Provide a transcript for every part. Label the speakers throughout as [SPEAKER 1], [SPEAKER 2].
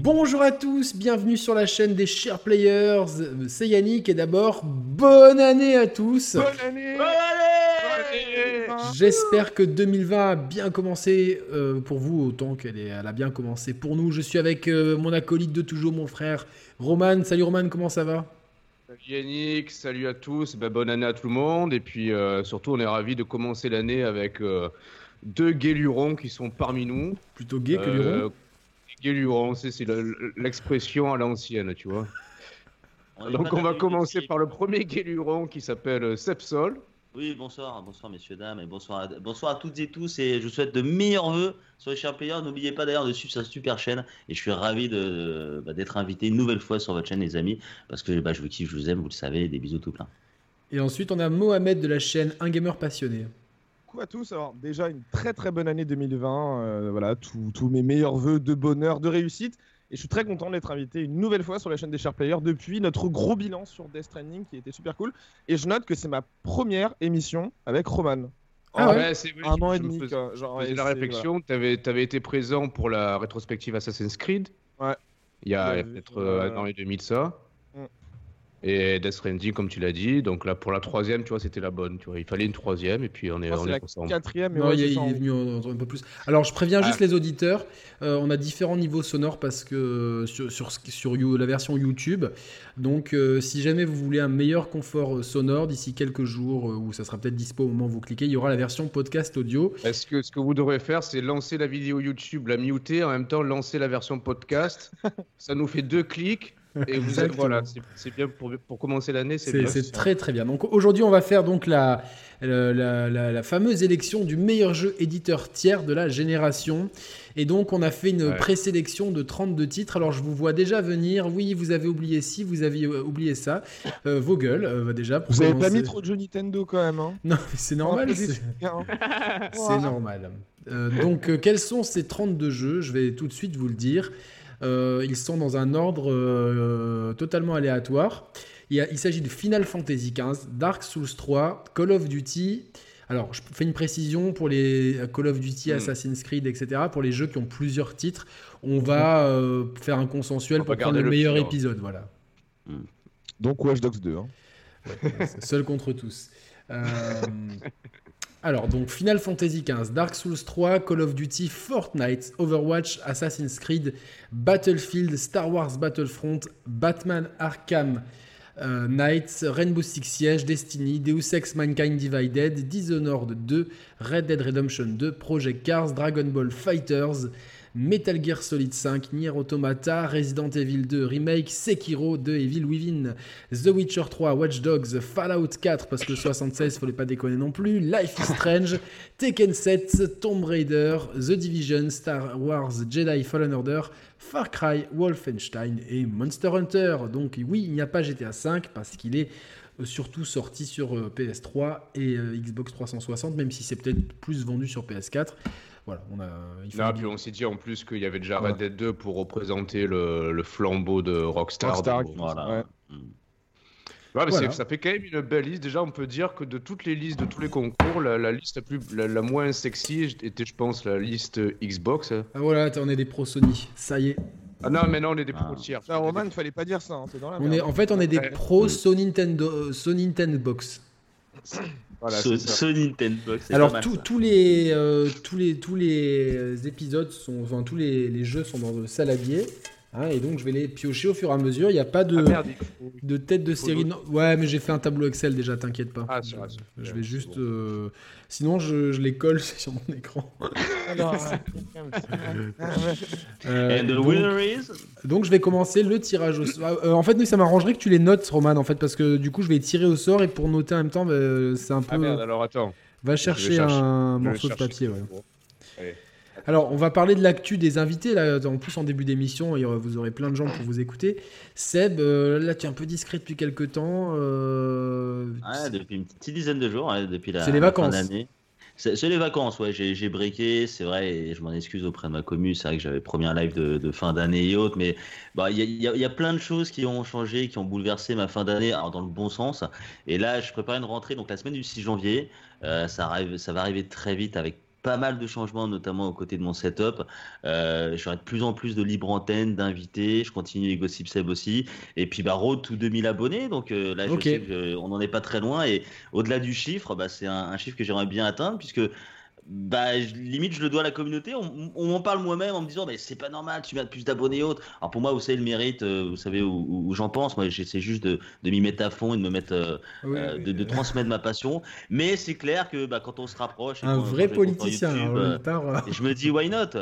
[SPEAKER 1] Bonjour à tous, bienvenue sur la chaîne des Share Players, c'est Yannick et d'abord, bonne année à tous.
[SPEAKER 2] Bonne année.
[SPEAKER 1] J'espère que 2020 a bien commencé pour vous autant elle a bien commencé pour nous. Je suis avec mon acolyte de toujours, mon frère Roman. Salut Roman, comment ça va?
[SPEAKER 2] Salut Yannick, salut à tous, bonne année à tout le monde et puis surtout on est ravis de commencer l'année avec deux guélurons qui sont parmi nous.
[SPEAKER 1] Plutôt gay que luron.
[SPEAKER 2] Guélurons, c'est l'expression à l'ancienne, tu vois. Donc on va commencer par le premier guéluron qui s'appelle Sepsol.
[SPEAKER 3] Oui, bonsoir messieurs, dames, et bonsoir à toutes et tous, et je vous souhaite de meilleurs vœux sur les Share Players. N'oubliez pas d'ailleurs de suivre sa super chaîne, et je suis ravi d'être invité une nouvelle fois sur votre chaîne, les amis, parce que je vous kiffe, je vous aime, vous le savez, des bisous tout plein.
[SPEAKER 1] Et ensuite on a Mohamed de la chaîne Un Gamer Passionné.
[SPEAKER 4] Coucou à tous, alors déjà une très bonne année 2020, voilà, tous mes meilleurs vœux de bonheur, de réussite. Et je suis très content d'être invité une nouvelle fois sur la chaîne des Share Players depuis notre gros bilan sur Death Stranding qui était super cool. Et je note que c'est ma première émission avec Roman.
[SPEAKER 1] Ah ouais,
[SPEAKER 2] c'est vrai,
[SPEAKER 4] un an et
[SPEAKER 2] je me
[SPEAKER 4] demi.
[SPEAKER 2] faisais-
[SPEAKER 4] Quoi. Genre,
[SPEAKER 2] je faisais
[SPEAKER 4] et
[SPEAKER 2] la
[SPEAKER 4] c'est-
[SPEAKER 2] réflexion, t'avais été présent pour la rétrospective Assassin's Creed.
[SPEAKER 4] Ouais.
[SPEAKER 2] Il y a
[SPEAKER 4] Ouais,
[SPEAKER 2] peut-être
[SPEAKER 4] ouais.
[SPEAKER 2] un an et demi de ça.
[SPEAKER 4] Mm.
[SPEAKER 2] Et Death Stranding, comme tu l'as dit. Donc là, pour la troisième, tu vois, c'était la bonne. Tu vois, il fallait une troisième et puis on est,
[SPEAKER 4] Je pense que
[SPEAKER 2] on
[SPEAKER 4] c'est
[SPEAKER 2] est
[SPEAKER 4] la
[SPEAKER 2] ensemble.
[SPEAKER 4] quatrième, mais
[SPEAKER 1] Non,
[SPEAKER 4] ouais,
[SPEAKER 1] il
[SPEAKER 4] c'est
[SPEAKER 1] est
[SPEAKER 4] ça,
[SPEAKER 1] venu un peu plus. Alors, je préviens juste
[SPEAKER 2] Ah.
[SPEAKER 1] les auditeurs, on a différents niveaux sonores parce que sur la version YouTube. Donc, si jamais vous voulez un meilleur confort sonore d'ici quelques jours, ou ça sera peut-être dispo au moment où vous cliquez, il y aura la version podcast audio.
[SPEAKER 2] Est-ce que ce que vous devrez faire, c'est lancer la vidéo YouTube, la muter, en même temps lancer la version podcast. Ça nous fait 2 clics. Et vous êtes,
[SPEAKER 1] Exactement.
[SPEAKER 2] voilà, c'est bien pour commencer l'année, c'est bien.
[SPEAKER 1] C'est très bien. Donc aujourd'hui, on va faire donc la fameuse élection du meilleur jeu éditeur tiers de la génération. Et donc, on a fait une présélection de 32 titres. Alors, je vous vois déjà venir. Oui, vous avez oublié ci, vous aviez oublié ça. Vos gueules, déjà. Pour
[SPEAKER 4] Vous avez pas
[SPEAKER 1] commencer.
[SPEAKER 4] mis trop de jeux Nintendo quand même. Hein.
[SPEAKER 1] Non, mais c'est normal.
[SPEAKER 4] Oh,
[SPEAKER 1] C'est
[SPEAKER 4] hein.
[SPEAKER 1] normal. Donc, quels sont ces 32 jeux? Je vais tout de suite vous le dire. Ils sont dans un ordre totalement aléatoire. Il s'agit de Final Fantasy XV, Dark Souls 3, Call of Duty. Alors, je fais une précision pour les Call of Duty, Assassin's Creed, etc. Pour les jeux qui ont plusieurs titres, on va faire un consensuel
[SPEAKER 2] On
[SPEAKER 1] pour
[SPEAKER 2] va
[SPEAKER 1] prendre
[SPEAKER 2] garder
[SPEAKER 1] le
[SPEAKER 2] le
[SPEAKER 1] meilleur
[SPEAKER 2] pire.
[SPEAKER 1] épisode. Voilà.
[SPEAKER 4] Donc Watch Dogs 2. Hein.
[SPEAKER 1] Seul contre tous. Alors, donc Final Fantasy XV, Dark Souls 3, Call of Duty, Fortnite, Overwatch, Assassin's Creed, Battlefield, Star Wars Battlefront, Batman Arkham Knights, Rainbow Six Siege, Destiny, Deus Ex Mankind Divided, Dishonored 2, Red Dead Redemption 2, Project Cars, Dragon Ball Fighters, Metal Gear Solid 5, Nier Automata, Resident Evil 2 Remake, Sekiro, The Evil Within, The Witcher 3, Watch Dogs, Fallout 4, parce que le 76, fallait pas déconner non plus, Life is Strange, Tekken 7, Tomb Raider, The Division, Star Wars Jedi Fallen Order, Far Cry, Wolfenstein et Monster Hunter. Donc oui, il n'y a pas GTA 5 parce qu'il est surtout sorti sur PS3 et Xbox 360, même si c'est peut-être plus vendu sur PS4. Voilà,
[SPEAKER 2] Puis on s'est dit en plus qu'il y avait déjà Red Dead 2 pour représenter le flambeau de Rockstar.
[SPEAKER 4] Rockstar,
[SPEAKER 2] Donc,
[SPEAKER 3] Voilà.
[SPEAKER 4] Ouais.
[SPEAKER 2] mais
[SPEAKER 1] Voilà.
[SPEAKER 2] ça fait quand même une belle liste. Déjà, on peut dire que de toutes les listes, de tous les concours, la liste la moins sexy était, je pense, la liste Xbox.
[SPEAKER 1] Ah voilà, on est des pros Sony, ça y est.
[SPEAKER 2] Ah non, mais non, on est des pros tiers.
[SPEAKER 4] Ça, Roman, il fallait pas dire ça. Hein. T'es dans la
[SPEAKER 1] On
[SPEAKER 4] merde.
[SPEAKER 1] est des
[SPEAKER 2] Ouais.
[SPEAKER 1] pros Sony Nintendo Box.
[SPEAKER 2] Voilà, c'est ça.
[SPEAKER 3] Ce Nintendo Box, c'est
[SPEAKER 1] Alors
[SPEAKER 3] pas mal, ça.
[SPEAKER 1] tous les épisodes tous les jeux sont dans le saladier. Hein, et donc je vais les piocher au fur et à mesure. Il n'y a pas de,
[SPEAKER 2] Ah merde,
[SPEAKER 1] de tête de série. Non, ouais, mais j'ai fait un tableau Excel déjà, t'inquiète pas.
[SPEAKER 2] Ah, c'est vrai,
[SPEAKER 1] Je
[SPEAKER 2] c'est
[SPEAKER 1] vais
[SPEAKER 2] bon.
[SPEAKER 1] juste. Sinon, je les colle sur mon écran.
[SPEAKER 4] Alors,
[SPEAKER 3] And the
[SPEAKER 1] Donc,
[SPEAKER 3] winner is...
[SPEAKER 1] je vais commencer le tirage au sort. En fait, nous, ça m'arrangerait que tu les notes, Roman, en fait, parce que du coup, je vais tirer au sort et pour noter en même temps, c'est un peu.
[SPEAKER 2] Ah merde, alors attends.
[SPEAKER 1] Va chercher un morceau de papier. Ouais.
[SPEAKER 2] Allez.
[SPEAKER 1] Alors, on va parler de l'actu des invités. Là, en plus, en début d'émission, vous aurez plein de gens pour vous écouter. Seb, là, tu es un peu discret depuis quelques temps.
[SPEAKER 3] Ouais, depuis une petite dizaine de jours, depuis
[SPEAKER 1] C'est les
[SPEAKER 3] la
[SPEAKER 1] vacances.
[SPEAKER 3] fin d'année. C'est les vacances, ouais. J'ai breaké, c'est vrai, et je m'en excuse auprès de ma commu. C'est vrai que j'avais promis un live de fin d'année et autres, mais il y a plein de choses qui ont changé, qui ont bouleversé ma fin d'année, alors dans le bon sens. Et là, je prépare une rentrée, donc la semaine du 6 janvier. Ça va arriver très vite avec pas mal de changements, notamment aux côtés de mon setup. J'aurai de plus en plus de libre antenne, d'invités. Je continue les Gossip Seb aussi. Et puis, road to 2000 abonnés. Donc là, je sais qu'on n'en est pas très loin. Et au-delà du chiffre, c'est un chiffre que j'aimerais bien atteindre, puisque limite je le dois à la communauté. On m'en parle moi-même en me disant mais c'est pas normal, tu mets plus d'abonnés et autres. Alors pour moi, vous savez le mérite, vous savez où j'en pense. Moi j'essaie juste de m'y mettre à fond et de me mettre de transmettre ma passion. Mais c'est clair que quand on se rapproche,
[SPEAKER 1] un vrai politicien
[SPEAKER 3] YouTube, je me dis why not.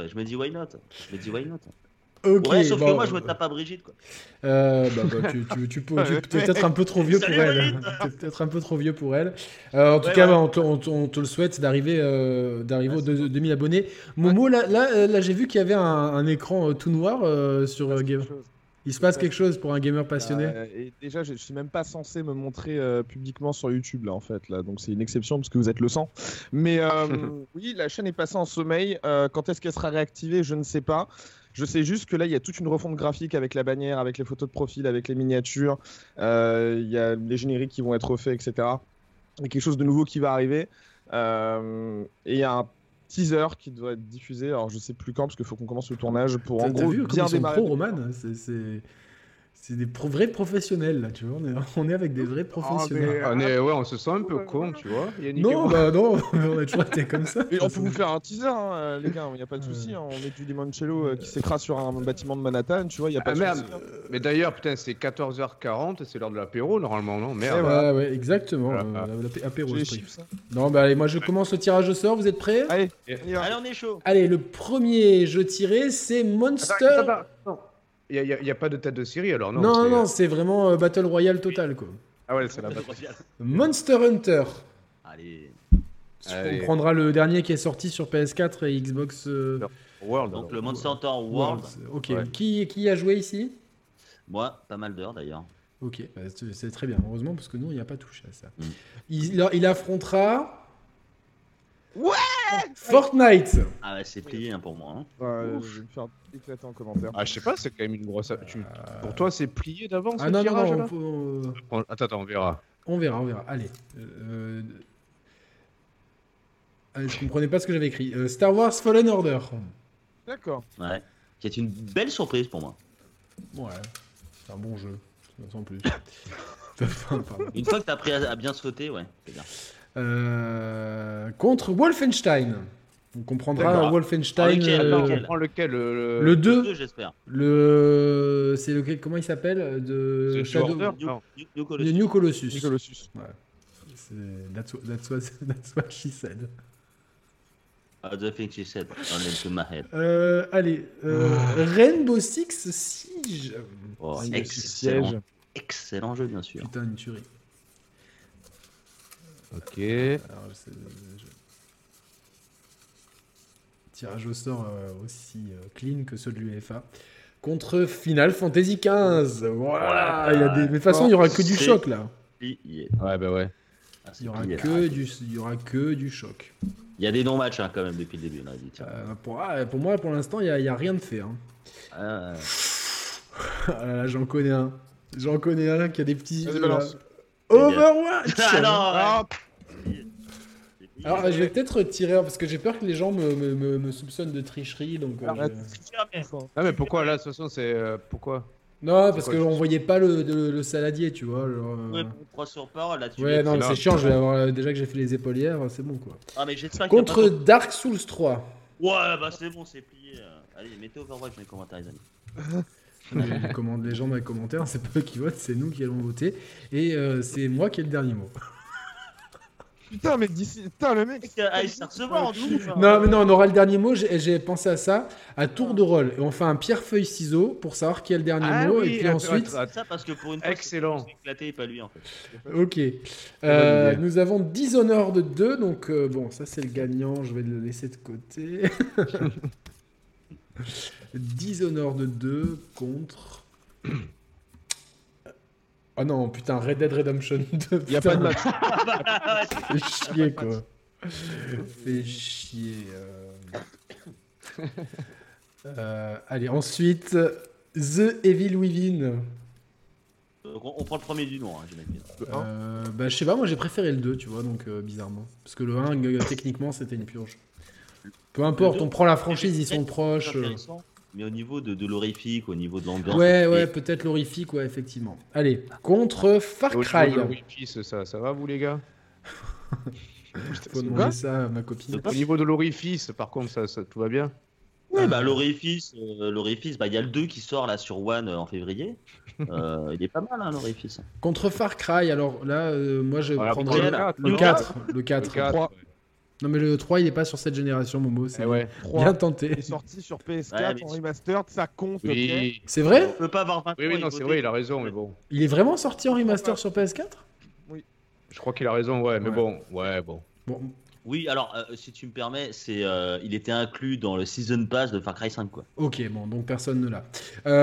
[SPEAKER 1] Ok,
[SPEAKER 3] ouais, sauf que moi je me tape à Brigitte quoi.
[SPEAKER 1] Tu peux peut-être un peu trop vieux pour elle. Peut-être un peu trop vieux pour elle. En tout cas, on te le souhaite d'arriver aux 2000 abonnés. Momo, là j'ai vu qu'il y avait un écran tout noir sur Game. Il se passe quelque chose pour un gamer passionné.
[SPEAKER 4] Et déjà, je suis même pas censé me montrer publiquement sur YouTube là en fait là, donc c'est une exception parce que vous êtes le sang. Mais oui, la chaîne est passée en sommeil. Quand est-ce qu'elle sera réactivée, je ne sais pas. Je sais juste que là, il y a toute une refonte graphique avec la bannière, avec les photos de profil, avec les miniatures. Il y a les génériques qui vont être refaits, etc. Il y a quelque chose de nouveau qui va arriver. Et il y a un teaser qui doit être diffusé. Alors, je sais plus quand, parce qu'il faut qu'on commence le tournage pour en gros bien démarrer.
[SPEAKER 1] Pro, Roman, c'est des vrais professionnels là, tu vois. On est avec des vrais professionnels.
[SPEAKER 2] On se sent un peu con, tu vois.
[SPEAKER 1] Non, on a toujours été comme ça.
[SPEAKER 4] Et on peut vous faire un teaser, hein, les gars, il n'y a pas de souci. On met du limoncello qui s'écrase sur un bâtiment de Manhattan, tu vois, il n'y a pas de souci.
[SPEAKER 2] Mais d'ailleurs, putain, c'est 14h40, c'est l'heure de l'apéro normalement, non? Merde.
[SPEAKER 1] Ouais, exactement. L'apéro. Non, allez, moi je commence le tirage au sort, vous êtes prêts?
[SPEAKER 3] Allez, on est chaud.
[SPEAKER 1] Allez, le premier jeu tiré, c'est Monster.
[SPEAKER 2] Attends. Il n'y a pas de tête de série alors, non?
[SPEAKER 1] Non, c'est vraiment Battle Royale total, quoi.
[SPEAKER 2] Ah ouais, c'est la Battle Royale.
[SPEAKER 1] Monster Hunter.
[SPEAKER 3] Allez.
[SPEAKER 1] On prendra le dernier qui est sorti sur PS4 et Xbox
[SPEAKER 2] World.
[SPEAKER 3] Donc le Monster Hunter World.
[SPEAKER 1] Ok. Ouais. Qui a joué ici?
[SPEAKER 3] Moi, pas mal d'heures d'ailleurs.
[SPEAKER 1] Ok, c'est très bien. Heureusement, parce que nous, on n'y a pas touché à ça. Il affrontera...
[SPEAKER 4] Ouais,
[SPEAKER 1] Fortnite.
[SPEAKER 3] Ah ouais, c'est plié pour moi.
[SPEAKER 4] Je vais me faire éclater en commentaire.
[SPEAKER 2] Ah, je sais pas, c'est quand même une grosse... Pour toi, c'est plié d'avance?
[SPEAKER 1] Ah non,
[SPEAKER 2] Attends, on verra.
[SPEAKER 1] On verra. Allez. Je comprenais pas ce que j'avais écrit. Star Wars Fallen Order.
[SPEAKER 4] D'accord.
[SPEAKER 3] Ouais. Qui est une belle surprise pour moi.
[SPEAKER 1] Ouais. C'est un bon jeu. Sans plus.
[SPEAKER 3] Une fois que t'as appris à bien sauter, ouais, c'est bien.
[SPEAKER 1] Contre Wolfenstein. On comprendra Wolfenstein.
[SPEAKER 2] Lequel
[SPEAKER 1] le 2,
[SPEAKER 3] j'espère.
[SPEAKER 1] C'est lequel? Comment il s'appelle? De
[SPEAKER 2] Shadow
[SPEAKER 3] New
[SPEAKER 1] Colossus.
[SPEAKER 4] Ouais.
[SPEAKER 1] That's what she said.
[SPEAKER 3] The thing she said. To my head.
[SPEAKER 1] Allez, Rainbow Six Siege.
[SPEAKER 3] Oh, excellent jeu, bien sûr.
[SPEAKER 1] Putain, une tuerie.
[SPEAKER 2] Ok.
[SPEAKER 1] Alors, tirage au sort aussi clean que ceux de l'UEFA. Contre Final Fantasy XV. Voilà. Il y a des... Mais de toute façon, il n'y aura que du choc là.
[SPEAKER 2] Ouais, bah ouais.
[SPEAKER 1] Il n'y aura que du choc.
[SPEAKER 3] Il y a des non-matchs quand même depuis le début. Là,
[SPEAKER 1] pour moi, pour l'instant, il n'y a rien de fait. Hein. Là, j'en connais un. Qui a des petits... Overwatch. Alors, je vais peut-être tirer parce que j'ai peur que les gens me soupçonnent de tricherie. Donc,
[SPEAKER 2] Ah, mais pourquoi là, de toute façon, c'est. Pourquoi?
[SPEAKER 1] Non, parce qu'on voyait pas le saladier, tu vois.
[SPEAKER 3] Ouais, pour 3 sur parole, là, tu
[SPEAKER 1] ouais, non, c'est chiant. Je vais avoir, déjà que j'ai fait les épaulières, c'est bon quoi.
[SPEAKER 3] Ah, mais j'espère
[SPEAKER 1] contre Dark Souls 3.
[SPEAKER 3] Ouais, c'est bon, c'est plié. Allez, mettez Overwatch dans les commentaires, les amis.
[SPEAKER 1] Les gens dans les commentaires, c'est pas eux qui votent, c'est nous qui allons voter. Et c'est moi qui ai le dernier mot.
[SPEAKER 4] Putain, mais le mec.
[SPEAKER 3] Il s'est recevoir en douce.
[SPEAKER 1] Non, mais non, on aura le dernier mot. J'ai pensé à ça, à tour de rôle. Et on fait un pierre-feuille-ciseau pour savoir qui a le dernier mot.
[SPEAKER 2] Oui,
[SPEAKER 1] et puis ensuite.
[SPEAKER 3] Ça, parce que pour une fois,
[SPEAKER 2] excellent.
[SPEAKER 3] c'est éclaté et pas lui en fait.
[SPEAKER 1] Ok. Nous avons Dishonored 2. Donc, bon, ça c'est le gagnant. Je vais le laisser de côté. Dishonored 2 contre. Oh non, putain, Red Dead Redemption 2.
[SPEAKER 4] Il y a pas de match.
[SPEAKER 1] Fais chier, quoi. Fais chier. Allez, ensuite, The Evil Within.
[SPEAKER 3] On prend le premier du nom, j'imagine.
[SPEAKER 1] Je sais pas, moi j'ai préféré le 2, tu vois, donc bizarrement. Parce que le 1, techniquement, c'était une purge. Peu importe,
[SPEAKER 3] deux,
[SPEAKER 1] on prend la franchise, ils sont
[SPEAKER 3] c'est
[SPEAKER 1] proches.
[SPEAKER 3] intéressant, mais au niveau de l'horifique, au niveau de l'ambiance.
[SPEAKER 1] Ouais,
[SPEAKER 3] et-
[SPEAKER 1] peut-être l'horrifique, ouais, effectivement. Allez, contre Far
[SPEAKER 2] Au
[SPEAKER 1] Cry.
[SPEAKER 2] niveau de l'orifice, ça va vous les gars?
[SPEAKER 1] Faut demander ça à ma copine.
[SPEAKER 3] De
[SPEAKER 2] Au niveau de l'orifice, par contre, ça tout va bien?
[SPEAKER 3] Ouais, bah, l'orifice, bah, il y a le 2 qui sort là sur One en février. Il est pas mal, hein, l'orifice.
[SPEAKER 1] Contre Far Cry, alors là, moi je
[SPEAKER 2] Voilà,
[SPEAKER 1] prendrais
[SPEAKER 3] lequel
[SPEAKER 1] le 4. Le 4.
[SPEAKER 2] Le 4,
[SPEAKER 4] 3.
[SPEAKER 2] ouais.
[SPEAKER 1] Non, mais le 3, il est pas sur cette génération, Momo. C'est
[SPEAKER 2] Eh ouais.
[SPEAKER 4] 3
[SPEAKER 1] bien tenté.
[SPEAKER 4] est sorti sur PS4
[SPEAKER 3] Ouais, mais
[SPEAKER 4] en remastered, ça compte. ok.
[SPEAKER 2] Oui.
[SPEAKER 1] C'est vrai?
[SPEAKER 3] On peut pas avoir 20
[SPEAKER 2] Oui, non, c'est vrai, il a raison, mais bon.
[SPEAKER 1] Il est vraiment sorti en remaster sur PS4?
[SPEAKER 2] Je crois qu'il a raison, ouais, mais
[SPEAKER 1] Ouais.
[SPEAKER 2] bon, ouais, bon.
[SPEAKER 1] Bon,
[SPEAKER 3] Oui, alors si tu me permets, il était inclus dans le Season Pass de Far Cry 5, quoi.
[SPEAKER 1] ok, bon, donc personne ne l'a.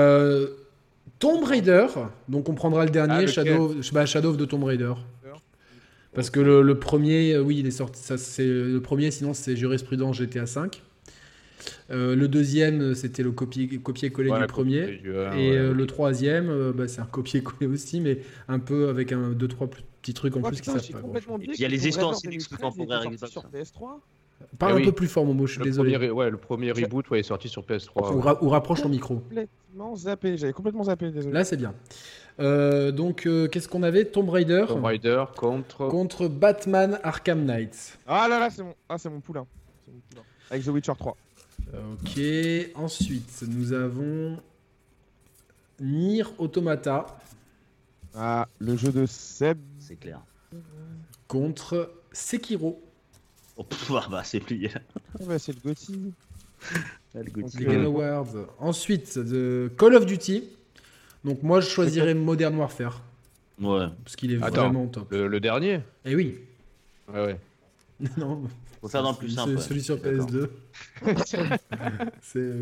[SPEAKER 1] Tomb Raider, donc on prendra le dernier,
[SPEAKER 2] lequel
[SPEAKER 1] Shadow of the Tomb Raider. Parce que le premier, oui, il est sorti, ça c'est le premier, sinon c'est jurisprudence GTA 5. Le deuxième, c'était le copier-coller
[SPEAKER 2] Ouais,
[SPEAKER 1] du premier. Et le troisième, c'est un copier-coller aussi, mais un peu avec deux, trois petits trucs en
[SPEAKER 4] Oh,
[SPEAKER 1] plus qui
[SPEAKER 4] putain,
[SPEAKER 1] savent
[SPEAKER 4] j'ai
[SPEAKER 1] pas
[SPEAKER 4] complètement
[SPEAKER 3] Et
[SPEAKER 4] oublié.
[SPEAKER 3] puis il y a
[SPEAKER 4] que
[SPEAKER 3] les
[SPEAKER 4] Tomb
[SPEAKER 3] histoires
[SPEAKER 4] Raider
[SPEAKER 3] aussi
[SPEAKER 4] 2013
[SPEAKER 3] d'exclus temporaires
[SPEAKER 4] était sorti
[SPEAKER 3] Xbox.
[SPEAKER 4] sur PS3.
[SPEAKER 1] Parle
[SPEAKER 2] Eh
[SPEAKER 1] un
[SPEAKER 2] oui.
[SPEAKER 1] peu plus fort, Momo, je suis
[SPEAKER 2] Le
[SPEAKER 1] désolé.
[SPEAKER 2] premier reboot, ouais, est sorti sur PS3.
[SPEAKER 1] Ou, ou rapproche ton micro.
[SPEAKER 4] Complètement zappé, j'avais complètement zappé, désolé.
[SPEAKER 1] Là, c'est bien. Donc, qu'est-ce qu'on avait? Tomb Raider
[SPEAKER 2] Tomb Raider
[SPEAKER 1] contre Batman Arkham Knight.
[SPEAKER 4] Ah là là, c'est mon poulain. C'est mon poulain. Avec The Witcher 3.
[SPEAKER 1] Ok, ensuite, nous avons Nier Automata
[SPEAKER 4] Ah, le jeu de Seb.
[SPEAKER 3] C'est clair.
[SPEAKER 1] contre Sekiro.
[SPEAKER 3] Oh, bah, c'est plié.
[SPEAKER 4] Ouais, c'est le Gotti.
[SPEAKER 3] Le Gauthier.
[SPEAKER 1] Les Game Awards. Ensuite, Call of Duty. Donc, moi, je choisirais Modern Warfare.
[SPEAKER 3] Ouais.
[SPEAKER 1] Parce qu'il est
[SPEAKER 2] Attends.
[SPEAKER 1] vraiment top.
[SPEAKER 2] le dernier.
[SPEAKER 1] Eh oui.
[SPEAKER 2] Ouais, ouais.
[SPEAKER 1] Non,
[SPEAKER 3] Faut faire dans le plus
[SPEAKER 1] c'est
[SPEAKER 3] simple. ouais.
[SPEAKER 1] celui sur
[SPEAKER 3] D'accord.
[SPEAKER 1] PS2. C'est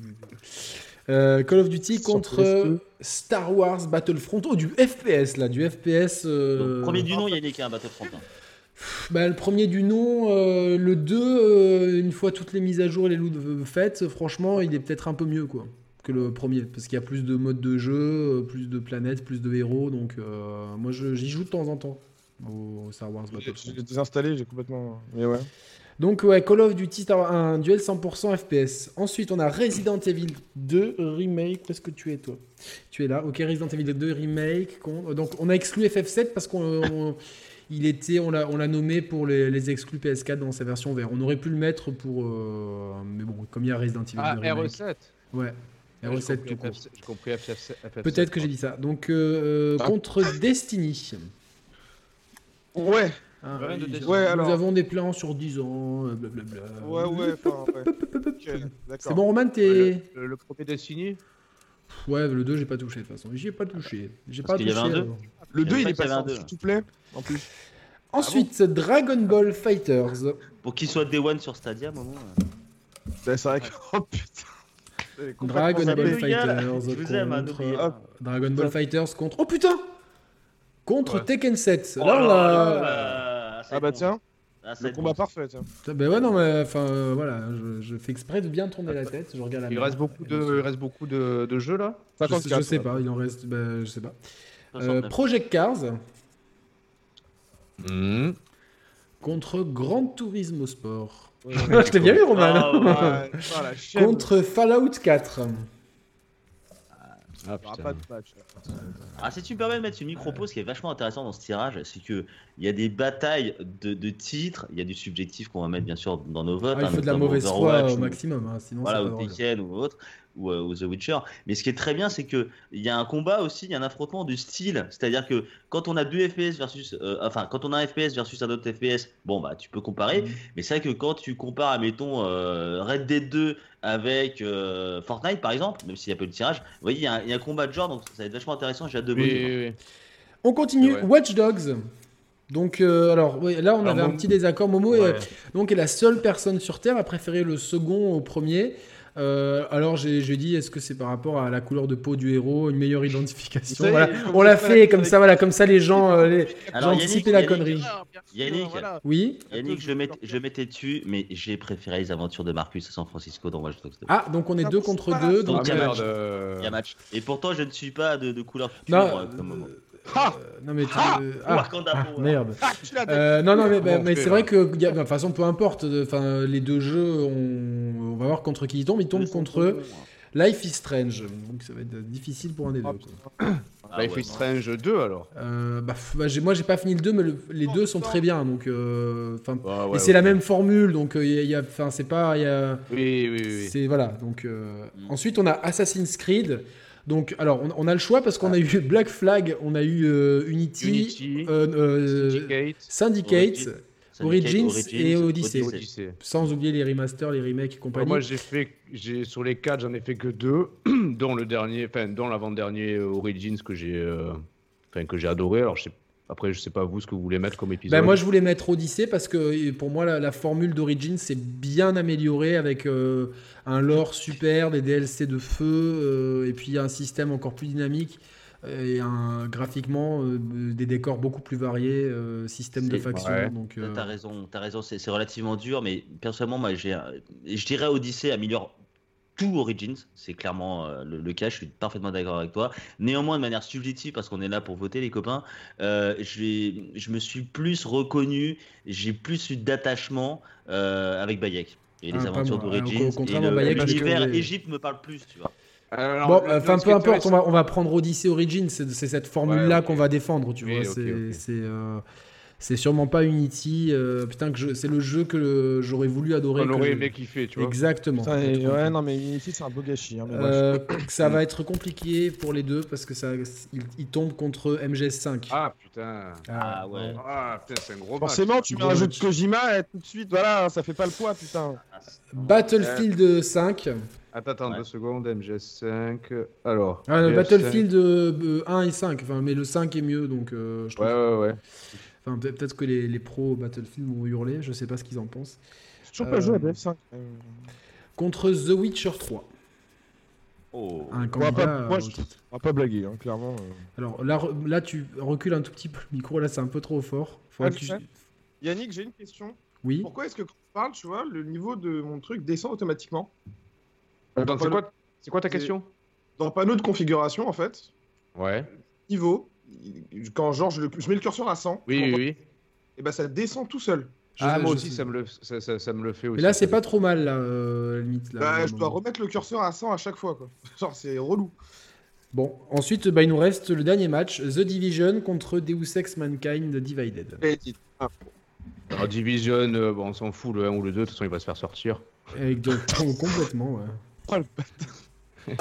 [SPEAKER 1] Call of Duty
[SPEAKER 4] Sur
[SPEAKER 1] contre
[SPEAKER 4] PS2.
[SPEAKER 1] Star Wars Battlefront. Oh, du FPS là, du FPS.
[SPEAKER 3] Donc, premier du nom, Yannick, un Battlefront.
[SPEAKER 1] Bah, le premier du nom, le 2, une fois toutes les mises à jour et les loots faites, franchement, il est peut-être un peu mieux quoi que le premier, parce qu'il y a plus de modes de jeu, plus de planètes, plus de héros, donc moi j'y joue de temps en temps au Star Wars
[SPEAKER 4] Je
[SPEAKER 1] Battlefront.
[SPEAKER 4] l'ai désinstallé, j'ai complètement. Mais ouais.
[SPEAKER 1] Donc ouais, Call of Duty, un duel 100% FPS. Ensuite, on a Resident Evil 2 Remake. Où est-ce que tu es, toi? Tu es là. Ok, Resident Evil 2 Remake. Donc, on a exclu FF7 parce on l'a nommé pour les exclus PS4 dans sa version vert. On aurait pu le mettre pour... mais bon, comme il y a Resident Evil 2
[SPEAKER 2] Ah,
[SPEAKER 1] Remake.
[SPEAKER 2] RE7.
[SPEAKER 1] Ouais, RE7 tout court.
[SPEAKER 2] J'ai compris FF7.
[SPEAKER 1] Peut-être que j'ai dit ça. Donc, contre Destiny.
[SPEAKER 4] Ouais,
[SPEAKER 1] Hein,
[SPEAKER 2] Ouais, de Destiny.
[SPEAKER 4] Ouais, alors.
[SPEAKER 1] Nous avons des plans sur 10 ans, blablabla.
[SPEAKER 4] ouais, enfin, ouais. Ok, d'accord.
[SPEAKER 1] C'est bon, Roman, t'es...
[SPEAKER 2] Le premier Destiny.
[SPEAKER 1] Ouais, le 2, j'ai pas touché de toute façon. J'y ai pas touché. J'ai pas
[SPEAKER 3] Parce qu'il y
[SPEAKER 1] touché.
[SPEAKER 3] avait un 2.
[SPEAKER 4] Le 2, il est
[SPEAKER 3] pas qu'il y
[SPEAKER 4] pas
[SPEAKER 3] avait un
[SPEAKER 4] sorti
[SPEAKER 3] deux.
[SPEAKER 4] s'il te plaît. En plus.
[SPEAKER 1] Ensuite, Dragon Ball Fighters.
[SPEAKER 3] Pour qu'il soit Day One sur Stadia, moment.
[SPEAKER 4] C'est vrai que. Oh putain. J'avais complètement
[SPEAKER 1] Dragon
[SPEAKER 4] zappé.
[SPEAKER 1] Ball
[SPEAKER 3] les gars,
[SPEAKER 1] Fighters
[SPEAKER 3] je vous aime, hein,
[SPEAKER 1] contre...
[SPEAKER 3] n'oubliez
[SPEAKER 4] pas.
[SPEAKER 1] Dragon Ball Fighters contre... Oh putain! Contre
[SPEAKER 2] Ouais.
[SPEAKER 1] Tekken 7.
[SPEAKER 3] Oh
[SPEAKER 1] Là, on
[SPEAKER 3] là
[SPEAKER 1] a...
[SPEAKER 3] là,
[SPEAKER 4] Ah bah tiens,
[SPEAKER 3] Ah, ça va
[SPEAKER 4] le
[SPEAKER 3] être
[SPEAKER 4] combat
[SPEAKER 3] bon.
[SPEAKER 4] parfait, tiens.
[SPEAKER 1] Ben ouais, non, mais enfin, voilà, je fais exprès de bien tourner la tête. Je regarde la
[SPEAKER 2] Il
[SPEAKER 1] main.
[SPEAKER 2] reste beaucoup de jeux là.
[SPEAKER 1] Je sais pas, il en reste... Ben, je sais pas.
[SPEAKER 3] 69.
[SPEAKER 1] Project Cars
[SPEAKER 2] Mmh.
[SPEAKER 1] contre Gran Turismo Sport.
[SPEAKER 4] Ouais.
[SPEAKER 1] Je t'ai bien vu, Roman.
[SPEAKER 3] Ah, ouais.
[SPEAKER 4] Ouais, ah, la chaîne.
[SPEAKER 1] Contre Fallout 4.
[SPEAKER 2] Ah
[SPEAKER 4] Il y aura
[SPEAKER 2] putain.
[SPEAKER 4] pas de patch.
[SPEAKER 3] Ah, si tu me permets de mettre une micro-pause, ce qui est vachement intéressant dans ce tirage, c'est qu'il y a des batailles de titres, il y a du subjectif qu'on va mettre bien sûr dans nos votes.
[SPEAKER 1] Ah, il
[SPEAKER 3] hein,
[SPEAKER 1] faut de la
[SPEAKER 3] notamment
[SPEAKER 1] mauvaise foi
[SPEAKER 3] Overwatch
[SPEAKER 1] au
[SPEAKER 3] ou-
[SPEAKER 1] maximum, hein, sinon
[SPEAKER 3] Voilà,
[SPEAKER 1] c'est
[SPEAKER 3] ou
[SPEAKER 1] pas drôle.
[SPEAKER 3] Tekken ou autre, ou The Witcher. Mais ce qui est très bien, c'est qu'il y a un combat aussi, il y a un affrontement de style. C'est-à-dire que quand on a deux FPS versus. Quand on a un FPS versus un autre FPS, bon, bah, tu peux comparer. Mais c'est vrai que quand tu compares, admettons, Red Dead 2 avec Fortnite, par exemple, même s'il y a peu de tirage, vous voyez, il y a un combat de genre, donc ça va être vachement intéressant. J'ai hâte de
[SPEAKER 2] Oui,
[SPEAKER 3] voir.
[SPEAKER 2] oui, oui.
[SPEAKER 1] On continue,
[SPEAKER 2] Ouais.
[SPEAKER 1] Watch Dogs. Donc, alors, ouais, là, on
[SPEAKER 2] Alors,
[SPEAKER 1] avait un
[SPEAKER 2] Momo-
[SPEAKER 1] petit désaccord. Momo
[SPEAKER 2] Ouais.
[SPEAKER 1] donc, est la seule personne sur Terre à préférer le second au premier. Alors, j'ai dit, est-ce que c'est par rapport à la couleur de peau du héros, une meilleure identification?
[SPEAKER 4] Ça y est,
[SPEAKER 1] Voilà.
[SPEAKER 4] comme
[SPEAKER 1] On l'a
[SPEAKER 4] ça,
[SPEAKER 1] fait comme
[SPEAKER 4] avec-
[SPEAKER 1] ça, voilà, comme ça, les gens,
[SPEAKER 3] Alors,
[SPEAKER 1] j'ai anticipé la
[SPEAKER 3] Yannick,
[SPEAKER 1] connerie.
[SPEAKER 3] Yannick,
[SPEAKER 1] Oui.
[SPEAKER 3] Yannick, je m'étais dessus, mais j'ai préféré les aventures de Marcus à San Francisco dans Watch Dogs 2.
[SPEAKER 1] Ah, donc on est
[SPEAKER 4] Ah,
[SPEAKER 1] 2
[SPEAKER 4] c'est
[SPEAKER 1] contre
[SPEAKER 4] pas
[SPEAKER 1] 2.
[SPEAKER 4] grave.
[SPEAKER 1] Donc,
[SPEAKER 3] il y a
[SPEAKER 2] Ah
[SPEAKER 3] match.
[SPEAKER 2] merde.
[SPEAKER 3] Il y a match. Et pourtant, je ne suis pas de couleur
[SPEAKER 1] non,
[SPEAKER 3] pure comme moment.
[SPEAKER 1] Non mais
[SPEAKER 3] Wakanda Power.
[SPEAKER 1] merde.
[SPEAKER 4] Tu l'as
[SPEAKER 1] Non mais
[SPEAKER 2] Comment on
[SPEAKER 1] mais
[SPEAKER 2] fait,
[SPEAKER 1] c'est
[SPEAKER 2] là
[SPEAKER 1] vrai que de toute façon peu importe. Enfin les deux jeux, on va voir contre qui ils tombent. Ils tombent contre Life is Strange. Donc ça va être difficile pour un des deux. Quoi.
[SPEAKER 2] Life is Strange 2 alors.
[SPEAKER 1] Moi j'ai pas fini le 2 mais les deux sont très bien donc et c'est
[SPEAKER 2] ok.
[SPEAKER 1] la même formule donc c'est pas
[SPEAKER 2] Oui.
[SPEAKER 1] c'est voilà donc ensuite on a Assassin's Creed donc alors on a le choix parce qu'on a eu Black Flag, on a eu Unity, Syndicate, Origins et Odyssey. Sans oublier les remasters, les remakes et compagnie.
[SPEAKER 2] Moi j'ai sur les 4 j'en ai fait que 2 dont le dernier, dont l'avant-dernier Origins que j'ai adoré. Alors après je sais pas vous ce que vous voulez mettre comme épisode.
[SPEAKER 1] Moi je voulais mettre Odyssey parce que pour moi la formule d'Origins s'est bien améliorée avec un lore super, des DLC de feu et puis un système encore plus dynamique et graphiquement des décors beaucoup plus variés, système de faction.
[SPEAKER 2] Ouais.
[SPEAKER 1] Donc,
[SPEAKER 3] T'as raison, c'est relativement dur, mais personnellement, moi, je dirais Odyssey améliore tout Origins, c'est clairement le cas, je suis parfaitement d'accord avec toi. Néanmoins, de manière subjective, parce qu'on est là pour voter, les copains, je me suis plus reconnu, j'ai plus eu d'attachement avec Bayek et les aventures d'Origins.
[SPEAKER 1] Contrairement à
[SPEAKER 3] Et
[SPEAKER 1] Bayek,
[SPEAKER 3] l'univers Égypte me parle plus, tu vois.
[SPEAKER 1] Bon, peu importe, on va prendre Odyssey Origins, c'est cette formule-là qu'on va défendre, tu vois. C'est sûrement pas Unity. Putain, c'est le jeu que j'aurais voulu adorer.
[SPEAKER 2] On aurait aimé kiffer, tu vois.
[SPEAKER 1] Exactement.
[SPEAKER 4] Putain, non, mais Unity, c'est un beau gâchis. Hein,
[SPEAKER 1] ça va être compliqué pour les deux parce que ils tombent contre MGS5.
[SPEAKER 2] Ah putain.
[SPEAKER 3] Ah ouais.
[SPEAKER 2] Ah putain, c'est un gros
[SPEAKER 4] Forcément,
[SPEAKER 2] match.
[SPEAKER 4] tu mets un jeu de Kojima et tout de suite, voilà, ça fait pas le poids, putain.
[SPEAKER 1] Battlefield 5.
[SPEAKER 2] Attends, 2 secondes, MGS5. Alors.
[SPEAKER 1] Battlefield 1 et 5. Enfin, mais le 5 est mieux, donc je trouve.
[SPEAKER 2] Ouais.
[SPEAKER 1] Enfin, peut-être que les pros Battlefield vont hurler, je sais pas ce qu'ils en pensent.
[SPEAKER 4] J'ai toujours pas joué à BF5.
[SPEAKER 1] Contre The Witcher 3.
[SPEAKER 3] Oh.
[SPEAKER 1] Un candidat.
[SPEAKER 4] On va pas blaguer, hein, clairement.
[SPEAKER 1] Alors là, tu recules un tout petit peu le micro, là c'est un peu trop fort.
[SPEAKER 4] Yannick, j'ai une question.
[SPEAKER 1] Oui.
[SPEAKER 4] Pourquoi est-ce que quand tu parles, tu vois, le niveau de mon truc descend automatiquement?
[SPEAKER 2] Attends, c'est quoi ta question?
[SPEAKER 4] Dans le panneau de configuration, en fait,
[SPEAKER 2] Ouais.
[SPEAKER 4] niveau, quand genre je mets le curseur à 100,
[SPEAKER 2] Oui.
[SPEAKER 4] et ben ça descend tout seul.
[SPEAKER 2] Moi aussi, ça me le fait aussi.
[SPEAKER 1] Mais là, c'est pas trop mal, là, limite. Là,
[SPEAKER 4] je dois remettre le curseur à 100 à chaque fois, quoi. Genre, c'est relou.
[SPEAKER 1] Bon, ensuite, il nous reste le dernier match, The Division contre Deus Ex Mankind Divided.
[SPEAKER 2] Alors, Division, on s'en fout, le 1 ou le 2, de toute façon, il va se faire sortir.
[SPEAKER 1] Complètement, ouais.
[SPEAKER 4] Oh, le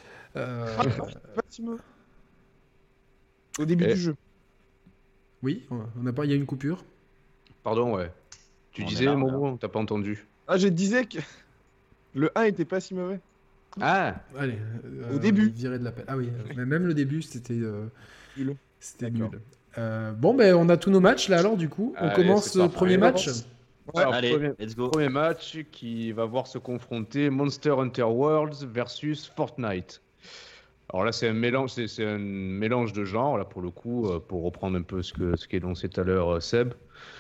[SPEAKER 4] au début du jeu.
[SPEAKER 1] Oui, il y a une coupure.
[SPEAKER 2] Pardon, ouais. Tu disais, Momo, t'as pas entendu.
[SPEAKER 4] Ah, je disais que le 1 était pas si mauvais.
[SPEAKER 2] Ah.
[SPEAKER 1] Allez,
[SPEAKER 4] au début.
[SPEAKER 1] Virer de l'appel. Ah oui, mais même le début, c'était
[SPEAKER 4] nul.
[SPEAKER 1] C'était nul. On a tous nos matchs là alors du coup. On commence le premier match.
[SPEAKER 2] Ouais, alors,
[SPEAKER 3] allez, let's go.
[SPEAKER 2] Premier match qui va voir se confronter Monster Hunter Worlds versus Fortnite. Alors là, c'est un mélange de genres, là, pour le coup, pour reprendre un peu ce qui est énoncé tout à l'heure, Seb.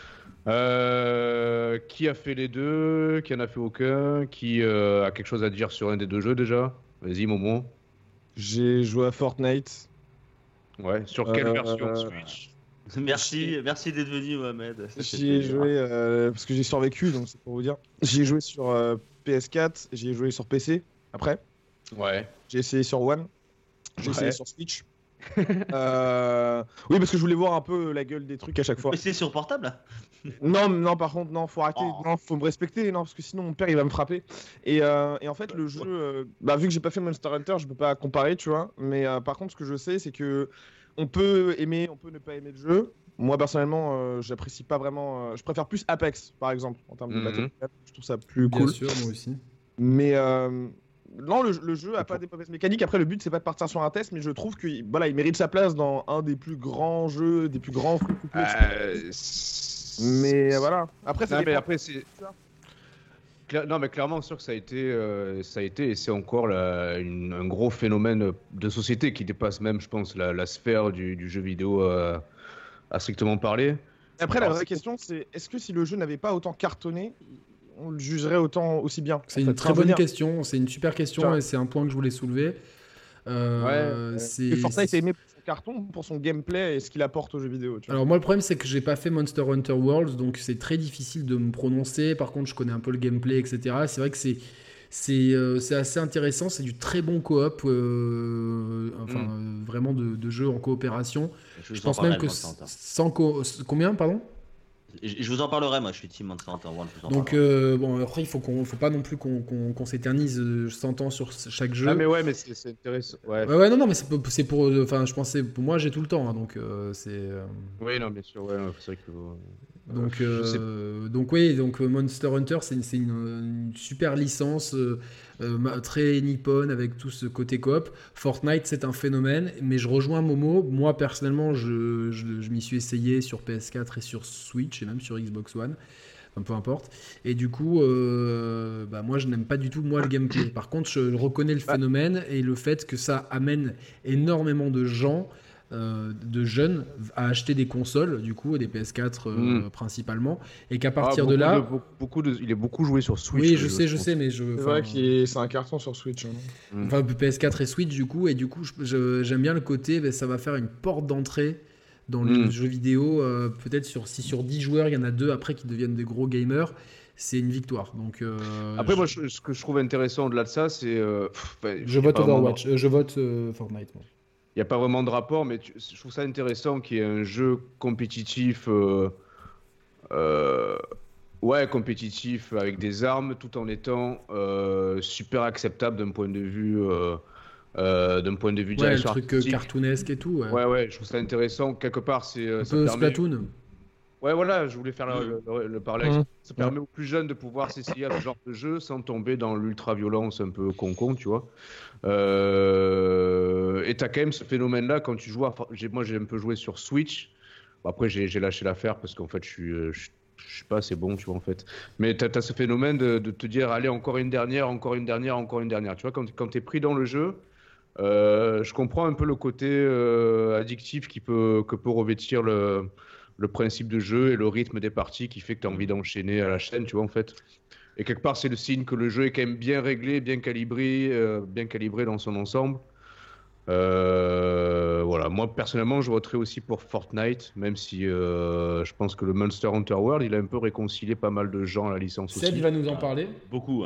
[SPEAKER 2] Qui a fait les deux? Qui en a fait aucun? Qui a quelque chose à dire sur un des deux jeux déjà? Vas-y, Momo.
[SPEAKER 4] J'ai joué à Fortnite.
[SPEAKER 2] Ouais, sur quelle version Switch?
[SPEAKER 3] Merci d'être venu, Mohamed.
[SPEAKER 4] J'y ai joué parce que j'ai survécu, donc c'est pour vous dire. J'y ai joué sur PS4, j'y ai joué sur PC après.
[SPEAKER 2] Ouais.
[SPEAKER 4] J'ai essayé sur One. J'ai essayé sur Switch. Oui, parce que je voulais voir un peu la gueule des trucs à chaque fois.
[SPEAKER 3] Mais c'est sur portable?
[SPEAKER 4] Non, par contre, non, faut arrêter. Non, faut me respecter, non, parce que sinon mon père il va me frapper. Et en fait, le jeu, vu que j'ai pas fait Monster Hunter, je peux pas comparer, tu vois. Mais par contre, ce que je sais, c'est que on peut aimer, on peut ne pas aimer le jeu. Moi, personnellement, j'apprécie pas vraiment. Je préfère plus Apex, par exemple, en termes de battle. Je trouve ça plus cool.
[SPEAKER 1] Bien sûr, moi aussi.
[SPEAKER 4] Mais non, le jeu a pas des mauvaises mécaniques. Après, le but, c'est pas de partir sur un test, mais je trouve qu'il il mérite sa place dans un des plus grands jeux, des plus grands free-to-play. Mais voilà. Après, c'est.
[SPEAKER 2] Non, mais clairement, sûr que ça a été et c'est encore un gros phénomène de société qui dépasse même, je pense, la sphère du jeu vidéo à strictement parler.
[SPEAKER 4] Après, la vraie question, c'est est-ce que si le jeu n'avait pas autant cartonné, on le jugerait aussi bien?
[SPEAKER 1] C'est une très bonne question, c'est une super question et c'est un point que je voulais soulever.
[SPEAKER 4] Fortnite est aimé pour carton pour son gameplay et ce qu'il apporte aux jeux vidéo. Tu vois.
[SPEAKER 1] Alors moi le problème c'est que j'ai pas fait Monster Hunter Worlds, donc c'est très difficile de me prononcer. Par contre je connais un peu le gameplay, etc. C'est vrai que c'est assez intéressant, c'est du très bon coop, vraiment de jeu en coopération. Je pense même que combien, pardon?
[SPEAKER 3] Je vous en parlerai, moi je suis team Monster Hunter World.
[SPEAKER 1] Donc bon, après faut pas non plus qu'on s'éternise 100 ans sur chaque jeu.
[SPEAKER 2] Ah mais ouais, mais c'est intéressant. Ouais.
[SPEAKER 1] Non, mais c'est pour, enfin je pensais, pour moi j'ai tout le temps, hein, donc c'est.
[SPEAKER 2] Oui, non, bien sûr, ouais, c'est vrai que.
[SPEAKER 1] Donc Monster Hunter c'est une super licence très nippone avec tout ce côté coop. Fortnite c'est un phénomène, mais je rejoins Momo. Moi personnellement je m'y suis essayé sur PS4 et sur Switch et même sur Xbox One. Enfin, peu importe. Et du coup, moi je n'aime pas du tout le gameplay. Par contre, je reconnais le phénomène et le fait que ça amène énormément de gens, de jeunes, à acheter des consoles, du coup, des PS4 principalement, et qu'à partir de là,
[SPEAKER 2] il est beaucoup joué sur Switch.
[SPEAKER 1] Oui, je sais, mais
[SPEAKER 4] c'est vrai que c'est un carton sur Switch. Hein.
[SPEAKER 1] Enfin, PS4 et Switch, du coup, j'aime bien le côté, ça va faire une porte d'entrée dans le jeu vidéo. Peut-être si sur 10 joueurs, il y en a 2 après qui deviennent des gros gamers, c'est une victoire. Donc,
[SPEAKER 2] après, moi, ce que je trouve intéressant au-delà de ça, c'est.
[SPEAKER 1] je vote Overwatch, je vote Fortnite. Moi.
[SPEAKER 2] Il n'y a pas vraiment de rapport, mais je trouve ça intéressant qu'il y ait un jeu compétitif. Compétitif avec des armes, tout en étant super acceptable d'un point de vue.
[SPEAKER 1] Le truc cartoonesque et tout.
[SPEAKER 2] Ouais, je trouve ça intéressant. Quelque part, c'est.
[SPEAKER 1] Un peu Splatoon.
[SPEAKER 2] Ouais, voilà, je voulais faire le parallèle. Ça permet aux plus jeunes de pouvoir s'essayer à ce genre de jeu sans tomber dans l'ultra-violence un peu con, tu vois. Et t'as quand même ce phénomène-là quand tu joues. Moi, j'ai un peu joué sur Switch. Bon, après, j'ai lâché l'affaire parce qu'en fait, je sais pas, c'est bon, tu vois, en fait. Mais t'as ce phénomène de te dire, allez, encore une dernière. Tu vois, quand t'es pris dans le jeu, je comprends un peu le côté addictif que peut revêtir le principe de jeu et le rythme des parties qui fait que tu as envie d'enchaîner à la chaîne, tu vois, en fait. Et quelque part, c'est le signe que le jeu est quand même bien réglé, bien calibré dans son ensemble. Voilà. Moi, personnellement, je voterais aussi pour Fortnite, même si je pense que le Monster Hunter World, il a un peu réconcilié pas mal de gens à la licence aussi.
[SPEAKER 1] Seb, il va nous en parler.
[SPEAKER 3] Beaucoup.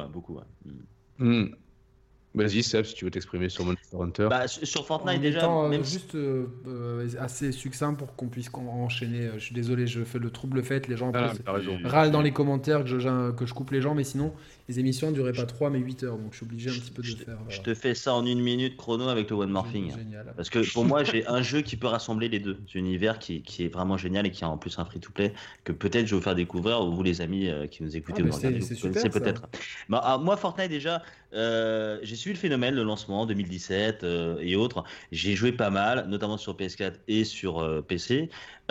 [SPEAKER 2] Vas-y, Seb, si tu veux t'exprimer sur Monster Hunter.
[SPEAKER 3] Sur Fortnite, déjà.
[SPEAKER 1] Juste assez succinct pour qu'on puisse enchaîner. Je suis désolé, je fais le trouble fait. Les gens râlent dans les commentaires que je coupe les gens, mais sinon, les émissions ne duraient pas 3 mais 8 heures. Donc je suis obligé un petit peu de le faire. Voilà.
[SPEAKER 3] Je te fais ça en 1 minute chrono avec le One Morphing.
[SPEAKER 1] Génial.
[SPEAKER 3] Parce que pour moi, j'ai un jeu qui peut rassembler les deux. C'est un univers qui est vraiment génial et qui a en plus un free-to-play que peut-être je vais vous faire découvrir, ou vous les amis qui nous écoutez.
[SPEAKER 1] C'est super,
[SPEAKER 3] peut-être. Moi, Fortnite, déjà, j'ai suivi le phénomène, le lancement 2017 et autres. J'ai joué pas mal, notamment sur PS4 et sur PC.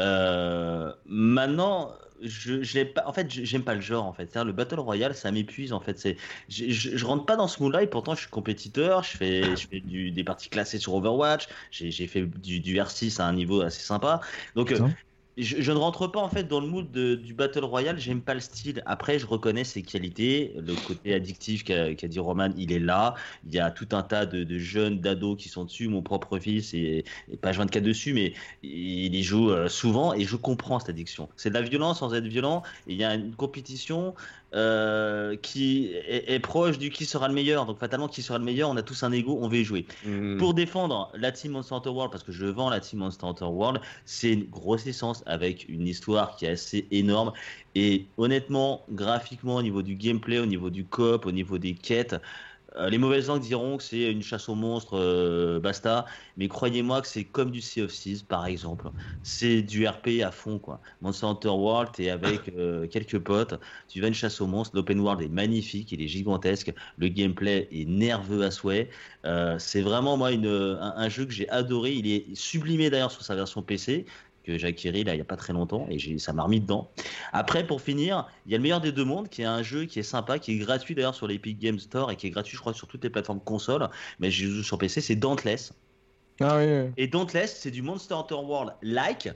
[SPEAKER 3] Maintenant, j'aime pas le genre en fait. C'est-à-dire, le Battle Royale, ça m'épuise en fait. Je rentre pas dans ce mood-là et pourtant je suis compétiteur. Je fais des parties classées sur Overwatch. J'ai fait du R6 à un niveau assez sympa. Donc je ne rentre pas en fait dans le mood du Battle Royale, j'aime pas le style. Après, je reconnais ses qualités, le côté addictif qu'a dit Roman, il est là. Il y a tout un tas de jeunes, d'ados qui sont dessus. Mon propre fils est page 24 dessus, mais il y joue souvent et je comprends cette addiction. C'est de la violence sans être violent. Et il y a une compétition qui est proche du qui sera le meilleur. Donc fatalement, qui sera le meilleur, on a tous un ego, on veut y jouer. Pour défendre la team Monster Hunter World, parce que je vends la team Monster Hunter World, c'est une grosse licence avec une histoire qui est assez énorme. Et honnêtement, graphiquement, au niveau du gameplay, au niveau du coop, au niveau des quêtes, les mauvaises langues diront que c'est une chasse aux monstres, basta. Mais croyez-moi que c'est comme du Sea of Thieves, par exemple. C'est du RP à fond, quoi. Monster Hunter World, t'es avec quelques potes, tu vas une chasse aux monstres. L'open world est magnifique, il est gigantesque. Le gameplay est nerveux à souhait. C'est vraiment, moi, un jeu que j'ai adoré. Il est sublimé, d'ailleurs, sur sa version PC, que j'ai acquis là il n'y a pas très longtemps et ça m'a remis dedans. Après, pour finir, il y a le meilleur des deux mondes, qui est un jeu qui est sympa, qui est gratuit d'ailleurs sur l'Epic Games Store et qui est gratuit, je crois, sur toutes les plateformes consoles, mais je joue sur PC, c'est Dauntless.
[SPEAKER 4] Ah oui.
[SPEAKER 3] Et Dauntless, c'est du Monster Hunter World like,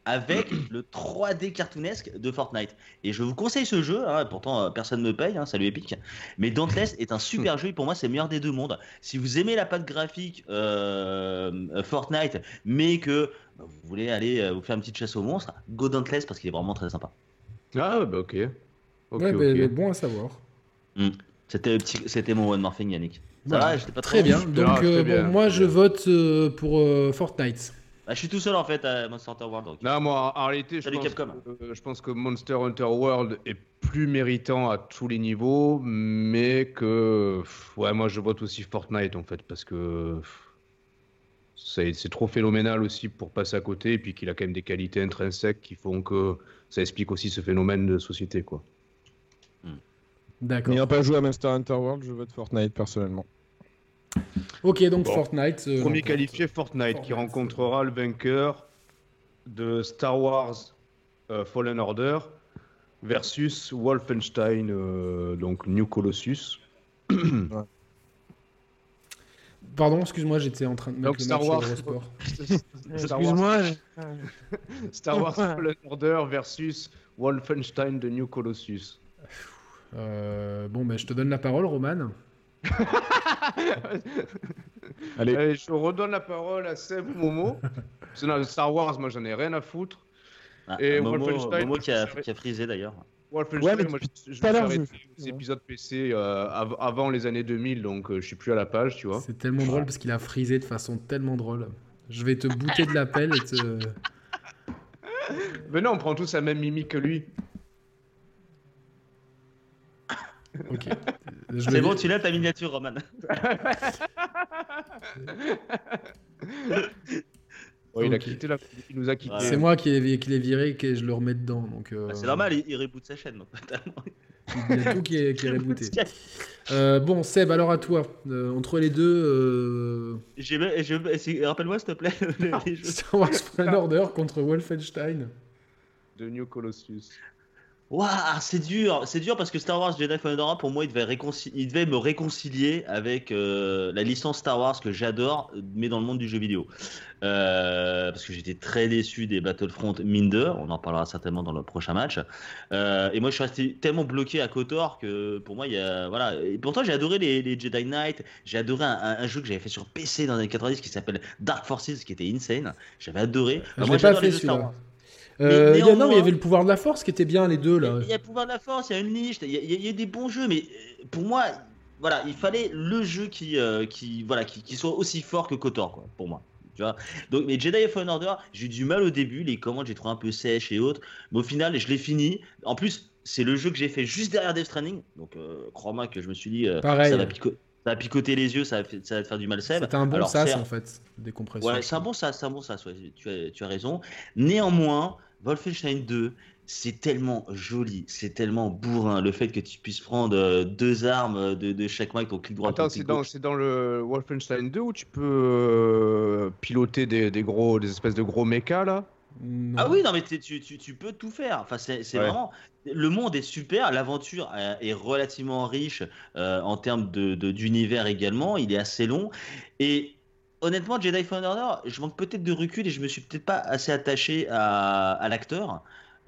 [SPEAKER 3] avec le 3D cartoonesque de Fortnite. Et je vous conseille ce jeu, hein, pourtant personne ne me paye, hein, salut Epic. Mais Dauntless est un super jeu et pour moi c'est le meilleur des deux mondes. Si vous aimez la patte graphique Fortnite, mais que vous voulez aller vous faire une petite chasse aux monstres, go Dauntless parce qu'il est vraiment très sympa.
[SPEAKER 2] Ah, bah ok. Ok,
[SPEAKER 1] Ouais,
[SPEAKER 2] ok.
[SPEAKER 1] bon à savoir.
[SPEAKER 3] C'était mon one morphing, Yannick. Ça
[SPEAKER 1] Voilà.
[SPEAKER 3] va, j'étais pas trop
[SPEAKER 1] Très bien.
[SPEAKER 3] long.
[SPEAKER 1] Donc,
[SPEAKER 2] très bien,
[SPEAKER 1] bon, moi,
[SPEAKER 2] très
[SPEAKER 1] je
[SPEAKER 2] bien.
[SPEAKER 1] vote pour Fortnite.
[SPEAKER 3] Bah, je suis tout seul en fait à Monster Hunter World. Donc.
[SPEAKER 2] Non, moi, en réalité, je
[SPEAKER 3] Salut,
[SPEAKER 2] pense,
[SPEAKER 3] Capcom.
[SPEAKER 2] je pense que Monster Hunter World est plus méritant à tous les niveaux, mais que, ouais, moi, je vote aussi Fortnite, en fait, parce que c'est trop phénoménal aussi pour passer à côté, et puis qu'il a quand même des qualités intrinsèques qui font que ça explique aussi ce phénomène de société, quoi.
[SPEAKER 1] D'accord.
[SPEAKER 4] N'ayant pas joué à Monster Hunter World, je vote Fortnite personnellement.
[SPEAKER 1] Ok, donc
[SPEAKER 2] Bon.
[SPEAKER 1] Fortnite.
[SPEAKER 2] Premier
[SPEAKER 1] l'emporte.
[SPEAKER 2] qualifié, Fortnite, qui
[SPEAKER 1] Fortnite,
[SPEAKER 2] rencontrera le vainqueur de Star Wars Fallen Order versus Wolfenstein, donc New Colossus.
[SPEAKER 1] Pardon, excuse-moi, j'étais en train de mettre
[SPEAKER 2] Donc
[SPEAKER 1] le
[SPEAKER 2] Star
[SPEAKER 1] match
[SPEAKER 2] Wars.
[SPEAKER 1] sur Eurosport.
[SPEAKER 4] Excuse-moi.
[SPEAKER 2] Star Wars Fallen Order versus Wolfenstein de New Colossus.
[SPEAKER 1] Bon, ben, je te donne la parole, Roman.
[SPEAKER 4] Allez.
[SPEAKER 2] Allez, je redonne la parole à Seb ou Momo. Parce que dans Star Wars, moi j'en ai rien à foutre. Et Wolfenstein,
[SPEAKER 3] Momo qui a frisé d'ailleurs.
[SPEAKER 2] Wolfenstein,
[SPEAKER 4] Ouais, mais
[SPEAKER 2] moi
[SPEAKER 4] depuis
[SPEAKER 2] je
[SPEAKER 4] tout à
[SPEAKER 2] me suis
[SPEAKER 4] l'heure,
[SPEAKER 2] arrêté
[SPEAKER 4] je-
[SPEAKER 2] aux épisodes PC avant les années 2000, donc je suis plus à la page, tu vois.
[SPEAKER 1] C'est tellement drôle parce qu'il a frisé de façon tellement drôle. Je vais te bouter de l'appel et te.
[SPEAKER 2] Mais non, on prend tous la même mimique que lui.
[SPEAKER 1] Ok.
[SPEAKER 3] C'est bon, tu l'as ta miniature, Roman.
[SPEAKER 2] Ouais, il a
[SPEAKER 1] Ok.
[SPEAKER 2] quitté il nous a quitté.
[SPEAKER 3] Ouais.
[SPEAKER 1] C'est moi qui l'ai viré que je le remets dedans. Donc,
[SPEAKER 3] Bah, c'est normal, il reboot sa chaîne. Donc, totalement.
[SPEAKER 1] Il y a tout qui est rebooté. Bon, Seb, alors à toi. Entre les deux,
[SPEAKER 3] Rappelle-moi, s'il te plaît, les jeux.
[SPEAKER 1] Star Wars Fallen Order contre Wolfenstein.
[SPEAKER 2] De New Colossus.
[SPEAKER 3] Waouh, c'est dur parce que Star Wars Jedi Fallen Order, pour moi, il devait me réconcilier avec la licence Star Wars que j'adore, mais dans le monde du jeu vidéo. Parce que j'étais très déçu des Battlefront mine de, on en parlera certainement dans le prochain match. Et moi, je suis resté tellement bloqué à KOTOR que pour moi, il y a voilà. Et pourtant, j'ai adoré les Jedi Knight. J'ai adoré un jeu que j'avais fait sur PC dans les années 90 qui s'appelle Dark Forces, qui était insane. J'avais adoré.
[SPEAKER 1] Je
[SPEAKER 3] Moi,
[SPEAKER 1] l'ai pas
[SPEAKER 3] j'adore
[SPEAKER 1] fait
[SPEAKER 3] les jeux Star
[SPEAKER 1] celui-là.
[SPEAKER 3] Wars.
[SPEAKER 1] Non, mais il y
[SPEAKER 3] néanmoins-
[SPEAKER 1] avait le pouvoir de la force qui était bien, les deux là.
[SPEAKER 3] Il y a le pouvoir de la force, il y a une niche, il y a des bons jeux, mais pour moi, voilà, il fallait le jeu qui soit aussi fort que KOTOR, quoi, pour moi. Tu vois. Donc, mais Jedi Fallen Order, j'ai eu du mal au début, les commandes j'ai trouvé un peu sèches et autres, mais au final, je l'ai fini. En plus, c'est le jeu que j'ai fait juste derrière Death Stranding, donc crois-moi que je me suis dit,
[SPEAKER 1] Pareil.
[SPEAKER 3] ça va picoter les yeux, ça va te faire du mal, Seb.
[SPEAKER 1] C'était un bon
[SPEAKER 3] Alors,
[SPEAKER 1] sas
[SPEAKER 3] certes,
[SPEAKER 1] en fait, décompression.
[SPEAKER 3] ouais, c'est un bon sas, ouais, tu as raison. Néanmoins, Wolfenstein 2, c'est tellement joli, c'est tellement bourrin. Le fait que tu puisses prendre deux armes de chaque main avec ton clic droit.
[SPEAKER 2] Attends,
[SPEAKER 3] ton clic gauche.
[SPEAKER 2] c'est dans le Wolfenstein 2 où tu peux piloter des espèces de gros mechas là?
[SPEAKER 1] Non.
[SPEAKER 3] Ah oui, non, mais tu peux tout faire. Enfin, c'est
[SPEAKER 2] Ouais.
[SPEAKER 3] vraiment. Le monde est super, l'aventure est relativement riche en termes d'univers également. Il est assez long. Et honnêtement, Jedi Fallen Order, je manque peut-être de recul et je me suis peut-être pas assez attaché à l'acteur.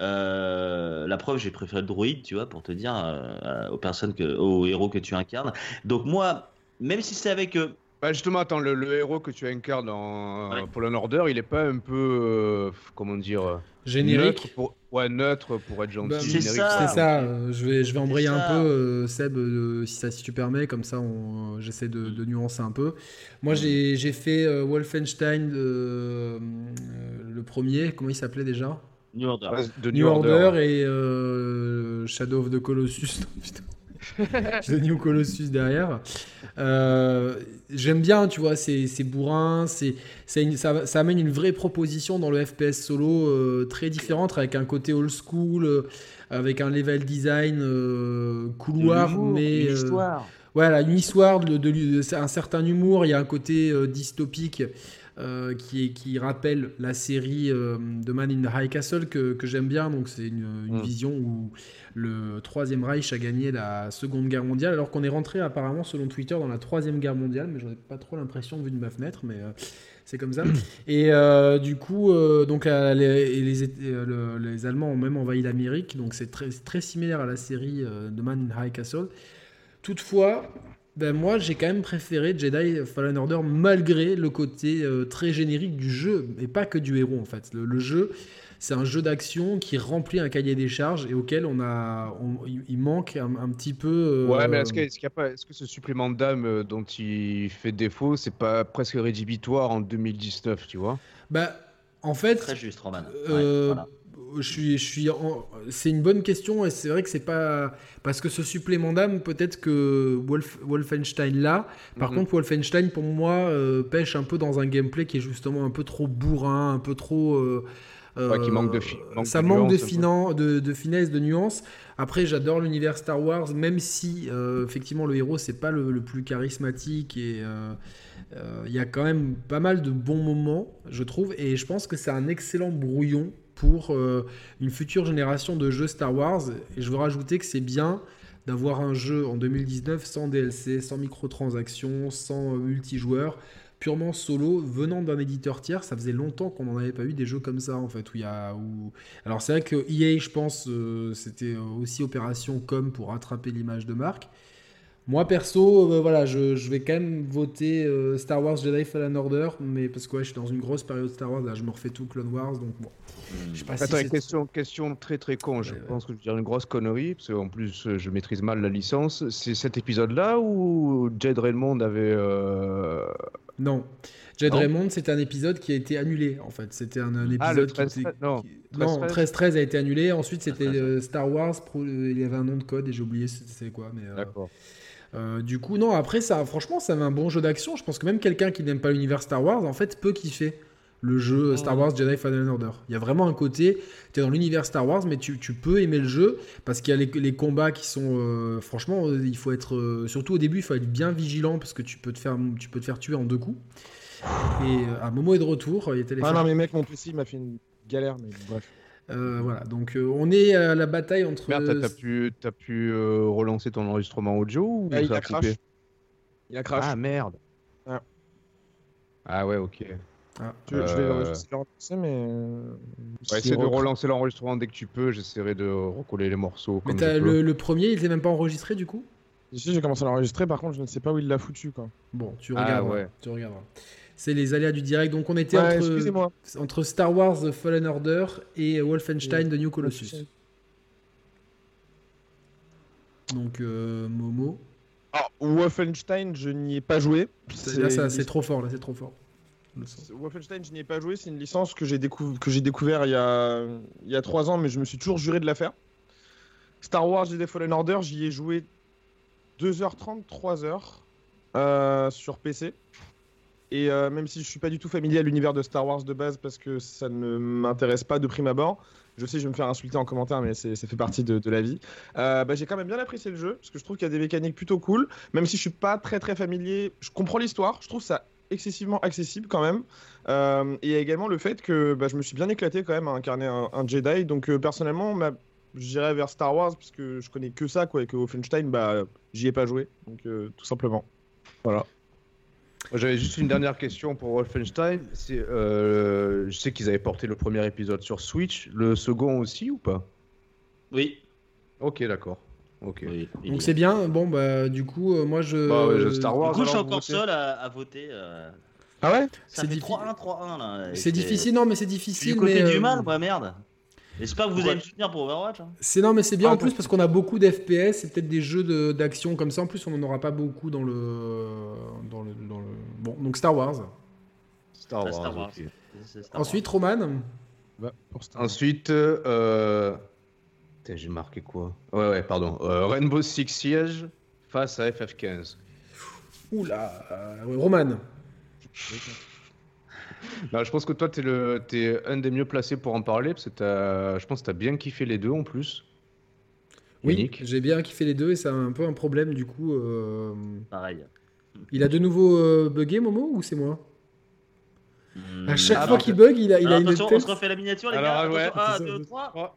[SPEAKER 3] La preuve, j'ai préféré le droïde, tu vois, pour te dire aux héros que tu incarnes. Donc moi, même si c'est avec
[SPEAKER 2] Bah justement, attends, le héros que tu incarnes dans
[SPEAKER 3] Ouais.
[SPEAKER 2] Fallen Order, il est pas un peu, comment dire,
[SPEAKER 1] Générique.
[SPEAKER 2] neutre pour être gentil.
[SPEAKER 1] Bah,
[SPEAKER 3] C'est
[SPEAKER 2] générique,
[SPEAKER 3] ça.
[SPEAKER 1] C'est ça, je vais embrayer un
[SPEAKER 3] ça.
[SPEAKER 1] peu, Seb, si tu permets, comme ça j'essaie de nuancer un peu. Moi j'ai fait Wolfenstein, le premier, comment il s'appelait déjà?
[SPEAKER 3] New Order.
[SPEAKER 2] Ouais, de
[SPEAKER 1] New Order et Shadow of the Colossus. Putain. The New Colossus derrière. J'aime bien, tu vois, c'est bourrin, ça amène une vraie proposition dans le FPS solo très différente, avec un côté old school, avec un level design couloir, mais
[SPEAKER 3] une histoire.
[SPEAKER 1] voilà, une histoire, un certain humour, il y a un côté dystopique qui rappelle la série de Man in the High Castle que j'aime bien. Donc c'est une vision où le Troisième Reich a gagné la Seconde Guerre mondiale, alors qu'on est rentré apparemment selon Twitter dans la Troisième Guerre mondiale, mais j'en ai pas trop l'impression vu de ma fenêtre, mais c'est comme ça. Et du coup, donc les Allemands ont même envahi l'Amérique, donc c'est très similaire à la série de Man in the High Castle. Toutefois, ben moi j'ai quand même préféré Jedi Fallen Order malgré le côté très générique du jeu, et pas que du héros en fait. Le jeu, c'est un jeu d'action qui remplit un cahier des charges et auquel il manque un petit peu.
[SPEAKER 2] Ouais, mais est-ce que ce supplément d'âme dont il fait défaut, c'est pas presque rédhibitoire en 2019, tu vois?
[SPEAKER 1] Bah, en fait,
[SPEAKER 3] Très juste, Roman.
[SPEAKER 1] voilà. C'est une bonne question et c'est vrai que c'est pas parce que ce supplément d'âme peut-être que Wolfenstein là. Par contre, Wolfenstein pour moi pêche un peu dans un gameplay qui est justement un peu trop bourrin, un peu trop.
[SPEAKER 2] Qui manque
[SPEAKER 1] Ça manque de finesse, de nuance. Après, j'adore l'univers Star Wars, même si effectivement le héros c'est pas le plus charismatique et il y a quand même pas mal de bons moments, je trouve, et je pense que c'est un excellent brouillon pour une future génération de jeux Star Wars. Et je veux rajouter que c'est bien d'avoir un jeu en 2019 sans DLC, sans microtransactions, sans multijoueur, purement solo, venant d'un éditeur tiers. Ça faisait longtemps qu'on n'en avait pas eu des jeux comme ça, en fait. Alors c'est vrai que EA, je pense, c'était aussi opération com pour rattraper l'image de marque. Moi perso, voilà, je vais quand même voter Star Wars Jedi Fallen Order, mais parce que ouais, je suis dans une grosse période Star Wars, là je me refais tout Clone Wars, donc bon. Je sais pas si
[SPEAKER 2] Attends,
[SPEAKER 1] c'est...
[SPEAKER 2] question très très con. Je pense que je vais dire une grosse connerie, parce qu'en plus je maîtrise mal la licence. C'est cet épisode-là où Jed Raymond avait.
[SPEAKER 1] Non. Jed
[SPEAKER 2] Non
[SPEAKER 1] Raymond, c'est un épisode qui a été annulé, en fait. C'était un épisode
[SPEAKER 2] le
[SPEAKER 1] qui
[SPEAKER 2] 13,
[SPEAKER 1] était...
[SPEAKER 2] non,
[SPEAKER 1] Non, 13-13 a été annulé. Ensuite, c'était
[SPEAKER 3] 13-13.
[SPEAKER 1] Star Wars, il y avait un nom de code et j'ai oublié c'est quoi, mais...
[SPEAKER 2] D'accord.
[SPEAKER 1] Du coup, non, après, ça, franchement, ça avait un bon jeu d'action. Je pense que même quelqu'un qui n'aime pas l'univers Star Wars, en fait, peut kiffer le jeu Star Wars Jedi Fallen Order. Il y a vraiment un côté, tu es dans l'univers Star Wars, mais tu peux aimer le jeu parce qu'il y a les combats qui sont... franchement, il faut être... surtout au début, il faut être bien vigilant parce que tu peux te faire tuer en 2 coups. Et Momo est de retour. Il
[SPEAKER 4] Ah non, mais mec, mon PC m'a fait une galère, mais bref.
[SPEAKER 1] Voilà, donc on est à la bataille entre...
[SPEAKER 2] Merde, t'as pu relancer ton enregistrement audio ou
[SPEAKER 4] Ah, il
[SPEAKER 2] ça
[SPEAKER 4] a
[SPEAKER 2] a coupé?
[SPEAKER 4] crash. Il a crash.
[SPEAKER 2] Ah merde.
[SPEAKER 4] Ah.
[SPEAKER 2] Ah ouais, ok.
[SPEAKER 4] Je vais le relancer, mais.
[SPEAKER 2] Essaie de relancer l'enregistrement dès que tu peux. J'essaierai de recoller les morceaux.
[SPEAKER 1] Mais
[SPEAKER 2] Comme je peux.
[SPEAKER 1] le premier, il était même pas enregistré du coup?
[SPEAKER 4] Ici, j'ai commencé à l'enregistrer, par contre, je ne sais pas où il l'a foutu, quoi.
[SPEAKER 1] Bon, tu regarderas.
[SPEAKER 2] Ouais.
[SPEAKER 1] Tu regarderas. C'est les aléas du direct. Donc on était
[SPEAKER 4] excusez-moi.
[SPEAKER 1] entre Star Wars The Fallen Order et Wolfenstein The New Colossus. Donc Momo.
[SPEAKER 4] Alors, Wolfenstein, je n'y ai pas joué.
[SPEAKER 1] C'est trop fort, là, c'est trop fort.
[SPEAKER 4] Wolfenstein, je n'y ai pas joué. C'est une licence que j'ai découvert il y a 3 ans, mais je me suis toujours juré de la faire. Star Wars Jedi Fallen Order, j'y ai joué 2h30, 3h sur PC. Et même si je suis pas du tout familier à l'univers de Star Wars de base parce que ça ne m'intéresse pas de prime abord, je sais je vais me faire insulter en commentaire mais ça fait partie de la vie. J'ai quand même bien apprécié le jeu parce que je trouve qu'il y a des mécaniques plutôt cool, même si je suis pas très très familier. Je comprends l'histoire, je trouve ça excessivement accessible quand même. Et il y a également le fait que je me suis bien éclaté quand même à incarner un Jedi. Donc personnellement, j'irais vers Star Wars parce que je connais que ça quoi, et que Wolfenstein, j'y ai pas joué. Donc tout simplement. Voilà.
[SPEAKER 2] J'avais juste une dernière question pour Wolfenstein. Je sais qu'ils avaient porté le premier épisode sur Switch, le second aussi ou pas?
[SPEAKER 3] Oui.
[SPEAKER 2] Ok, d'accord. Ok.
[SPEAKER 3] Oui,
[SPEAKER 1] donc c'est bien. Bon, du coup, moi je.
[SPEAKER 2] Star Wars.
[SPEAKER 3] Du coup, je suis
[SPEAKER 2] alors,
[SPEAKER 3] encore
[SPEAKER 2] vous
[SPEAKER 3] seul à voter.
[SPEAKER 4] Ah ouais?
[SPEAKER 3] Ça fait 3-1 là.
[SPEAKER 1] C'est difficile, non, mais c'est
[SPEAKER 3] Je suis
[SPEAKER 1] difficile.
[SPEAKER 3] du côté
[SPEAKER 1] mais,
[SPEAKER 3] du mal, moi, merde. J'espère que vous allez me soutenir pour Overwatch.
[SPEAKER 1] Non, mais c'est bien en plus parce qu'on a beaucoup d'FPS et peut-être des jeux d'action comme ça. En plus, on n'en aura pas beaucoup dans le. Bon, donc Star Wars.
[SPEAKER 2] Star Wars.
[SPEAKER 3] Star Wars.
[SPEAKER 2] Ok.
[SPEAKER 1] Ensuite, Roman.
[SPEAKER 2] Ensuite, j'ai marqué quoi? Ouais, pardon. Rainbow Six Siege face à FF15.
[SPEAKER 1] Oula, Roman.
[SPEAKER 2] Non, je pense que toi, t'es un des mieux placés pour en parler, parce que je pense que t'as bien kiffé les deux en plus.
[SPEAKER 1] Oui,
[SPEAKER 2] Yannick.
[SPEAKER 1] j'ai bien kiffé les deux et c'est un peu un problème du coup.
[SPEAKER 3] Pareil.
[SPEAKER 1] Il a de nouveau bugué, Momo, ou c'est moi? À chaque fois
[SPEAKER 3] non.
[SPEAKER 1] qu'il bug, il a
[SPEAKER 3] Alors,
[SPEAKER 1] une
[SPEAKER 3] attention,
[SPEAKER 1] tête.
[SPEAKER 3] on se refait la miniature, les gars.
[SPEAKER 2] Alors, ouais,
[SPEAKER 3] Attention, 1,
[SPEAKER 1] c'est ça,
[SPEAKER 3] 2, 3.
[SPEAKER 2] Oh.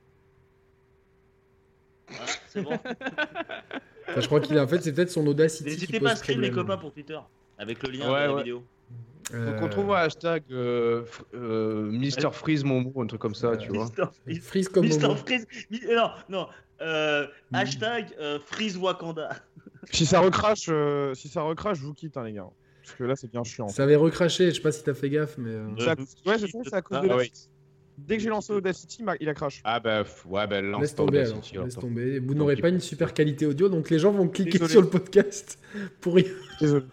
[SPEAKER 3] Voilà, c'est bon.
[SPEAKER 1] Enfin, je crois qu'il a en fait, c'est peut-être son Audacity qui
[SPEAKER 3] N'hésitez
[SPEAKER 1] pose
[SPEAKER 3] pas à screen les
[SPEAKER 1] problème.
[SPEAKER 3] copains pour Twitter avec le lien
[SPEAKER 2] Ouais,
[SPEAKER 3] de la
[SPEAKER 2] ouais.
[SPEAKER 3] vidéo.
[SPEAKER 2] Donc on trouve un hashtag Mister Freeze Momo, un truc comme ça, tu vois.
[SPEAKER 3] Mister Freeze.
[SPEAKER 1] Freeze comme
[SPEAKER 3] Mister
[SPEAKER 1] moment.
[SPEAKER 3] Freeze. Non. Hashtag Freeze Wakanda.
[SPEAKER 4] Si ça recrache, je vous quitte, hein, les gars. Parce que là, c'est bien chiant.
[SPEAKER 1] Ça avait recraché, je sais pas si t'as fait gaffe, mais.
[SPEAKER 4] Ça- Ouais, je sais, c'est à cause de
[SPEAKER 2] Ah, ouais.
[SPEAKER 4] Dès que j'ai lancé Audacity, il a crash.
[SPEAKER 2] Ah bah ouais, bah lance
[SPEAKER 1] Laisse
[SPEAKER 2] pas
[SPEAKER 1] tomber alors,
[SPEAKER 2] Audacity, alors.
[SPEAKER 1] laisse tomber. Vous
[SPEAKER 2] Tant
[SPEAKER 1] n'aurez
[SPEAKER 2] pis
[SPEAKER 1] pas
[SPEAKER 2] pour
[SPEAKER 1] une
[SPEAKER 2] ça.
[SPEAKER 1] super qualité audio, donc les gens vont cliquer
[SPEAKER 4] Désolé.
[SPEAKER 1] sur le podcast pour rien.
[SPEAKER 4] Désolé.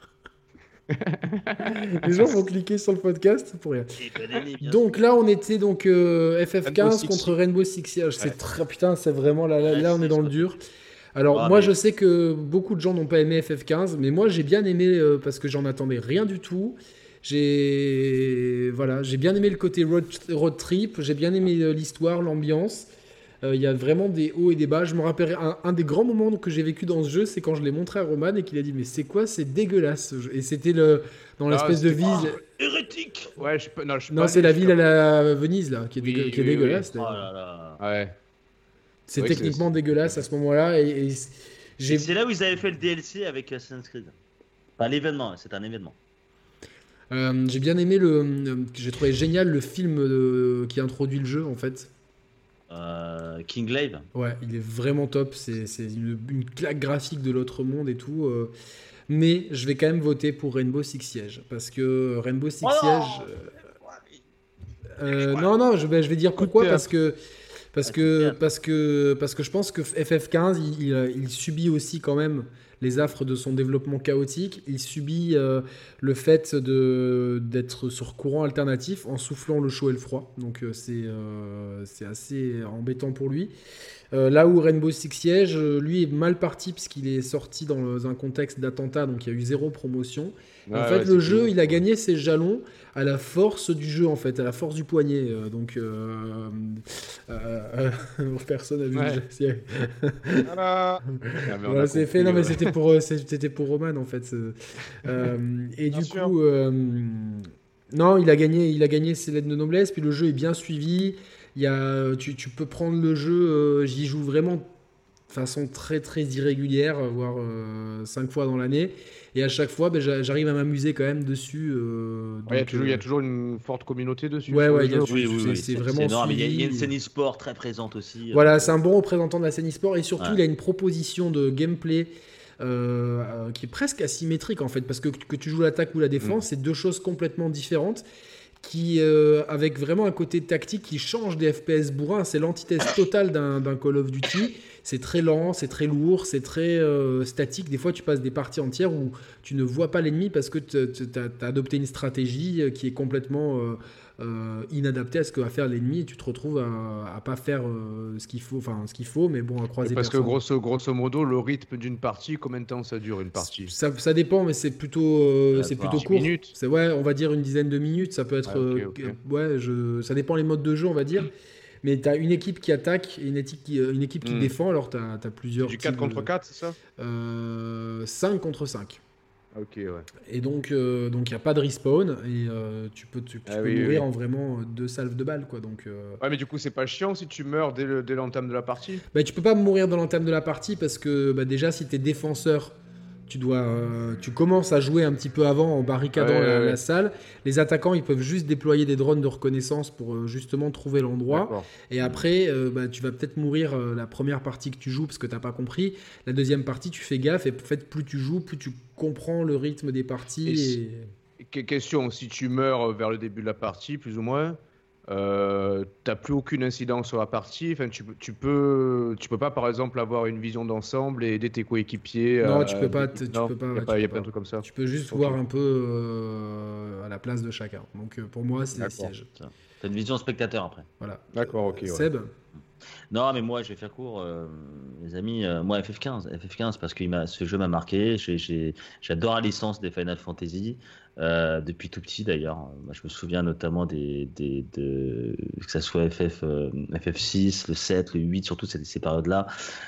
[SPEAKER 1] Les gens vont cliquer sur le podcast pour rien.
[SPEAKER 3] Et Panini, bien
[SPEAKER 1] Donc là, on était donc
[SPEAKER 2] Rainbow
[SPEAKER 1] FF15
[SPEAKER 2] Six
[SPEAKER 1] contre Rainbow Six Siege. C'est
[SPEAKER 2] Ouais.
[SPEAKER 1] très putain, c'est vraiment là,
[SPEAKER 3] Ouais,
[SPEAKER 1] on est
[SPEAKER 3] c'est
[SPEAKER 1] dans le
[SPEAKER 3] ça.
[SPEAKER 1] dur. Alors
[SPEAKER 3] Ah,
[SPEAKER 1] moi,
[SPEAKER 3] mais-
[SPEAKER 1] je sais que beaucoup de gens n'ont pas aimé FF15, mais moi j'ai bien aimé parce que j'en attendais rien du tout. J'ai bien aimé le côté road trip, j'ai bien aimé l'histoire, l'ambiance. Il y a vraiment des hauts et des bas. Je me rappelle un des grands moments que j'ai vécu dans ce jeu, c'est quand je l'ai montré à Roman et qu'il a dit mais c'est quoi, c'est dégueulasse. Ce jeu. Et c'était dans l'espèce de
[SPEAKER 2] c'était-
[SPEAKER 1] ville.
[SPEAKER 3] Hérétique.
[SPEAKER 2] Ouais, je suis
[SPEAKER 1] Non,
[SPEAKER 2] pas
[SPEAKER 1] c'est
[SPEAKER 2] allé
[SPEAKER 1] la ville
[SPEAKER 2] jusqu'à-
[SPEAKER 1] à la Venise là, qui est,
[SPEAKER 2] Oui,
[SPEAKER 1] qui est
[SPEAKER 2] oui,
[SPEAKER 1] dégueulasse.
[SPEAKER 3] Oh
[SPEAKER 1] d'ailleurs.
[SPEAKER 3] là là.
[SPEAKER 2] Ouais.
[SPEAKER 1] C'est
[SPEAKER 2] Ouais,
[SPEAKER 1] techniquement dégueulasse à ce moment-là. Et j'ai
[SPEAKER 3] C'est là où ils avaient fait le DLC avec Assassin's Creed. Pas l'événement, c'est un événement.
[SPEAKER 1] j'ai bien aimé j'ai trouvé génial le film qui introduit le jeu en fait.
[SPEAKER 3] King Glaive.
[SPEAKER 1] Ouais, il est vraiment top. C'est une claque graphique de l'autre monde et tout. Mais je vais quand même voter pour Rainbow Six Siege parce que Rainbow Six
[SPEAKER 3] Oh
[SPEAKER 1] Siege. Non, je vais dire
[SPEAKER 4] Coup de
[SPEAKER 1] pourquoi
[SPEAKER 4] théâtre.
[SPEAKER 1] parce que je pense que FF15 il subit aussi quand même les affres de son développement chaotique. Il subit le fait d'être sur courant alternatif en soufflant le chaud et le froid. Donc c'est assez embêtant pour lui. Là où Rainbow Six Siege, lui, est mal parti puisqu'il est sorti dans un contexte d'attentat, donc il y a eu 0 promotion. En fait, le jeu, il a gagné ses jalons à la force du jeu, en fait, à la force du poignet. Personne n'a vu.
[SPEAKER 2] Ouais.
[SPEAKER 4] Voilà.
[SPEAKER 1] Voilà, c'est fait. Non, mais c'était pour Roman, en fait. Et
[SPEAKER 4] Bien
[SPEAKER 1] du
[SPEAKER 4] sûr.
[SPEAKER 1] coup, non, il a gagné ses lettres de noblesse. Puis le jeu est bien suivi. Tu peux prendre le jeu. J'y joue vraiment de façon très très irrégulière, voire 5 fois dans l'année. Et à chaque fois, j'arrive à m'amuser quand même dessus.
[SPEAKER 2] Ouais,
[SPEAKER 1] donc,
[SPEAKER 2] il y a toujours une forte communauté dessus.
[SPEAKER 1] Ouais,
[SPEAKER 2] sur
[SPEAKER 1] ouais,
[SPEAKER 2] le
[SPEAKER 1] il y a
[SPEAKER 2] jeu.
[SPEAKER 1] toujours- c'est vraiment
[SPEAKER 3] énorme. Il y a
[SPEAKER 1] suivi.
[SPEAKER 3] une scène e-sport très présente aussi.
[SPEAKER 1] Voilà, c'est un bon représentant de la scène e-sport et surtout
[SPEAKER 3] Ouais.
[SPEAKER 1] il a une proposition de gameplay qui est presque asymétrique en fait, parce que tu joues l'attaque ou la défense, c'est deux choses complètement différentes qui, avec vraiment un côté tactique qui change des FPS bourrins. C'est l'antithèse totale d'un Call of Duty. C'est très lent, c'est très lourd, c'est très statique. Des fois, tu passes des parties entières où tu ne vois pas l'ennemi parce que tu as adopté une stratégie qui est complètement inadaptée à ce que va faire l'ennemi et tu te retrouves à pas faire ce qu'il faut, mais bon, à croiser
[SPEAKER 2] Parce que
[SPEAKER 1] personne.
[SPEAKER 2] grosso modo, le rythme d'une partie, combien de temps ça dure une partie?
[SPEAKER 1] Ça dépend, mais c'est plutôt, c'est
[SPEAKER 3] voir.
[SPEAKER 1] plutôt
[SPEAKER 2] 10
[SPEAKER 1] court.
[SPEAKER 2] minutes.
[SPEAKER 1] C'est, ouais, on va dire une dizaine de minutes. Ça peut être.
[SPEAKER 2] Ouais, ok.
[SPEAKER 1] Ouais, ça dépend les modes de jeu, on va dire. Mais tu as une équipe qui attaque et une équipe qui défend. Alors, tu as plusieurs.
[SPEAKER 2] Du 4
[SPEAKER 1] types
[SPEAKER 2] contre 4, c'est ça?
[SPEAKER 1] 5 contre 5.
[SPEAKER 2] Ok, ouais.
[SPEAKER 1] Et donc, il n'y a pas de respawn. Et tu peux
[SPEAKER 2] Oui,
[SPEAKER 1] mourir
[SPEAKER 2] oui.
[SPEAKER 1] en vraiment 2 salves de balles. Quoi. Donc,
[SPEAKER 2] Ouais, mais du coup, c'est pas chiant si tu meurs dès l'entame de la partie?
[SPEAKER 1] bah, tu peux pas mourir dans l'entame de la partie parce que bah, déjà, si tu es défenseur, tu commences à jouer un petit peu avant en barricadant
[SPEAKER 2] Ouais.
[SPEAKER 1] la salle. Les attaquants, ils peuvent juste déployer des drones de reconnaissance pour justement trouver l'endroit.
[SPEAKER 2] D'accord.
[SPEAKER 1] Et après, bah, tu vas peut-être mourir la première partie que tu joues parce que t'as pas compris. La deuxième partie, tu fais gaffe et en fait, plus tu joues, plus tu comprends le rythme des parties.
[SPEAKER 2] Question, si tu meurs vers le début de la partie, plus ou moins, t'as plus aucune incidence sur la partie. Enfin, tu peux pas, par exemple, avoir une vision d'ensemble et aider tes coéquipiers.
[SPEAKER 1] Non, tu peux pas.
[SPEAKER 2] Non,
[SPEAKER 1] Tu peux pas.
[SPEAKER 2] Il y a
[SPEAKER 1] tu
[SPEAKER 2] pas
[SPEAKER 1] peux
[SPEAKER 2] plein
[SPEAKER 1] pas.
[SPEAKER 2] de trucs comme ça.
[SPEAKER 1] Tu peux juste
[SPEAKER 2] Ok.
[SPEAKER 1] voir un peu à la place de chacun. Donc pour moi, c'est
[SPEAKER 2] D'accord.
[SPEAKER 1] siège.
[SPEAKER 3] T'as une vision spectateur après.
[SPEAKER 1] Voilà.
[SPEAKER 2] D'accord, ok. Ouais.
[SPEAKER 1] Seb.
[SPEAKER 3] Non, mais moi, je vais faire court, les amis. Moi, FF15, parce que ce jeu m'a marqué. J'adore la licence des Final Fantasy. depuis tout petit d'ailleurs. Moi, je me souviens notamment que ça soit FF6, le 7, le 8, surtout ces périodes-là.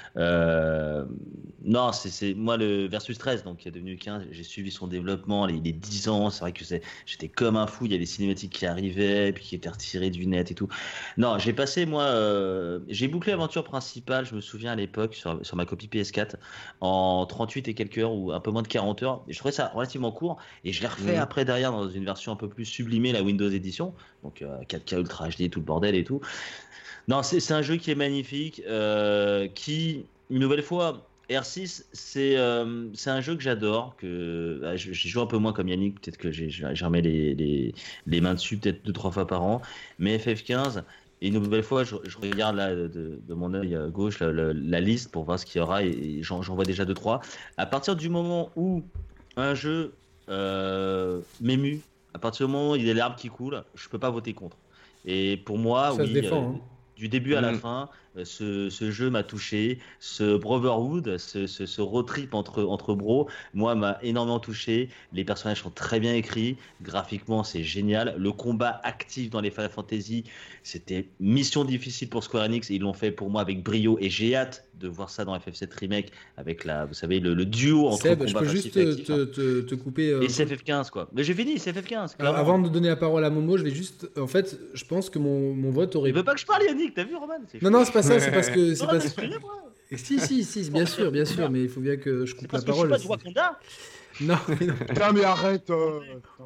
[SPEAKER 3] Non, c'est moi le Versus 13, donc qui est devenu 15. J'ai suivi son développement, les 10 ans. C'est vrai que j'étais comme un fou. Il y a des cinématiques qui arrivaient, puis qui étaient retirées du net et tout. Non, j'ai passé j'ai bouclé l'aventure principale. Je me souviens à l'époque sur ma copie PS4 en 38 et quelques heures ou un peu moins de 40 heures. Et je trouvais ça relativement court. Et je l'ai refait après derrière dans une version un peu plus sublimée, la Windows Edition, donc 4K Ultra HD, tout le bordel et tout. Non, c'est un jeu qui est magnifique, qui, une nouvelle fois, R6, c'est un jeu que j'adore, j'ai joué un peu moins comme Yannick, peut-être que j'ai remis les mains dessus peut-être 2-3 fois par an, mais FF15, et une nouvelle fois, je regarde là de mon œil gauche la liste pour voir ce qu'il y aura, et j'en vois déjà 2-3. À partir du moment où un jeu m'émue, à partir du moment où il y a l'herbe qui coule, je peux pas voter contre. Et pour moi,
[SPEAKER 1] Ça se défend,
[SPEAKER 3] du début à la fin, ce jeu m'a touché. Ce Brotherhood, ce road trip entre bros, moi, m'a énormément touché. Les personnages sont très bien écrits. Graphiquement, c'est génial. Le combat actif dans les Final Fantasy, c'était mission difficile pour Square Enix. Et ils l'ont fait pour moi avec brio. Et j'ai hâte de voir ça dans FF7 Remake avec vous savez, le duo entre
[SPEAKER 1] Seb,
[SPEAKER 3] combat
[SPEAKER 1] je peux juste te couper.
[SPEAKER 3] Et c'est FF15, quoi. Mais j'ai fini, c'est FF15.
[SPEAKER 1] Alors, avant de donner la parole à Momo, je vais juste. En fait, je pense que mon vote aurait.
[SPEAKER 3] Il veut pas que je parle, Yannick, t'as vu, Roman?
[SPEAKER 1] Non, c'est pas ça, c'est parce que.
[SPEAKER 3] Non, excusez-moi.
[SPEAKER 1] Si, bien sûr, mais il faut bien que je coupe la parole.
[SPEAKER 3] C'est parce que je suis pas du Wakanda.
[SPEAKER 1] Non,
[SPEAKER 4] Putain, mais arrête.
[SPEAKER 1] Oh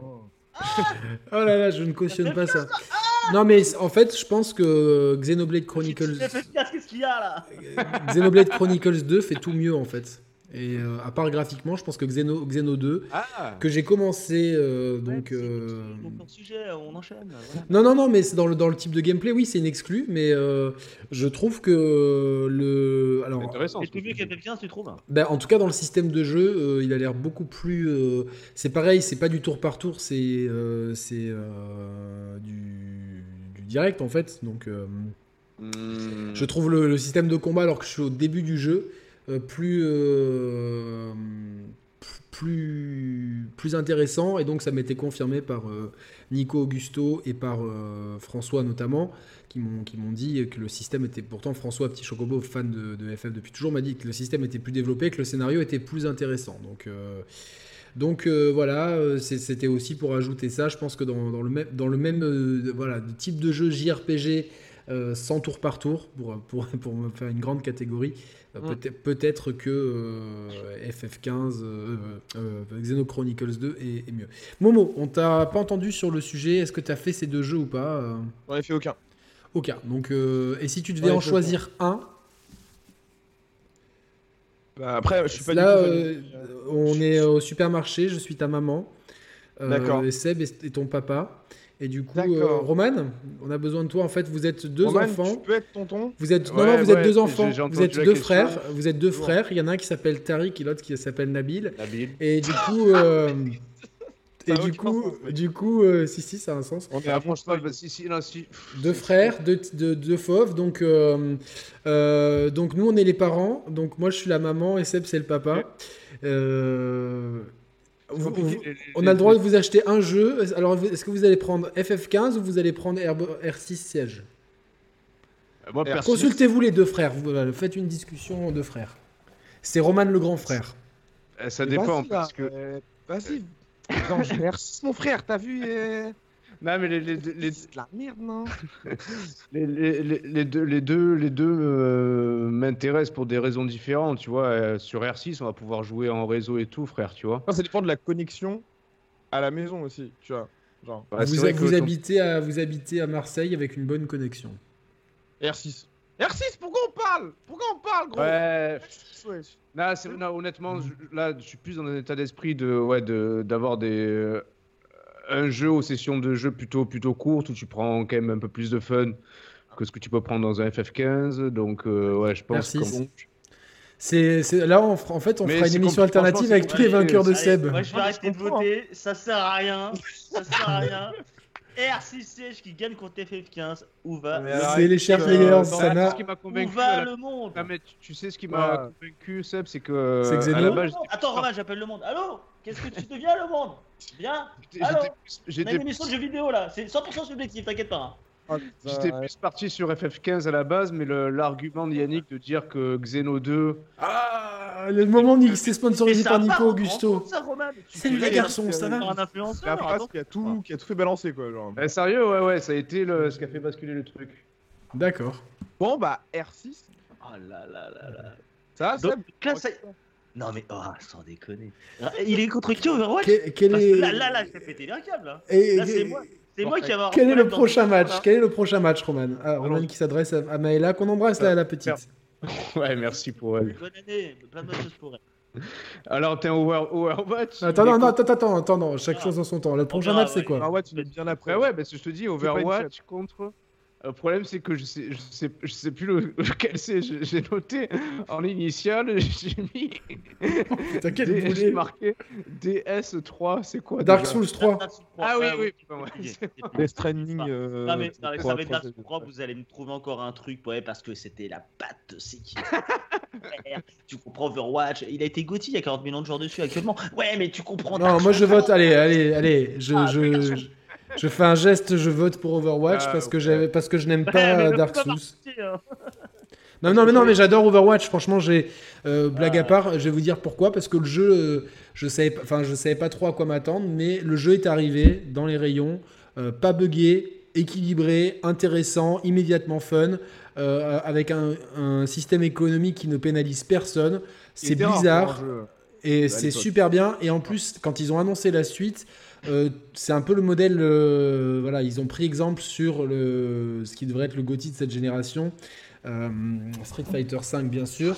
[SPEAKER 1] là là, je ne cautionne pas ça. Non, mais en fait, je pense que Xenoblade Chronicles.
[SPEAKER 3] Qu'est-ce qu'il y a là?
[SPEAKER 1] Xenoblade Chronicles 2 fait tout mieux en fait. Et à part graphiquement, je pense que Xeno 2, que j'ai commencé donc.
[SPEAKER 3] Sujet, on enchaîne.
[SPEAKER 1] Voilà. Non, mais c'est dans le type de gameplay, oui, c'est une exclue, mais je trouve que le. Alors.
[SPEAKER 2] Intéressant.
[SPEAKER 3] C'est mieux qu'FF15, tu trouves?
[SPEAKER 1] Ben, en tout cas, dans le système de jeu, il a l'air beaucoup plus. C'est pareil, c'est pas du tour par tour, c'est du direct en fait. Donc, je trouve le système de combat, alors que je suis au début du jeu, plus intéressant, et donc ça m'était confirmé par Nico Augusto et par François notamment, qui m'ont dit que le système était, pourtant François Petit Chocobo, fan de FF depuis toujours, m'a dit que le système était plus développé, que le scénario était plus intéressant, donc voilà, c'était aussi pour ajouter ça. Je pense que dans le même voilà, type de jeu JRPG sans tour par tour, pour me faire une grande catégorie, peut-être que FF15, Xenochronicles 2 est mieux. Momo, on t'a pas entendu sur le sujet. Est-ce que tu as fait ces deux jeux ou pas?
[SPEAKER 4] J'en ai fait aucun.
[SPEAKER 1] Aucun. Donc, et si tu devais en choisir un?
[SPEAKER 4] Bah après, je suis pas
[SPEAKER 1] là,
[SPEAKER 4] du tout
[SPEAKER 1] on est au supermarché, je suis ta maman.
[SPEAKER 4] D'accord.
[SPEAKER 1] Et Seb est ton papa. Et du coup, Roman, on a besoin de toi. En fait, vous êtes deux enfants.
[SPEAKER 4] Tu peux être tonton.
[SPEAKER 1] Vous êtes vous êtes deux enfants. Vous êtes deux frères. Vous êtes deux frères. Il y en a un qui s'appelle Tariq et l'autre qui s'appelle Nabil. Et du coup, du coup, si, ça a un sens.
[SPEAKER 4] On est à fond.
[SPEAKER 2] Si.
[SPEAKER 1] Deux frères, deux fauves. Donc nous, on est les parents. Donc moi, je suis la maman et Seb, c'est le papa. On a le droit de vous acheter un jeu. Alors, est-ce que vous allez prendre FF15 ou vous allez prendre R6 Siege? Consultez-vous les deux frères. Voilà, faites une discussion de frères. C'est Roman le grand frère.
[SPEAKER 2] Ça dépend parce que.
[SPEAKER 4] Vas-y. Non, je vais R6 mon frère. T'as vu?
[SPEAKER 2] Non, mais
[SPEAKER 4] c'est de la merde, non?
[SPEAKER 2] les deux m'intéressent pour des raisons différentes, tu vois. Sur R6, on va pouvoir jouer en réseau et tout, frère, tu vois.
[SPEAKER 4] Ça dépend de la connexion à la maison aussi, tu vois. Genre.
[SPEAKER 1] Vous habitez à Marseille avec une bonne connexion.
[SPEAKER 4] R6, pourquoi on parle, gros?
[SPEAKER 2] Ouais. Non, honnêtement, là, je suis plus dans un état d'esprit d'avoir un jeu aux sessions de jeu plutôt courtes où tu prends quand même un peu plus de fun que ce que tu peux prendre dans un FF15. Donc, je pense
[SPEAKER 1] que là, en fait, on fera une émission alternative avec tous les vainqueurs de Seb.
[SPEAKER 3] Moi, je vais arrêter de voter. Ça sert à rien. R6 Siege qui gagne contre FF15. Où va
[SPEAKER 4] Mais alors,
[SPEAKER 1] C'est les chers players, ça
[SPEAKER 2] Ce
[SPEAKER 1] n'a.
[SPEAKER 2] qui m'a
[SPEAKER 3] Où
[SPEAKER 2] convaincu.
[SPEAKER 3] va le monde?
[SPEAKER 2] Ah, mais tu sais ce qui m'a convaincu, Seb, c'est que.
[SPEAKER 1] C'est Xeno.
[SPEAKER 2] à la base,
[SPEAKER 3] Attends, Romain, j'appelle le monde. Allô? Qu'est-ce que tu deviens, le monde? Viens. Allô? On a
[SPEAKER 2] j'étais
[SPEAKER 3] une émission de jeux vidéo là. C'est 100% subjectif, t'inquiète pas. Hein.
[SPEAKER 2] j'étais plus parti sur FF15 à la base, mais l'argument de Yannick de dire que Xeno 2.
[SPEAKER 1] Ah, le moment où c'est sponsorisé
[SPEAKER 3] Mais
[SPEAKER 1] par
[SPEAKER 3] ça
[SPEAKER 1] Nico
[SPEAKER 3] part en
[SPEAKER 1] Augusto.
[SPEAKER 3] France, ça, Romain, mais tu
[SPEAKER 1] Salut
[SPEAKER 3] te
[SPEAKER 1] les
[SPEAKER 3] lèves
[SPEAKER 1] garçons, ça
[SPEAKER 3] par
[SPEAKER 1] va?
[SPEAKER 3] un influenceur,
[SPEAKER 4] La phrase
[SPEAKER 3] attends.
[SPEAKER 4] qui a tout fait balancer, quoi. Genre.
[SPEAKER 2] Sérieux, ouais, ça a été ce qui a fait basculer le truc.
[SPEAKER 1] D'accord.
[SPEAKER 4] Bon, bah, R6.
[SPEAKER 3] Oh là là là là.
[SPEAKER 4] Ça va,
[SPEAKER 3] Donc,
[SPEAKER 4] Seb?
[SPEAKER 3] là, ça... Non mais sans déconner. Il est contre qui Overwatch?
[SPEAKER 1] Quel
[SPEAKER 3] Parce que
[SPEAKER 1] est.
[SPEAKER 3] là, je t'ai pété les câbles là.
[SPEAKER 1] Et-
[SPEAKER 3] Là, c'est moi. C'est moi qui avais un
[SPEAKER 1] Quel est le
[SPEAKER 3] problème dans
[SPEAKER 1] prochain
[SPEAKER 3] ce
[SPEAKER 1] match?
[SPEAKER 3] là.
[SPEAKER 1] Quel est le prochain match, Roman? Ah, Roman qui s'adresse à Maëla, qu'on embrasse là, la petite.
[SPEAKER 2] Ouais, merci pour elle.
[SPEAKER 3] Bonne année, plein de bonnes choses pour elle.
[SPEAKER 2] Alors, t'es un Overwatch.
[SPEAKER 1] Attends, non, chaque chose en son temps. Le prochain match, c'est quoi?
[SPEAKER 4] Overwatch, il est bien après.
[SPEAKER 2] Bah ouais, parce que je te dis,
[SPEAKER 4] pas une
[SPEAKER 2] Overwatch contre. Le problème, c'est que je sais plus lequel c'est. J'ai noté en l'initiale, j'ai mis.
[SPEAKER 1] T'inquiète,
[SPEAKER 2] J'ai
[SPEAKER 1] boulet.
[SPEAKER 2] marqué DS3, c'est quoi
[SPEAKER 1] Dark
[SPEAKER 2] déjà
[SPEAKER 1] Souls 3.
[SPEAKER 2] Ah oui, oui.
[SPEAKER 3] c'est compliqué, c'est
[SPEAKER 4] Death
[SPEAKER 3] compliqué.
[SPEAKER 4] Stranding.
[SPEAKER 3] Non mais ça va être Dark Souls 3,
[SPEAKER 4] 3.
[SPEAKER 3] vous allez me trouver encore un truc, ouais, parce que c'était la patte de Sekiro. Tu comprends Overwatch, il a été GOTY, il y a 40 millions de joueurs dessus actuellement. Ouais, mais tu comprends.
[SPEAKER 1] Non,
[SPEAKER 3] Dark
[SPEAKER 1] moi je
[SPEAKER 3] Souls
[SPEAKER 1] vote.
[SPEAKER 3] 3.
[SPEAKER 1] Allez.
[SPEAKER 3] Ah, fais garçon.
[SPEAKER 1] Je fais un geste, je vote pour Overwatch
[SPEAKER 2] Ah,
[SPEAKER 1] parce que
[SPEAKER 2] ouais.
[SPEAKER 1] je n'aime
[SPEAKER 3] Ouais,
[SPEAKER 1] pas
[SPEAKER 3] mais
[SPEAKER 1] Dark
[SPEAKER 3] pas
[SPEAKER 1] Souls.
[SPEAKER 3] parti, hein.
[SPEAKER 1] Non, mais j'adore Overwatch. Franchement, blague à part, je vais vous dire pourquoi. Parce que le jeu, je savais pas trop à quoi m'attendre, mais le jeu est arrivé dans les rayons, pas buggé, équilibré, intéressant, immédiatement fun, avec un système économique qui ne pénalise personne. C'est bizarre. Et c'est
[SPEAKER 4] l'époque.
[SPEAKER 1] super bien. Et en plus, quand ils ont annoncé la suite, c'est un peu le modèle. Voilà, ils ont pris exemple sur ce qui devrait être le GOTY de cette génération. Street Fighter V, bien sûr.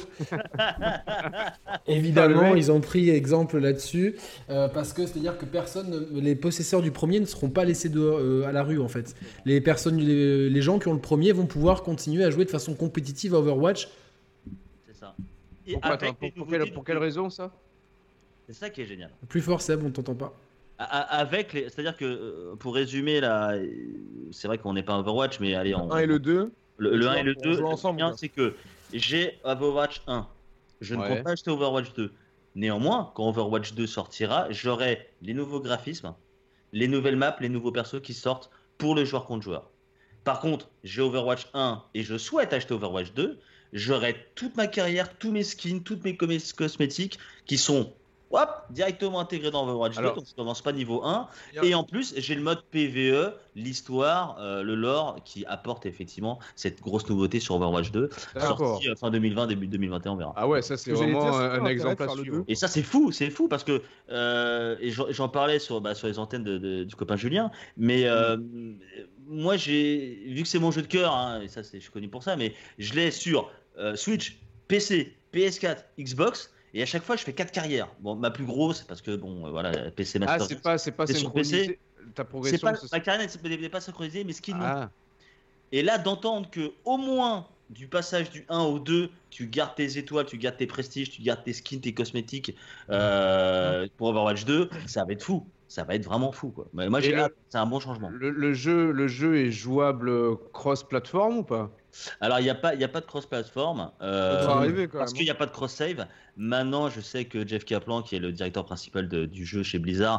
[SPEAKER 1] Évidemment, ils ont pris exemple là-dessus. Parce que c'est-à-dire que les possesseurs du premier ne seront pas laissés à la rue, en fait. Les gens qui ont le premier vont pouvoir continuer à jouer de façon compétitive à Overwatch.
[SPEAKER 3] C'est ça. Et
[SPEAKER 2] Pourquoi,
[SPEAKER 3] avec
[SPEAKER 2] attends,
[SPEAKER 3] les
[SPEAKER 2] pour
[SPEAKER 3] nouveautés
[SPEAKER 2] quelle
[SPEAKER 3] du-
[SPEAKER 2] raison ça?
[SPEAKER 3] C'est ça qui est génial.
[SPEAKER 1] Plus fort, Seb, on t'entend pas.
[SPEAKER 3] C'est-à-dire que pour résumer là, c'est vrai qu'on n'est pas Overwatch, mais allez,
[SPEAKER 4] 1 et le 2.
[SPEAKER 3] le 1 et le
[SPEAKER 4] on
[SPEAKER 3] 2,
[SPEAKER 4] joue
[SPEAKER 3] le
[SPEAKER 4] ensemble,
[SPEAKER 3] bien
[SPEAKER 4] quoi.
[SPEAKER 3] c'est que j'ai Overwatch 1. Je ne
[SPEAKER 2] Ouais.
[SPEAKER 3] compte pas acheter Overwatch 2. Néanmoins, quand Overwatch 2 sortira, j'aurai les nouveaux graphismes, les nouvelles maps, les nouveaux persos qui sortent pour le joueur contre joueur. Par contre, j'ai Overwatch 1 et je souhaite acheter Overwatch 2. J'aurai toute ma carrière, tous mes skins, toutes mes cosmétiques qui sont directement intégrés dans Overwatch 2.
[SPEAKER 2] Alors-
[SPEAKER 3] Donc je commence pas niveau 1. Et en plus, j'ai le mode PvE, l'histoire, le lore qui apporte effectivement cette grosse nouveauté sur Overwatch 2.
[SPEAKER 2] D'accord.
[SPEAKER 3] Sorti fin 2020, début 2021, on verra.
[SPEAKER 2] Ah ouais, ça c'est
[SPEAKER 4] J'allais
[SPEAKER 2] vraiment
[SPEAKER 4] dire, c'est pas
[SPEAKER 2] un
[SPEAKER 4] l'intérêt de
[SPEAKER 2] exemple à
[SPEAKER 4] faire le
[SPEAKER 2] suivre.
[SPEAKER 4] deux.
[SPEAKER 3] Et ça, c'est fou parce que et j'en parlais sur les antennes du copain Julien, mais moi, vu que c'est mon jeu de cœur, hein, et ça, je suis connu pour ça, mais je l'ai sur Switch, PC, PS4, Xbox, et à chaque fois, je fais 4 carrières. Bon, ma plus grosse, parce que bon, voilà, PC
[SPEAKER 2] Ah,
[SPEAKER 3] Master.
[SPEAKER 2] c'est pas
[SPEAKER 3] C'est sur
[SPEAKER 2] synchronisé. Ta
[SPEAKER 3] c'est
[SPEAKER 2] progression.
[SPEAKER 3] pas, ma carrière n'est pas synchronisée, mes skins non.
[SPEAKER 2] Ah,
[SPEAKER 3] Et là, d'entendre que au moins du passage du 1 au 2, tu gardes tes étoiles, tu gardes tes prestiges, tu gardes tes skins, tes cosmétiques pour Overwatch 2, ça va être fou. Ça va être vraiment fou, quoi. Mais moi,
[SPEAKER 2] Et
[SPEAKER 3] c'est un bon changement.
[SPEAKER 2] le jeu est jouable cross-platform ou pas?
[SPEAKER 3] Alors, il n'y a pas de cross-platform.
[SPEAKER 4] Ça devrait arriver quand
[SPEAKER 3] Parce
[SPEAKER 4] même.
[SPEAKER 3] qu'il n'y a pas de cross-save. Maintenant, je sais que Jeff Kaplan, qui est le directeur principal du jeu chez Blizzard,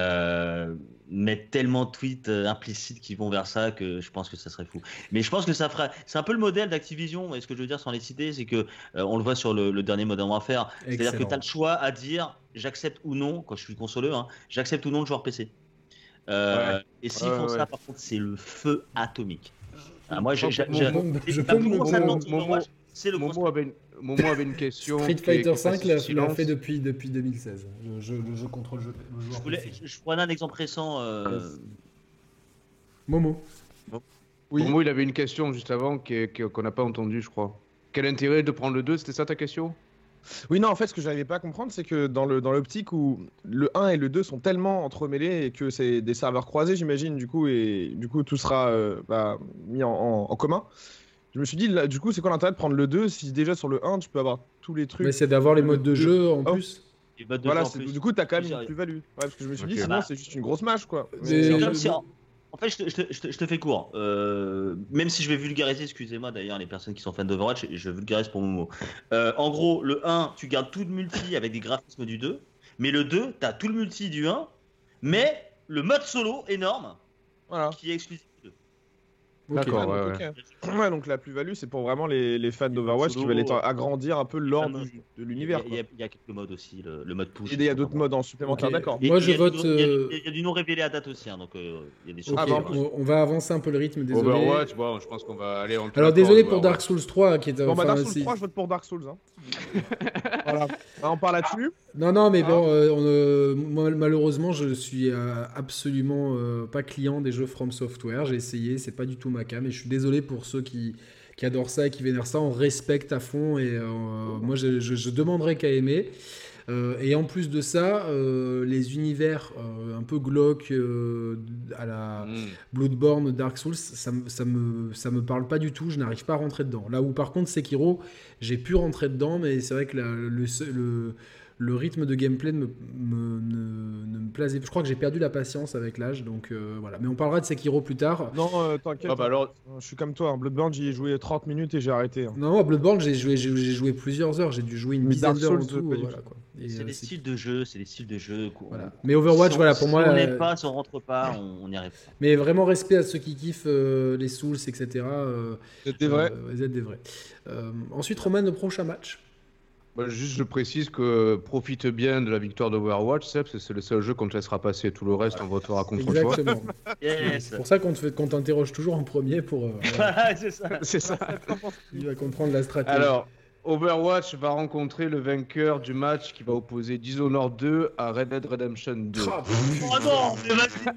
[SPEAKER 3] met tellement de tweets implicites qui vont vers ça que je pense que ça serait fou. Mais je pense que ça fera. C'est un peu le modèle d'Activision. Et ce que je veux dire sans les citer, c'est que on le voit sur le dernier Modern Warfare. C'est-à-dire que
[SPEAKER 1] Excellent.
[SPEAKER 3] tu as le choix à dire j'accepte ou non, quand je suis consoleux, hein, j'accepte ou non le joueur PC. Et s'ils font ça, par contre, c'est le feu atomique. Ah, moi,
[SPEAKER 1] Je peux
[SPEAKER 3] ma plus
[SPEAKER 1] me
[SPEAKER 3] grosse
[SPEAKER 1] comprendre.
[SPEAKER 3] attente sur Overwatch, c'est le
[SPEAKER 2] Momo avait une question.
[SPEAKER 1] Street
[SPEAKER 2] qui est
[SPEAKER 1] Fighter
[SPEAKER 2] passée
[SPEAKER 1] 5
[SPEAKER 2] sous
[SPEAKER 1] l'a
[SPEAKER 2] silence.
[SPEAKER 1] fait depuis 2016. Je contrôle le joueur.
[SPEAKER 3] Je prenais un exemple récent.
[SPEAKER 1] Momo.
[SPEAKER 4] Oui.
[SPEAKER 2] Momo, il avait une question juste avant qu'on n'a pas entendu, je crois. Quel intérêt de prendre le 2? C'était ça ta question?
[SPEAKER 4] Oui, non, en fait, ce que j'arrivais pas à comprendre, c'est que dans l'optique où le 1 et le 2 sont tellement entremêlés et que c'est des serveurs croisés, j'imagine, du coup, et du coup, tout sera mis en commun. Je me suis dit, là, du coup, c'est quoi l'intérêt de prendre le 2 si déjà sur le 1, tu peux avoir tous les trucs.
[SPEAKER 1] Mais c'est d'avoir les modes de jeu en
[SPEAKER 4] Oh.
[SPEAKER 1] plus.
[SPEAKER 3] les modes de
[SPEAKER 4] Voilà,
[SPEAKER 3] jeu en plus.
[SPEAKER 4] du coup, t'as quand même
[SPEAKER 3] Plusieurs.
[SPEAKER 4] une plus-value. Ouais, parce que je me suis dit,
[SPEAKER 2] Ok.
[SPEAKER 4] sinon, c'est juste une grosse mâche, quoi.
[SPEAKER 1] Mais-
[SPEAKER 3] C'est
[SPEAKER 1] je-
[SPEAKER 3] comme si, en fait, je te fais court. Même si je vais vulgariser, excusez-moi d'ailleurs, les personnes qui sont fans d'Overwatch, je vulgarise pour mon mot. En gros, le 1, tu gardes tout le multi avec des graphismes du 2, mais le 2, tu as tout le multi du 1, mais le mode solo énorme
[SPEAKER 4] Voilà.
[SPEAKER 3] qui est exclusif du 2.
[SPEAKER 2] D'accord,
[SPEAKER 4] Ah,
[SPEAKER 2] ouais,
[SPEAKER 4] donc,
[SPEAKER 2] ouais.
[SPEAKER 4] ok. Ouais, donc la plus-value, c'est pour vraiment les fans d'Overwatch qui
[SPEAKER 3] solo,
[SPEAKER 4] veulent agrandir un peu l'or
[SPEAKER 3] Ah, non,
[SPEAKER 4] de l'univers.
[SPEAKER 3] Il y a quelques modes aussi, le mode push.
[SPEAKER 4] Et il y a d'autres modes en supplémentaire,
[SPEAKER 1] Ok.
[SPEAKER 4] d'accord.
[SPEAKER 1] Moi, je
[SPEAKER 3] il y a
[SPEAKER 1] vote,
[SPEAKER 3] il y a du non révélé à date aussi, hein, donc il y a des choses.
[SPEAKER 1] Ok,
[SPEAKER 4] Ah, bah, en plus.
[SPEAKER 1] on va avancer un peu le rythme, désolé.
[SPEAKER 2] Overwatch, bon, je pense qu'on va aller en tout
[SPEAKER 1] Alors
[SPEAKER 2] accord,
[SPEAKER 1] désolé pour
[SPEAKER 2] Overwatch.
[SPEAKER 1] Dark Souls 3 qui est
[SPEAKER 4] Bon, bah, Dark
[SPEAKER 1] c'est-
[SPEAKER 4] Souls 3, je vote pour Dark Souls. Hein. Voilà. Bah, on parle là-dessus.
[SPEAKER 1] Non, mais bon, moi, malheureusement, je suis absolument pas client des jeux From Software. J'ai essayé, c'est pas du tout ma cam. Et je suis désolé pour ceux qui adorent ça et qui vénèrent ça. On respecte à fond. Et moi, je demanderais qu'à aimer. Et en plus de ça, les univers un peu glauques à la Bloodborne, Dark Souls, ça me parle pas du tout. Je n'arrive pas à rentrer dedans. Là où par contre Sekiro, j'ai pu rentrer dedans, mais c'est vrai que le rythme de gameplay ne me plaisait. Je crois que j'ai perdu la patience avec l'âge, donc voilà. Mais on parlera de Sekiro plus tard.
[SPEAKER 4] Non, t'inquiète.
[SPEAKER 2] Ah, bah alors,
[SPEAKER 4] Je suis comme toi. Hein. Bloodborne, j'y ai joué 30 minutes et j'ai arrêté. Hein.
[SPEAKER 1] Non, à Bloodborne, j'ai joué plusieurs heures. J'ai dû jouer une
[SPEAKER 4] Mais
[SPEAKER 1] dizaine
[SPEAKER 4] Dark
[SPEAKER 1] d'heures en
[SPEAKER 4] Souls,
[SPEAKER 1] tout.
[SPEAKER 4] pas du
[SPEAKER 1] Voilà,
[SPEAKER 4] tout.
[SPEAKER 1] quoi. Et,
[SPEAKER 3] C'est des styles de jeu,
[SPEAKER 1] Voilà. Mais Overwatch, voilà, pour moi.
[SPEAKER 3] Si on n'est pas, si on rentre pas, on n'y arrive pas.
[SPEAKER 1] Mais vraiment respect à ceux qui kiffent les Souls, etc.
[SPEAKER 4] C'était vrai.
[SPEAKER 1] Vous êtes des vrais. Ensuite, Roman, le prochain match.
[SPEAKER 2] bah, juste, je précise que profite bien de la victoire d'Overwatch, Seb, parce que c'est le seul jeu qu'on te laissera passer. Tout le reste, on votera contre toi.
[SPEAKER 1] Exactement.
[SPEAKER 3] Yes.
[SPEAKER 1] C'est pour ça qu'on t'interroge toujours en premier pour.
[SPEAKER 3] C'est ça.
[SPEAKER 2] C'est ça.
[SPEAKER 1] Il va comprendre la stratégie.
[SPEAKER 2] Alors, Overwatch va rencontrer le vainqueur du match qui va opposer Dishonored 2 à Red Dead Redemption 2.
[SPEAKER 1] Ah,
[SPEAKER 3] Oh non, mais vas-y.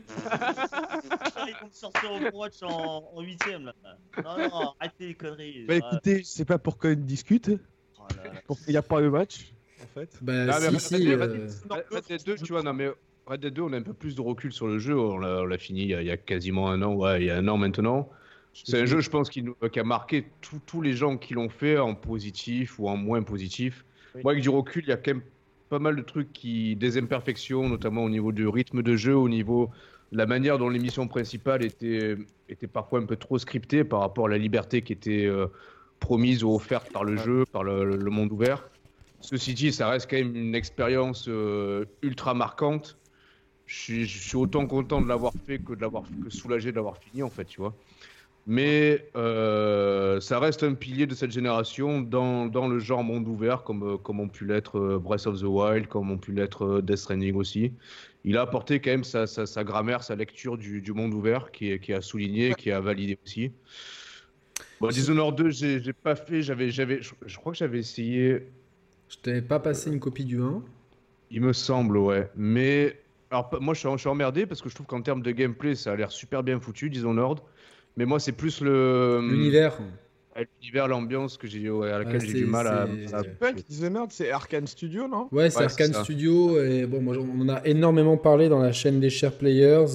[SPEAKER 3] Ils vont me sortir Overwatch en 8ème là. Non, arrêtez les conneries.
[SPEAKER 4] Bah écoutez, je sais pas pourquoi ils discutent.
[SPEAKER 3] Oh là là.
[SPEAKER 4] Il n'y a pas de match, en fait.
[SPEAKER 1] bah,
[SPEAKER 2] Ah, mais
[SPEAKER 1] si,
[SPEAKER 2] Red Dead 2, tu vois, non mais Red Dead 2, on a un peu plus de recul sur le jeu. On l'a fini il y a quasiment un an, ouais, il y a un an maintenant. C'est un jeu, je pense, qui a marqué tous les gens qui l'ont fait en positif ou en moins positif.
[SPEAKER 4] Oui.
[SPEAKER 2] Moi, avec du recul, il y a quand même pas mal de trucs des imperfections, notamment au niveau du rythme de jeu, au niveau de la manière dont les missions principales étaient parfois un peu trop scriptées par rapport à la liberté qui était promise ou offerte par le jeu, par le monde ouvert. Ceci dit, ça reste quand même une expérience ultra marquante. Je suis autant content de l'avoir fait que soulagé de l'avoir fini, en fait, tu vois. Mais ça reste un pilier de cette génération dans le genre monde ouvert, comme ont pu l'être Breath of the Wild, comme ont pu l'être Death Stranding aussi. Il a apporté quand même sa grammaire, sa lecture du monde ouvert, qui a souligné, qui a validé aussi. Bon, Dishonored 2, j'ai pas fait, je crois que j'avais essayé,
[SPEAKER 1] je t'avais pas passé une copie du 1.
[SPEAKER 2] il me semble, ouais. Mais alors, moi, je suis emmerdé parce que je trouve qu'en termes de gameplay, ça a l'air super bien foutu, Dishonored. Mais moi, c'est plus
[SPEAKER 1] L'univers.
[SPEAKER 2] l'univers, l'ambiance à laquelle j'ai
[SPEAKER 1] c'est-
[SPEAKER 2] du mal à.
[SPEAKER 1] c'est-
[SPEAKER 4] Pas qui Dishonored, c'est Arkane Studio, non?
[SPEAKER 1] Ouais, c'est
[SPEAKER 2] Ouais,
[SPEAKER 1] Arkane
[SPEAKER 2] c'est ça.
[SPEAKER 1] Studio. Et bon, moi, on en a énormément parlé dans la chaîne des Share Players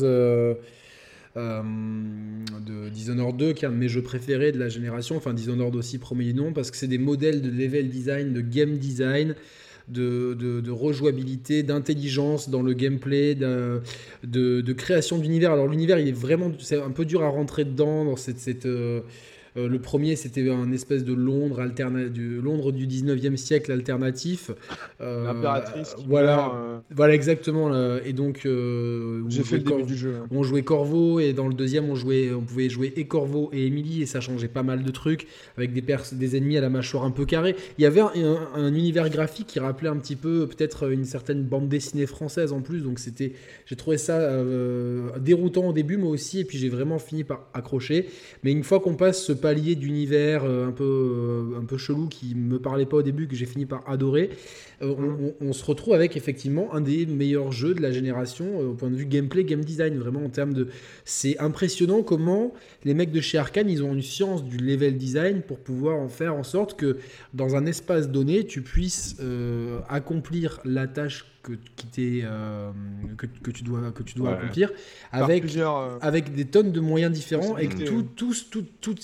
[SPEAKER 1] de Dishonored 2, qui est un de mes jeux préférés de la génération. Enfin, Dishonored aussi, premier nom, parce que c'est des modèles de level design, de game design, de rejouabilité, d'intelligence dans le gameplay, de création d'univers. Alors, l'univers, il est vraiment. C'est un peu dur à rentrer dedans, dans le premier, c'était un espèce de Londres, Londres du 19e siècle alternatif.
[SPEAKER 4] L'impératrice qui
[SPEAKER 1] voilà,
[SPEAKER 4] meurt,
[SPEAKER 1] voilà, exactement. Et donc,
[SPEAKER 4] J'ai fait le début du jeu. Hein.
[SPEAKER 1] on jouait Corvo, et dans le deuxième, on pouvait jouer et Corvo et Emily, et ça changeait pas mal de trucs, avec des ennemis à la mâchoire un peu carrée. Il y avait un univers graphique qui rappelait un petit peu, peut-être, une certaine bande dessinée française en plus, donc j'ai trouvé ça déroutant au début, moi aussi, et puis j'ai vraiment fini par accrocher. Mais une fois qu'on passe ce palier d'univers un peu chelou qui me parlait pas au début, que j'ai fini par adorer, on se retrouve avec effectivement un des meilleurs jeux de la génération au point de vue gameplay, game design, vraiment en termes de... C'est impressionnant comment les mecs de chez Arkane, ils ont une science du level design pour pouvoir en faire en sorte que dans un espace donné, tu puisses accomplir la tâche que tu dois
[SPEAKER 2] Ouais.
[SPEAKER 1] accomplir
[SPEAKER 4] Par
[SPEAKER 1] avec
[SPEAKER 4] plusieurs,
[SPEAKER 1] avec des tonnes de moyens différents et que
[SPEAKER 4] possibilités,
[SPEAKER 1] toutes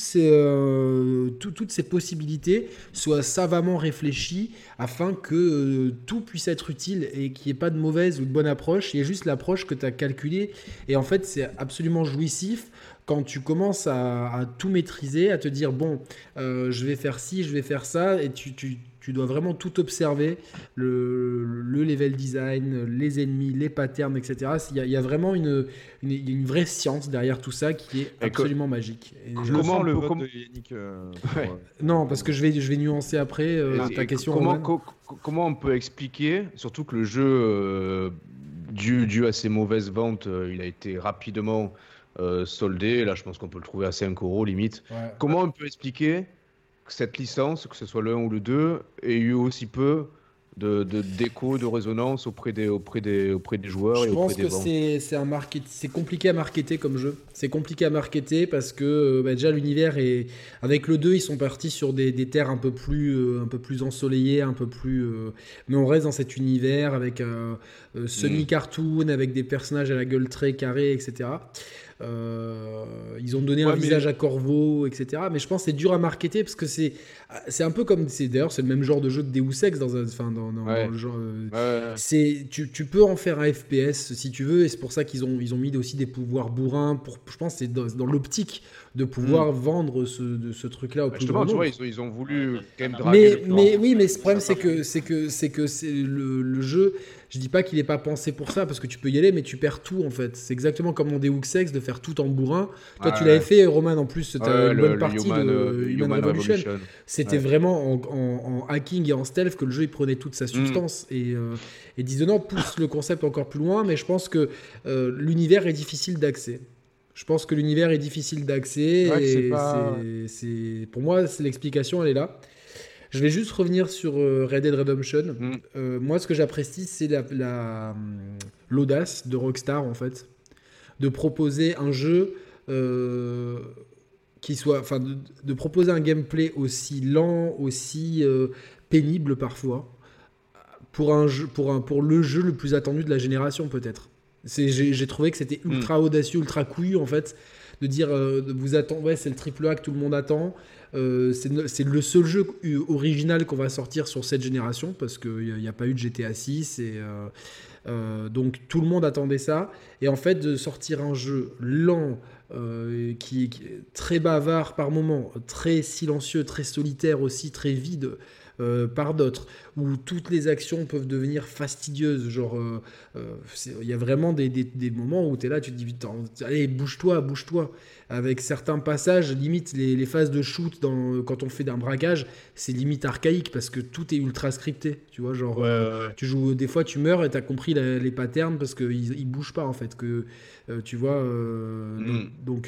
[SPEAKER 1] ces possibilités soient savamment réfléchies afin que tout puisse être utile et qu'il n'y ait pas de mauvaise ou de bonne approche. Il y a juste l'approche que tu as calculée. Et en fait, c'est absolument jouissif quand tu commences à tout maîtriser, à te dire, bon, je vais faire ci, je vais faire ça, et tu dois vraiment tout observer, le level design, les ennemis, les patterns, etc. Il y a vraiment une vraie science derrière tout ça qui est absolument magique. Et
[SPEAKER 4] je
[SPEAKER 2] Comment
[SPEAKER 4] sens
[SPEAKER 2] on
[SPEAKER 4] le
[SPEAKER 2] peut-
[SPEAKER 4] vote
[SPEAKER 2] comment-
[SPEAKER 4] de Yannick.
[SPEAKER 2] Ouais.
[SPEAKER 1] non, parce que je vais nuancer après ta question.
[SPEAKER 2] Comment,
[SPEAKER 1] Roman.
[SPEAKER 2] comment on peut expliquer, surtout que le jeu, dû à ses mauvaises ventes, il a été rapidement soldé. Là, je pense qu'on peut le trouver à 5 € limite.
[SPEAKER 1] Ouais.
[SPEAKER 2] Comment on peut expliquer que cette licence, que ce soit le 1 ou le 2, ait eu aussi peu d'écho, de résonance auprès des joueurs
[SPEAKER 1] Je
[SPEAKER 2] et
[SPEAKER 1] pense
[SPEAKER 2] auprès des
[SPEAKER 1] que
[SPEAKER 2] ventes?
[SPEAKER 1] c'est compliqué à marketer comme jeu. C'est compliqué à marketer parce que déjà l'univers est avec le 2, ils sont partis sur des terres un peu plus ensoleillées, un peu plus mais on reste dans cet univers avec semi-cartoon, avec des personnages à la gueule très carrée, etc. Ils ont donné un
[SPEAKER 4] Ouais, mais-
[SPEAKER 1] visage à Corvo, etc. Mais je pense que c'est dur à marketer parce que c'est un peu comme d'ailleurs c'est le même genre de jeu de Deus Ex dans
[SPEAKER 2] Ouais.
[SPEAKER 1] le genre.
[SPEAKER 2] Ouais.
[SPEAKER 1] Tu peux en faire un FPS si tu veux, et c'est pour ça qu'ils ont mis aussi des pouvoirs bourrins. Je pense que c'est dans l'optique de pouvoir vendre ce truc-là au plus
[SPEAKER 2] Justement,
[SPEAKER 1] grand
[SPEAKER 2] tu vois,
[SPEAKER 1] nombre.
[SPEAKER 2] ils ont voulu quand même draguer le
[SPEAKER 1] Mais
[SPEAKER 2] plan.
[SPEAKER 1] oui, mais le problème c'est que c'est le jeu. Je dis pas qu'il est pas pensé pour ça parce que tu peux y aller, mais tu perds tout en fait. C'est exactement comme dans Deus Ex de faire tout en bourrin. Toi, tu l'avais fait, Roman, en plus, tu as une bonne partie de Human Revolution. C'était vraiment en hacking et en stealth que le jeu il prenait toute sa substance. Et Dishonored pousse le concept encore plus loin, mais je pense que l'univers est difficile d'accès. Je pense que l'univers est difficile d'accès.
[SPEAKER 4] Ouais,
[SPEAKER 1] et pour moi, c'est l'explication, elle est là. Je vais juste revenir sur Red Dead Redemption. Moi, ce que j'apprécie, c'est l'audace de Rockstar, en fait, de proposer un jeu qui soit, enfin, de proposer un gameplay aussi lent, aussi pénible parfois, pour le jeu le plus attendu de la génération, peut-être. J'ai trouvé que c'était ultra audacieux, ultra couillu, en fait, de dire vous attendez, ouais, c'est le triple A que tout le monde attend. C'est le seul jeu original qu'on va sortir sur cette génération parce qu'il n'y a pas eu de GTA 6 et donc tout le monde attendait ça. Et en fait, de sortir un jeu lent, qui est très bavard par moments, très silencieux, très solitaire aussi, très vide par d'autres, où toutes les actions peuvent devenir fastidieuses. Genre, il y a vraiment des moments où tu es là, tu te dis, putain, allez, bouge-toi. Avec certains passages, limite les phases de shoot quand on fait d'un braquage, c'est limite archaïque parce que tout est ultra scripté. Tu vois, genre, tu joues, des fois tu meurs et tu as compris les patterns parce qu'ils bougent pas en fait. Tu vois, donc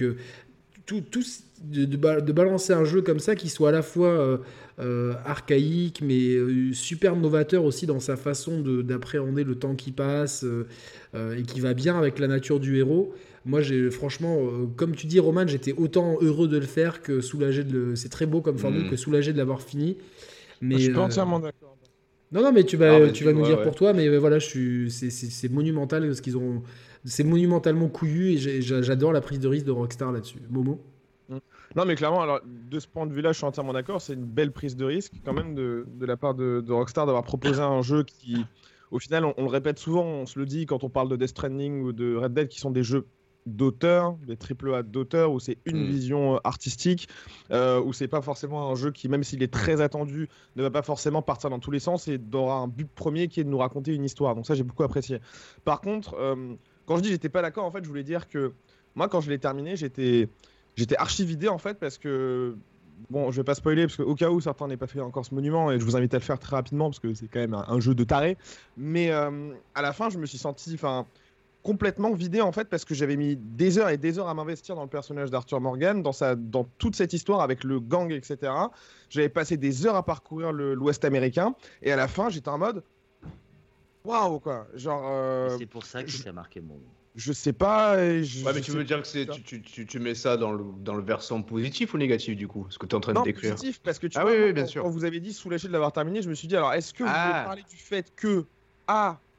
[SPEAKER 1] de balancer un jeu comme ça qui soit à la fois archaïque mais super novateur aussi dans sa façon d'appréhender le temps qui passe et qui va bien avec la nature du héros. Moi, franchement, comme tu dis, Roman, j'étais autant heureux de le faire que soulagé c'est très beau comme formule, que soulagé de l'avoir fini. Mais,
[SPEAKER 4] je suis pas entièrement d'accord.
[SPEAKER 1] Non, mais tu vas nous dire
[SPEAKER 2] ouais.
[SPEAKER 1] pour toi, mais voilà, c'est monumental ce qu'ils ont. C'est monumentalement couillu et j'adore la prise de risque de Rockstar là-dessus. Momo?
[SPEAKER 4] Non, mais clairement, alors, de ce point de vue-là, je suis entièrement d'accord. C'est une belle prise de risque, quand même, de la part de Rockstar d'avoir proposé un jeu qui, au final, on le répète souvent, on se le dit quand on parle de Death Stranding ou de Red Dead, qui sont des jeux d'auteur, des AAA d'auteur, où c'est une vision artistique, où c'est pas forcément un jeu qui, même s'il est très attendu, ne va pas forcément partir dans tous les sens et aura un but premier qui est de nous raconter une histoire. Donc ça, j'ai beaucoup apprécié. Par contre, quand je dis j'étais pas d'accord, en fait, je voulais dire que moi, quand je l'ai terminé, j'étais archi vidé, en fait, parce que bon, je vais pas spoiler parce qu'au cas où certains n'aient pas fait encore ce monument, et je vous invite à le faire très rapidement parce que c'est quand même un jeu de taré. Mais à la fin, je me suis senti complètement vidé, en fait, parce que j'avais mis des heures et des heures à m'investir dans le personnage d'Arthur Morgan, dans toute cette histoire avec le gang, etc. J'avais passé des heures à parcourir l'Ouest américain, et à la fin, j'étais en mode waouh, quoi. Genre.
[SPEAKER 3] C'est pour ça que ça a marqué mon.
[SPEAKER 4] Je sais pas.
[SPEAKER 2] Ouais, mais tu veux dire que tu mets ça dans le versant positif ou négatif du coup, ce que tu es en train de décrire?
[SPEAKER 4] Positif, parce que tu
[SPEAKER 2] vois,
[SPEAKER 4] oui,
[SPEAKER 2] bien sûr.
[SPEAKER 4] Quand vous avez dit soulagé de l'avoir terminé, je me suis dit, alors est-ce que vous voulez parler du fait que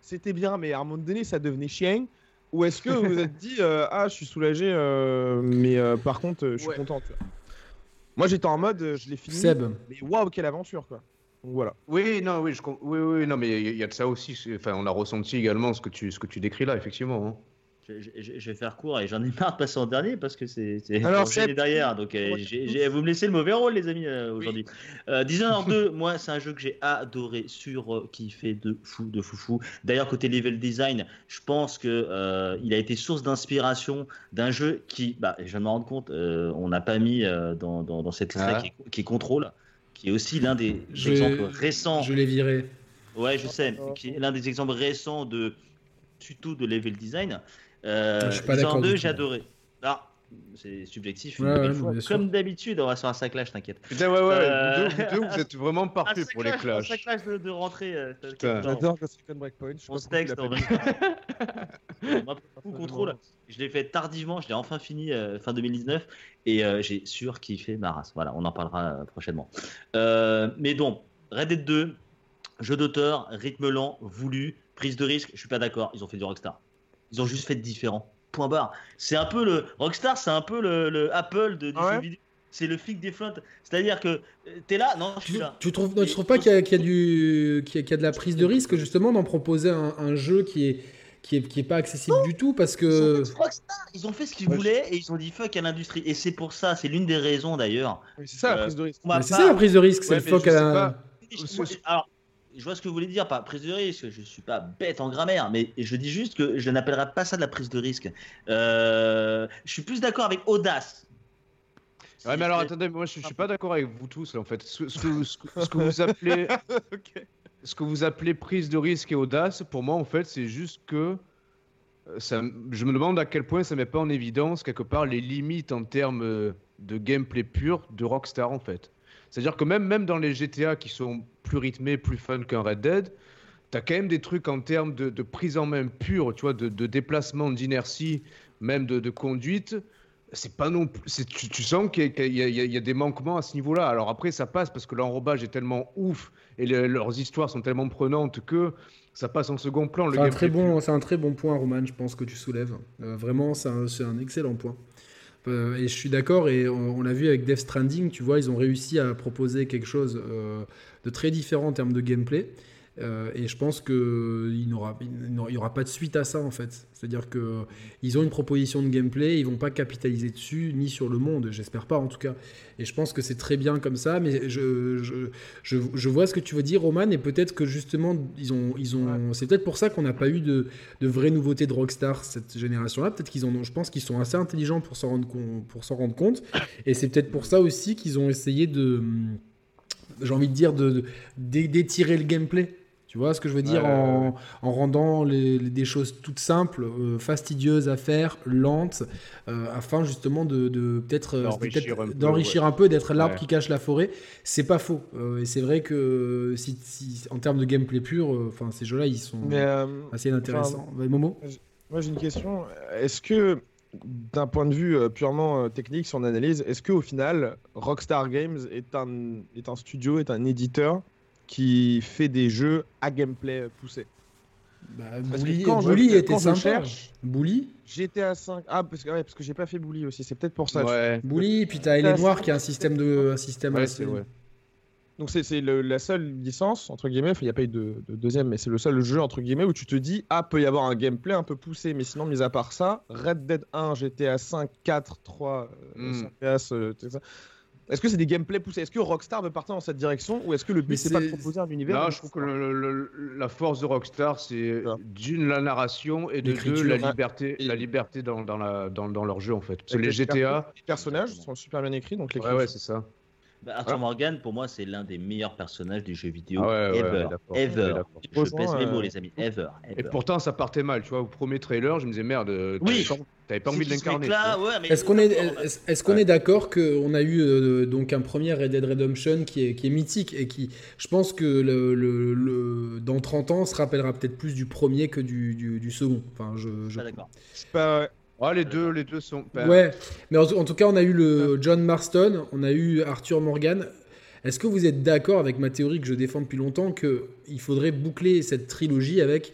[SPEAKER 4] c'était bien, mais à un moment donné, ça devenait chiant? Ou est-ce que vous vous êtes dit, je suis soulagé, mais par contre, je suis content, tu vois. Moi, j'étais en mode, je l'ai fini,
[SPEAKER 1] Seb.
[SPEAKER 4] mais waouh, quelle aventure, quoi. Donc voilà.
[SPEAKER 2] Oui, non, non, mais il y a de ça aussi. Enfin, on a ressenti également ce que tu décris là, effectivement. Hein.
[SPEAKER 3] Je vais faire court et j'en ai marre de passer en dernier parce que c'est
[SPEAKER 4] Alors,
[SPEAKER 3] enchaîné
[SPEAKER 4] Seb,
[SPEAKER 3] derrière. Donc, vous me laissez le mauvais rôle, les amis, aujourd'hui. Dishonored 2, moi, c'est un jeu que j'ai adoré, kiffé de fou. D'ailleurs, côté level design, je pense que il a été source d'inspiration d'un jeu qui, je viens de me rendre compte, on n'a pas mis dans cette liste qui est Control, qui est aussi l'un des exemples récents.
[SPEAKER 1] Je l'ai viré.
[SPEAKER 3] Ouais, je sais, qui est l'un des exemples récents de tuto de level design.
[SPEAKER 1] Je suis pas d'accord.
[SPEAKER 3] 2, j'ai adoré. Alors, c'est subjectif.
[SPEAKER 1] Ouais,
[SPEAKER 3] comme d'habitude, on va sur un saclage, t'inquiète.
[SPEAKER 2] Putain, vous deux, vous êtes vraiment parfaits pour les clashs.
[SPEAKER 3] Un saclage de rentrée.
[SPEAKER 4] J'adore que Second Breakpoint.
[SPEAKER 3] On se texte. Contrôle. Je l'ai fait tardivement. Je l'ai enfin fini fin 2019 et j'ai surkiffé ma race. Voilà, on en parlera prochainement. Mais donc, Red Dead 2, jeu d'auteur, rythme lent, voulu, prise de risque. Je suis pas d'accord. Ils ont fait du Rockstar. Ils ont juste fait différent. Point barre. C'est un peu le Rockstar, c'est un peu le Apple du jeu vidéo. C'est le flic des flintes. C'est-à-dire que t'es là, non, je suis là.
[SPEAKER 1] Tu trouves pas qu'il y a de la prise de risque justement d'en proposer un jeu qui est pas accessible du tout parce que
[SPEAKER 3] ils ont fait ce qu'ils voulaient et ils ont dit fuck à l'industrie. Et c'est pour ça, c'est l'une des raisons d'ailleurs.
[SPEAKER 4] Oui, c'est ça la prise de risque.
[SPEAKER 1] C'est ça la prise de risque, c'est le fuck à la.
[SPEAKER 3] Alors, je vois ce que vous voulez dire, pas prise de risque, je suis pas bête en grammaire, mais je dis juste que je n'appellerai pas ça de la prise de risque. Je suis plus d'accord avec audace.
[SPEAKER 2] Ouais, mais alors attendez, moi je suis pas d'accord avec vous tous là, en fait. Ce que vous appelez, ce que vous appelez prise de risque et audace, pour moi en fait, c'est juste que je me demande à quel point ça met pas en évidence quelque part les limites en termes de gameplay pur de Rockstar en fait. C'est-à-dire que même dans les GTA qui sont plus rythmés, plus fun qu'un Red Dead, t'as quand même des trucs en termes de prise en main pure, tu vois, de déplacement, d'inertie, même de conduite. C'est pas non plus. Tu sens qu'il y a des manquements à ce niveau-là. Alors après, ça passe parce que l'enrobage est tellement ouf et leurs histoires sont tellement prenantes que ça passe en second plan.
[SPEAKER 1] C'est un très bon point, Roman, je pense que tu soulèves. Vraiment, c'est un excellent point. Et je suis d'accord, et on l'a vu avec Death Stranding, tu vois, ils ont réussi à proposer quelque chose de très différent en termes de gameplay. Et je pense qu'il n'y aura pas de suite à ça en fait. C'est-à-dire qu'ils ont une proposition de gameplay, ils ne vont pas capitaliser dessus, ni sur le monde, j'espère pas en tout cas. Et je pense que c'est très bien comme ça, mais je vois ce que tu veux dire, Roman, et peut-être que justement, c'est peut-être pour ça qu'on n'a pas eu de vraies nouveautés de Rockstar cette génération-là. Peut-être je pense qu'ils sont assez intelligents pour s'en rendre compte. Et c'est peut-être pour ça aussi qu'ils ont essayé j'ai envie de dire, d'étirer le gameplay. Tu vois ce que je veux dire, en rendant des choses toutes simples, fastidieuses à faire, lentes, afin justement d'enrichir un peu, d'être l'arbre qui cache la forêt. C'est pas faux. Et c'est vrai que si en termes de gameplay pur, ces jeux-là, ils sont assez intéressants. Momo ?
[SPEAKER 4] Moi, j'ai une question. Est-ce que, d'un point de vue purement technique, si on analyse, est-ce qu'au final, Rockstar Games est un studio, est un éditeur qui fait des jeux à gameplay poussé?
[SPEAKER 1] Bully était sympa. Bully
[SPEAKER 4] GTA 5. Ah, parce que j'ai pas fait Bully aussi, c'est peut-être pour ça.
[SPEAKER 2] Ouais.
[SPEAKER 1] Bully, puis t'as L.A. Noire qui a un système assez...
[SPEAKER 4] Donc c'est la seule licence, entre guillemets, il n'y a pas eu de deuxième, mais c'est le seul jeu, entre guillemets, où tu te dis, peut y avoir un gameplay un peu poussé, mais sinon, mis à part ça, Red Dead 1, GTA 5, 4, 3, PS, tout ça. Est-ce que c'est des gameplays poussés? Est-ce que Rockstar veut partir dans cette direction, ou est-ce que le but c'est pas de proposer un univers?
[SPEAKER 2] Non, je trouve que la force de Rockstar, c'est d'une la narration et de deux la liberté dans leur jeu en fait. Parce que les GTA,
[SPEAKER 4] les personnages sont super bien écrits, donc
[SPEAKER 2] ouais, c'est ça.
[SPEAKER 3] Arthur Morgan, pour moi, c'est l'un des meilleurs personnages du jeu vidéo
[SPEAKER 2] ever.
[SPEAKER 3] Je pèse mes mots, les amis. Ever.
[SPEAKER 2] Et pourtant, ça partait mal. Tu vois, au premier trailer, je me disais merde. T'avais pas envie de l'incarner.
[SPEAKER 1] Est-ce qu'on est d'accord qu'on a eu donc un premier Red Dead Redemption qui est mythique et qui, je pense que dans 30 ans, se rappellera peut-être plus du premier que du second. Enfin,
[SPEAKER 3] Pas d'accord.
[SPEAKER 4] C'est pas...
[SPEAKER 2] les deux sont...
[SPEAKER 1] Ouais, mais en tout cas, on a eu le John Marston, on a eu Arthur Morgan. Est-ce que vous êtes d'accord avec ma théorie que je défends depuis longtemps qu'il faudrait boucler cette trilogie avec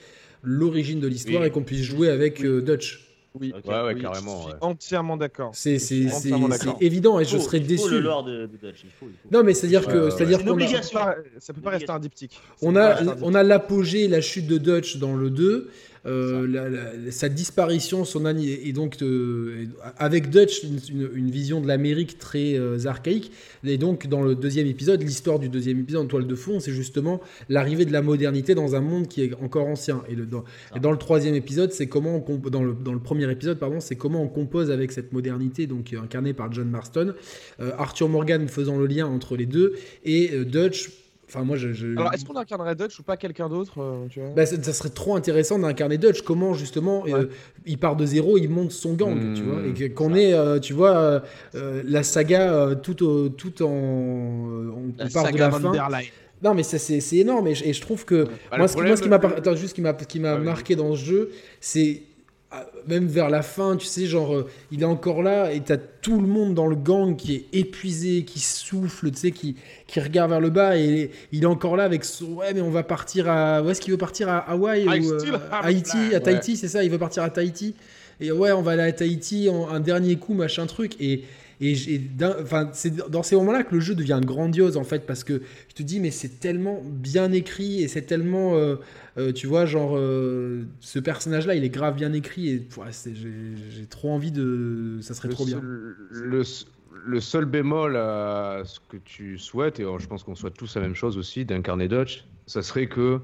[SPEAKER 1] l'origine de l'histoire
[SPEAKER 2] Oui.
[SPEAKER 1] et qu'on puisse jouer avec Dutch.
[SPEAKER 4] Oui,
[SPEAKER 3] Ok.
[SPEAKER 2] Ouais,
[SPEAKER 4] oui,
[SPEAKER 2] carrément.
[SPEAKER 4] je suis
[SPEAKER 2] Ouais.
[SPEAKER 4] entièrement d'accord.
[SPEAKER 1] C'est
[SPEAKER 4] Je suis entièrement d'accord.
[SPEAKER 1] évident et je
[SPEAKER 3] Il
[SPEAKER 1] serais
[SPEAKER 3] faut
[SPEAKER 1] déçu.
[SPEAKER 3] le lore de Dutch, il faut.
[SPEAKER 1] Non, mais c'est-à-dire
[SPEAKER 2] Ouais, ouais,
[SPEAKER 1] c'est-à-dire
[SPEAKER 3] ouais.
[SPEAKER 1] qu'on a,
[SPEAKER 3] Obligation.
[SPEAKER 4] Ça peut pas rester un diptyque.
[SPEAKER 1] on a l'apogée et la chute de Dutch dans le 2, sa disparition, et donc avec Dutch, une vision de l'Amérique très archaïque. Et donc, dans le deuxième épisode, l'histoire du deuxième épisode en toile de fond, c'est justement l'arrivée de la modernité dans un monde qui est encore ancien. Et dans le troisième épisode, c'est comment dans le premier épisode, pardon, c'est comment on compose avec cette modernité, donc incarnée par John Marston, Arthur Morgan faisant le lien entre les deux, et Dutch. Enfin, moi,
[SPEAKER 4] Alors, est-ce qu'on incarnerait Dutch ou pas quelqu'un d'autre tu vois
[SPEAKER 1] bah, ça serait trop intéressant d'incarner Dutch. Comment justement il part de zéro, il monte son gang, tu vois, et qu'on ait, tu vois, la saga tout en, on part de la fin. Non, mais ça c'est énorme et je trouve que
[SPEAKER 2] Bah,
[SPEAKER 1] moi,
[SPEAKER 2] le problème,
[SPEAKER 1] ce qui m'a marqué dans ce jeu, c'est même vers la fin, tu sais, genre il est encore là et t'as tout le monde dans le gang qui est épuisé, qui souffle, tu sais, qui regarde vers le bas et il est encore là avec son ouais, mais on va partir à où est-ce qu'il veut partir, à Hawaï ou Haïti, à Tahiti, c'est ça, il veut partir à Tahiti et ouais, on va aller à Tahiti un dernier coup, machin truc et c'est dans ces moments-là que le jeu devient grandiose en fait, parce que je te dis mais c'est tellement bien écrit et c'est tellement tu vois, genre ce personnage-là il est grave bien écrit et ouais, j'ai trop envie de, ça serait trop bien.
[SPEAKER 2] Le seul bémol à ce que tu souhaites, et je pense qu'on souhaite tous la même chose aussi, d'incarner Dutch, ça serait que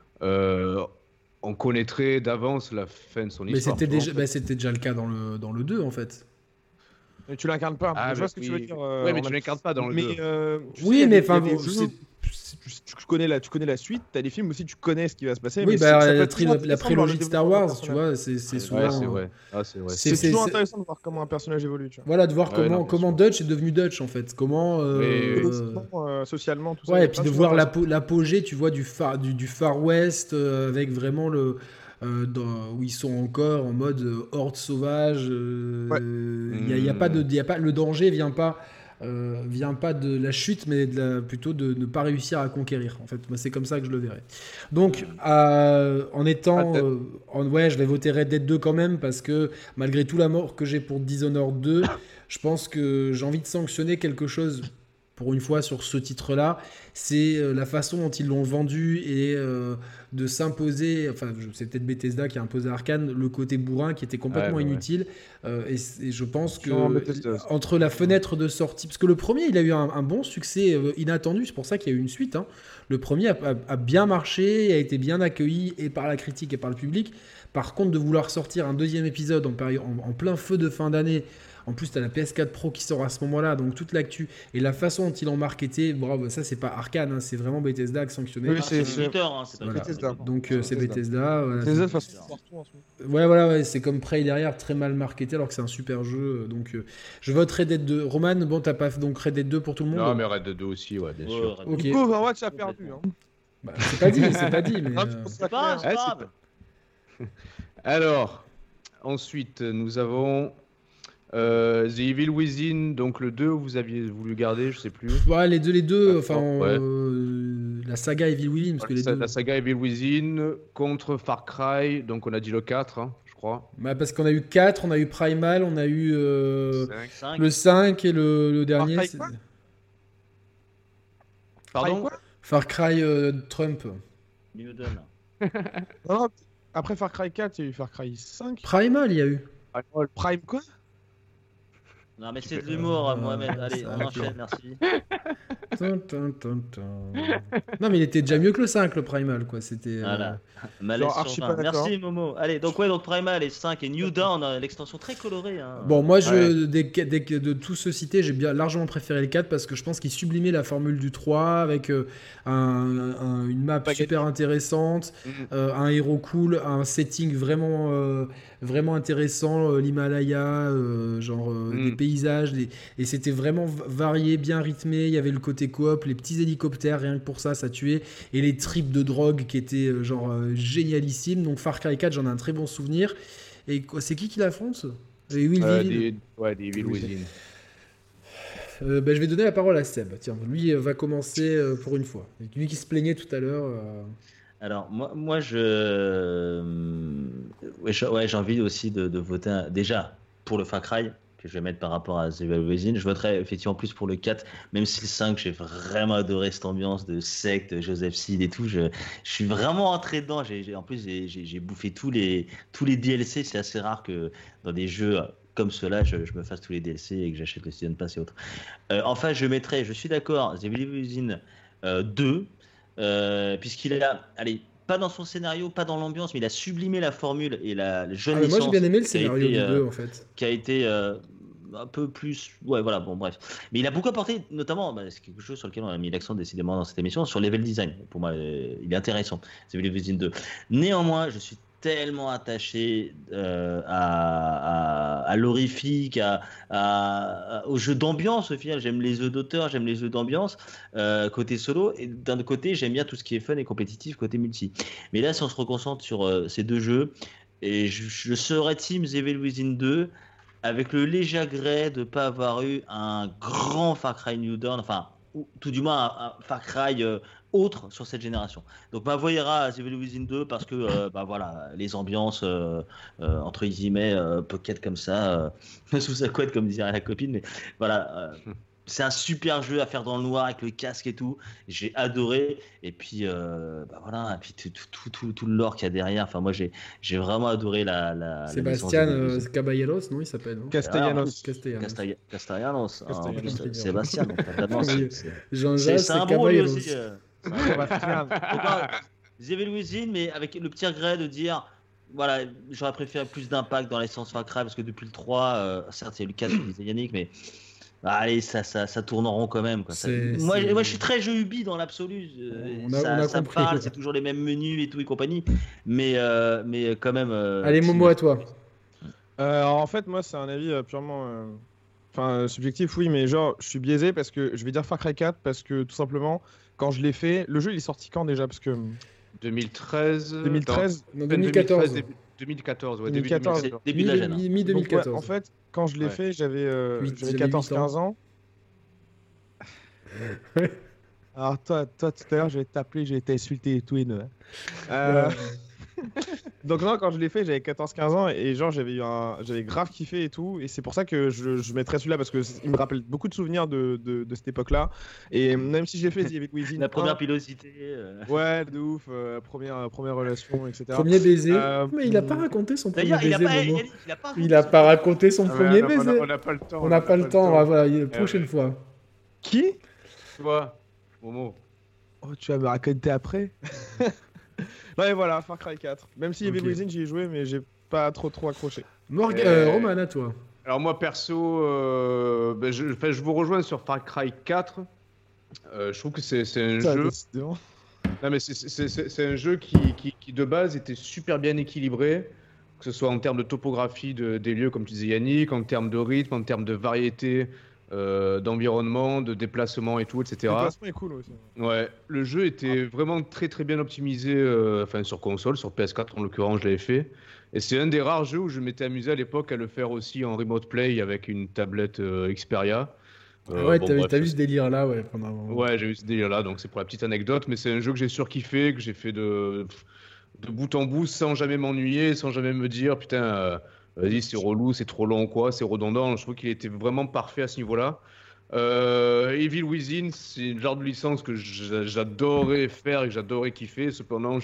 [SPEAKER 2] on connaîtrait d'avance la fin de son
[SPEAKER 1] Mais
[SPEAKER 2] histoire.
[SPEAKER 1] c'était déjà le cas dans le 2 en fait.
[SPEAKER 4] Mais tu l'incarnes pas.
[SPEAKER 2] Ah,
[SPEAKER 4] je vois ce que tu veux dire.
[SPEAKER 2] Ouais, mais tu l'incarnes pas dans le 2.
[SPEAKER 1] Oui, mais enfin,
[SPEAKER 4] tu connais la suite, t'as des films aussi, tu connais ce qui va se passer.
[SPEAKER 1] Oui,
[SPEAKER 4] mais
[SPEAKER 1] bah,
[SPEAKER 4] ça peut être
[SPEAKER 1] la prélogie de Star Wars, tu vois, c'est souvent.
[SPEAKER 2] Ouais, c'est vrai. Ah, c'est vrai.
[SPEAKER 4] C'est toujours intéressant de voir comment un personnage évolue. Tu vois.
[SPEAKER 1] Voilà, de voir comment Dutch est devenu Dutch en fait. Comment.
[SPEAKER 4] Socialement, tout ça.
[SPEAKER 1] Ouais, et puis de voir l'apogée, tu vois, du Far West avec vraiment où ils sont encore en mode horde sauvage. Y a pas le danger vient pas de la chute, mais plutôt de ne pas réussir à conquérir. En fait, moi, c'est comme ça que je le verrais. Donc, je vais voter Red Dead 2 quand même, parce que malgré tout l'amour que j'ai pour Dishonored 2, je pense que j'ai envie de sanctionner quelque chose. Pour une fois sur ce titre-là, c'est la façon dont ils l'ont vendu et de s'imposer, enfin c'est peut-être Bethesda qui a imposé à Arkane le côté bourrin qui était complètement inutile et je pense que entre la fenêtre de sortie, parce que le premier il a eu un bon succès inattendu, c'est pour ça qu'il y a eu une suite, hein. Le premier a bien marché, a été bien accueilli et par la critique et par le public. Par contre, de vouloir sortir un deuxième épisode en plein feu de fin d'année. En plus, tu as la PS4 Pro qui sort à ce moment-là, donc toute l'actu et la façon dont ils l'ont marketé, bravo, ça c'est pas Arkane, hein, c'est vraiment Bethesda qui sanctionné.
[SPEAKER 3] Oui, c'est l'éditeur, hein, c'est pas
[SPEAKER 1] voilà.
[SPEAKER 3] Bethesda.
[SPEAKER 1] Donc c'est Bethesda. Voilà,
[SPEAKER 4] Bethesda de façon
[SPEAKER 1] ouais, c'est comme Prey derrière, très mal marketé alors que c'est un super jeu. Donc je vote Red Dead 2. Roman, bon, t'as pas donc Red Dead 2 pour tout le monde.
[SPEAKER 2] Non, mais Red Dead 2 aussi, ouais, bien sûr.
[SPEAKER 1] Ok.
[SPEAKER 4] Du coup, Overwatch a perdu. Hein.
[SPEAKER 1] Bah, c'est pas dit, mais.
[SPEAKER 3] C'est pas grave.
[SPEAKER 2] Alors, ensuite, nous avons The Evil Within, donc le 2, vous aviez voulu garder, je sais plus.
[SPEAKER 1] Ouais, les deux, enfin,
[SPEAKER 2] ouais.
[SPEAKER 1] la saga Evil Within, parce que
[SPEAKER 2] La saga Evil Within contre Far Cry, donc on a dit le 4, hein, je crois.
[SPEAKER 1] Bah, parce qu'on a eu 4, on a eu Primal, on a eu
[SPEAKER 3] 5.
[SPEAKER 1] le 5 et le dernier.
[SPEAKER 4] Far Cry quoi
[SPEAKER 2] Pardon
[SPEAKER 1] Far Cry Trump.
[SPEAKER 3] New Dawn.
[SPEAKER 4] Non, après Far Cry 4, il y a eu Far Cry 5.
[SPEAKER 1] Primal, il y a eu.
[SPEAKER 4] Prime quoi?
[SPEAKER 3] Non, mais c'est de l'humour, Mohamed. Allez, on enchaîne, merci.
[SPEAKER 1] Non, mais il était déjà mieux que le 5, le Primal, quoi. C'était.
[SPEAKER 3] Voilà. Malaise sur 20. Merci, Momo. Allez, donc Primal et 5 et New Dawn, l'extension très colorée. Hein.
[SPEAKER 1] Bon, moi, de tous ceux cités, j'ai bien largement préféré le 4 parce que je pense qu'il sublimait la formule du 3 avec une map super intéressante, un héros cool, un setting vraiment intéressant, l'Himalaya, des paysages, et c'était vraiment varié, bien rythmé. Il y avait le côté coop, les petits hélicoptères, rien que pour ça tuait, et les trips de drogue qui étaient génialissimes. Donc Far Cry 4, j'en ai un très bon souvenir. Et c'est qui l'affronte? Des
[SPEAKER 2] Evil Within.
[SPEAKER 1] Je vais donner la parole à Seb. Tiens, lui va commencer pour une fois. Lui qui se plaignait tout à l'heure.
[SPEAKER 3] Alors, moi j'ai envie aussi de voter déjà pour le Far Cry, que je vais mettre par rapport à The Evil Within. Je voterai effectivement plus pour le 4, même si le 5, j'ai vraiment adoré cette ambiance de secte, Joseph Seed et tout. Je suis vraiment entré dedans. En plus, j'ai bouffé tous les DLC. C'est assez rare que dans des jeux comme ceux-là, je me fasse tous les DLC et que j'achète le Season Pass et autres. Enfin, je suis d'accord, The Evil Within 2. Puisqu'il a, allez, pas dans son scénario, pas dans l'ambiance, mais il a sublimé la formule et la jeune
[SPEAKER 1] Moi, j'ai bien aimé le
[SPEAKER 3] qui a
[SPEAKER 1] scénario
[SPEAKER 3] été,
[SPEAKER 1] du 2, en fait.
[SPEAKER 3] qui a été un peu plus. Ouais, voilà, bon, bref. Mais il a beaucoup apporté, notamment, c'est quelque chose sur lequel on a mis l'accent décidément dans cette émission, sur level design. Pour moi, il est intéressant, The Evil Within 2. Néanmoins, je suis tellement attaché à l'horrifique, au jeu d'ambiance au final. J'aime les jeux d'auteur, j'aime les jeux d'ambiance côté solo, et d'un autre côté j'aime bien tout ce qui est fun et compétitif côté multi. Mais là si on se reconcentre sur ces deux jeux, et je serais team The Evil Within 2 avec le léger regret de ne pas avoir eu un grand Far Cry New Dawn, enfin ou tout du moins un Far Cry autre sur cette génération. Donc ma voix ira à The Evil Within 2 parce que voilà, les ambiances entre guillemets pocket comme ça, sous sa couette comme dirait la copine, mais voilà, c'est un super jeu à faire dans le noir avec le casque et tout. J'ai adoré, et puis voilà, et puis tout le lore qu'il y a derrière. Enfin moi j'ai vraiment adoré la
[SPEAKER 1] Sébastien Caballeros, non, il s'appelle, non
[SPEAKER 4] Castellanos.
[SPEAKER 3] Castellanos.
[SPEAKER 1] Castellanos.
[SPEAKER 3] Sébastien, donc, totalement,
[SPEAKER 1] Jean-Jacques,
[SPEAKER 3] c'est un bro lui
[SPEAKER 1] Caballeros.
[SPEAKER 3] aussi. The Evil Within, mais avec le petit regret de dire, voilà, j'aurais préféré plus d'impact dans l'essence Far Cry, parce que depuis le 3, certes il y a eu le 4, disait Yannick, mais allez, ça tourne en rond quand même, quoi. Moi je suis très jeu Ubi dans l'absolu. Ça me parle, c'est toujours les mêmes menus et tout et compagnie, mais quand même.
[SPEAKER 1] Allez, Momo, à toi.
[SPEAKER 4] Alors, en fait, moi, c'est un avis purement subjectif, oui, mais genre, je suis biaisé parce que je vais dire Far Cry 4 parce que tout simplement, quand je l'ai fait, le jeu il est sorti quand déjà? Parce que
[SPEAKER 2] 2013.
[SPEAKER 4] 2013
[SPEAKER 1] Non, 2014.
[SPEAKER 2] 2014, ouais,
[SPEAKER 4] 2014,
[SPEAKER 3] début de la gêne.
[SPEAKER 1] Mi-2014.
[SPEAKER 4] Donc, ouais, en fait, quand je l'ai fait, j'avais
[SPEAKER 1] J'avais
[SPEAKER 4] 14-15 ans. Alors toi, tout à l'heure, je vais t'appeler, j'ai été insulté et tout et ne. Donc non, quand je l'ai fait, j'avais 14-15 ans et genre j'avais grave kiffé et tout, et c'est pour ça que je mettrais celui-là parce que il me rappelle beaucoup de souvenirs de cette époque-là, et même si je l'ai fait avec Within
[SPEAKER 3] la première pilosité.
[SPEAKER 4] Ouais, de ouf, première relation, etc.
[SPEAKER 1] Premier baiser. Mais il a pas raconté son premier
[SPEAKER 3] D'ailleurs,
[SPEAKER 1] baiser, Momo.
[SPEAKER 3] il a pas raconté son
[SPEAKER 1] Il a pas raconté son premier baiser.
[SPEAKER 2] On n'a pas le temps.
[SPEAKER 1] On n'a pas le temps, voilà, prochaine fois.
[SPEAKER 4] Qui?
[SPEAKER 2] Toi, Momo.
[SPEAKER 4] Oh, tu vas me raconter après. Non, et voilà, Far Cry 4. Même si Evil Within, j'y ai joué, mais j'ai pas trop accroché.
[SPEAKER 1] Roman, à toi.
[SPEAKER 2] Alors moi perso, je vous rejoins sur Far Cry 4. Je trouve que c'est un jeu.
[SPEAKER 4] Décidément.
[SPEAKER 2] Non mais c'est un jeu qui de base était super bien équilibré, que ce soit en termes de topographie des lieux comme tu disais Yannick, en termes de rythme, en termes de variété d'environnement, de déplacement et tout, etc.
[SPEAKER 4] Le déplacement est cool aussi.
[SPEAKER 2] Ouais, le jeu était vraiment très très bien optimisé, sur console, sur PS4 en l'occurrence, je l'avais fait. Et c'est un des rares jeux où je m'étais amusé à l'époque à le faire aussi en remote play avec une tablette Xperia.
[SPEAKER 1] T'as vu ce délire là, ouais.
[SPEAKER 2] Ouais, j'ai eu ce délire là, donc c'est pour la petite anecdote, mais c'est un jeu que j'ai surkiffé, que j'ai fait de bout en bout sans jamais m'ennuyer, sans jamais me dire putain, vas-y, c'est relou, c'est trop long, quoi, c'est redondant. Je trouve qu'il était vraiment parfait à ce niveau-là. Evil Within, c'est le genre de licence que j'adorais faire et que j'adorais kiffer. Cependant,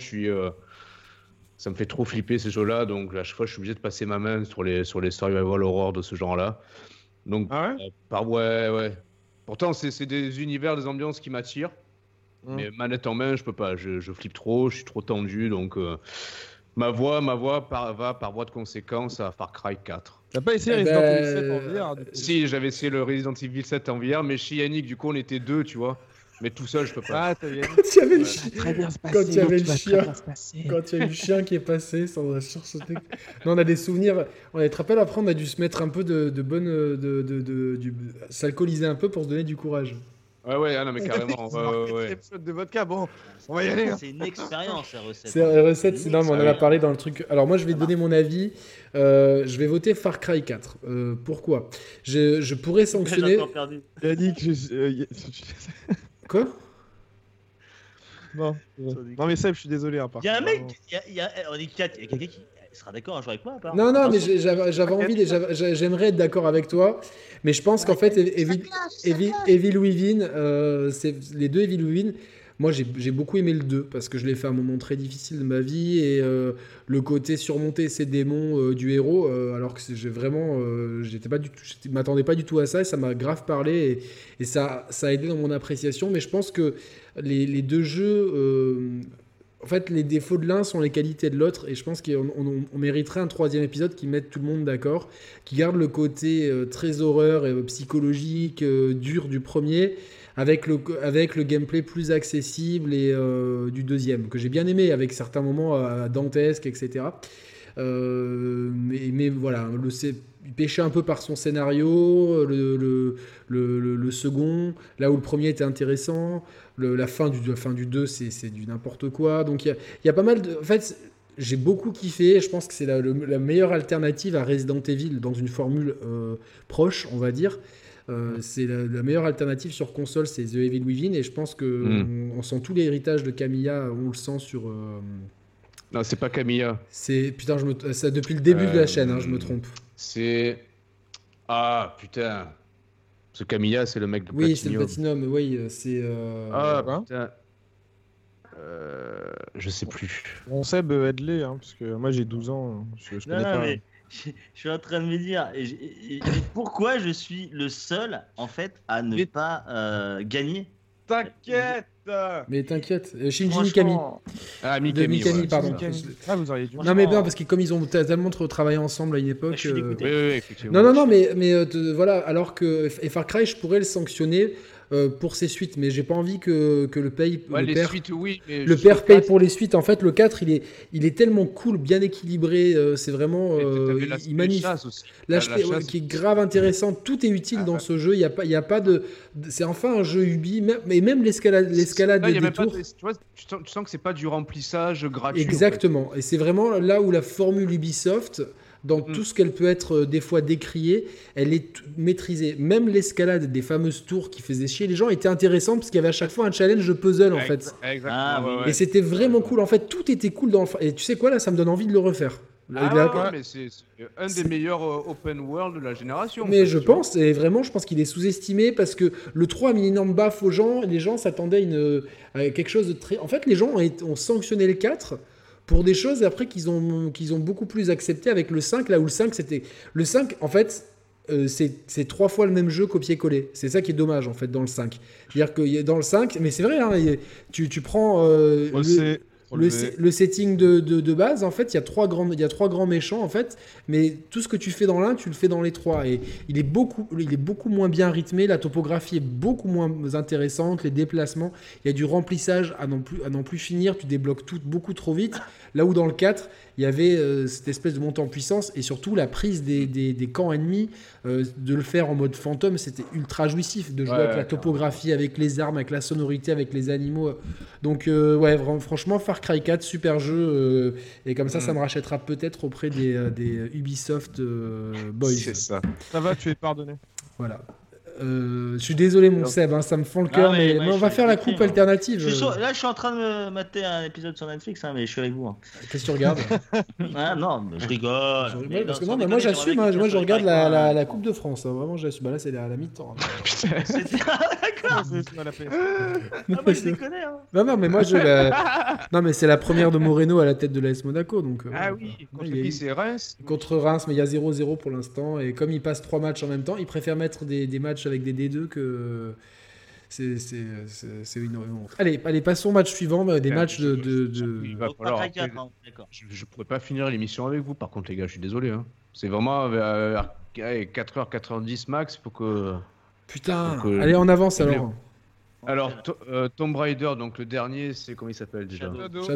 [SPEAKER 2] ça me fait trop flipper ces jeux-là, donc à chaque fois, je suis obligé de passer ma main sur les survival horror de ce genre-là. Donc, ouais. Pourtant, c'est des univers, des ambiances qui m'attirent. Mais manette en main, je peux pas. Je flippe trop, je suis trop tendu. Donc, ma voix va par voie de conséquence à Far Cry 4.
[SPEAKER 4] T'as pas essayé Resident Evil 7 en VR?
[SPEAKER 2] Si, j'avais essayé le Resident Evil 7 en VR, mais chez Yannick, du coup, on était deux, tu vois. Mais tout seul, je peux pas.
[SPEAKER 4] Ah, t'as bien.
[SPEAKER 1] Quand il y avait le chien.
[SPEAKER 4] Très bien se passer.
[SPEAKER 1] Quand il y avait le chien. Quand il y a eu le chien qui est passé, ça on a sursauté. Non, on a des souvenirs. On te rappelle, après, on a dû se mettre un peu de bonne. S'alcooliser un peu pour se donner du courage.
[SPEAKER 2] Ouais, non, mais carrément. Ouais.
[SPEAKER 4] De vodka, bon, on va y aller.
[SPEAKER 3] C'est une expérience, la recette.
[SPEAKER 1] C'est recette, non, mais on en a parlé dans le truc. Alors, moi, je vais donner mon avis. Je vais voter Far Cry 4. Pourquoi? Je pourrais sanctionner.
[SPEAKER 3] J'ai encore perdu.
[SPEAKER 4] Yannick,
[SPEAKER 1] Quoi?
[SPEAKER 4] Non, mais Seb, je suis désolé. Hein,
[SPEAKER 3] Il y a un mec, on est 4, il y a quelqu'un qui sera d'accord un jour avec moi, pas
[SPEAKER 1] Non, mais j'avais envie, j'aimerais être d'accord avec toi, mais je pense qu'en fait, Evil Within, les deux Evil Within, moi j'ai beaucoup aimé le 2 parce que je l'ai fait à un moment très difficile de ma vie et le côté surmonter ces démons du héros, alors que j'ai vraiment, je m'attendais pas du tout à ça et ça m'a grave parlé et ça a aidé dans mon appréciation, mais je pense que les deux jeux. En fait, les défauts de l'un sont les qualités de l'autre, et je pense qu'on mériterait un troisième épisode qui mette tout le monde d'accord, qui garde le côté très horreur et psychologique, dur du premier, avec le gameplay plus accessible et du deuxième, que j'ai bien aimé, avec certains moments dantesques, etc. Mais voilà, il pêchait un peu par son scénario, le second, là où le premier était intéressant. La fin du 2, c'est du n'importe quoi. Donc il y a pas mal de... En fait, j'ai beaucoup kiffé. Je pense que c'est la meilleure alternative à Resident Evil dans une formule proche, on va dire. C'est la meilleure alternative sur console, c'est The Evil Within. Et je pense qu'on sent tout l'héritage de Camilla, on le sent sur...
[SPEAKER 2] Non, c'est pas Camilla.
[SPEAKER 1] Putain, ça depuis le début de la chaîne, hein, je me trompe.
[SPEAKER 2] C'est... Ah, putain. Ce Camilla, c'est le mec de Platinum.
[SPEAKER 1] Oui, c'est le Platinum, oui, c'est...
[SPEAKER 2] putain. Je sais plus.
[SPEAKER 4] Bon, Seb, aide-les, hein, parce que moi j'ai 12 ans, je connais pas.
[SPEAKER 3] Mais je suis en train de me dire pourquoi je suis le seul, en fait, à ne pas gagner.
[SPEAKER 4] T'inquiète.
[SPEAKER 1] Mais t'inquiète, Shinji Mikami.
[SPEAKER 2] Ah, Mikami,
[SPEAKER 1] pardon.
[SPEAKER 4] Ah, vous auriez dû.
[SPEAKER 1] Non mais bien parce que comme ils ont tellement travaillé ensemble à une époque.
[SPEAKER 3] Je suis dégoûté.
[SPEAKER 2] Oui, effectivement.
[SPEAKER 1] Non, mais voilà, alors que Far Cry, je pourrais le sanctionner pour ses suites, mais j'ai pas envie que le paye.
[SPEAKER 2] Suites, oui. Mais
[SPEAKER 1] le père paye pour les suites. En fait, le 4, il est tellement cool, bien équilibré. C'est vraiment magnifique. L'HP qui est grave intéressant. Tout est utile dans ce jeu. Il y a pas de. C'est enfin un jeu Ubi, mais même l'escalade des tours.
[SPEAKER 2] Tu sens que c'est pas du remplissage gratuit.
[SPEAKER 1] Exactement. En fait. Et c'est vraiment là où la formule Ubisoft, dans tout ce qu'elle peut être des fois décriée, elle est maîtrisée. Même l'escalade des fameuses tours qui faisaient chier les gens était intéressante parce qu'il y avait à chaque fois un challenge de puzzle en fait.
[SPEAKER 2] Exactement.
[SPEAKER 1] Et c'était vraiment cool. En fait, tout était cool et tu sais quoi, là, ça me donne envie de le refaire.
[SPEAKER 2] Mais c'est un des meilleurs open world de la génération.
[SPEAKER 1] Mais je pense, et vraiment, je pense qu'il est sous-estimé parce que le 3 a mis une énorme baffe aux gens. Les gens s'attendaient à quelque chose de très. En fait, les gens ont sanctionné le 4 pour des choses après qu'ils ont beaucoup plus accepté avec le 5, là où le 5 c'était... Le 5, en fait, c'est 3 fois le même jeu copier-coller. C'est ça qui est dommage, en fait, dans le 5. C'est-à-dire que dans le 5, mais c'est vrai, hein, tu prends le setting de base, en fait, il y a trois grands méchants, en fait, mais tout ce que tu fais dans l'un, tu le fais dans les trois. Et il est beaucoup moins bien rythmé, la topographie est beaucoup moins intéressante, les déplacements, il y a du remplissage à n'en plus finir, tu débloques tout beaucoup trop vite. Là où dans le 4, il y avait cette espèce de montée en puissance et surtout la prise des camps ennemis, de le faire en mode fantôme, c'était ultra jouissif de jouer avec la topographie, avec les armes, avec la sonorité, avec les animaux. Donc franchement, Far Cry 4, super jeu, et comme ça me rachètera peut-être auprès des Ubisoft Boys.
[SPEAKER 2] C'est ça.
[SPEAKER 4] Ça va, tu es pardonné.
[SPEAKER 1] Voilà. Je suis désolé mon Seb, hein, ça me fend le cœur, mais on va faire la coupe alternative.
[SPEAKER 3] Là, je suis en train de me mater un épisode sur Netflix, hein, mais je suis avec vous. Hein.
[SPEAKER 1] Qu'est-ce que tu regardes?
[SPEAKER 3] Non, je rigole.
[SPEAKER 1] Parce que moi j'assume, moi je regarde la Coupe de France, hein, vraiment j'assume. Bah, là c'est la mi-temps. Hein.
[SPEAKER 3] D'accord. Moi je déconne. Hein.
[SPEAKER 1] Non, mais moi non, mais c'est la première de Moreno à la tête de l'AS Monaco. Donc,
[SPEAKER 2] contre qui c'est Reims?
[SPEAKER 1] Contre Reims, mais il y a 0-0 pour l'instant. Et comme il passe 3 matchs en même temps, il préfère mettre des matchs avec des D2 que c'est une honte. Allez, passons au match suivant, des matchs
[SPEAKER 2] Il va falloir je pourrais pas finir l'émission avec vous, par contre les gars, je suis désolé, hein. C'est vraiment 4h90 max pour que...
[SPEAKER 1] Putain, allez on avance alors.
[SPEAKER 2] Alors Tomb Raider, donc le dernier, c'est comment il s'appelle déjà?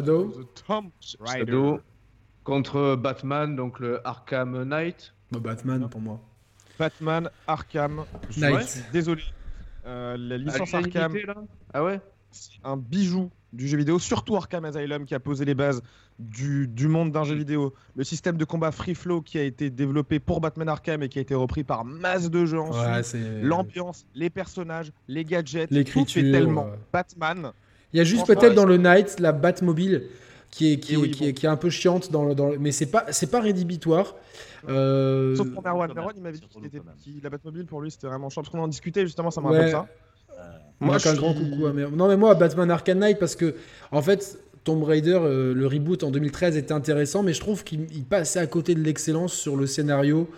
[SPEAKER 2] Shadow contre Batman, donc le Arkham Knight.
[SPEAKER 1] Batman pour moi.
[SPEAKER 4] Batman Arkham Knight. Désolé. La licence Arkham,
[SPEAKER 2] ah ouais,
[SPEAKER 4] c'est un bijou du jeu vidéo, surtout Arkham Asylum qui a posé les bases du monde d'un jeu vidéo. Le système de combat free flow qui a été développé pour Batman Arkham et qui a été repris par masse de jeux ensuite. L'ambiance, les personnages, les gadgets, tout fait tellement Batman.
[SPEAKER 1] Il y a juste
[SPEAKER 4] Franchement,
[SPEAKER 1] peut-être dans le Knight la Batmobile qui
[SPEAKER 4] oui,
[SPEAKER 1] est un peu chiante mais c'est pas rédhibitoire.
[SPEAKER 4] Sauf pour Merwan. Merwan, il m'avait dit la Batmobile pour lui c'était vraiment chiant. Parce qu'on en discutait justement, ça me rappelle ça.
[SPEAKER 1] Moi, un grand coucou à Non, mais moi, Batman Arkham Knight, parce que, en fait, Tomb Raider, le reboot en 2013 était intéressant, mais je trouve qu'il passait à côté de l'excellence sur le scénario.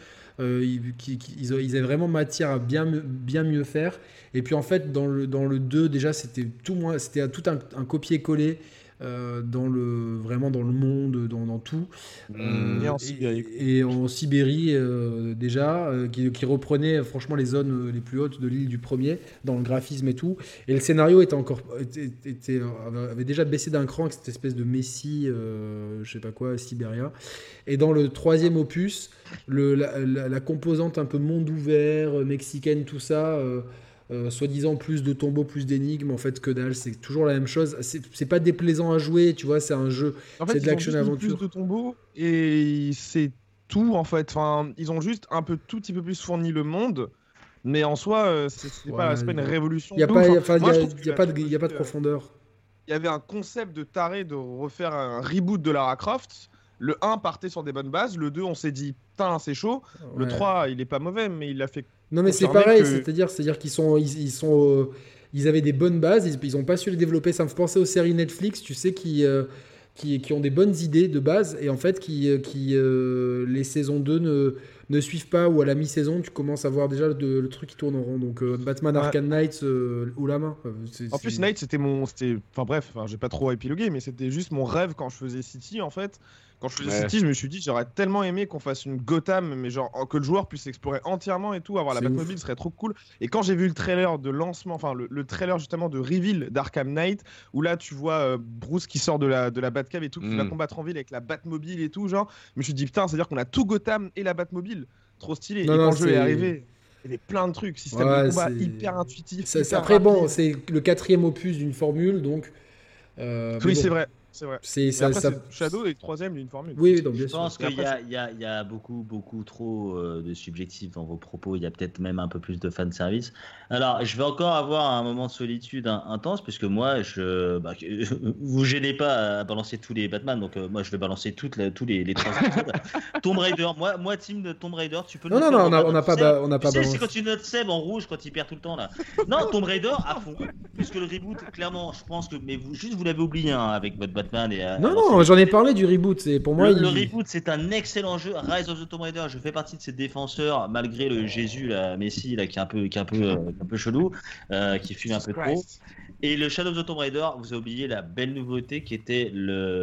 [SPEAKER 1] Ils avaient vraiment matière à bien mieux faire. Et puis, en fait, dans le 2, déjà, c'était tout un copier-coller. Vraiment dans le monde, dans tout.
[SPEAKER 4] Et en Sibérie.
[SPEAKER 1] Et en Sibérie, déjà, qui reprenait franchement les zones les plus hautes de l'île du premier, dans le graphisme et tout. Et le scénario avait déjà baissé d'un cran avec cette espèce de Messie, je sais pas quoi, Sibéria. Et dans le troisième opus, la composante un peu monde ouvert, mexicaine, tout ça. Soi-disant plus de tombeaux, plus d'énigmes, en fait que dalle, c'est toujours la même chose. C'est pas déplaisant à jouer, tu vois, c'est un jeu,
[SPEAKER 4] En fait,
[SPEAKER 1] c'est de l'action
[SPEAKER 4] plus
[SPEAKER 1] aventure.
[SPEAKER 4] de tombeaux et c'est tout en fait. Enfin, ils ont juste tout petit peu plus fourni le monde, mais en soi, c'est pas une révolution.
[SPEAKER 1] Il y a
[SPEAKER 4] de
[SPEAKER 1] pas,
[SPEAKER 4] ouf, hein.
[SPEAKER 1] enfin,
[SPEAKER 4] Moi, je
[SPEAKER 1] il
[SPEAKER 4] trouve que
[SPEAKER 1] y a pas de profondeur.
[SPEAKER 4] Il y avait un concept de taré de refaire un reboot de Lara Croft. Le 1 partait sur des bonnes bases, le 2 on s'est dit putain c'est chaud, le 3 il est pas mauvais mais il a fait.
[SPEAKER 1] Non mais c'est pareil, c'est-à-dire qu'ils avaient des bonnes bases, ils ont pas su les développer. Ça me fait penser aux séries Netflix, tu sais, qui ont des bonnes idées de base et en fait les saisons 2 ne suivent pas, ou à la mi-saison tu commences à voir déjà le truc qui tourne en rond. Donc Batman Arkham Knight ou la main.
[SPEAKER 4] En plus Knight enfin bref, j'ai pas trop épilogué mais c'était juste mon rêve quand je faisais City en fait. Quand je faisais City, je me suis dit j'aurais tellement aimé qu'on fasse une Gotham, mais genre que le joueur puisse explorer entièrement et tout, avoir la Batmobile serait trop cool. Et quand j'ai vu le trailer de lancement, enfin le trailer justement de reveal d'Arkham Knight, où là tu vois Bruce qui sort de la Batcave et tout, qui va combattre en ville avec la Batmobile et tout, genre, je me suis dit putain, c'est-à-dire qu'on a tout Gotham et la Batmobile, trop stylé. Quand le jeu est arrivé, il y avait plein de trucs, système de combat hyper intuitif.
[SPEAKER 1] Après bon, c'est le 4e opus d'une formule, donc.
[SPEAKER 4] Oui, c'est vrai. C'est vrai. Shadow est le 3e d'une formule.
[SPEAKER 1] Oui, donc bien
[SPEAKER 3] sûr. Je pense qu'il y a beaucoup trop de subjectif dans vos propos. Il y a peut-être même un peu plus de fan service. Alors, je vais encore avoir un moment de solitude intense, puisque moi, vous gênez pas à balancer tous les Batman, donc moi, je vais balancer tous les 3 épisodes. Tomb Raider, moi, team de Tomb Raider, tu peux.
[SPEAKER 1] Non, on n'a pas balancé.
[SPEAKER 3] C'est quand tu notes Seb en rouge quand il perd tout le temps là. Non, Tomb Raider à fond, puisque le reboot, clairement, je pense que, mais vous l'avez oublié avec votre Batman et.
[SPEAKER 1] Non, j'en ai parlé du reboot. C'est pour moi.
[SPEAKER 3] Le reboot, c'est un excellent jeu. Rise of the Tomb Raider, je fais partie de ces défenseurs, malgré le Jésus, la Messi, là, qui est un peu chelou, qui fume un peu trop. Et le Shadow of the Tomb Raider, vous avez oublié la belle nouveauté qui était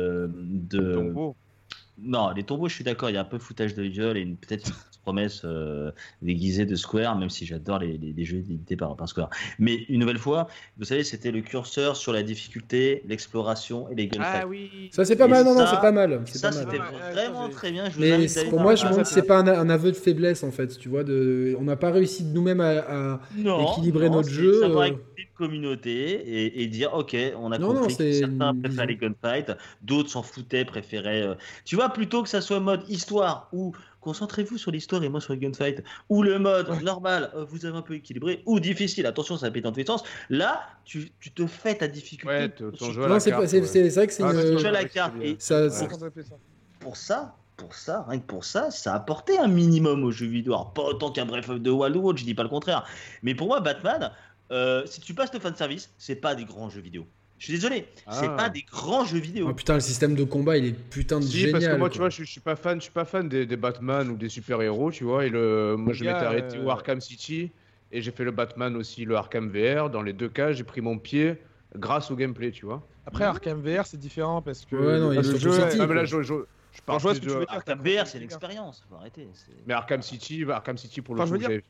[SPEAKER 4] tombeaux.
[SPEAKER 3] Non, les tombeaux, je suis d'accord, il y a un peu foutage de gueule et peut-être une promesse déguisée de Square, même si j'adore les jeux édités par Square. Mais une nouvelle fois, vous savez, c'était le curseur sur la difficulté, l'exploration et les gunfights.
[SPEAKER 4] Ah oui.
[SPEAKER 1] Ça c'est pas mal, non, c'est pas mal.
[SPEAKER 3] Ça c'était vraiment très bien.
[SPEAKER 1] Mais pour moi, je me demande si c'est pas un aveu de faiblesse en fait, tu vois. On n'a pas réussi nous-mêmes à équilibrer notre jeu.
[SPEAKER 3] Ça pourrait une communauté et dire ok, on a compris que certains préfèrent les gunfights, d'autres s'en foutaient, préféraient. Tu vois, plutôt que ça soit mode histoire ou concentrez-vous sur l'histoire et moi sur les gunfights, ou le mode normal, vous avez un peu équilibré, ou difficile, attention, ça pète dans tous les sens. Là, tu te fais ta difficulté.
[SPEAKER 2] Ouais, ton jeu à la carte.
[SPEAKER 1] C'est vrai que c'est
[SPEAKER 3] une jeu à la carte. Et
[SPEAKER 4] pour ça,
[SPEAKER 3] rien que pour ça, ça a apporté un minimum au jeu vidéo. Alors, pas autant qu'un Breath of the Wild ou autre, je dis pas le contraire. Mais pour moi, Batman, si tu passes le fan service, c'est pas des grands jeux vidéo. Je suis désolé, c'est pas des grands jeux vidéo.
[SPEAKER 1] Oh putain, le système de combat, il est putain de génial.
[SPEAKER 2] Parce que moi, tu vois, je suis pas fan des Batman ou des super-héros, tu vois. Moi, je m'étais arrêté au Arkham City et j'ai fait le Batman aussi, le Arkham VR. Dans les deux cas, j'ai pris mon pied grâce au gameplay, tu vois.
[SPEAKER 4] Après, Arkham VR, c'est différent parce que
[SPEAKER 1] le
[SPEAKER 4] jeu.
[SPEAKER 2] Mais là, je parle
[SPEAKER 4] ce que tu veux dire.
[SPEAKER 3] Arkham VR, c'est l'expérience. Faut arrêter.
[SPEAKER 2] Mais Arkham City, pour le coup,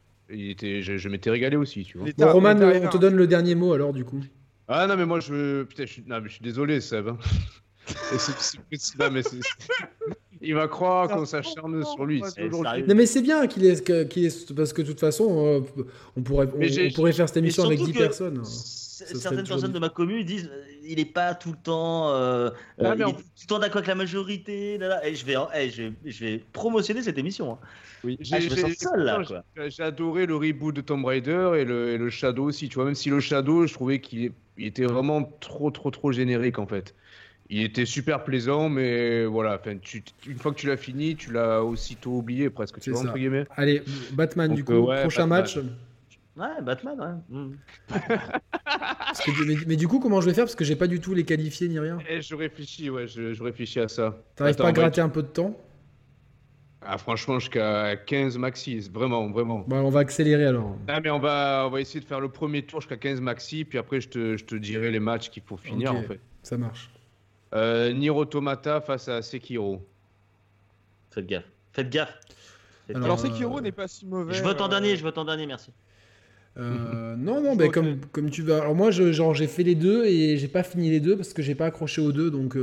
[SPEAKER 2] je m'étais régalé aussi, tu vois.
[SPEAKER 1] Bon, Roman, on te donne le dernier mot alors, du coup.
[SPEAKER 2] Ah non, mais moi, je suis désolé, Seb. Il va croire qu'on s'acharne sur lui. C'est
[SPEAKER 3] Eh,
[SPEAKER 2] toujours le
[SPEAKER 3] sérieux.
[SPEAKER 1] Non mais c'est bien qu'il est parce que de toute façon on pourrait faire cette
[SPEAKER 3] Et
[SPEAKER 1] émission avec
[SPEAKER 3] surtout
[SPEAKER 1] 10
[SPEAKER 3] que
[SPEAKER 1] personnes. serait
[SPEAKER 3] certaines
[SPEAKER 1] toujours
[SPEAKER 3] personnes de ma commune disent il est pas tout le temps il est tout le temps d'accord avec la majorité et je vais promotionner cette émission hein.
[SPEAKER 4] Oui.
[SPEAKER 3] Je me sens seul là quoi.
[SPEAKER 2] J'ai adoré le reboot de Tomb Raider et le Shadow aussi, tu vois, même si le Shadow, je trouvais qu'il était vraiment trop générique en fait. Il était super plaisant, mais voilà, une fois que tu l'as fini, tu l'as aussitôt oublié presque, tu vois, entre guillemets.
[SPEAKER 1] Allez, Batman,
[SPEAKER 2] Donc,
[SPEAKER 1] du coup,
[SPEAKER 2] ouais,
[SPEAKER 1] prochain
[SPEAKER 2] Batman.
[SPEAKER 1] match.
[SPEAKER 3] Ouais, Batman, ouais.
[SPEAKER 1] Parce que, mais du coup, comment je vais faire? Parce que j'ai pas du tout les qualifiés ni rien.
[SPEAKER 2] Et je réfléchis, ouais, je réfléchis à ça.
[SPEAKER 1] T'arrives
[SPEAKER 2] Attends,
[SPEAKER 1] pas à
[SPEAKER 2] on va
[SPEAKER 1] gratter
[SPEAKER 2] être-
[SPEAKER 1] un peu de temps?
[SPEAKER 2] Ah, franchement, jusqu'à 15 maxi, vraiment.
[SPEAKER 1] Bon, on va accélérer alors.
[SPEAKER 2] Ah, mais on va essayer de faire le premier tour jusqu'à 15 maxi, puis après, je te dirai les matchs qu'il faut finir,
[SPEAKER 1] Ok,
[SPEAKER 2] en fait.
[SPEAKER 1] ça marche.
[SPEAKER 2] Nier Automata face à Sekiro.
[SPEAKER 3] Faites gaffe.
[SPEAKER 4] Alors Sekiro n'est pas si mauvais.
[SPEAKER 3] Je vote en dernier, merci.
[SPEAKER 1] Non, mais comme tu vas. Alors moi, j'ai fait les deux et j'ai pas fini les deux parce que j'ai pas accroché aux deux, donc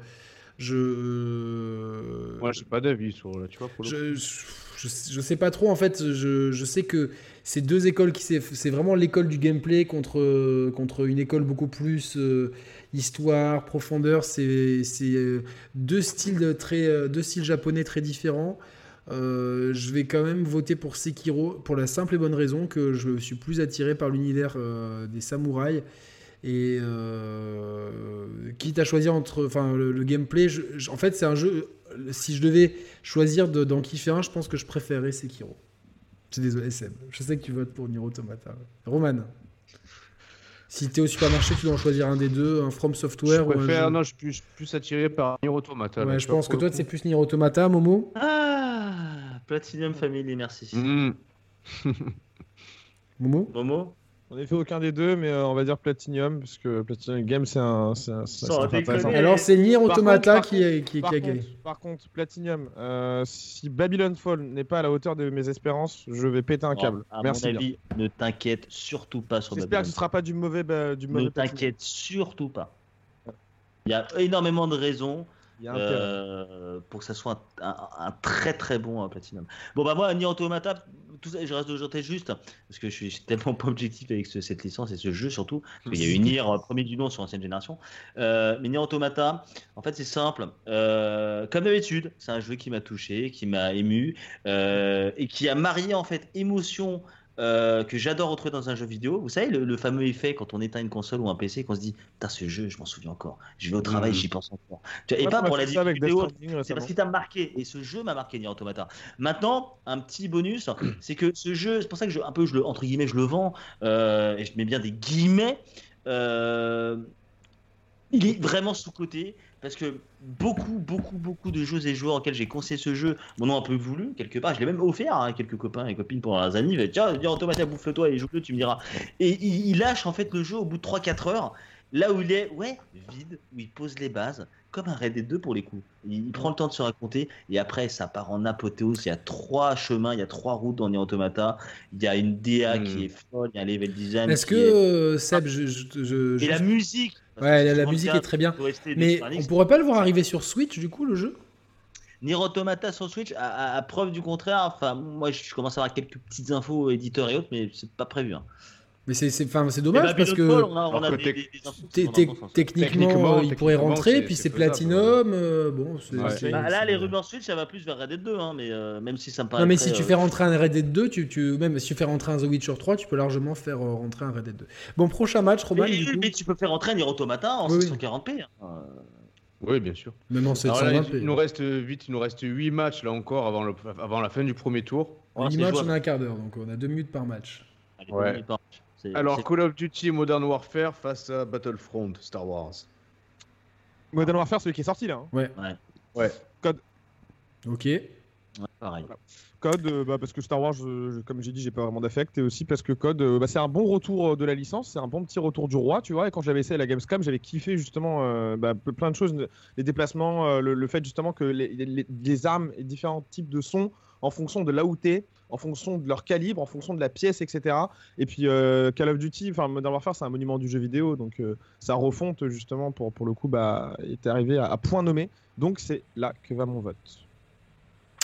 [SPEAKER 2] Moi, j'ai pas d'avis sur, tu vois, pour le coup.
[SPEAKER 1] je sais pas trop en fait. Je sais que c'est deux écoles c'est vraiment l'école du gameplay contre une école beaucoup plus histoire, profondeur. C'est deux styles japonais très différents. Je vais quand même voter pour Sekiro pour la simple et bonne raison que je suis plus attiré par l'univers des samouraïs et quitte à choisir entre le gameplay en fait c'est un jeu, si je devais choisir d'en kiffer un, je pense que je préférerais Sekiro. Je suis désolé Seb, je sais que tu votes pour Nier Automata. Roman, si t'es au supermarché tu dois en choisir un des deux, un From Software
[SPEAKER 2] Non, je suis plus attiré par Nier Automata.
[SPEAKER 1] ouais,
[SPEAKER 2] là,
[SPEAKER 1] je
[SPEAKER 2] tu vois,
[SPEAKER 1] pense que
[SPEAKER 2] pour
[SPEAKER 1] toi
[SPEAKER 2] le
[SPEAKER 1] c'est
[SPEAKER 2] coup.
[SPEAKER 1] plus Nier Automata. Momo?
[SPEAKER 3] Platinum Family, merci.
[SPEAKER 1] Momo?
[SPEAKER 3] Momo?
[SPEAKER 4] On n'a fait aucun des deux, mais on va dire Platinum, parce que Platinum Game, c'est
[SPEAKER 3] Sans
[SPEAKER 4] intéressant.
[SPEAKER 3] déconner.
[SPEAKER 1] Alors c'est Nier Automata
[SPEAKER 4] Par
[SPEAKER 1] qui a gagné.
[SPEAKER 4] Par contre, Platinum, si Babylon Fall n'est pas à la hauteur de mes espérances, je vais péter un câble.
[SPEAKER 3] À
[SPEAKER 4] Merci
[SPEAKER 3] mon
[SPEAKER 4] bien.
[SPEAKER 3] avis, ne t'inquiète surtout pas sur
[SPEAKER 4] J'espère que
[SPEAKER 3] Babylon.
[SPEAKER 4] ce sera pas du mauvais
[SPEAKER 3] Ne
[SPEAKER 4] Platinum.
[SPEAKER 3] t'inquiète surtout pas. Il y a énormément de raisons
[SPEAKER 4] Il y a intérêt.
[SPEAKER 3] pour que ça soit un très très bon Platinum. Bon bah moi, Nier Automata, tout ça, je reste de jeter juste parce que je suis tellement pas objectif avec cette licence et ce jeu surtout. Parce qu'il y a eu Nier premier du nom sur ancienne génération. Mais Nier Automata, en fait c'est simple. Comme d'habitude, c'est un jeu qui m'a touché, qui m'a ému et qui a marié en fait émotion. Que j'adore retrouver dans un jeu vidéo. Vous savez, le fameux effet quand on éteint une console ou un PC, qu'on se dit putain, ce jeu, je m'en souviens encore. Je vais au travail, j'y pense encore. Tu vois, et
[SPEAKER 4] Ouais,
[SPEAKER 3] pas
[SPEAKER 4] on m'a
[SPEAKER 3] pour la
[SPEAKER 4] fait ça avec Death
[SPEAKER 3] vidéo,
[SPEAKER 4] Stranding
[SPEAKER 3] c'est
[SPEAKER 4] récemment.
[SPEAKER 3] parce qu'il t'a marqué. Et ce jeu m'a marqué, Nier Automata. Maintenant, un petit bonus, c'est que ce jeu, c'est pour ça que entre guillemets, je le vends, et je mets bien des guillemets. Il est vraiment sous-coté parce que beaucoup de jeux et joueurs auxquels j'ai conseillé ce jeu m'en ont un peu voulu quelque part. Je l'ai même offert à quelques copains et copines pendant les années. Tiens, viens Automata, bouffe-le-toi et joue-le, tu me diras. Et il lâche en fait le jeu au bout de 3-4 heures, là où il est vide, où il pose les bases, comme un Red Dead 2 pour les coups. Il prend le temps de se raconter et après ça part en apothéose. Il y a 3 chemins, il y a 3 routes dans Nier Automata. Il y a une DA qui est folle, il y a un level design.
[SPEAKER 1] Est-ce que Seb,
[SPEAKER 3] et la musique.
[SPEAKER 1] Ouais, la musique est très bien. Mais on pourrait pas le voir arriver sur Switch du coup le jeu?
[SPEAKER 3] Nier Automata sur Switch, à preuve du contraire. Enfin, moi je commence à avoir quelques petites infos éditeurs et autres, mais c'est pas prévu.
[SPEAKER 1] Mais c'est dommage parce que
[SPEAKER 3] on a des infos
[SPEAKER 1] techniquement il pourrait rentrer, puis c'est
[SPEAKER 2] faisable,
[SPEAKER 1] Platinum. Bon,
[SPEAKER 3] là, les rumeurs Switch, ça va plus vers Red Dead 2, mais même si ça me paraît.
[SPEAKER 1] Non, mais si tu fais rentrer un Red Dead 2, même si tu fais rentrer un The Witcher 3, tu peux largement faire rentrer un Red Dead 2. Bon, prochain match, Roman.
[SPEAKER 3] Mais tu peux faire rentrer un Nier Automata en 740p.
[SPEAKER 2] Oui, bien sûr.
[SPEAKER 1] Même en 720p.
[SPEAKER 2] Il nous reste 8 matchs là encore avant la fin du premier tour.
[SPEAKER 1] 8 matchs, on a un quart d'heure, donc on a 2 minutes par match.
[SPEAKER 3] Allez,
[SPEAKER 2] Ouais. Alors, Call of Duty Modern Warfare face à Battlefront Star Wars.
[SPEAKER 4] Modern Warfare, celui qui est sorti là. Hein.
[SPEAKER 2] Ouais.
[SPEAKER 4] Code.
[SPEAKER 1] Ok.
[SPEAKER 3] Ouais, pareil.
[SPEAKER 4] Code, parce que Star Wars, comme j'ai dit, j'ai pas vraiment d'affect. Et aussi parce que Code, c'est un bon retour de la licence, c'est un bon petit retour du roi, tu vois. Et quand j'avais essayé à la Gamescom, j'avais kiffé justement plein de choses, les déplacements, le fait justement que les armes et différents types de sons en fonction de là où t'es, en fonction de leur calibre, en fonction de la pièce, etc. Et puis Call of Duty, enfin Modern Warfare, c'est un monument du jeu vidéo, donc sa refonte justement pour le coup est arrivé à point nommé. Donc c'est là que va mon vote.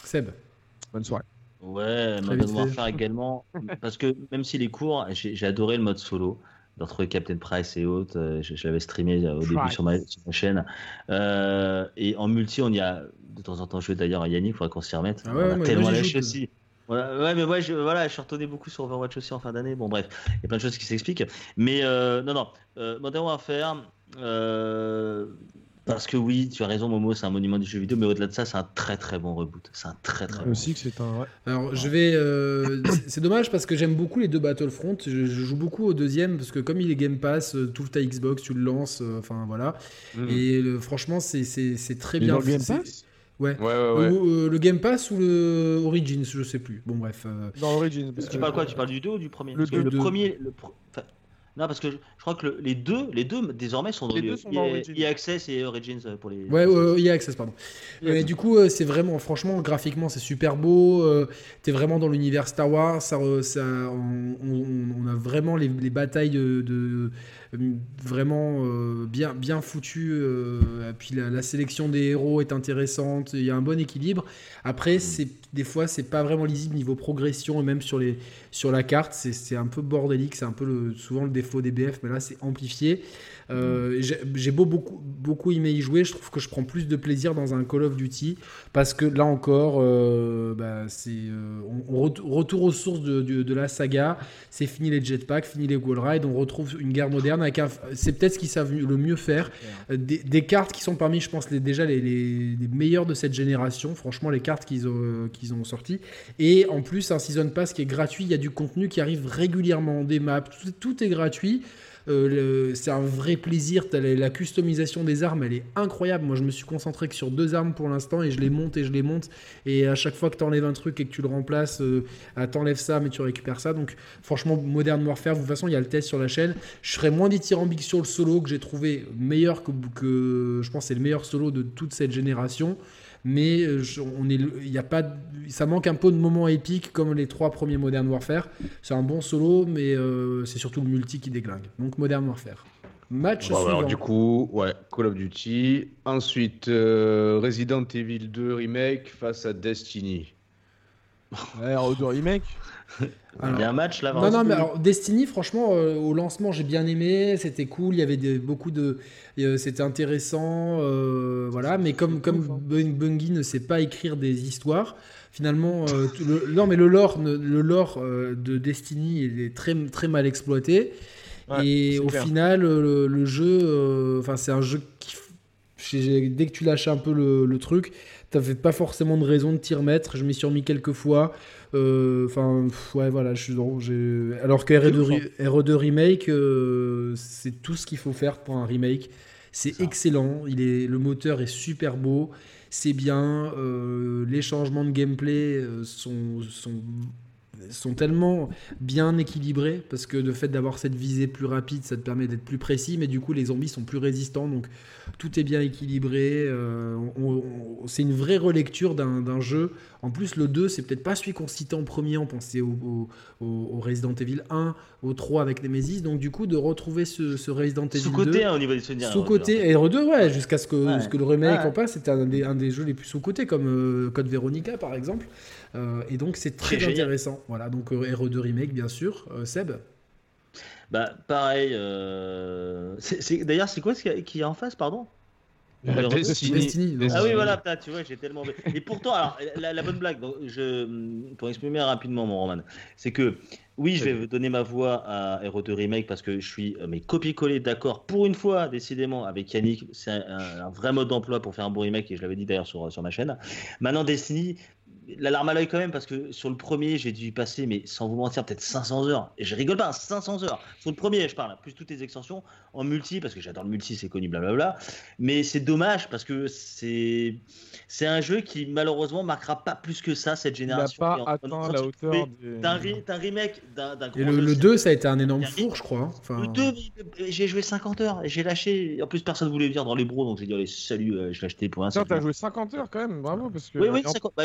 [SPEAKER 1] Seb.
[SPEAKER 4] Bonne soirée.
[SPEAKER 3] Ouais,
[SPEAKER 1] Très
[SPEAKER 3] Modern
[SPEAKER 1] vite
[SPEAKER 3] Warfare également, parce que même s'il est court, j'ai adoré le mode solo, de retrouver Captain Price et autres, je l'avais streamé au début sur ma chaîne, et en multi, on y a de temps en temps joué d'ailleurs à Yannick, il faudrait qu'on s'y remette,
[SPEAKER 1] Ah ouais,
[SPEAKER 3] on a
[SPEAKER 1] moi,
[SPEAKER 3] tellement
[SPEAKER 1] j'y
[SPEAKER 3] lâché
[SPEAKER 1] joue.
[SPEAKER 3] aussi. Ouais, mais moi, je suis retourné beaucoup sur Overwatch aussi en fin d'année, bon bref, il y a plein de choses qui s'expliquent, mais non, Modern Warfare, parce que oui, tu as raison Momo, c'est un monument du jeu vidéo, mais au-delà de ça, c'est un très très bon reboot, c'est un très très bon.
[SPEAKER 4] Aussi que c'est un. Ouais.
[SPEAKER 1] Alors, c'est dommage parce que j'aime beaucoup les deux Battlefront. Je joue beaucoup au deuxième parce que comme il est Game Pass, tu ouvres ta Xbox, tu le lances, enfin voilà. Et franchement, c'est très
[SPEAKER 4] Il est
[SPEAKER 1] bien.
[SPEAKER 4] dans le Game
[SPEAKER 1] C'est-
[SPEAKER 4] Pass
[SPEAKER 1] Ouais.
[SPEAKER 2] Ouais.
[SPEAKER 1] Ou, le Game Pass ou le Origins, je sais plus. Bon bref.
[SPEAKER 4] Dans Origins. parce
[SPEAKER 3] Tu
[SPEAKER 4] que-
[SPEAKER 3] parles quoi? Tu parles du 2 ou du premier?
[SPEAKER 4] Le
[SPEAKER 3] Parce que
[SPEAKER 1] deux.
[SPEAKER 3] le premier. Enfin, non, parce que je crois que les deux désormais sont dans
[SPEAKER 4] Les deux sont dans Origins.
[SPEAKER 3] EA Access et Origins pour les.
[SPEAKER 1] Ouais, EA Access, pardon. Et du coup, c'est vraiment, franchement, graphiquement, c'est super beau. T'es vraiment dans l'univers Star Wars. On a vraiment les batailles vraiment bien foutues. Et puis la sélection des héros est intéressante. Il y a un bon équilibre. Après, des fois, c'est pas vraiment lisible niveau progression et même sur la carte. C'est un peu bordélique. C'est un peu souvent le défaut des BF, mais là, c'est amplifié. J'ai beaucoup aimé y jouer. Je trouve que je prends plus de plaisir dans un Call of Duty parce que là encore, retour aux sources de la saga. C'est fini les jetpacks, fini les wall rides. On retrouve une guerre moderne avec c'est peut-être ce qu'ils savent le mieux faire. Des cartes qui sont parmi, je pense, déjà les meilleures de cette génération. Franchement, les cartes qu'ils ont sorties. Et en plus, un Season Pass qui est gratuit. Il y a du contenu qui arrive régulièrement, des maps. Tout est gratuit. C'est un vrai plaisir. La customisation des armes, elle est incroyable. Moi, je me suis concentré que sur 2 armes pour l'instant et je les monte. Et à chaque fois que tu enlèves un truc et que tu le remplaces, t'enlèves ça, mais tu récupères ça. Donc, franchement, Modern Warfare, de toute façon, il y a le test sur la chaîne. Je serais moins dithyrambique sur le solo que j'ai trouvé meilleur que je pense que c'est le meilleur solo de toute cette génération. Mais ça manque un peu de moments épiques comme les 3 premiers Modern Warfare. C'est un bon solo, mais c'est surtout le multi qui déglingue. Donc Modern Warfare. Match suivant.
[SPEAKER 2] Alors du coup, Call of Duty. Ensuite, Resident Evil 2 Remake face à Destiny.
[SPEAKER 4] Ouais, Road Remake.
[SPEAKER 3] Il y a un match là.
[SPEAKER 1] Non, mais alors Destiny, franchement, au lancement, j'ai bien aimé. C'était cool. Il y avait c'était intéressant. Voilà. Mais comme Bungie ne sait pas écrire des histoires, finalement, le lore de Destiny est très, très mal exploité.
[SPEAKER 4] Ouais,
[SPEAKER 1] et
[SPEAKER 4] c'est
[SPEAKER 1] au
[SPEAKER 4] clair.
[SPEAKER 1] final, le jeu, c'est un jeu dès que tu lâches un peu le truc, t'avais pas forcément de raison de t'y remettre. Je m'y suis remis quelques fois. Voilà, alors que RE2 Remake, c'est tout ce qu'il faut faire pour un remake. C'est excellent. Le moteur est super beau. C'est bien. Les changements de gameplay sont tellement bien équilibrés parce que le fait d'avoir cette visée plus rapide, ça te permet d'être plus précis, mais du coup les zombies sont plus résistants, donc tout est bien équilibré. C'est une vraie relecture d'un jeu. En plus, le 2, c'est peut-être pas celui qu'on citait en premier. On pensait au Resident Evil 1, au 3 avec Nemesis. Donc, du coup, de retrouver ce Resident Evil 2.
[SPEAKER 3] Sous-côté au niveau des souvenirs.
[SPEAKER 1] Sous-côté. Et RE2, ouais, jusqu'à ce que le remake en passe. C'était un des jeux les plus sous-côtés, comme Code Veronica, par exemple. Et donc, c'est très intéressant. Voilà, donc RE2 Remake, bien sûr. Seb?
[SPEAKER 3] Bah, pareil. D'ailleurs, c'est quoi qui est en face, pardon?
[SPEAKER 1] Destiny.
[SPEAKER 3] Ah oui, voilà, tu vois, j'ai tellement. Et pourtant, alors, la bonne blague, donc, pour exprimer rapidement mon Roman, c'est que oui, je vais donner ma voix à RE2 Remake parce que je suis copier-coller d'accord pour une fois, décidément, avec Yannick. C'est un vrai mode d'emploi pour faire un bon remake et je l'avais dit d'ailleurs sur ma chaîne. Maintenant, Destiny. La larme à l'œil quand même parce que sur le premier j'ai dû y passer, mais sans vous mentir, peut-être 500 heures, et je rigole pas, 500 heures sur le premier, je parle, plus toutes les extensions en multi, parce que j'adore le multi, c'est connu, blablabla, mais c'est dommage parce que c'est un jeu qui malheureusement marquera pas plus que ça cette génération.
[SPEAKER 4] Il n'a pas atteint la hauteur
[SPEAKER 3] d'un remake d'un gros
[SPEAKER 1] et
[SPEAKER 3] jeu.
[SPEAKER 1] le 2, ça a été un énorme four, je crois.
[SPEAKER 3] Le 2, j'ai joué 50 heures et j'ai lâché, en plus personne voulait venir dans les bros, donc j'ai dit allez salut, je l'ai acheté pour un seul.
[SPEAKER 4] T'as joué 50 heures quand même, bravo, parce que
[SPEAKER 3] oui, 50. J'ai au moins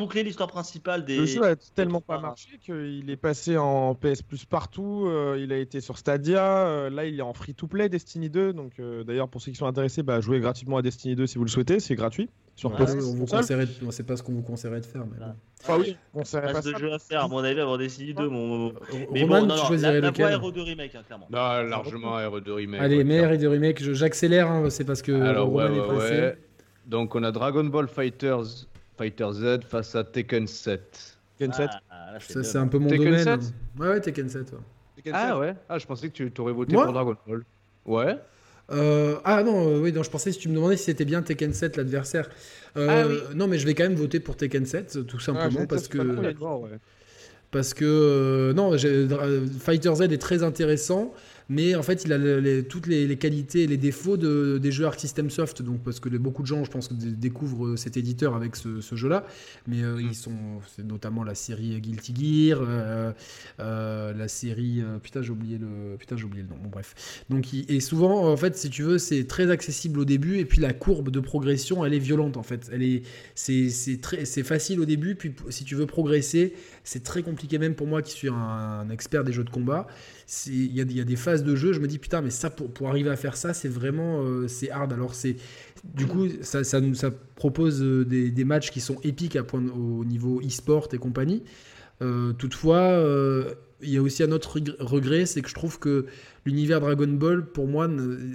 [SPEAKER 3] reboucler l'histoire principale des.
[SPEAKER 4] Le jeu a tellement
[SPEAKER 3] trois-
[SPEAKER 4] pas marché qu'il est passé en PS Plus partout. Il a été sur Stadia. Là, il est en free-to-play Destiny 2. Donc, d'ailleurs, pour ceux qui sont intéressés, jouez gratuitement à Destiny 2 si vous le souhaitez. C'est gratuit sur
[SPEAKER 3] Ouais,
[SPEAKER 4] PS.
[SPEAKER 1] on vous
[SPEAKER 4] console.
[SPEAKER 1] conseillerait, c'est pas ce qu'on vous conseillerait de faire. Mais
[SPEAKER 3] Voilà.
[SPEAKER 1] bon.
[SPEAKER 4] Enfin, oui, on savait pas
[SPEAKER 3] Reste de
[SPEAKER 4] ça.
[SPEAKER 3] jeux à faire, à mon avis, avant Destiny 2. Mais
[SPEAKER 1] Roman,
[SPEAKER 3] bon, non,
[SPEAKER 1] tu
[SPEAKER 3] non,
[SPEAKER 1] choisirais
[SPEAKER 3] la voie
[SPEAKER 1] lequel
[SPEAKER 3] RE2 Remake, hein, clairement.
[SPEAKER 2] Non, largement RE2 Remake.
[SPEAKER 1] Allez,
[SPEAKER 2] ouais,
[SPEAKER 1] meilleur et de remake, j'accélère, hein, c'est parce que
[SPEAKER 2] Alors,
[SPEAKER 1] Roman
[SPEAKER 2] ouais,
[SPEAKER 1] est
[SPEAKER 2] ouais,
[SPEAKER 1] pressé.
[SPEAKER 2] ouais. Donc, on a Dragon Ball Fighter Z face à Tekken 7.
[SPEAKER 4] Tekken 7.
[SPEAKER 3] Là,
[SPEAKER 1] Ça,
[SPEAKER 3] le-
[SPEAKER 1] c'est un peu mon
[SPEAKER 2] Tekken
[SPEAKER 1] domaine.
[SPEAKER 2] 7?
[SPEAKER 1] Ouais, Tekken 7. Ouais.
[SPEAKER 4] Tekken
[SPEAKER 2] Ah
[SPEAKER 4] 7.
[SPEAKER 2] ouais. Ah, je pensais que tu aurais voté
[SPEAKER 1] Moi
[SPEAKER 2] pour Dragon Ball. Ouais.
[SPEAKER 1] Oui, non, je pensais si tu me demandais si c'était bien Tekken 7 l'adversaire.
[SPEAKER 2] Ah oui.
[SPEAKER 1] Non, mais je vais quand même voter pour Tekken 7, tout simplement parce que.
[SPEAKER 4] D'accord, ouais.
[SPEAKER 1] Parce que Fighter Z est très intéressant, mais en fait il a toutes les qualités et les défauts des jeux Arc System Soft, donc parce que beaucoup de gens je pense que découvrent cet éditeur avec ce jeu-là, mais c'est notamment la série Guilty Gear, la série j'ai oublié le nom. Bon bref, donc et souvent en fait si tu veux c'est très accessible au début et puis la courbe de progression elle est violente en fait, c'est facile au début puis si tu veux progresser c'est très compliqué même pour moi qui suis un expert des jeux de combat. Il y a des phases de jeu, je me dis putain mais ça pour arriver à faire ça c'est vraiment c'est hard. Alors du coup ça propose des matchs qui sont épiques au niveau e-sport et compagnie. Toutefois il y a aussi un autre regret, c'est que je trouve que l'univers Dragon Ball pour moi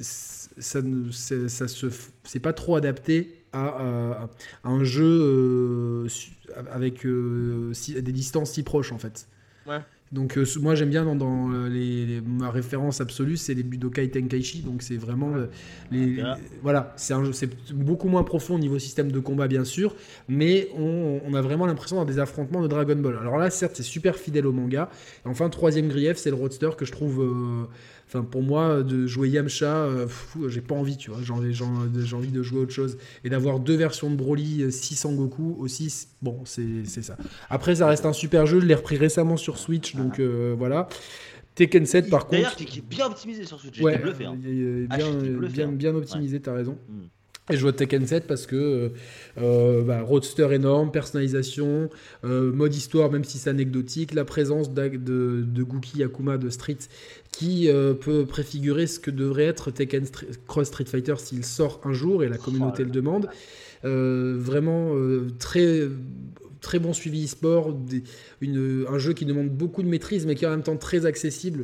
[SPEAKER 1] c'est pas trop adapté à un jeu avec des distances si proches en fait.
[SPEAKER 4] Ouais.
[SPEAKER 1] Donc moi j'aime bien dans ma référence absolue c'est les Budokai Tenkaichi, donc c'est vraiment voilà, c'est beaucoup moins profond au niveau système de combat bien sûr, mais on a vraiment l'impression d'avoir des affrontements de Dragon Ball. Alors là certes c'est super fidèle au manga. Et enfin troisième grief c'est le roadster que je trouve pour moi de jouer Yamcha j'ai pas envie, tu vois, j'ai envie de jouer autre chose et d'avoir deux versions de Broly 6 Sangoku aussi, bon c'est ça. Après ça reste un super jeu, je l'ai repris récemment sur Switch donc voilà. Tekken 7 par contre
[SPEAKER 3] D'ailleurs qui est bien optimisé sur Switch, j'étais bluffé. Hein. J'étais bluffé,
[SPEAKER 1] bien optimisé, t'as raison.
[SPEAKER 3] Mm.
[SPEAKER 1] Et je joue à Tekken 7 parce que roadster énorme, personnalisation, mode histoire même si c'est anecdotique, la présence de Gookie Akuma de Street qui peut préfigurer ce que devrait être Tekken Cross Street Fighter s'il sort un jour et la communauté le demande. Vraiment très très bon suivi e-sport, un jeu qui demande beaucoup de maîtrise mais qui est en même temps très accessible.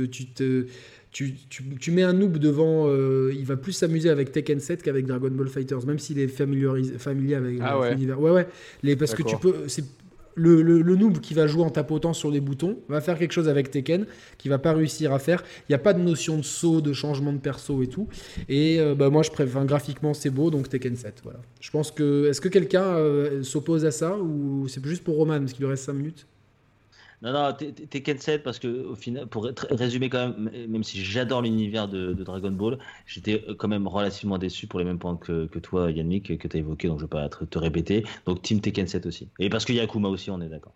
[SPEAKER 1] Tu mets un noob devant, il va plus s'amuser avec Tekken 7 qu'avec Dragon Ball Fighters, même s'il est familier avec l'univers. Ouais. Parce que tu peux, c'est le noob qui va jouer en tapotant sur les boutons va faire quelque chose avec Tekken qui va pas réussir à faire. Il n'y a pas de notion de saut, de changement de perso et tout. Et moi, je préfère graphiquement, c'est beau, donc Tekken 7. Voilà. Je pense que est-ce que quelqu'un s'oppose à ça ou c'est juste pour Roman parce qu'il lui reste 5 minutes?
[SPEAKER 3] Non, Tekken 7 parce que au final, pour résumer quand même si j'adore l'univers de Dragon Ball, j'étais quand même relativement déçu pour les mêmes points que toi Yannick, que tu as évoqué, donc je ne vais pas te répéter. Donc Team Tekken 7 aussi. Et parce qu'il y a Akuma aussi, on est d'accord.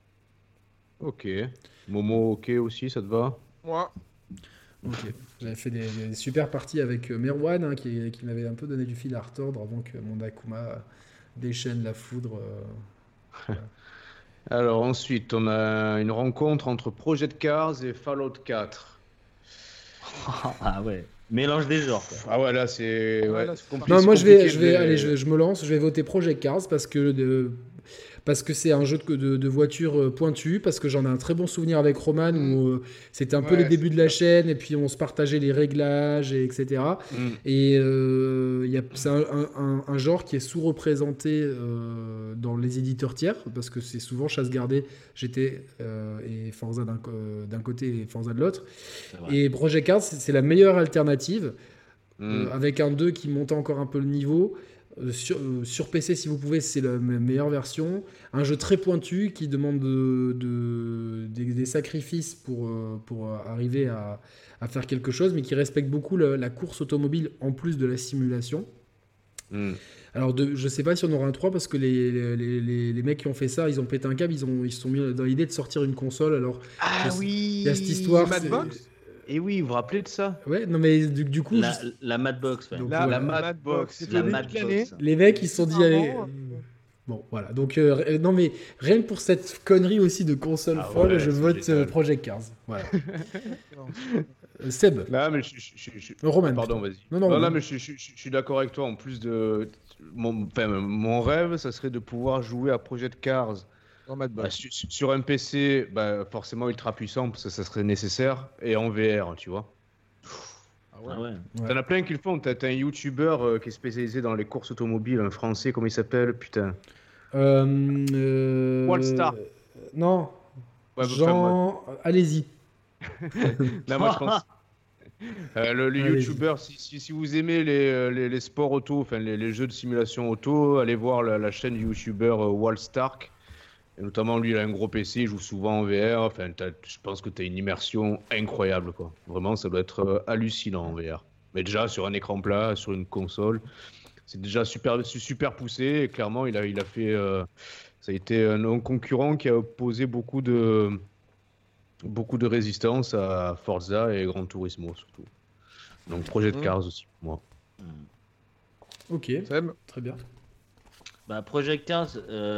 [SPEAKER 2] Ok. Momo, ok aussi, ça te va?
[SPEAKER 4] Moi.
[SPEAKER 1] Ok. J'avais fait des super parties avec Merwan hein, qui m'avait un peu donné du fil à retordre avant que mon Akuma déchaîne la foudre. Voilà.
[SPEAKER 2] Alors ensuite, on a une rencontre entre Project Cars et Fallout 4.
[SPEAKER 3] Ah ouais, mélange des genres. Quoi.
[SPEAKER 2] Ah ouais, là c'est compliqué.
[SPEAKER 1] Non, moi je me lance, je vais voter Project Cars parce que c'est un jeu de voiture pointu, parce que j'en ai un très bon souvenir avec Roman où c'était un peu les débuts de la chaîne et puis on se partageait les réglages etc. Et c'est un genre qui est sous-représenté dans les éditeurs tiers parce que c'est souvent chasse gardée GT et Forza d'un côté et Forza de l'autre. Et Project Cars c'est la meilleure alternative avec un 2 qui monte encore un peu le niveau. Sur PC si vous pouvez c'est la meilleure version, un jeu très pointu qui demande des sacrifices pour arriver à faire quelque chose mais qui respecte beaucoup la course automobile en plus de la simulation. Alors je sais pas si on aura un 3 parce que les mecs qui ont fait ça ils ont pété un câble, ils se sont mis dans l'idée de sortir une console. Alors il y a cette histoire
[SPEAKER 2] Et oui, vous vous rappelez de ça?
[SPEAKER 1] Ouais, non mais du coup...
[SPEAKER 3] La Madbox, ouais.
[SPEAKER 1] Donc,
[SPEAKER 4] La Madbox.
[SPEAKER 3] La Madbox.
[SPEAKER 1] Les mecs, ils se sont dit, allez... Bon, voilà. Donc, non, mais rien que pour cette connerie aussi de console folle, je vote Project Cars. Voilà. Seb.
[SPEAKER 2] Là, mais
[SPEAKER 1] Roman.
[SPEAKER 2] Pardon, vas-y.
[SPEAKER 1] Non,
[SPEAKER 2] mais je suis d'accord avec toi. En plus de mon rêve, ça serait de pouvoir jouer à Project Cars sur un PC, forcément ultra puissant, parce que ça serait nécessaire, et en VR, tu vois.
[SPEAKER 3] Ah ouais.
[SPEAKER 2] T'en as plein qui le font. T'as un YouTuber qui est spécialisé dans les courses automobiles, un français, comment il s'appelle, putain. Wallstar.
[SPEAKER 1] Non.
[SPEAKER 2] Ouais,
[SPEAKER 1] Jean, allez-y.
[SPEAKER 2] Là, moi, je pense. Le YouTuber, si vous aimez les sports auto, enfin les jeux de simulation auto, allez voir la chaîne du YouTuber Wallstar. Et notamment, lui, il a un gros PC, il joue souvent en VR. Enfin, je pense que tu as une immersion incroyable, quoi. Vraiment, ça doit être hallucinant en VR. Mais déjà, sur un écran plat, sur une console, c'est déjà super poussé. Et clairement, il a fait. Ça a été un concurrent qui a posé beaucoup de résistance à Forza et Gran Turismo, surtout. Donc, Project Cars aussi, pour moi.
[SPEAKER 1] Ok, très bien.
[SPEAKER 3] Project Cars,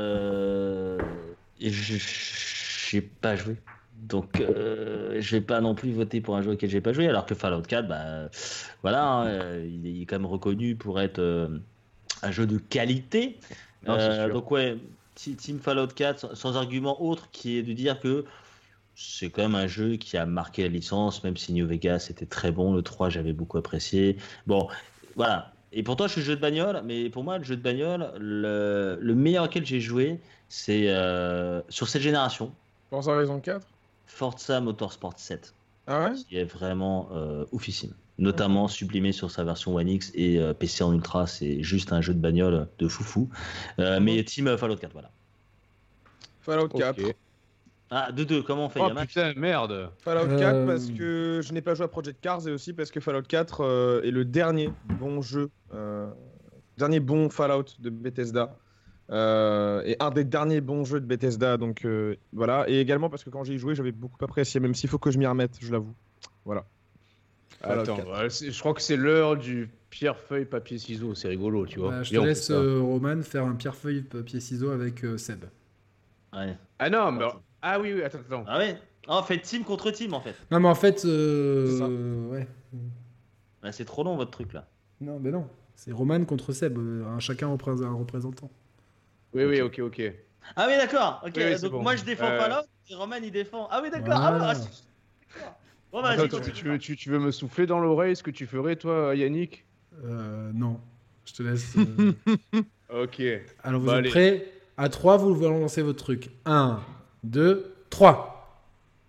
[SPEAKER 3] j'ai pas joué. Donc, je vais pas non plus voter pour un jeu auquel j'ai pas joué. Alors que Fallout 4, voilà, il est quand même reconnu pour être un jeu de qualité.
[SPEAKER 2] Non,
[SPEAKER 3] donc, ouais, Team Fallout 4, sans argument autre, qui est de dire que c'est quand même un jeu qui a marqué la licence, même si New Vegas était très bon. Le 3, j'avais beaucoup apprécié. Bon, voilà. Et pourtant, je suis jeu de bagnole, mais pour moi, le jeu de bagnole, le meilleur auquel j'ai joué, c'est sur cette génération.
[SPEAKER 4] Forza Horizon 4
[SPEAKER 3] Forza Motorsport 7.
[SPEAKER 4] Ah ouais?
[SPEAKER 3] Qui est vraiment oufissime. Notamment sublimé sur sa version One X et PC en Ultra. C'est juste un jeu de bagnole de foufou. Mais Team Fallout 4, voilà.
[SPEAKER 4] Fallout 4.
[SPEAKER 2] Okay.
[SPEAKER 3] Ah, 2-2, comment on fait?
[SPEAKER 2] Oh putain, merde.
[SPEAKER 4] Fallout 4 parce que je n'ai pas joué à Project Cars et aussi parce que Fallout 4 est le dernier bon jeu, dernier bon Fallout de Bethesda et un des derniers bons jeux de Bethesda. Donc voilà, et également parce que quand j'y ai joué, j'avais beaucoup apprécié, même s'il faut que je m'y remette, je l'avoue. Voilà.
[SPEAKER 2] Attends, je crois que c'est l'heure du pierre, feuille, papier, ciseaux. C'est rigolo, tu vois.
[SPEAKER 1] Je te laisse, Roman, faire un pierre, feuille, papier, ciseaux avec Seb.
[SPEAKER 3] Ouais.
[SPEAKER 2] Ah non, mais... Ah oui, attends.
[SPEAKER 3] Ah ouais. On fait team contre team, en fait.
[SPEAKER 1] Non, mais en fait,
[SPEAKER 3] ouais. C'est trop long, votre truc, là.
[SPEAKER 1] Non, mais non. C'est Roman contre Seb. Chacun un représentant.
[SPEAKER 2] Oui, ok.
[SPEAKER 3] Ah oui, d'accord. Ok,
[SPEAKER 2] Oui,
[SPEAKER 3] donc
[SPEAKER 2] bon.
[SPEAKER 3] moi, je défends Fallout et Roman, il défend. Ah oui, d'accord.
[SPEAKER 1] Voilà.
[SPEAKER 3] Bon,
[SPEAKER 2] Attends, tu veux me souffler dans l'oreille ce que tu ferais, toi, Yannick?
[SPEAKER 1] Non. Je te laisse...
[SPEAKER 2] Ok.
[SPEAKER 1] Alors, vous êtes prêts? À 3, vous voulez lancer votre truc. 1, 2, 3.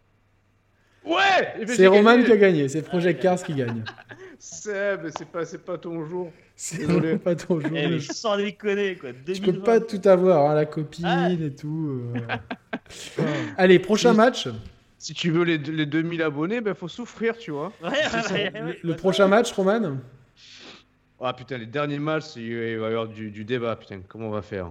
[SPEAKER 2] Ouais!
[SPEAKER 1] C'est Roman qui a gagné. C'est Project Cars qui gagne.
[SPEAKER 2] Seb, c'est pas ton jour.
[SPEAKER 1] C'est pas ton jour.
[SPEAKER 3] Mais sans déconner, quoi. 2020.
[SPEAKER 1] Tu peux pas tout avoir, hein, la copine et tout. Allez, prochain match.
[SPEAKER 2] Si tu veux les 2000 abonnés, faut souffrir, tu vois.
[SPEAKER 1] Le prochain match, Roman?
[SPEAKER 2] Ah putain, les derniers matchs, il va y avoir du débat. Putain, comment on va faire?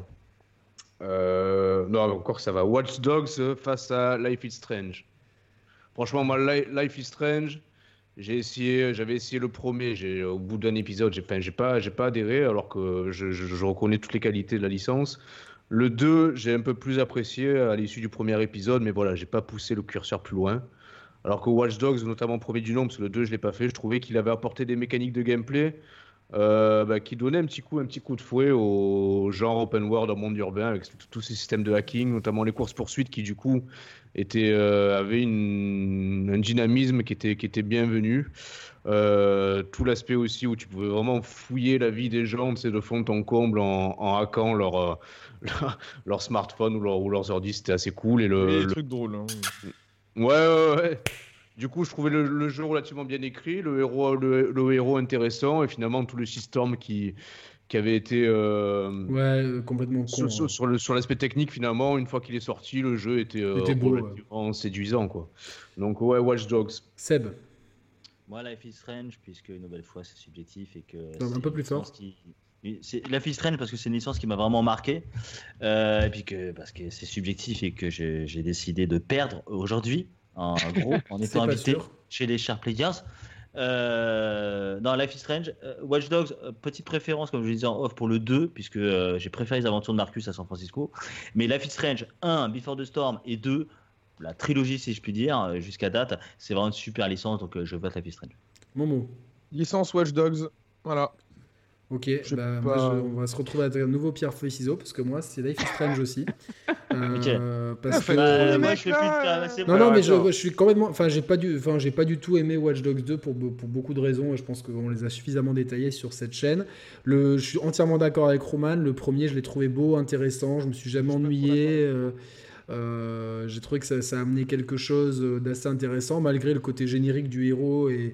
[SPEAKER 2] Non, encore ça va. Watch Dogs face à Life is Strange. Franchement, moi, Life is Strange, j'avais essayé le premier. Au bout d'un épisode, j'ai pas adhéré, alors que je reconnais toutes les qualités de la licence. Le 2, j'ai un peu plus apprécié à l'issue du premier épisode, mais voilà, j'ai pas poussé le curseur plus loin. Alors que Watch Dogs, notamment premier du nom, parce que le 2, je l'ai pas fait, je trouvais qu'il avait apporté des mécaniques de gameplay qui donnait un petit coup de fouet au genre open world en monde urbain avec tous ces systèmes de hacking, notamment les courses-poursuites qui du coup avaient un dynamisme qui était bienvenu. Tout l'aspect aussi où tu pouvais vraiment fouiller la vie des gens, de fond en comble en hackant leur smartphone ou leurs ordi, c'était assez cool. Et
[SPEAKER 4] les trucs drôles. Hein.
[SPEAKER 2] Ouais. Du coup, je trouvais le jeu relativement bien écrit, le héros intéressant, et finalement tout le shitstorm qui avait été
[SPEAKER 1] complètement con,
[SPEAKER 2] sur l'aspect technique, finalement, une fois qu'il est sorti, le jeu était relativement séduisant, quoi. Donc ouais, Watch Dogs.
[SPEAKER 1] Seb.
[SPEAKER 3] Moi, Life is Strange, puisque une nouvelle fois c'est subjectif et que
[SPEAKER 1] un peu plus fort.
[SPEAKER 3] C'est Life is Strange parce que c'est une licence qui m'a vraiment marqué, et puis parce que c'est subjectif et que j'ai décidé de perdre aujourd'hui. En gros, en étant invité chez les Sharp Players. Non, Life is Strange. Watch Dogs, petite préférence, comme je le disais en off, pour le 2, puisque j'ai préféré les aventures de Marcus à San Francisco. Mais Life is Strange 1, Before the Storm, et 2, la trilogie, si je puis dire, jusqu'à date, c'est vraiment une super licence, donc je vote Life is Strange.
[SPEAKER 1] Momo.
[SPEAKER 4] Licence Watch Dogs. Voilà.
[SPEAKER 1] Ok,
[SPEAKER 4] sais
[SPEAKER 1] bah,
[SPEAKER 4] pas.
[SPEAKER 1] moi, on va se retrouver à un nouveau pierre feuille ciseaux parce que moi c'est Life is Strange aussi. Parce que
[SPEAKER 3] moi, je fais plus de c'est
[SPEAKER 1] non,
[SPEAKER 3] bon.
[SPEAKER 1] non, mais
[SPEAKER 2] attends.
[SPEAKER 1] je suis complètement. Enfin, j'ai pas du tout aimé Watch Dogs 2 pour beaucoup de raisons. Je pense qu'on les a suffisamment détaillées sur cette chaîne. Je suis entièrement d'accord avec Roman. Le premier, je l'ai trouvé beau, intéressant. Je me suis jamais ennuyé. J'ai trouvé que ça a amené quelque chose d'assez intéressant, malgré le côté générique du héros et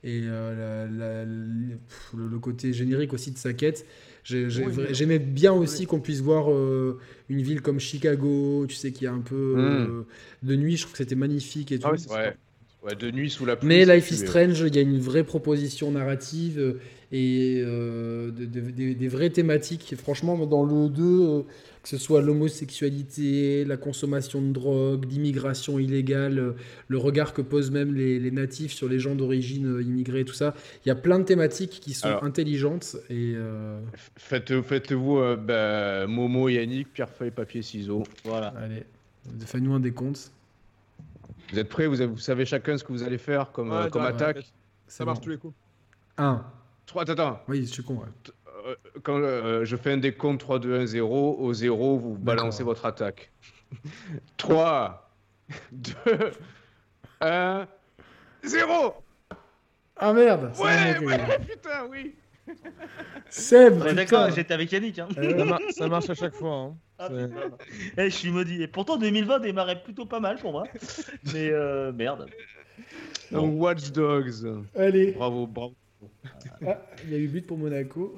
[SPEAKER 1] le côté générique aussi de sa quête. J'aimais bien aussi qu'on puisse voir une ville comme Chicago, tu sais, qui a un peu de nuit. Je trouve que c'était magnifique et tout.
[SPEAKER 4] Ah ouais, c'est
[SPEAKER 2] Ouais. Ouais, de nuit sous la pluie.
[SPEAKER 1] Mais
[SPEAKER 2] si
[SPEAKER 1] Life
[SPEAKER 2] tu
[SPEAKER 1] is
[SPEAKER 2] veux.
[SPEAKER 1] Strange, il y a une vraie proposition narrative et des vraies thématiques. Franchement, dans le 2, que ce soit l'homosexualité, la consommation de drogue, l'immigration illégale, le regard que posent même les natifs sur les gens d'origine immigrée, tout ça, il y a plein de thématiques qui sont
[SPEAKER 2] Alors.
[SPEAKER 1] intelligentes. Et
[SPEAKER 2] Faites-vous Momo, Yannick, pierre, feuille, papier, ciseaux.
[SPEAKER 3] Voilà.
[SPEAKER 1] allez, fais-nous un décompte.
[SPEAKER 2] Vous êtes prêts? Vous savez chacun ce que vous allez faire comme
[SPEAKER 4] Ouais,
[SPEAKER 2] comme
[SPEAKER 4] ouais,
[SPEAKER 2] attaque?
[SPEAKER 4] Ça
[SPEAKER 1] C'est
[SPEAKER 4] marche
[SPEAKER 1] bon.
[SPEAKER 4] tous les coups.
[SPEAKER 1] 1.
[SPEAKER 2] 3, attends.
[SPEAKER 1] Oui, je suis con. Ouais.
[SPEAKER 2] Quand je fais un décompte 3, 2, 1, 0, au 0, vous balancez votre attaque. 3, 2, 1, 0.
[SPEAKER 1] Ah merde, c'est
[SPEAKER 2] Ouais,
[SPEAKER 1] moi qui ai-
[SPEAKER 2] ouais, putain, oui.
[SPEAKER 1] Seb,
[SPEAKER 3] Ouais,
[SPEAKER 1] putain.
[SPEAKER 3] d'accord, j'étais avec Yannick. Hein.
[SPEAKER 4] Ça marche à chaque fois. Hein.
[SPEAKER 3] Ah,
[SPEAKER 4] C'est-
[SPEAKER 3] putain. Je suis maudit. Et pourtant, 2020 démarrait plutôt pas mal pour moi. Mais merde.
[SPEAKER 2] Donc, Watch Dogs.
[SPEAKER 1] Allez.
[SPEAKER 2] Bravo, bravo.
[SPEAKER 1] Ah, il y a eu but pour Monaco.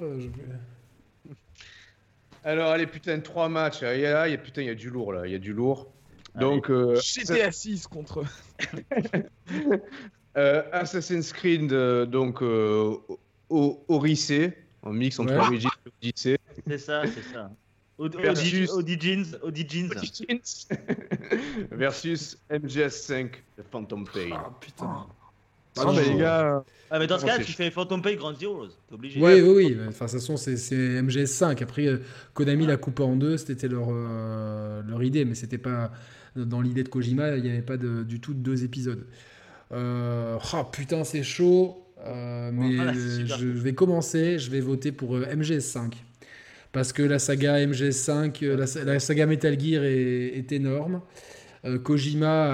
[SPEAKER 2] Alors, allez, putain, 3 matchs. Il y a du lourd, là. Il y a du lourd.
[SPEAKER 3] Allez.
[SPEAKER 2] Donc,
[SPEAKER 4] GTA 6 contre.
[SPEAKER 2] Assassin's Creed, donc, Odyssey, en mix entre
[SPEAKER 1] Ouais.
[SPEAKER 2] Origins et Odyssey.
[SPEAKER 3] C'est ça, c'est ça.
[SPEAKER 2] Versus-
[SPEAKER 3] Audi Jeans.
[SPEAKER 2] Versus MGS5, The Phantom Pain.
[SPEAKER 1] Ah putain.
[SPEAKER 4] Non, mais les gars.
[SPEAKER 3] Ah, mais dans ce
[SPEAKER 2] Comment
[SPEAKER 3] cas,
[SPEAKER 2] c'est
[SPEAKER 3] tu fais Phantom Pain Grand Zeroes. T'es obligé.
[SPEAKER 1] Oui. Enfin, de toute façon, c'est MGS5. Après, Konami l'a coupé en deux. C'était leur idée, mais c'était pas dans l'idée de Kojima. Il n'y avait pas du tout de 2 épisodes. Putain, c'est chaud. Mais
[SPEAKER 3] Voilà, c'est super
[SPEAKER 1] je vais commencer. Je vais voter pour MGS5 parce que la saga MGS5, la saga Metal Gear est énorme. Kojima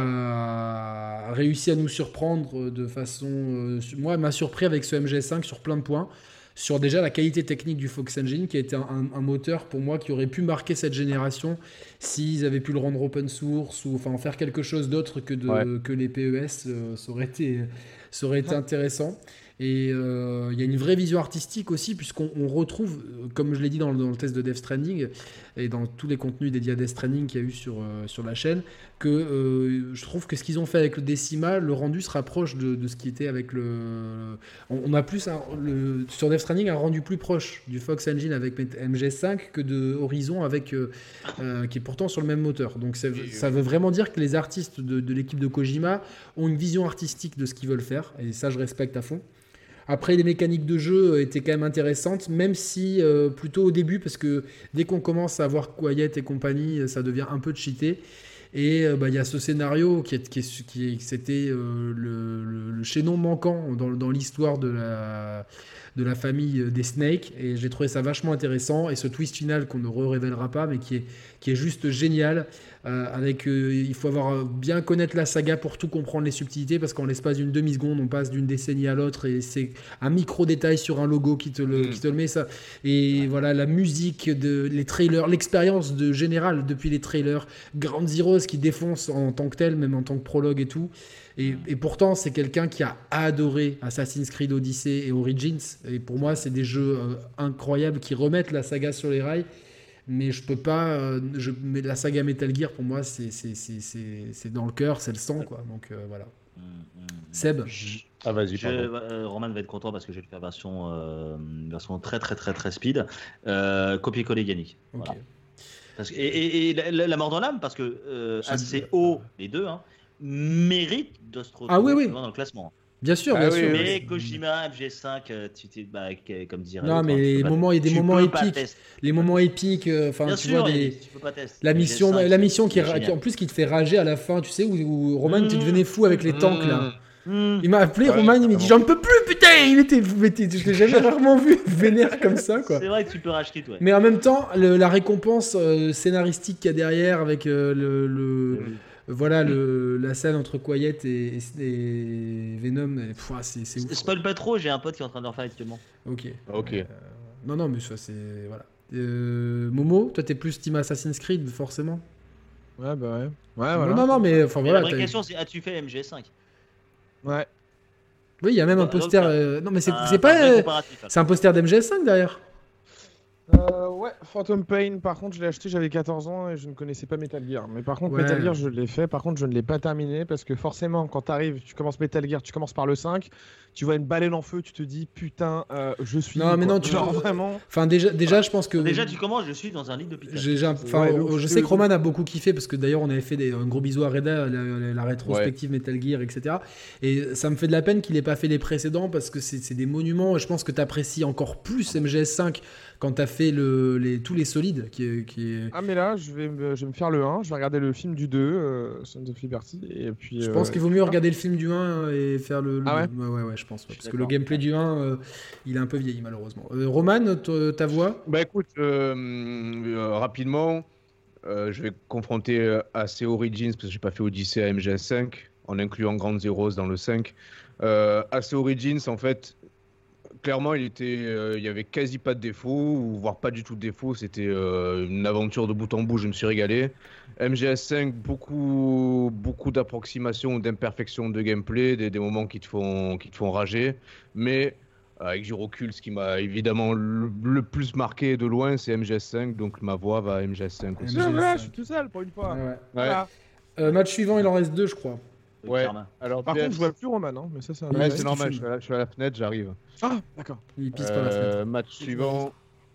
[SPEAKER 1] a réussi à nous surprendre de façon... moi, il m'a surpris avec ce MGS5 sur plein de points. Sur déjà la qualité technique du Fox Engine, qui a été un moteur pour moi qui aurait pu marquer cette génération s'ils avaient pu le rendre open source ou enfin en faire quelque chose d'autre que les PES. Ça aurait été intéressant. Et il y a une vraie vision artistique aussi, puisqu'on retrouve, comme je l'ai dit dans le test de Death Stranding, et dans tous les contenus dédiés à Death Stranding qu'il y a eu sur la chaîne, que je trouve que ce qu'ils ont fait avec le Decima, le rendu se rapproche de ce qui était avec le... On a plus, sur Death Stranding, un rendu plus proche du Fox Engine avec MGS5 que de Horizon, qui est pourtant sur le même moteur. Donc ça veut vraiment dire que les artistes de l'équipe de Kojima ont une vision artistique de ce qu'ils veulent faire, et ça je respecte à fond. Après, les mécaniques de jeu étaient quand même intéressantes, même si plutôt au début, parce que dès qu'on commence à voir Quiet et compagnie, ça devient un peu cheaté. Et il y a ce scénario c'était le chaînon manquant dans l'histoire de la famille des Snake. Et j'ai trouvé ça vachement intéressant. Et ce twist final qu'on ne révélera pas, mais qui est juste génial. Il faut bien connaître la saga pour tout comprendre les subtilités, parce qu'en l'espace d'une demi-seconde, on passe d'une décennie à l'autre, et c'est un micro-détail sur un logo qui te le met. Ça. Et voilà, la musique, les trailers, l'expérience générale depuis les trailers, Ground Zeroes qui défonce en tant que tel, même en tant que prologue et tout. Et pourtant, c'est quelqu'un qui a adoré Assassin's Creed Odyssey et Origins. Et pour moi, c'est des jeux incroyables qui remettent la saga sur les rails. Mais je peux pas. Mais la saga Metal Gear, pour moi, c'est dans le cœur, c'est le sang, quoi. Donc voilà. Seb.
[SPEAKER 2] Ah, vas-y, pardon.
[SPEAKER 3] Roman va être content parce que je vais le faire version très très très très speed. Copier-coller Yannick.
[SPEAKER 1] Ok.
[SPEAKER 3] Voilà. Et la mort dans l'âme, parce que assez haut, les deux, hein, mérite de se retrouver
[SPEAKER 1] oui.
[SPEAKER 3] dans le classement.
[SPEAKER 1] Bien sûr,
[SPEAKER 2] Ah
[SPEAKER 1] bien
[SPEAKER 2] oui,
[SPEAKER 1] sûr.
[SPEAKER 2] oui,
[SPEAKER 3] Mais Kojima, MG5, tu t'es, comme dirait.
[SPEAKER 1] Non,
[SPEAKER 3] l'autre,
[SPEAKER 1] mais
[SPEAKER 3] tu
[SPEAKER 1] les
[SPEAKER 3] peux pas-
[SPEAKER 1] moments, il y a des
[SPEAKER 3] tu
[SPEAKER 1] moments
[SPEAKER 3] peux pas
[SPEAKER 1] épiques.
[SPEAKER 3] tester.
[SPEAKER 1] Les moments épiques, enfin,
[SPEAKER 3] Bien
[SPEAKER 1] tu
[SPEAKER 3] sûr,
[SPEAKER 1] vois,
[SPEAKER 3] Yannis, tu peux pas tester.
[SPEAKER 1] la mission
[SPEAKER 3] MG5,
[SPEAKER 1] qui,
[SPEAKER 3] c'est génial.
[SPEAKER 1] en plus qui te fait rager à la fin, tu sais, où Roman, tu
[SPEAKER 3] Mmh.
[SPEAKER 1] devenais fou avec les tanks là.
[SPEAKER 3] Mmh.
[SPEAKER 1] Il m'a appelé,
[SPEAKER 2] Ouais,
[SPEAKER 1] Roman, il m'a dit
[SPEAKER 2] carrément.
[SPEAKER 1] j'en peux plus, putain. Je l'ai jamais rarement vu vénère comme ça, quoi.
[SPEAKER 3] C'est vrai que tu peux rage quit, ouais.
[SPEAKER 1] Mais en même temps, la récompense scénaristique qu'il y a derrière avec voilà la scène entre Quiet et Venom, c'est ouf.
[SPEAKER 3] Spoil pas trop, j'ai un pote qui est en train d'en faire actuellement.
[SPEAKER 1] Ok.
[SPEAKER 2] Ok.
[SPEAKER 1] Non, mais ça c'est voilà. Momo, toi t'es plus Team Assassin's Creed forcément.
[SPEAKER 4] Ouais, bah ouais. Ouais, voilà.
[SPEAKER 1] Non, mais enfin
[SPEAKER 3] Mais
[SPEAKER 1] voilà.
[SPEAKER 3] la vraie question, c'est as-tu fait MG5?
[SPEAKER 4] Ouais.
[SPEAKER 1] Oui, il y a même un
[SPEAKER 3] Dans le
[SPEAKER 1] poster.
[SPEAKER 3] cas.
[SPEAKER 1] Non, mais c'est
[SPEAKER 3] Un
[SPEAKER 1] pas.
[SPEAKER 3] vrai comparatif, alors.
[SPEAKER 1] C'est un poster d'MGS5 derrière.
[SPEAKER 4] Ouais, Phantom Pain, par contre, je l'ai acheté, j'avais 14 ans et je ne connaissais pas Metal Gear. Mais par contre,
[SPEAKER 1] Ouais.
[SPEAKER 4] Metal Gear, je l'ai fait. Par contre, je ne l'ai pas terminé parce que forcément, quand t'arrives, tu commences Metal Gear, tu commences par le 5, tu vois une baleine en feu, tu te dis putain, je suis.
[SPEAKER 1] Non, mais
[SPEAKER 4] quoi.
[SPEAKER 1] non, tu
[SPEAKER 4] Genre vraiment.
[SPEAKER 1] Enfin, déjà, je pense que.
[SPEAKER 3] Déjà, tu commences, je suis dans un lit d'hôpital.
[SPEAKER 1] Enfin,
[SPEAKER 4] Ouais, donc,
[SPEAKER 1] je sais que Roman a beaucoup kiffé parce que d'ailleurs on avait fait un gros bisou à Reda, la rétrospective Metal Gear, etc. Et ça me fait de la peine qu'il ait pas fait les précédents parce que c'est des monuments. Et je pense que tu apprécies encore plus MGS5 quand tu as fait tous les solides.
[SPEAKER 4] Ah, mais là, je vais me faire le 1, je vais regarder le film du 2, Sons of Liberty. Et puis,
[SPEAKER 1] Je pense qu'il vaut mieux regarder le film du 1 et faire le.
[SPEAKER 4] Ah ouais
[SPEAKER 1] Ouais, je pense.
[SPEAKER 3] Je suis
[SPEAKER 1] Parce que le
[SPEAKER 3] d'accord.
[SPEAKER 1] gameplay du 1, il est un peu vieilli malheureusement. Roman, ta voix
[SPEAKER 2] Bah écoute, rapidement, je vais confronter AC Origins parce que j'ai pas fait Odyssey à MGS5 en incluant Ground Zeroes dans le 5. AC Origins, en fait, clairement, il y avait quasi pas de défauts, ou voire pas du tout de défauts. C'était une aventure de bout en bout, je me suis régalé. MGS5, beaucoup d'approximations ou d'imperfections de gameplay, des moments qui te font rager. Mais avec du recul, ce qui m'a évidemment le plus marqué de loin, c'est MGS5. Donc ma voix va à MGS5 aussi.
[SPEAKER 1] MGS5.
[SPEAKER 4] Voilà, je suis tout seul pour une fois.
[SPEAKER 1] Ouais.
[SPEAKER 4] Voilà.
[SPEAKER 1] Match suivant, il en reste 2, je crois.
[SPEAKER 2] Ouais.
[SPEAKER 3] Karma.
[SPEAKER 2] Alors,
[SPEAKER 4] Par
[SPEAKER 2] BF,
[SPEAKER 4] contre, je vois plus Roman, hein, mais ça, c'est un
[SPEAKER 1] Ouais,
[SPEAKER 2] ouais,
[SPEAKER 4] détail.
[SPEAKER 2] c'est normal,
[SPEAKER 1] tu
[SPEAKER 2] je suis à la fenêtre, j'arrive.
[SPEAKER 4] Ah, d'accord.
[SPEAKER 1] Il pisse par la fenêtre.
[SPEAKER 2] Match suivant,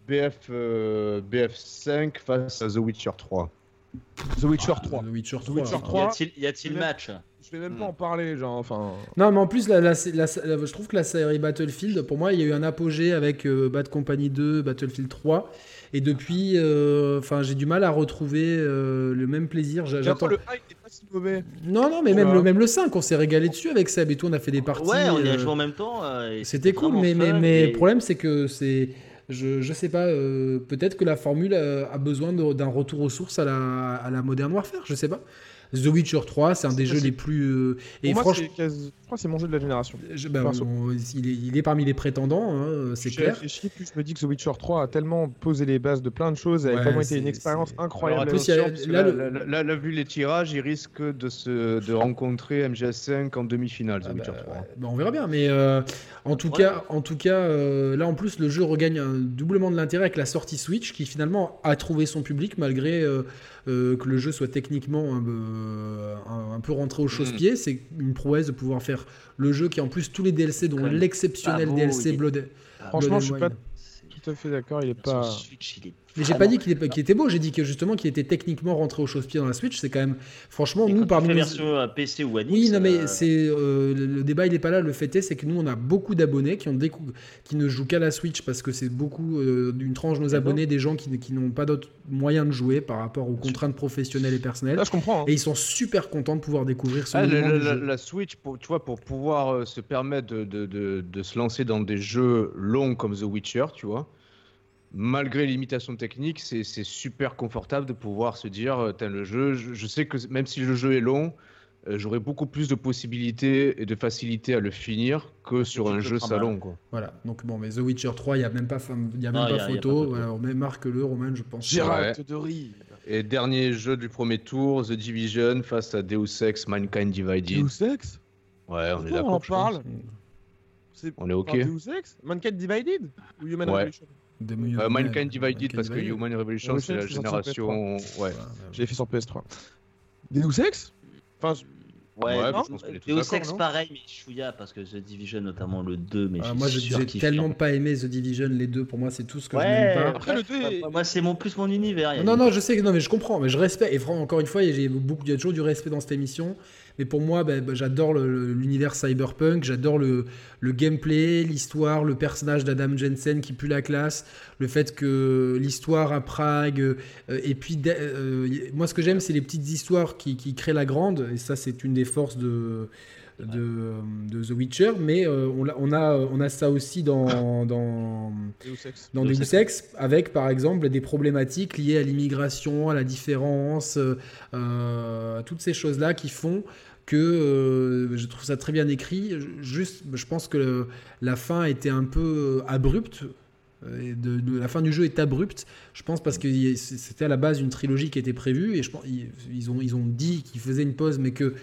[SPEAKER 2] BF5 face à The Witcher 3.
[SPEAKER 4] The Witcher 3.
[SPEAKER 1] The Witcher 3.
[SPEAKER 4] Witcher 3.
[SPEAKER 3] Y a-t-il match?
[SPEAKER 4] Je vais même pas en parler, genre, enfin.
[SPEAKER 1] Non, mais en plus, je trouve que la série Battlefield, pour moi, il y a eu un apogée avec Bad Company 2, Battlefield 3. Et depuis, j'ai du mal à retrouver le même plaisir. J'attends.
[SPEAKER 4] Le hype n'est pas si mauvais.
[SPEAKER 1] Non, mais même le 5, on s'est régalé dessus avec Seb et tout. On a fait des parties.
[SPEAKER 3] Ouais, on y a joué en même temps. Et
[SPEAKER 1] C'était cool,
[SPEAKER 3] vraiment
[SPEAKER 1] mais
[SPEAKER 3] fun,
[SPEAKER 1] le
[SPEAKER 3] et-
[SPEAKER 1] problème, c'est que c'est. Je sais pas, peut-être que la formule a besoin d'un retour aux sources à la Modern Warfare, je sais pas. The Witcher 3, c'est un des jeux les plus. Et
[SPEAKER 4] Pour moi,
[SPEAKER 1] franchement,
[SPEAKER 4] je crois que c'est mon jeu de la génération. Perso.
[SPEAKER 1] il est parmi les prétendants, hein, c'est clair.
[SPEAKER 4] Plus je me dis que The Witcher 3 a tellement posé les bases de plein de choses et a
[SPEAKER 1] Ouais,
[SPEAKER 4] vraiment été
[SPEAKER 1] c'est-
[SPEAKER 4] une expérience
[SPEAKER 1] c'est-
[SPEAKER 4] incroyable.
[SPEAKER 2] Alors,
[SPEAKER 1] plus, il y a-
[SPEAKER 2] attention, parce que
[SPEAKER 1] là,
[SPEAKER 2] là, vu les tirages, il risque de rencontrer MGS5 en demi-finale, The
[SPEAKER 1] Ah
[SPEAKER 2] Witcher
[SPEAKER 1] bah,
[SPEAKER 2] 3.
[SPEAKER 1] ouais. Bah, on verra bien, mais en tout cas, là en plus le jeu regagne un doublement de l'intérêt avec la sortie Switch qui finalement a trouvé son public malgré que le jeu soit techniquement un peu rentré au chausse-pied. C'est une prouesse de pouvoir faire le jeu qui en plus tous les DLC dont
[SPEAKER 3] Quand même
[SPEAKER 1] l'exceptionnel
[SPEAKER 3] pas beau,
[SPEAKER 1] DLC
[SPEAKER 3] il est-
[SPEAKER 1] Blood.
[SPEAKER 4] Franchement,
[SPEAKER 1] Blood
[SPEAKER 4] je
[SPEAKER 1] and
[SPEAKER 4] suis pas
[SPEAKER 1] Wine.
[SPEAKER 4] tout à fait d'accord. Il est
[SPEAKER 3] Sur
[SPEAKER 4] pas.
[SPEAKER 3] Switch, il est
[SPEAKER 1] Mais j'ai pas dit qu'il était beau, j'ai dit que justement qu'il était techniquement rentré au chausse-pied dans la Switch. C'est quand même, franchement,
[SPEAKER 3] Et
[SPEAKER 1] nous
[SPEAKER 3] quand
[SPEAKER 1] parmi
[SPEAKER 3] tu fais
[SPEAKER 1] nous.
[SPEAKER 3] version PC ou One
[SPEAKER 1] Oui,
[SPEAKER 3] X,
[SPEAKER 1] non, mais c'est le débat, il est pas là. Le fait est, c'est que nous, on a beaucoup d'abonnés qui ne jouent qu'à la Switch parce que c'est beaucoup d'une tranche de nos
[SPEAKER 3] Ah bon
[SPEAKER 1] abonnés, des gens qui n'ont pas d'autres moyens de jouer par rapport aux contraintes professionnelles et personnelles.
[SPEAKER 4] Là, je comprends. hein.
[SPEAKER 1] Et ils sont super contents de pouvoir découvrir ce
[SPEAKER 2] Ah,
[SPEAKER 1] mouvement du jeu.
[SPEAKER 2] la Switch, tu vois, pour pouvoir se permettre de se lancer dans des jeux longs comme The Witcher, tu vois, malgré les limitations techniques, c'est super confortable de pouvoir se dire, le jeu, je sais que même si le jeu est long, j'aurai beaucoup plus de possibilités et de facilité à le finir que sur un
[SPEAKER 3] tu
[SPEAKER 2] jeu
[SPEAKER 3] peux
[SPEAKER 2] salon,
[SPEAKER 3] prendre
[SPEAKER 2] quoi.
[SPEAKER 1] Voilà. Donc bon, mais The Witcher 3, il y a même pas,
[SPEAKER 3] Non, y a pas
[SPEAKER 1] photo.
[SPEAKER 3] photo.
[SPEAKER 1] Voilà, on marque-le, Roman, je pense.
[SPEAKER 4] Gérald de rire.
[SPEAKER 2] Et dernier jeu du premier tour, The Division face à Deus Ex Mankind Divided.
[SPEAKER 4] Deus Ex.
[SPEAKER 2] Ouais, on est
[SPEAKER 4] Pourquoi
[SPEAKER 2] d'accord.
[SPEAKER 4] on en
[SPEAKER 2] je pense.
[SPEAKER 4] parle
[SPEAKER 2] On est ok.
[SPEAKER 4] Deus Ex Mankind Divided ou Human
[SPEAKER 2] Ouais.
[SPEAKER 4] Revolution
[SPEAKER 2] Mankind Divided parce que Human Revolution c'est la
[SPEAKER 4] Revolution, c'est sorti sur
[SPEAKER 2] génération. Ouais.
[SPEAKER 4] J'ai fait sur PS3. Deus Ex. Enfin,
[SPEAKER 3] Ouais,
[SPEAKER 2] Ouais,
[SPEAKER 3] non,
[SPEAKER 2] je pense qu'on est tous
[SPEAKER 3] Deus
[SPEAKER 2] d'accord,
[SPEAKER 3] Ex
[SPEAKER 2] non
[SPEAKER 3] pareil, mais chouïa parce que The Division notamment le 2, mais
[SPEAKER 1] Moi,
[SPEAKER 3] je suis sûr
[SPEAKER 1] j'ai
[SPEAKER 3] qu'il
[SPEAKER 1] tellement
[SPEAKER 3] chiant.
[SPEAKER 1] pas aimé The Division, les deux. Pour moi, c'est tout ce que je n'aime
[SPEAKER 3] Ouais,
[SPEAKER 1] pas.
[SPEAKER 4] Après, le
[SPEAKER 3] bref,
[SPEAKER 4] 2 est-
[SPEAKER 3] moi c'est plus mon univers.
[SPEAKER 1] Non, non, je sais que non, mais je comprends, mais je respecte. Et encore une fois, il y a toujours du respect dans cette émission. Mais pour moi, j'adore l'univers cyberpunk, j'adore le gameplay, l'histoire, le personnage d'Adam Jensen qui pue la classe, le fait que l'histoire à Prague. Et puis, moi, ce que j'aime, c'est les petites histoires qui créent la grande. Et ça, c'est une des forces de The Witcher. Mais on a ça aussi dans
[SPEAKER 4] Deus Ex.
[SPEAKER 1] dans Deus Ex, avec par exemple des problématiques liées à l'immigration, à la différence, à toutes ces choses-là qui font que je trouve ça très bien écrit. Juste, je pense que la fin était un peu abrupte. La fin du jeu est abrupte, je pense, parce que c'était à la base une trilogie qui était prévue, et je pense ils ont dit qu'ils faisaient une pause, mais que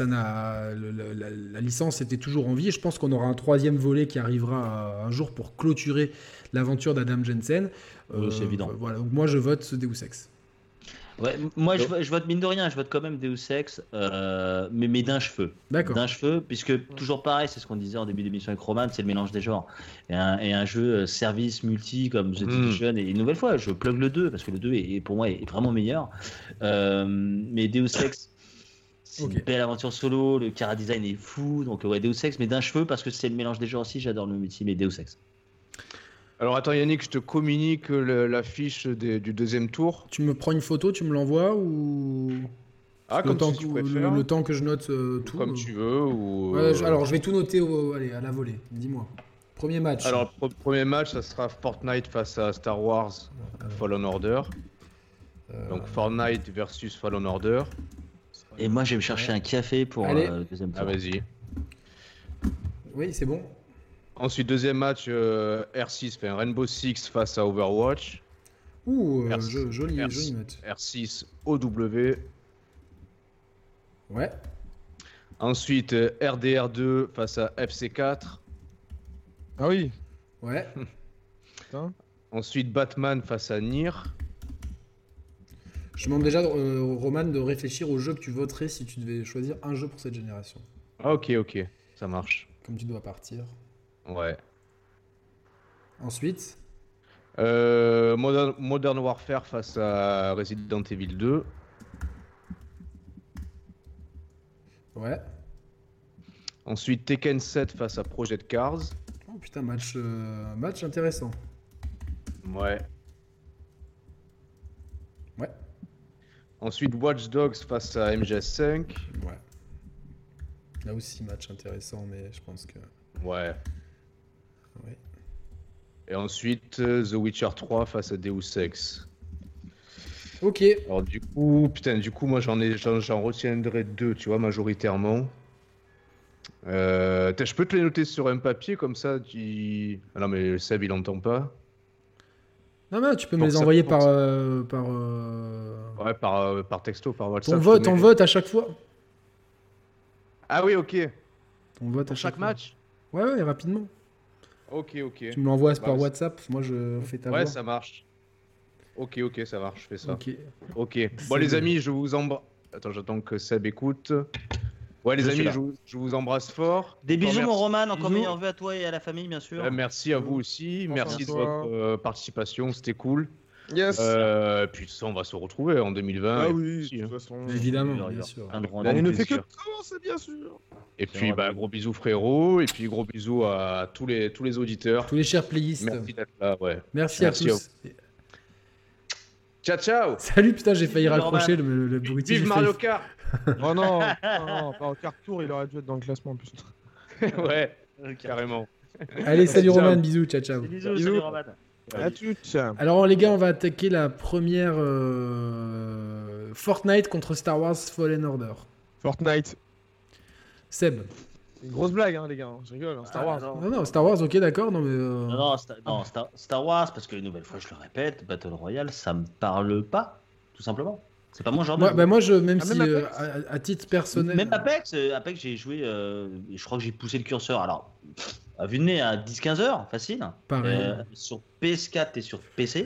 [SPEAKER 1] la licence était toujours en vie. Et je pense qu'on aura un troisième volet qui arrivera un jour pour clôturer l'aventure d'Adam Jensen.
[SPEAKER 3] C'est évident.
[SPEAKER 1] Voilà, donc moi je vote ce Deus Ex.
[SPEAKER 3] Ouais, moi je vote mine de rien, je vote quand même Deus Ex, mais d'un cheveu.
[SPEAKER 1] D'accord.
[SPEAKER 3] D'un cheveu, puisque toujours pareil, c'est ce qu'on disait en début d'émission avec Roman, c'est le mélange des genres. Et un jeu service multi comme The Division, et une nouvelle fois, je plug le 2, parce que le 2 pour moi est vraiment meilleur. Mais Deus Ex, c'est une belle aventure solo, le chara design est fou, donc ouais, Deus Ex, mais d'un cheveu, parce que c'est le mélange des genres aussi, j'adore le multi, mais Deus Ex.
[SPEAKER 2] Alors attends Yannick, je te communique l'affiche du deuxième tour.
[SPEAKER 1] Tu me prends une photo, tu me l'envoies ou
[SPEAKER 2] Comme tu préfères.
[SPEAKER 1] le temps que je note tout.
[SPEAKER 2] Comme tu veux. Ou,
[SPEAKER 1] alors je vais tout noter allez, à la volée. Dis-moi. Premier match.
[SPEAKER 2] Alors premier match, ça sera Fortnite face à Star Wars Fallen Order. Donc Fortnite versus Fallen Order.
[SPEAKER 3] Et moi je vais me chercher un café pour le deuxième tour.
[SPEAKER 2] Ah vas-y.
[SPEAKER 1] Oui, c'est bon.
[SPEAKER 2] Ensuite, deuxième match, R6 fait un Rainbow Six face à Overwatch.
[SPEAKER 1] Ouh, jolie note.
[SPEAKER 2] R6 OW.
[SPEAKER 1] Ouais.
[SPEAKER 2] Ensuite, RDR2 face à FC4.
[SPEAKER 4] Ah oui.
[SPEAKER 1] Ouais.
[SPEAKER 4] Putain.
[SPEAKER 2] Ensuite, Batman face à Nier.
[SPEAKER 1] Je demande déjà, Roman, de réfléchir au jeu que tu voterais si tu devais choisir un jeu pour cette génération.
[SPEAKER 2] Ah, ok, ça marche.
[SPEAKER 1] Comme tu dois partir.
[SPEAKER 2] Ouais.
[SPEAKER 1] Ensuite
[SPEAKER 2] Modern Warfare face à Resident Evil 2.
[SPEAKER 1] Ouais.
[SPEAKER 2] Ensuite, Tekken 7 face à Project Cars.
[SPEAKER 1] Oh putain, match intéressant.
[SPEAKER 2] Ouais.
[SPEAKER 1] Ouais.
[SPEAKER 2] Ensuite, Watch Dogs face à MGS5.
[SPEAKER 1] Ouais. Là aussi, match intéressant, mais je pense que...
[SPEAKER 2] Ouais.
[SPEAKER 1] Ouais.
[SPEAKER 2] Et ensuite, The Witcher 3 face à Deus Ex.
[SPEAKER 1] Ok.
[SPEAKER 2] Alors du coup, moi j'en retiendrai deux, tu vois, majoritairement. Je peux te les noter sur un papier comme ça. Ah non mais Seb il entend pas.
[SPEAKER 1] Non, tu peux me les envoyer par
[SPEAKER 2] texto, par WhatsApp.
[SPEAKER 1] ton vote à chaque fois.
[SPEAKER 2] Ah oui, ok.
[SPEAKER 1] Ton vote à
[SPEAKER 2] chaque
[SPEAKER 1] fois.
[SPEAKER 2] match.
[SPEAKER 1] Ouais, rapidement.
[SPEAKER 2] Ok.
[SPEAKER 1] Tu me l'envoies par WhatsApp, moi je fais ta voix.
[SPEAKER 2] Ouais, ça marche. Ok, ça marche, je fais ça. Ok. Bon les amis, je vous embrasse. Attends, j'attends que Seb écoute. Ouais les amis, je vous embrasse fort.
[SPEAKER 3] Des bisous mon Roman, encore
[SPEAKER 1] Bisous.
[SPEAKER 3] meilleurs vœux à toi et à la famille bien sûr.
[SPEAKER 2] Merci à vous aussi, merci de votre participation, c'était cool.
[SPEAKER 4] Yes.
[SPEAKER 2] Puis ça, on va se retrouver en 2020.
[SPEAKER 4] Ah
[SPEAKER 2] et
[SPEAKER 4] oui,
[SPEAKER 2] aussi,
[SPEAKER 4] de toute façon.
[SPEAKER 1] Évidemment, bien sûr.
[SPEAKER 4] L'année ne fait que commencer, bien sûr.
[SPEAKER 2] Et puis gros bisous frérot, et puis gros bisous à tous les auditeurs.
[SPEAKER 1] Tous les chers playistes.
[SPEAKER 2] Merci d'être là, ouais.
[SPEAKER 1] Merci à tous.
[SPEAKER 2] Ciao.
[SPEAKER 1] Salut, putain, j'ai failli raccrocher le bruitage.
[SPEAKER 2] Vive Mario Kart.
[SPEAKER 4] Oh non, Mario Kart Tour, il aurait dû être dans le classement en plus.
[SPEAKER 2] Ouais, carrément.
[SPEAKER 1] Allez, salut Roman, bisous, ciao.
[SPEAKER 3] Bisous, salut Roman.
[SPEAKER 4] À toutes.
[SPEAKER 1] Alors les gars, on va attaquer la première Fortnite contre Star Wars Fallen Order.
[SPEAKER 4] Fortnite.
[SPEAKER 1] Seb.
[SPEAKER 4] C'est une grosse blague, hein, les gars. Je rigole, hein, Star Wars.
[SPEAKER 1] Non, Star Wars, ok, d'accord. Non, mais.
[SPEAKER 3] Non, Star Wars, parce que une nouvelle fois, je le répète, Battle Royale, ça me parle pas, tout simplement. C'est pas mon genre de jeu.
[SPEAKER 1] Moi, même si
[SPEAKER 4] même
[SPEAKER 1] à titre personnel.
[SPEAKER 3] Même Apex, j'ai joué, je crois que j'ai poussé le curseur. Alors, à vue de nez, à 10-15 heures, facile.
[SPEAKER 1] Pareil.
[SPEAKER 3] Sur PS4 et sur PC.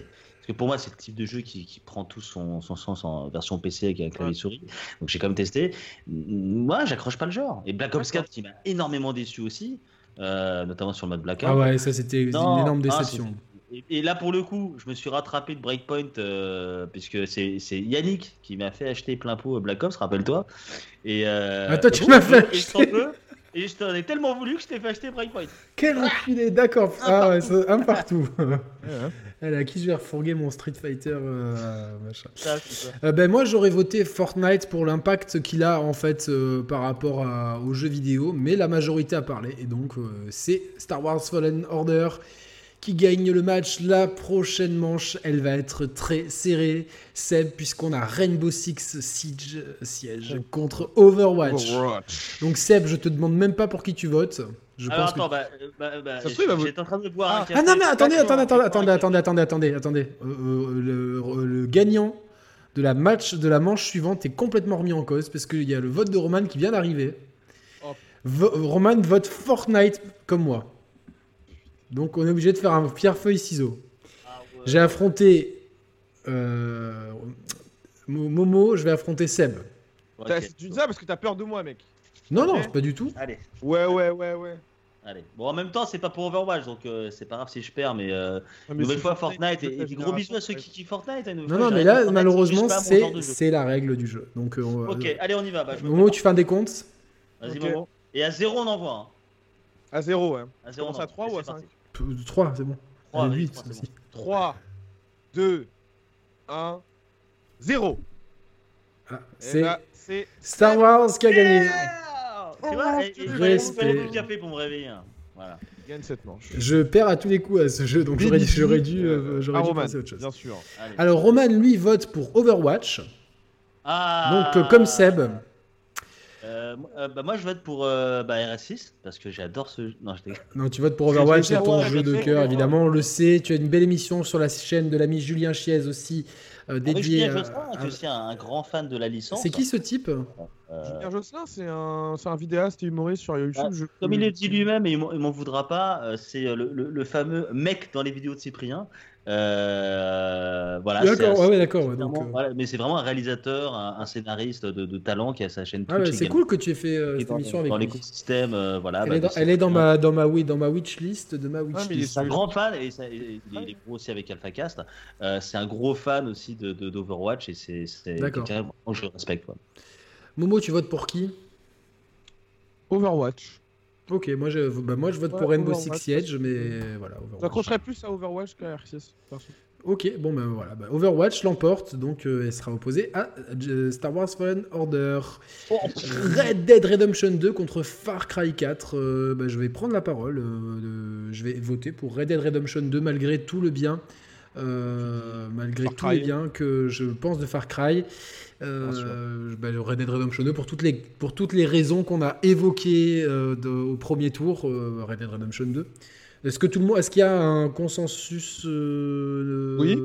[SPEAKER 3] Parce que pour moi, c'est le type de jeu qui prend tout son sens en version PC avec un clavier souris. Donc j'ai quand même testé. Moi, j'accroche pas le genre. Et Black Ops 4 qui m'a énormément déçu aussi, notamment sur le mode Blackout.
[SPEAKER 1] Ah ouais, ça c'était une énorme déception.
[SPEAKER 3] Et là, pour le coup, je me suis rattrapé de Breakpoint, puisque c'est Yannick qui m'a fait acheter plein pot Black Ops, rappelle-toi. Et
[SPEAKER 1] toi, tu m'as fait
[SPEAKER 3] et je t'en ai tellement voulu que je t'ai fait acheter Breakpoint.
[SPEAKER 1] Quel enculé, d'accord. Ah ouais, un partout. À qui je vais refourguer mon Street Fighter machin.
[SPEAKER 3] Ça, c'est ça.
[SPEAKER 1] Ben moi j'aurais voté Fortnite pour l'impact qu'il a en fait par rapport aux jeux vidéo, mais la majorité a parlé et donc c'est Star Wars Fallen Order qui gagne le match. La prochaine manche, elle va être très serrée, Seb, puisqu'on a Rainbow Six Siege contre Overwatch. Donc Seb, je te demande même pas pour qui tu votes.
[SPEAKER 3] Alors attends, j'étais en train de boire un café.
[SPEAKER 1] Ah non mais attendez. Le gagnant de la manche suivante est complètement remis en cause parce qu'il y a le vote de Roman qui vient d'arriver. Roman vote Fortnite comme moi. Donc on est obligé de faire un pierre-feuille-ciseaux. J'ai affronté Momo, je vais affronter Seb.
[SPEAKER 4] Okay. Tu dis ça parce que t'as peur de moi, mec.
[SPEAKER 1] Non, pas du tout.
[SPEAKER 3] Allez.
[SPEAKER 4] Ouais.
[SPEAKER 3] Allez. Bon, en même temps, c'est pas pour Overwatch, donc c'est pas grave si je perds, mais nouvelle fois Fortnite. Et des gros bisous à ceux qui kiffent Fortnite.
[SPEAKER 1] Non, mais là, malheureusement, c'est la règle du jeu. Donc,
[SPEAKER 3] ok, allez, on y va.
[SPEAKER 1] Momo, tu fais un décompte.
[SPEAKER 3] Vas-y, Momo. Et à 0, on envoie.
[SPEAKER 4] À 0, ouais.
[SPEAKER 3] À 0,
[SPEAKER 4] à 3 ou à 5
[SPEAKER 1] 3, c'est bon.
[SPEAKER 3] 3,
[SPEAKER 1] 8 aussi.
[SPEAKER 4] 3, 2, 1, 0.
[SPEAKER 1] C'est Star Wars qui a gagné.
[SPEAKER 3] Tu vois, il fallait du café pour me réveiller. Voilà.
[SPEAKER 4] Gagne cette manche.
[SPEAKER 1] Je perds à tous les coups à ce jeu, donc j'aurais dû passer à autre chose.
[SPEAKER 4] Bien sûr.
[SPEAKER 3] Allez.
[SPEAKER 1] Alors Roman, lui, vote pour Overwatch. Donc comme Seb.
[SPEAKER 3] Moi, je vote pour RS6 parce que j'adore ce jeu.
[SPEAKER 1] Non, tu votes pour Overwatch, c'est ton jeu de cœur, évidemment. On le sait. Tu as une belle émission sur la chaîne de l'ami Julien Chiez aussi. Dédié
[SPEAKER 3] Julien Josselin, qui est aussi un grand fan de la licence.
[SPEAKER 1] C'est qui ce type
[SPEAKER 4] Julien Josselin, c'est un vidéaste et humoriste sur YouTube.
[SPEAKER 3] Comme il le dit lui-même, et il m'en voudra pas, c'est le fameux mec dans les vidéos de Cyprien. Voilà,
[SPEAKER 1] d'accord.
[SPEAKER 3] Voilà, mais c'est vraiment un réalisateur, un scénariste de talent qui a sa chaîne Twitch.
[SPEAKER 1] C'est cool que tu aies fait cette émission avec lui.
[SPEAKER 3] Dans l'écosystème, voilà.
[SPEAKER 1] Elle est dans ma wishlist de ma wishlist.
[SPEAKER 3] C'est un grand fan et il est gros aussi avec AlphaCast. C'est un gros fan aussi d'Overwatch et c'est quelqu'un que je respecte. Quoi.
[SPEAKER 1] Momo, tu votes pour qui?
[SPEAKER 4] Overwatch.
[SPEAKER 1] Ok, moi je vote pour Rainbow Six Siege, mais voilà.
[SPEAKER 4] J'accrocherais plus à Overwatch qu'à R6.
[SPEAKER 1] Ok, bon ben voilà. Overwatch l'emporte, donc elle sera opposée à Star Wars Fallen Order. Red Dead Redemption 2 contre Far Cry 4. Je vais prendre la parole. Je vais voter pour Red Dead Redemption 2 malgré tout le bien. Tous les biens que je pense de Far Cry. Red Dead Redemption 2 pour toutes les raisons qu'on a évoquées au premier tour. Red Dead Redemption 2. Est-ce qu'il y a un consensus
[SPEAKER 4] Oui.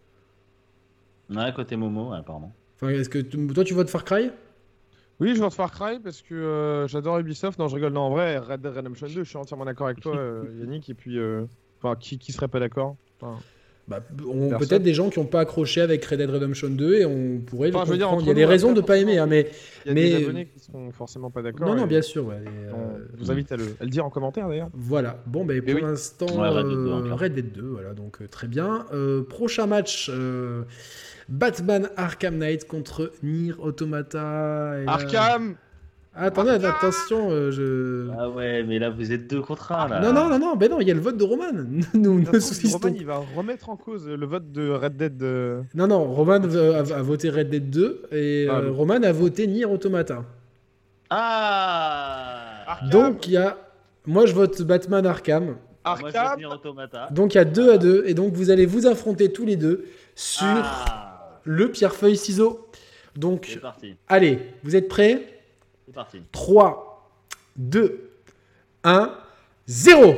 [SPEAKER 3] Ouais, côté Momo, apparemment.
[SPEAKER 1] Enfin, est-ce que toi tu votes Far Cry?
[SPEAKER 4] Oui, je vote Far Cry parce que j'adore Ubisoft. Non, je rigole. Non, en vrai, Red Dead Redemption 2, je suis entièrement d'accord avec toi, Yannick. Et puis, qui serait pas d'accord?
[SPEAKER 1] Peut-être des gens qui n'ont pas accroché avec Red Dead Redemption 2 et on pourrait le comprendre. Il y a des
[SPEAKER 4] nous,
[SPEAKER 1] raisons de ne pas aimer, mais
[SPEAKER 4] il y a des abonnés qui seront forcément pas d'accord.
[SPEAKER 1] Non, bien sûr. Ouais,
[SPEAKER 4] je vous invite à le dire en commentaire d'ailleurs.
[SPEAKER 1] Voilà. Bon, pour l'instant, Red Dead 2, voilà, donc très bien. Prochain match, Batman Arkham Knight contre Nier Automata.
[SPEAKER 4] Arkham.
[SPEAKER 1] Attendez, attention,
[SPEAKER 3] Ah ouais, mais là vous êtes 2 contre 1 là.
[SPEAKER 1] Non, il y a le vote de Roman.
[SPEAKER 4] Roman, il va remettre en cause le vote de Red Dead.
[SPEAKER 1] Non, Roman a voté Red Dead 2 et Roman a voté Nier Automata. Donc il y a, moi je vote Batman Arkham.
[SPEAKER 3] Moi je vote Nier Automata.
[SPEAKER 1] Donc il y a 2-2 et donc vous allez vous affronter tous les deux sur le pierre-feuille-ciseaux. Donc
[SPEAKER 3] c'est parti.
[SPEAKER 1] Allez, vous êtes prêts?
[SPEAKER 3] C'est parti.
[SPEAKER 1] 3, 2, 1, 0.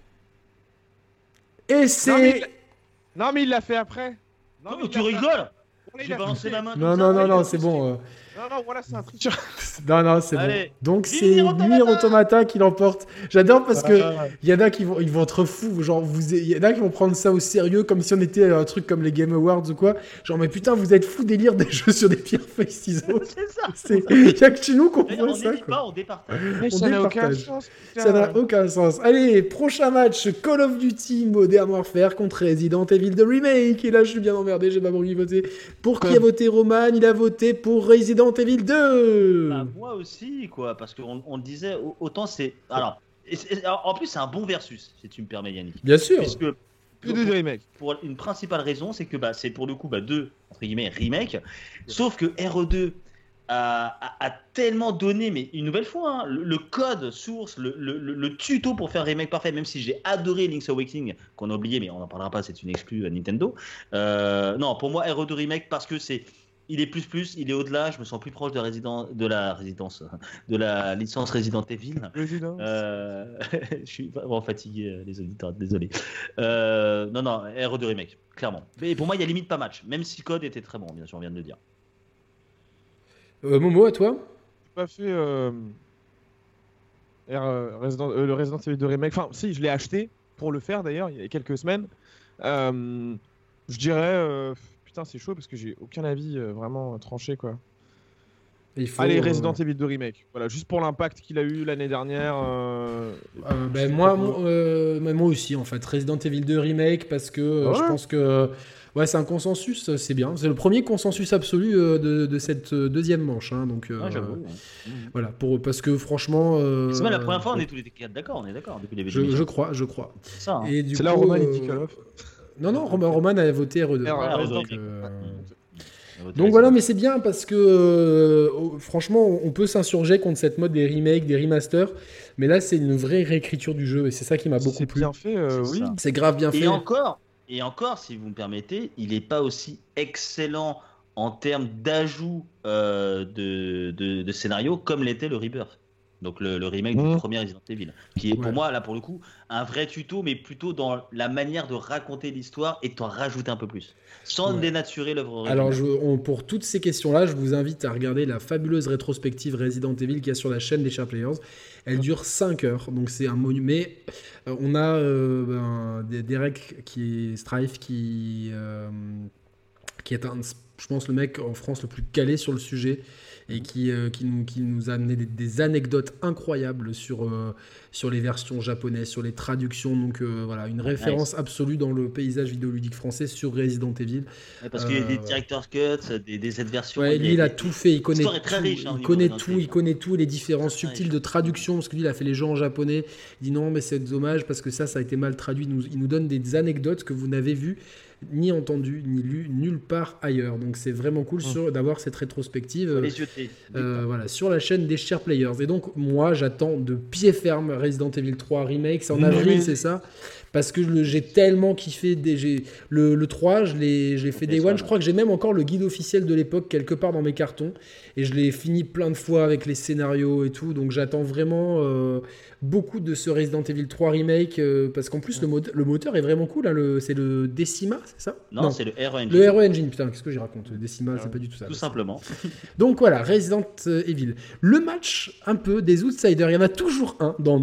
[SPEAKER 1] Et c'est...
[SPEAKER 4] Non, mais il l'a fait après.
[SPEAKER 3] Non, mais tu rigoles. J'ai balancé la main.
[SPEAKER 1] Non, c'est bon.
[SPEAKER 4] Non, voilà, c'est un tricheur.
[SPEAKER 1] Non, c'est bon.
[SPEAKER 3] Allez,
[SPEAKER 1] Donc c'est
[SPEAKER 3] Nier Automata
[SPEAKER 1] Nier Automata qui l'emporte. J'adore parce que
[SPEAKER 4] Ah.
[SPEAKER 1] il y en a qui vont être fous. Genre, il y en a qui vont prendre ça au sérieux comme si on était un truc comme les Game Awards ou quoi. Genre, mais putain, vous êtes fous délire des jeux sur des pierres feuilles ciseaux.
[SPEAKER 3] C'est ça.
[SPEAKER 1] Il y a que chez nous qu'on
[SPEAKER 3] D'ailleurs,
[SPEAKER 1] voit
[SPEAKER 3] on
[SPEAKER 1] ça.
[SPEAKER 3] n'hésite
[SPEAKER 1] Quoi.
[SPEAKER 3] pas, on départage.
[SPEAKER 4] Mais
[SPEAKER 1] On
[SPEAKER 4] ça n'a aucun
[SPEAKER 1] départage.
[SPEAKER 4] sens.
[SPEAKER 1] Ça n'a aucun sens. Allez, prochain match Call of Duty Modern Warfare contre Resident Evil 2 Remake. Et là, je suis bien emmerdé, j'ai pas pour qui voter. Pour qui a voté Roman? Il a voté pour Resident Evil 2.
[SPEAKER 3] Bah, moi aussi, quoi, parce qu'on disait autant c'est. Alors, en plus, c'est un bon versus, si tu me permets, Yannick.
[SPEAKER 1] Bien sûr.
[SPEAKER 3] Puisque
[SPEAKER 4] Que des remakes.
[SPEAKER 3] pour une principale raison, c'est que c'est pour le coup deux entre guillemets remake. Sauf que RE2 a tellement donné, mais une nouvelle fois, hein, le code source, le tuto pour faire un remake parfait, même si j'ai adoré Link's Awakening, qu'on a oublié, mais on n'en parlera pas, c'est une exclue à Nintendo. Non, pour moi, RE2 remake, parce que il est plus, il est au-delà, je me sens plus proche de la licence Resident Evil. Je suis vraiment fatigué, les auditeurs, désolé. Non, RE2 remake, clairement. Mais pour moi, il y a limite pas match, même si code était très bon, bien sûr, on vient de le dire.
[SPEAKER 1] Momo, à toi?
[SPEAKER 4] J'ai pas fait le Resident Evil 2 Remake. Enfin, si, je l'ai acheté pour le faire d'ailleurs, il y a quelques semaines. Je dirais. Putain, c'est chaud parce que j'ai aucun avis vraiment tranché, quoi. Allez, Resident Evil 2 Remake. Voilà, juste pour l'impact qu'il a eu l'année dernière.
[SPEAKER 1] Moi aussi, en fait. Resident Evil 2 Remake, parce que je pense que c'est un consensus, c'est bien. C'est le premier consensus absolu de cette deuxième manche. Hein, donc,
[SPEAKER 3] J'avoue.
[SPEAKER 1] Voilà, parce que franchement.
[SPEAKER 3] C'est même la première fois, on est tous les quatre d'accord, on est d'accord depuis les
[SPEAKER 1] je crois.
[SPEAKER 3] C'est ça. Hein.
[SPEAKER 4] C'est là où Roman il dit Call of.
[SPEAKER 1] Non, Roman a voté RE2.
[SPEAKER 3] RE2.
[SPEAKER 1] Donc voilà, mais c'est bien parce que franchement, on peut s'insurger contre cette mode des remakes, des remasters, mais là, c'est une vraie réécriture du jeu et c'est ça qui m'a beaucoup plu.
[SPEAKER 4] C'est bien fait, oui.
[SPEAKER 3] Ça.
[SPEAKER 1] C'est grave bien fait.
[SPEAKER 3] Et encore, si vous me permettez, il n'est pas aussi excellent en termes d'ajout de scénario comme l'était le Rebirth. Donc le remake du premier Resident Evil, qui est pour moi, là pour le coup, un vrai tuto, mais plutôt dans la manière de raconter l'histoire et de t'en rajouter un peu plus, sans dénaturer l'œuvre originale.
[SPEAKER 1] Alors pour toutes ces questions-là, je vous invite à regarder la fabuleuse rétrospective Resident Evil qu'il y a sur la chaîne des Chers Players. Elle dure 5 heures, donc c'est un monument. Mais on a Derek Strife qui est je pense, le mec en France le plus calé sur le sujet et qui nous a amené des anecdotes incroyables sur les versions japonaises, sur les traductions. Donc voilà, une référence absolue dans le paysage vidéoludique français sur Resident Evil.
[SPEAKER 3] Ouais, parce qu'il y a des director's cuts, des cette version.
[SPEAKER 1] Ouais, lui, il a tout fait, il connaît tout,
[SPEAKER 3] très riche, hein,
[SPEAKER 1] il connaît tout, les différences subtiles de traduction, parce que lui, il a fait les jeux en japonais. Il dit non, mais c'est dommage parce que ça a été mal traduit. Il nous donne des anecdotes que vous n'avez vues ni entendu, ni lu nulle part ailleurs. Donc c'est vraiment cool d'avoir cette rétrospective voilà, sur la chaîne des Chers Players. Et donc moi j'attends de pied ferme Resident Evil 3 Remake, c'est en avril, c'est ça, parce que j'ai tellement kiffé le 3, je l'ai fait Day One. Je crois que j'ai même encore le guide officiel de l'époque quelque part dans mes cartons et je l'ai fini plein de fois avec les scénarios et tout, donc j'attends vraiment beaucoup de ce Resident Evil 3 Remake parce qu'en plus le moteur est vraiment cool, hein, c'est le Decima, c'est ça?
[SPEAKER 3] Non, c'est le RE Engine.
[SPEAKER 1] Le RE Engine, putain, qu'est-ce que j'y raconte? Le Decima, c'est pas du tout ça.
[SPEAKER 3] Tout simplement.
[SPEAKER 1] Donc voilà, Resident Evil. Le match un peu des outsiders, il y en a toujours un dans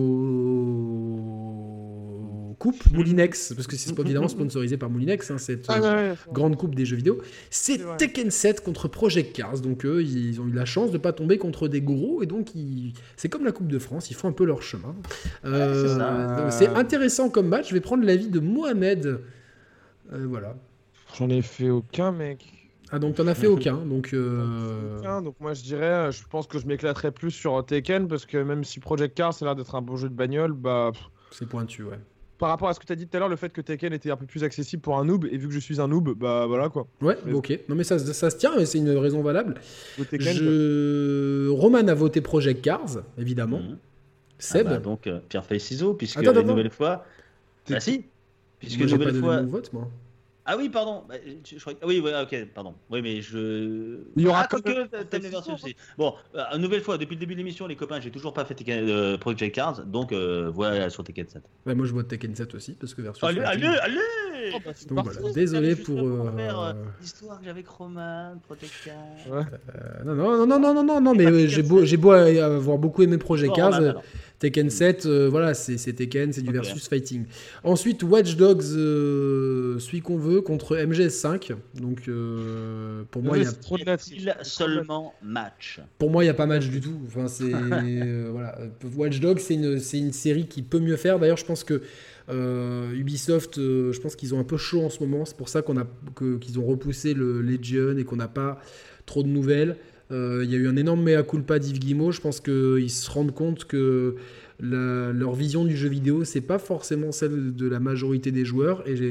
[SPEAKER 1] nos coupes Moulinex, parce que c'est évidemment sponsorisé par Moulinex, hein, cette grande coupe des jeux vidéo. C'est Tekken 7 contre Project Cars. Donc eux, ils ont eu la chance de pas tomber contre des gros, et donc c'est comme la Coupe de France, ils font un peu leur chemin. C'est intéressant comme match. Je vais prendre l'avis de Mohamed. Voilà.
[SPEAKER 4] J'en ai fait aucun, mec.
[SPEAKER 1] Ah, donc t'en as fait aucun. Donc
[SPEAKER 4] moi je dirais, je pense que je m'éclaterais plus sur Tekken, parce que même si Project Cars ça a l'air d'être un beau jeu de bagnole,
[SPEAKER 1] c'est pointu, ouais.
[SPEAKER 4] Par rapport à ce que tu as dit tout à l'heure, le fait que Tekken était un peu plus accessible pour un noob, et vu que je suis un noob, voilà quoi.
[SPEAKER 1] Ouais, ok. Non mais ça se tient, et c'est une raison valable.
[SPEAKER 4] Tekken,
[SPEAKER 1] Roman a voté Project Cars, évidemment. Seb.
[SPEAKER 3] Donc pierre feuille ciseaux, puisque une nouvelle fois. Ah si. Puisque
[SPEAKER 1] moi,
[SPEAKER 3] une nouvelle fois.
[SPEAKER 1] Mon vote, moi.
[SPEAKER 3] Ah oui, pardon. Bah, je crois oui, ok, pardon. Oui, mais
[SPEAKER 4] Il y aura
[SPEAKER 3] que t'aimes les versions aussi. Bon, une nouvelle fois, depuis le début de l'émission, les copains, j'ai toujours pas fait Project Cars, donc voilà sur Tekken 7.
[SPEAKER 1] Ouais, moi je vois Tekken 7 aussi parce que versus
[SPEAKER 3] Allez,
[SPEAKER 1] fighting.
[SPEAKER 3] allez
[SPEAKER 4] Oh, bah, c'est
[SPEAKER 1] Donc
[SPEAKER 4] parfait.
[SPEAKER 1] voilà, désolé
[SPEAKER 3] Juste
[SPEAKER 1] pour.
[SPEAKER 3] faire l'histoire que j'avais avec Roman, Project Cars.
[SPEAKER 4] Ouais.
[SPEAKER 1] Non, mais j'ai beau avoir beaucoup aimé Project
[SPEAKER 3] Histoire,
[SPEAKER 1] Cars.
[SPEAKER 3] Roman, alors.
[SPEAKER 1] Tekken 7, voilà, c'est Tekken, c'est du
[SPEAKER 3] Ok.
[SPEAKER 1] versus fighting. Ensuite, Watch Dogs, celui qu'on veut, contre MGS5. Donc, pour moi, il y a.
[SPEAKER 4] C'est trop de la
[SPEAKER 3] Il seulement match.
[SPEAKER 1] Pour moi, il n'y a pas match du tout. Enfin, c'est voilà. Watch Dogs, c'est une série qui peut mieux faire. D'ailleurs, je pense que Ubisoft, je pense qu'ils ont un peu chaud en ce moment. C'est pour ça qu'ils ont repoussé le Legion et qu'on n'a pas trop de nouvelles. Il y a eu un énorme mea culpa d'Yves Guillemot. Je pense qu'ils se rendent compte que leur vision du jeu vidéo, c'est pas forcément celle de la majorité des joueurs. Et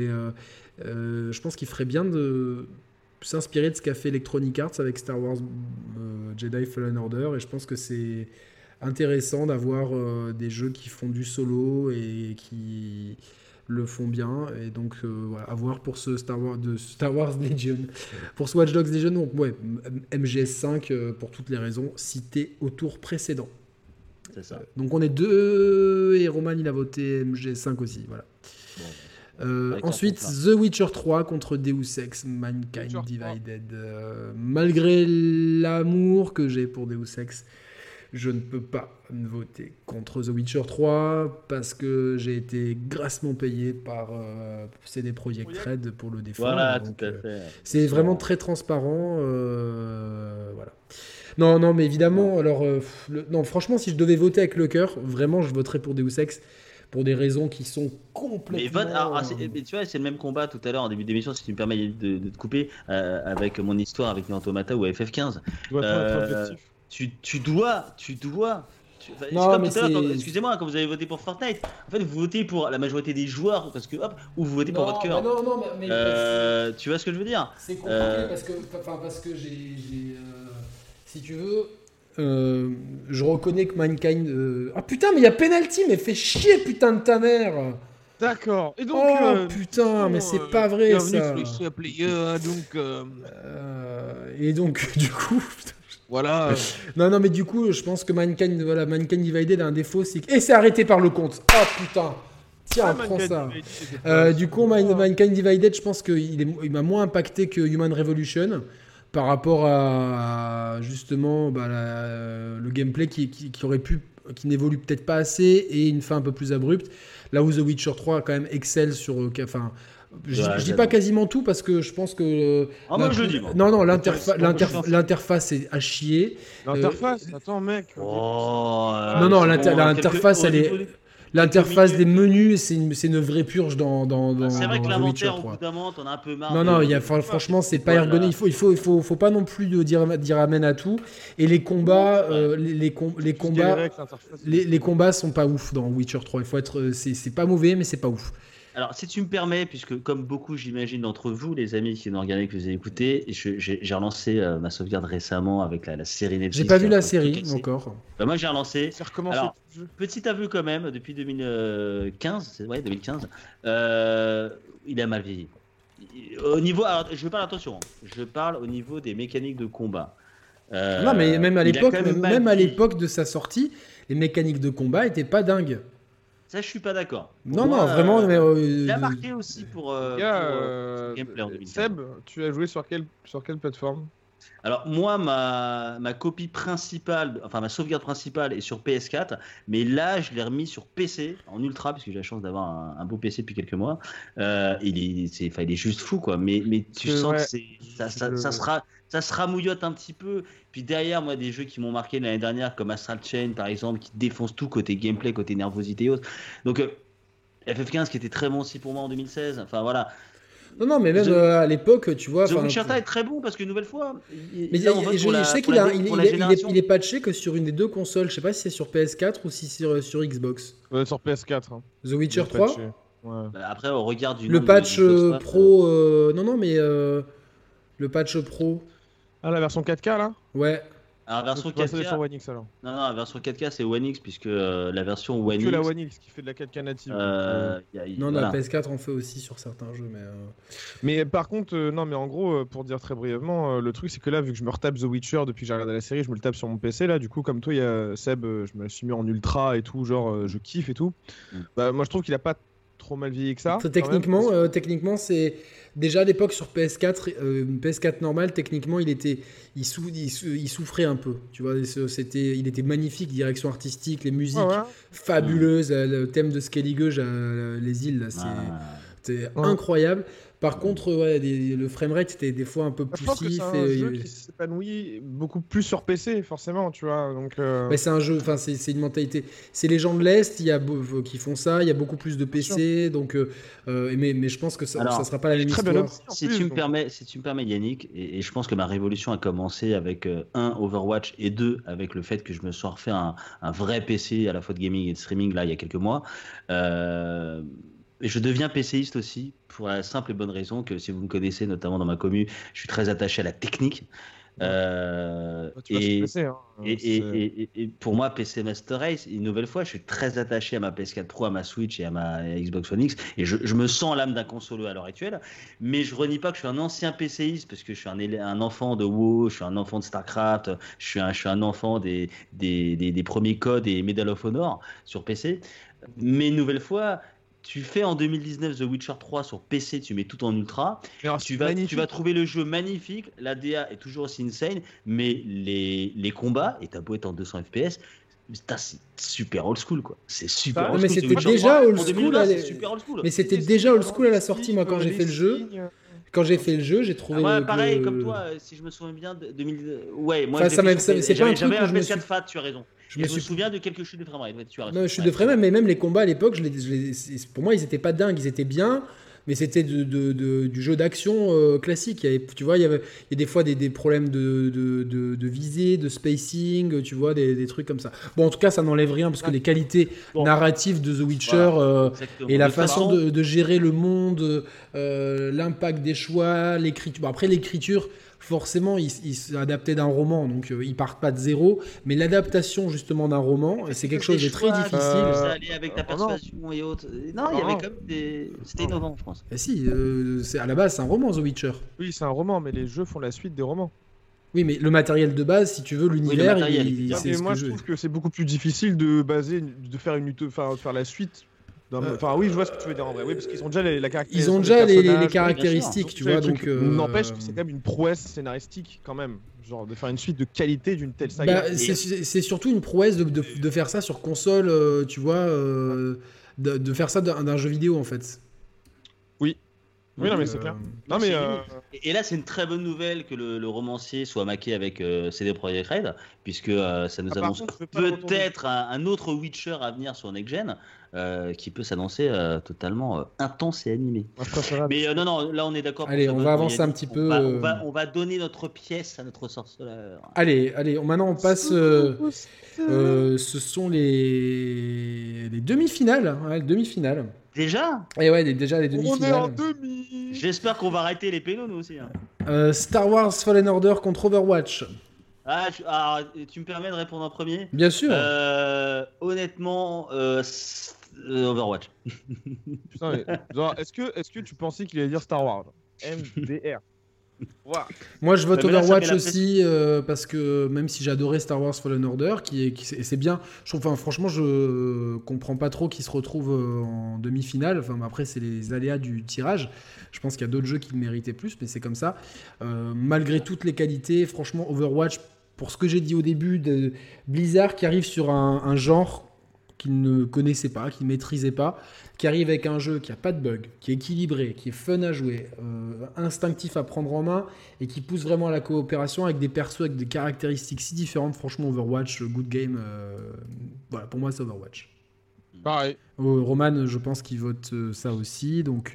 [SPEAKER 1] je pense qu'il ferait bien de s'inspirer de ce qu'a fait Electronic Arts avec Star Wars Jedi Fallen Order. Et je pense que c'est intéressant d'avoir des jeux qui font du solo et qui le font bien. Et donc, voilà, à voir pour ce Star Wars Legion. Pour ce Watch Dogs Legion, donc, ouais, MGS5 pour toutes les raisons citées au tour précédent.
[SPEAKER 3] C'est ça.
[SPEAKER 1] Donc, on est 2 et Roman, il a voté MGS5 aussi. Voilà.
[SPEAKER 3] Bon,
[SPEAKER 1] Ensuite, The Witcher 3 contre Deus Ex Mankind Divided. Malgré l'amour que j'ai pour Deus Ex, je ne peux pas voter contre The Witcher 3 parce que j'ai été grassement payé par CD Projekt Red pour le défendre.
[SPEAKER 3] Voilà,
[SPEAKER 1] donc,
[SPEAKER 3] tout à fait.
[SPEAKER 1] c'est vraiment très transparent. Voilà. Non, mais évidemment, alors, non, franchement, si je devais voter avec le cœur, vraiment, je voterais pour Deus Ex pour des raisons qui sont complètement.
[SPEAKER 3] Mais tu vois, c'est le même combat tout à l'heure en début d'émission, si tu me permets de te couper, avec mon histoire avec Nier Automata ou FF15.
[SPEAKER 4] Tu dois être objectif.
[SPEAKER 3] Tu dois. C'est
[SPEAKER 1] Non,
[SPEAKER 3] comme
[SPEAKER 1] mais
[SPEAKER 3] tout à l'heure,
[SPEAKER 1] c'est-
[SPEAKER 3] excusez-moi, quand vous avez voté pour Fortnite, en fait, vous votez pour la majorité des joueurs, parce que hop, ou vous votez pour votre cœur.
[SPEAKER 1] Non, mais
[SPEAKER 3] Tu vois ce que je veux dire?
[SPEAKER 1] c'est compliqué parce que j'ai si tu veux, je reconnais que Mankind. Ah putain, mais il y a penalty, mais fais chier, putain de ta mère!
[SPEAKER 4] D'accord. Et donc.
[SPEAKER 1] Oh putain, mais c'est pas vrai
[SPEAKER 4] bienvenue
[SPEAKER 1] ça!
[SPEAKER 4] sur les Swap Player, donc.
[SPEAKER 1] Et donc, du coup. Putain.
[SPEAKER 4] Voilà.
[SPEAKER 1] Non, mais du coup, je pense que Mankind Divided a un défaut, c'est que. Et c'est arrêté par le compte! Oh putain! Tiens, prends ça! Du coup, Mankind Divided, je pense qu'il m'a moins impacté que Human Revolution par rapport à justement le gameplay qui n'évolue peut-être pas assez et une fin un peu plus abrupte. Là où The Witcher 3 quand même excelle sur. Enfin, je dis pas quasiment tout parce que je pense que.
[SPEAKER 3] Moi je le dis. Moi.
[SPEAKER 1] Non, l'interface est à chier.
[SPEAKER 4] L'interface, attends, mec.
[SPEAKER 3] Oh,
[SPEAKER 1] non, l'interface, elle est. L'interface des menus, c'est une vraie purge dans
[SPEAKER 3] c'est vrai que
[SPEAKER 1] The Witcher
[SPEAKER 3] l'inventaire,
[SPEAKER 1] 3.
[SPEAKER 3] au bout d'un moment, t'en as un peu marre.
[SPEAKER 1] Non, franchement, c'est pas ergonomique. Il faut pas non plus dire amen à tout. Et les combats, les combats sont pas ouf dans Witcher 3. Il faut être, c'est pas mauvais, mais c'est pas ouf.
[SPEAKER 3] Alors, si tu me permets, puisque comme beaucoup, j'imagine, d'entre vous, les amis qui nous regardent, que vous avez écouté, j'ai relancé ma sauvegarde récemment avec la série Netflix.
[SPEAKER 1] J'ai pas vu la série encore.
[SPEAKER 3] Moi, j'ai relancé.
[SPEAKER 4] C'est recommencé.
[SPEAKER 3] Alors, petit aveu quand même, depuis 2015, il a mal vieilli. Au niveau, alors, je parle au niveau des mécaniques de combat.
[SPEAKER 1] Non, mais même à l'époque de sa sortie, les mécaniques de combat étaient pas dingues.
[SPEAKER 3] Ça, je suis pas d'accord.
[SPEAKER 1] Non, vraiment.
[SPEAKER 3] Il a marqué aussi pour gameplay en 2015.
[SPEAKER 4] Seb, tu as joué sur quelle plateforme?
[SPEAKER 3] Alors moi, ma copie principale, enfin ma sauvegarde principale est sur PS4, mais là je l'ai remis sur PC en ultra parce que j'ai la chance d'avoir un beau PC depuis quelques mois. Il est juste fou quoi. Mais tu sens que ça se ramouillote un petit peu. Puis derrière, moi, des jeux qui m'ont marqué l'année dernière, comme Astral Chain, par exemple, qui défoncent tout côté gameplay, côté nervosité et autres. Donc, FF15 qui était très bon aussi pour moi en 2016. Enfin, voilà.
[SPEAKER 1] Non, mais même à l'époque, tu vois.
[SPEAKER 3] The Witcher est très bon parce que, nouvelle fois.
[SPEAKER 1] Je sais qu'il est patché que sur une des deux consoles. Je sais pas si c'est sur PS4 ou si c'est sur Xbox.
[SPEAKER 4] Sur PS4. Hein.
[SPEAKER 1] The Witcher 3
[SPEAKER 3] Après, au regard du.
[SPEAKER 1] Le patch pro. Non, mais. Le patch pro.
[SPEAKER 4] Ah, la version 4K là?
[SPEAKER 1] Ouais.
[SPEAKER 3] Alors, version
[SPEAKER 4] Donc, tu vas passer
[SPEAKER 3] 4K.
[SPEAKER 4] sur One X alors.
[SPEAKER 3] Non, la version 4K, c'est One X, puisque la version One
[SPEAKER 4] Que
[SPEAKER 3] X.
[SPEAKER 4] la One X qui fait de la 4K native.
[SPEAKER 1] Non,
[SPEAKER 3] voilà.
[SPEAKER 1] la PS4 en fait aussi sur certains jeux, mais.
[SPEAKER 4] Mais par contre, non, mais en gros, pour dire très brièvement, le truc c'est que là, vu que je me retape The Witcher depuis que j'ai regardé la série, je me le tape sur mon PC là. Du coup, comme toi, il y a Seb, je me suis mis en ultra et tout, genre je kiffe et tout. Bah, moi, je trouve qu'il a pas trop mal vieilli que ça.
[SPEAKER 1] Techniquement, c'est déjà à l'époque sur PS4, PS4 normal, techniquement, il souffrait un peu. Tu vois, il était magnifique, direction artistique, les musiques fabuleuses, le thème de Skellige, les îles, là, c'était incroyable. Par contre, le framerate était des fois un peu
[SPEAKER 4] Je pense que
[SPEAKER 1] poussif.
[SPEAKER 4] c'est un jeu qui s'épanouit beaucoup plus sur PC, forcément, tu vois. Donc,
[SPEAKER 1] Mais c'est un jeu, enfin c'est une mentalité. C'est les gens de l'Est qui font ça, il y a beaucoup plus de PC, donc, mais je pense que ça ne sera pas la même histoire.
[SPEAKER 3] Si tu me permets Yannick, et je pense que ma révolution a commencé avec Overwatch, et 2, avec le fait que je me sois refait un vrai PC à la fois de gaming et de streaming là il y a quelques mois. Et je deviens PCiste aussi, pour la simple et bonne raison que, si vous me connaissez, notamment dans ma commu, je suis très attaché à la technique. Et pour moi, PC Master Race, une nouvelle fois, je suis très attaché à ma PS4 Pro, à ma Switch et à ma Xbox One X. Et je me sens l'âme d'un consolo à l'heure actuelle. Mais je renie pas que je suis un ancien PCiste, parce que je suis un enfant de WoW, je suis un enfant de StarCraft, je suis un enfant des premiers codes et Medal of Honor sur PC. Mais une nouvelle fois, tu fais en 2019 The Witcher 3 sur PC, tu mets tout en ultra, tu vas trouver le jeu magnifique, la DA est toujours aussi insane, mais les combats, et t'as beau être en 200 FPS, c'est super old school quoi. C'est super old school.
[SPEAKER 1] Mais c'était déjà old school.
[SPEAKER 3] C'est super old school.
[SPEAKER 1] Mais c'était déjà old school à la sortie, moi, quand j'ai fait le jeu. Quand j'ai fait le jeu, j'ai trouvé.
[SPEAKER 3] Pareil, comme toi, si je me souviens bien, 2000. Ouais, moi,
[SPEAKER 1] c'est pas un truc
[SPEAKER 3] j'avais un
[SPEAKER 1] que
[SPEAKER 3] PS4 Fat, tu as raison. Je me souviens de quelques chutes de framerate. Tu as raison.
[SPEAKER 1] Non, je suis de framerate, mais même les combats à l'époque, pour moi, ils étaient pas dingues, ils étaient bien, mais c'était du jeu d'action classique. Tu vois, il y a des fois des problèmes de visée, de spacing, tu vois, des trucs comme ça. Bon, en tout cas, ça n'enlève rien parce que les qualités narratives de The Witcher et la façon de gérer le monde, l'impact des choix, l'écriture. Bon, après, l'écriture. Forcément, ils s'adaptaient d'un roman, donc ils partent pas de zéro. Mais l'adaptation justement d'un roman, c'est quelque chose de très difficile.
[SPEAKER 3] Ça allait avec ta persuasion et autres. Non, il y avait quand même c'était innovant, je pense.
[SPEAKER 1] Si, à la base, c'est un roman, The Witcher.
[SPEAKER 4] Oui, c'est un roman, mais les jeux font la suite des romans.
[SPEAKER 1] Oui, mais le matériel de base, si tu veux, l'univers,
[SPEAKER 4] moi, je trouve que c'est beaucoup plus difficile de faire la suite. Enfin, oui, je vois ce que tu veux dire en vrai. Oui, parce qu'ils ont déjà les caractéristiques.
[SPEAKER 1] Ils ont déjà les caractéristiques, tu vois. Donc,
[SPEAKER 4] n'empêche que c'est quand même une prouesse scénaristique, quand même. Genre, de faire une suite de qualité d'une telle saga.
[SPEAKER 1] C'est surtout une prouesse de faire ça sur console, tu vois. De faire ça d'un jeu vidéo, en fait.
[SPEAKER 4] Oui. Oui, non, mais c'est clair. Non, mais
[SPEAKER 3] et là, c'est une très bonne nouvelle que le romancier soit maqué avec CD Projekt Red, puisque ça nous annonce peut-être un autre Witcher à venir sur Next Gen, qui peut s'annoncer totalement intense et animé. Mais non, là, on est d'accord.
[SPEAKER 1] Allez, on va avancer un petit peu.
[SPEAKER 3] On va donner notre pièce à notre sorceleur.
[SPEAKER 1] Allez, maintenant on passe. Ce sont les demi-finales. Les demi-finales.
[SPEAKER 3] Déjà ?
[SPEAKER 1] Et ouais, déjà les demi-finales.
[SPEAKER 4] On est en demi.
[SPEAKER 3] J'espère qu'on va arrêter les pénaux, nous aussi. Hein.
[SPEAKER 1] Star Wars Fallen Order contre Overwatch.
[SPEAKER 3] Tu me permets de répondre en premier ?
[SPEAKER 1] Bien sûr.
[SPEAKER 3] Honnêtement, Overwatch.
[SPEAKER 4] Putain, mais, genre, est-ce que tu pensais qu'il allait dire Star Wars ? MDR.
[SPEAKER 1] Wow. Moi je vote Overwatch aussi parce que même si j'adorais Star Wars Fallen Order c'est bien, je trouve, franchement je comprends pas trop qu'ils se retrouvent en demi-finale, après c'est les aléas du tirage, je pense qu'il y a d'autres jeux qui le méritaient plus, mais c'est comme ça. Malgré toutes les qualités, franchement Overwatch, pour ce que j'ai dit au début, de Blizzard qui arrive sur un genre qu'ils ne connaissaient pas, qu'ils ne maîtrisaient pas, qui arrive avec un jeu qui n'a pas de bug, qui est équilibré, qui est fun à jouer, instinctif à prendre en main, et qui pousse vraiment à la coopération avec des persos, avec des caractéristiques si différentes. Franchement, Overwatch, good game, voilà, pour moi c'est Overwatch.
[SPEAKER 4] Pareil.
[SPEAKER 1] Roman, je pense qu'il vote ça aussi. Donc,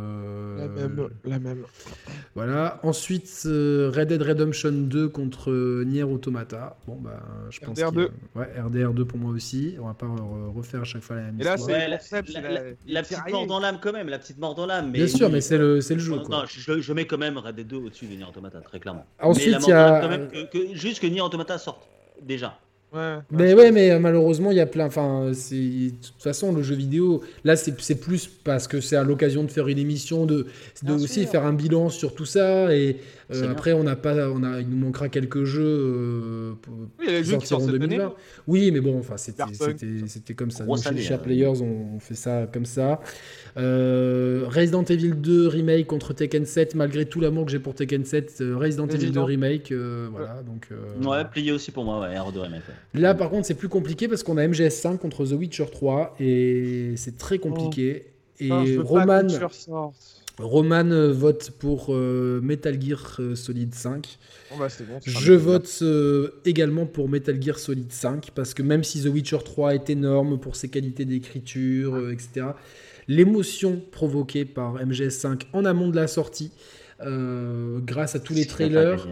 [SPEAKER 4] La même.
[SPEAKER 1] voilà. Ensuite, Red Dead Redemption 2 contre Nier Automata. Bon, bah, je pense
[SPEAKER 4] RDR2.
[SPEAKER 1] Ouais, RDR2 pour moi aussi. On va pas refaire à chaque fois la même
[SPEAKER 4] Et là,
[SPEAKER 1] histoire.
[SPEAKER 3] Ouais,
[SPEAKER 4] concept,
[SPEAKER 3] la petite mort dans l'âme quand même, la petite mort dans l'âme.
[SPEAKER 1] Bien sûr, mais c'est le jeu.
[SPEAKER 3] Non,
[SPEAKER 1] Quoi.
[SPEAKER 3] non, je mets quand même Red Dead 2 au-dessus de Nier Automata, très clairement.
[SPEAKER 1] Ensuite,
[SPEAKER 3] mais la
[SPEAKER 1] il y
[SPEAKER 3] mort
[SPEAKER 1] a-
[SPEAKER 3] dans l'âme, quand même, juste que Nier Automata sorte, déjà.
[SPEAKER 4] Ouais.
[SPEAKER 1] Mais malheureusement, il y a plein. Enfin, de toute façon, le jeu vidéo, là, c'est plus parce que c'est à l'occasion de faire une émission, de
[SPEAKER 4] Bien
[SPEAKER 1] aussi
[SPEAKER 4] sûr.
[SPEAKER 1] faire un bilan sur tout ça. Et
[SPEAKER 3] C'est bien.
[SPEAKER 1] après, il nous manquera quelques jeux
[SPEAKER 4] Oui, il y a les
[SPEAKER 1] qui
[SPEAKER 4] jeux qui
[SPEAKER 1] sortiront en
[SPEAKER 4] sortent cette
[SPEAKER 1] 2020.
[SPEAKER 4] année.
[SPEAKER 1] Oui, mais bon, enfin,
[SPEAKER 4] Cyberpunk,
[SPEAKER 1] c'était comme ça.
[SPEAKER 3] Grosse
[SPEAKER 1] Nous, chez
[SPEAKER 3] année,
[SPEAKER 1] Share
[SPEAKER 3] hein.
[SPEAKER 1] Players, on fait ça comme ça. Resident Evil 2 Remake contre Tekken 7. Malgré tout l'amour que j'ai pour Tekken 7, Resident Evil 2
[SPEAKER 4] Resident.
[SPEAKER 1] Remake, voilà. Donc,
[SPEAKER 3] Ouais, plié aussi pour moi, ouais, R2 Remake. Ouais.
[SPEAKER 1] là, par contre, c'est plus compliqué parce qu'on a MGS5 contre The Witcher 3 et c'est très compliqué. Et
[SPEAKER 4] Ah, je veux pas que
[SPEAKER 1] Roman,
[SPEAKER 4] Witcher sorte.
[SPEAKER 1] vote pour Metal Gear Solid 5.
[SPEAKER 4] Bon, bah, c'est bon. c'est
[SPEAKER 1] Je
[SPEAKER 4] pas
[SPEAKER 1] vote également pour Metal Gear Solid 5 parce que même si The Witcher 3 est énorme pour ses qualités d'écriture, etc., l'émotion provoquée par MGS5 en amont de la sortie, grâce à tous les trailers,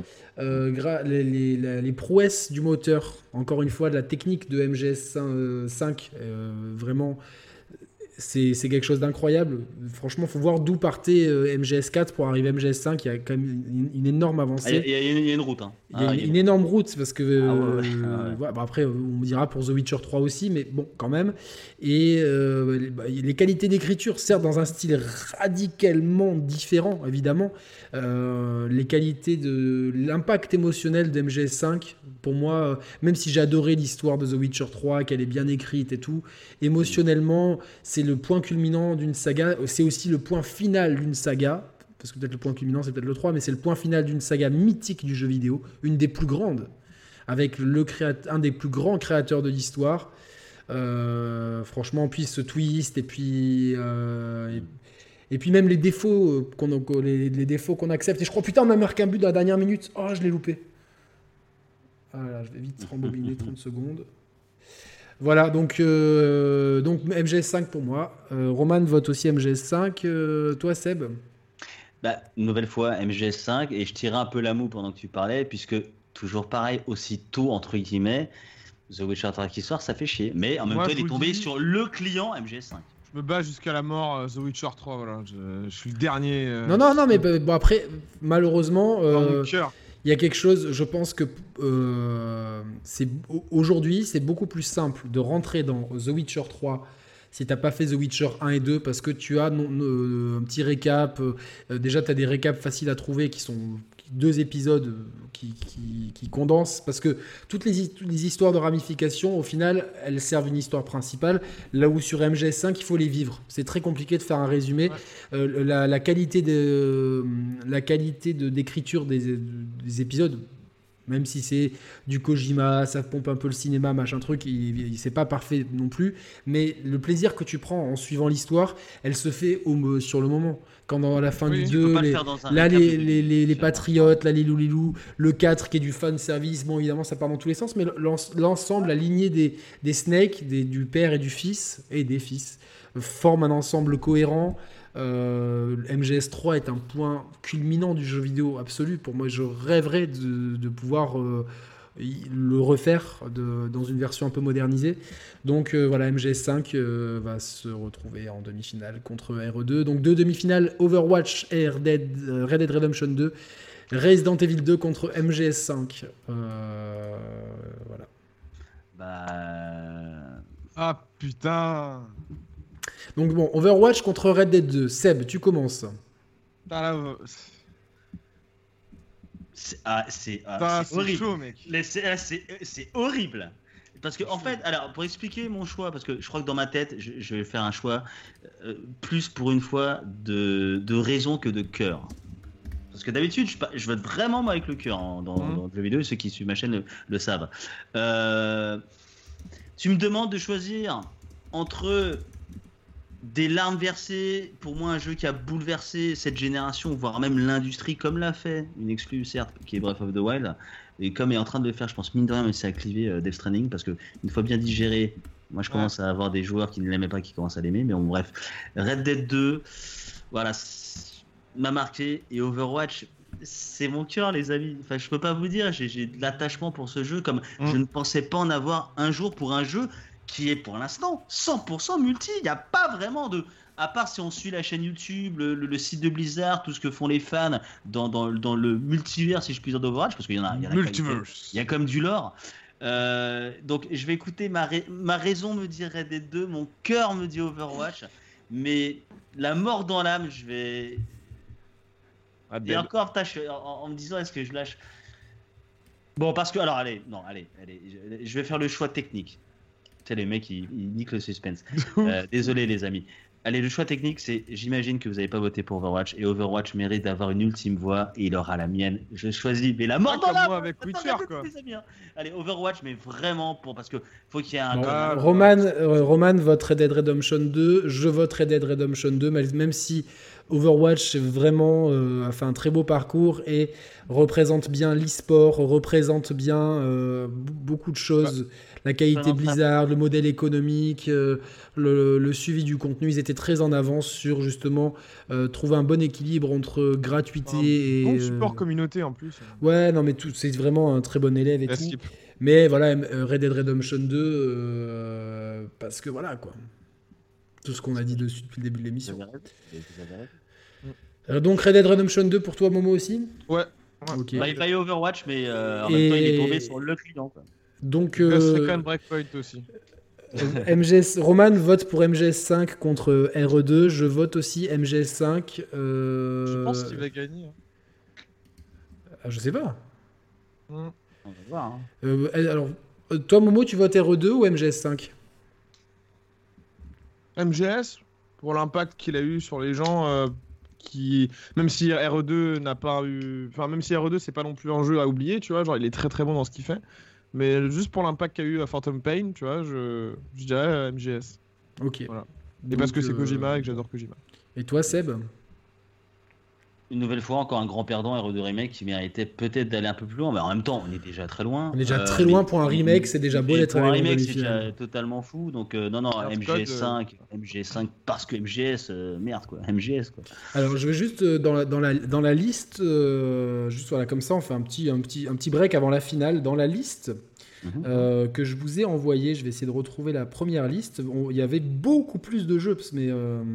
[SPEAKER 1] les prouesses du moteur, encore une fois, de la technique de MGS5, vraiment, c'est quelque chose d'incroyable. Franchement, il faut voir d'où partait MGS4 pour arriver à MGS5. Il y a quand même une énorme avancée.
[SPEAKER 3] Il y a une route. Hein.
[SPEAKER 1] Il y a une énorme route parce que
[SPEAKER 3] Ah ouais.
[SPEAKER 1] voilà, bon, après on me dira pour The Witcher 3 aussi, mais bon quand même. Et les qualités d'écriture, certes dans un style radicalement différent évidemment, les qualités de l'impact émotionnel de MGS5 pour moi, même si j'ai adoré l'histoire de The Witcher 3, qu'elle est bien écrite et tout, émotionnellement c'est le point culminant d'une saga, c'est aussi le point final d'une saga. Parce que peut-être le point culminant c'est peut-être le 3, mais c'est le point final d'une saga mythique du jeu vidéo, une des plus grandes, avec un des plus grands créateurs de l'histoire. Franchement, puis ce twist, et puis même les défauts les défauts qu'on accepte. Et je crois, putain, on m'a marqué un but dans la dernière minute. Oh, je l'ai loupé. Voilà, je vais vite rembobiner 30 secondes. Voilà, donc MGS5 pour moi. Roman vote aussi MGS5. Toi, Seb?
[SPEAKER 3] Bah, nouvelle fois MGS5 et je tirais un peu la moue pendant que tu parlais puisque toujours pareil aussi tôt entre guillemets The Witcher 3 qui sort ça fait chier mais en même
[SPEAKER 4] Moi,
[SPEAKER 3] temps
[SPEAKER 4] je
[SPEAKER 3] il est
[SPEAKER 4] vous
[SPEAKER 3] tombé
[SPEAKER 4] dis-
[SPEAKER 3] sur le client MGS5.
[SPEAKER 4] Je me bats jusqu'à la mort, The Witcher 3, voilà. Je suis le dernier.
[SPEAKER 1] Non, mais bon, après, malheureusement,
[SPEAKER 4] Dans mon cœur.
[SPEAKER 1] il y a quelque chose, je pense que aujourd'hui, c'est beaucoup plus simple de rentrer dans The Witcher 3 si t'as pas fait The Witcher 1 et 2 parce que tu as un petit récap. Déjà, tu as des récaps faciles à trouver qui sont 2 épisodes qui condensent parce que toutes les histoires de ramification, au final, elles servent une histoire principale. Là où sur MGS5, il faut les vivre. C'est très compliqué de faire un résumé.
[SPEAKER 4] Ouais.
[SPEAKER 1] La qualité d'écriture des épisodes, même si c'est du Kojima, ça pompe un peu le cinéma, machin truc, c'est pas parfait non plus, mais le plaisir que tu prends en suivant l'histoire, elle se fait sur le moment. Quand dans la fin
[SPEAKER 4] Oui,
[SPEAKER 1] du
[SPEAKER 3] tu peux
[SPEAKER 1] 2,
[SPEAKER 3] pas le faire dans un
[SPEAKER 1] là
[SPEAKER 3] récap de
[SPEAKER 1] les
[SPEAKER 3] différent.
[SPEAKER 1] patriotes, là les loulilous, le 4 qui est du fan service, bon évidemment ça part dans tous les sens, mais l'ensemble, la lignée des Snake, du père et du fils, et des fils, forme un ensemble cohérent. MGS3 est un point culminant du jeu vidéo absolu. Pour moi, je rêverais de pouvoir le refaire dans une version un peu modernisée. Donc voilà, MGS5 va se retrouver en demi-finale contre RE2. Donc 2 demi-finales, Overwatch et Red Dead Redemption 2. Resident Evil 2 contre MGS5. Voilà.
[SPEAKER 3] Bah
[SPEAKER 4] Ah putain.
[SPEAKER 1] Donc bon, Overwatch contre Red Dead 2. Seb, tu commences.
[SPEAKER 4] Putain, là,
[SPEAKER 3] c'est
[SPEAKER 4] putain, c'est
[SPEAKER 3] horrible.
[SPEAKER 4] chaud, mec.
[SPEAKER 3] C'est horrible. Parce que en fait, alors pour expliquer mon choix, parce que je crois que dans ma tête, je vais faire un choix plus pour une fois de raison que de cœur. Parce que d'habitude, je vote vraiment moi avec le cœur dans le jeu vidéo, et ceux qui suivent ma chaîne le savent. Tu me demandes de choisir entre des larmes versées, pour moi un jeu qui a bouleversé cette génération, voire même l'industrie, comme l'a fait une exclue certes, qui est Breath of the Wild, et comme est en train de le faire, je pense mine de rien, mais c'est à cliver Death Stranding, parce que une fois bien digéré, Moi, je commence à avoir des joueurs qui ne l'aimaient pas, qui commencent à l'aimer. Mais bon, bref. Red Dead 2, voilà, m'a marqué. Et Overwatch, c'est mon cœur, les amis. Enfin, je peux pas vous dire, j'ai de l'attachement pour ce jeu, comme je ne pensais pas en avoir un jour pour un jeu qui est pour l'instant 100% multi. Il n'y a pas vraiment de... À part si on suit la chaîne YouTube, le site de Blizzard, tout ce que font les fans dans le multivers, si je puis dire, d'Overwatch, parce qu'il y en a il y a comme du lore. Donc je vais écouter ma raison me dit Red Dead 2, mon cœur me dit Overwatch, mais la mort dans l'âme, je vais... Et encore, en me disant, est-ce que je lâche... Bon, parce que... Alors, allez, je vais faire le choix technique. Tu sais, les mecs, ils niquent le suspense. Désolé, les amis. Allez, le choix technique, c'est, j'imagine que vous n'avez pas voté pour Overwatch, et Overwatch mérite d'avoir une ultime voix, et il aura la mienne. Je choisis, mais la mort dans l'âme.
[SPEAKER 4] Avec Witcher, quoi.
[SPEAKER 3] Allez, Overwatch, mais vraiment parce que faut qu'il y ait un...
[SPEAKER 1] Roman vote Red Dead Redemption 2, je vote Red Dead Redemption 2, même si Overwatch vraiment a fait un très beau parcours et représente bien l'e-sport, représente bien beaucoup de choses. La qualité Blizzard, le modèle économique, le suivi du contenu, ils étaient très en avance sur justement trouver un bon équilibre entre gratuité et...
[SPEAKER 4] Bon support communauté en plus.
[SPEAKER 1] Ouais, non mais c'est vraiment un très bon élève et tout. Mais voilà, Red Dead Redemption 2, parce que voilà quoi. Tout ce qu'on a dit dessus depuis le début de l'émission. Donc Red Dead Redemption 2 pour toi, Momo aussi ?
[SPEAKER 4] Ouais.
[SPEAKER 1] Okay.
[SPEAKER 3] Bah, il faillit Overwatch, mais en même temps, il est tombé sur le client. Quoi.
[SPEAKER 1] Donc,
[SPEAKER 4] Second Breakpoint aussi.
[SPEAKER 1] Roman vote pour MGS5 contre RE2. Je vote aussi MGS5.
[SPEAKER 4] Je pense qu'il va gagner.
[SPEAKER 1] Je sais pas.
[SPEAKER 3] On va voir.
[SPEAKER 1] Alors, toi, Momo, tu votes RE2 ou MGS5 ?
[SPEAKER 4] MGS, pour l'impact qu'il a eu sur les gens, même si RE2 n'a pas eu... Enfin, même si RE2, c'est pas non plus un jeu à oublier, tu vois, genre il est très très bon dans ce qu'il fait. Mais juste pour l'impact qu'a eu à Phantom Pain, tu vois, je dirais MGS.
[SPEAKER 1] Ok.
[SPEAKER 4] Voilà. Et parce que c'est Kojima et que j'adore Kojima.
[SPEAKER 1] Et toi, Seb ?
[SPEAKER 3] Une nouvelle fois, encore un grand perdant, RE2 Remake, qui méritait peut-être d'aller un peu plus loin, mais en même temps, on est déjà très loin.
[SPEAKER 1] On est déjà très loin pour un remake, c'est déjà beau d'être
[SPEAKER 3] pour un remake, c'est déjà totalement fou. Donc, non, MGS5, parce que MGS, merde quoi, MGS quoi.
[SPEAKER 1] Alors, je vais juste dans la liste, juste voilà, comme ça, on fait un petit break avant la finale. Dans la liste que je vous ai envoyée, je vais essayer de retrouver la première liste. Il y avait beaucoup plus de jeux, mais.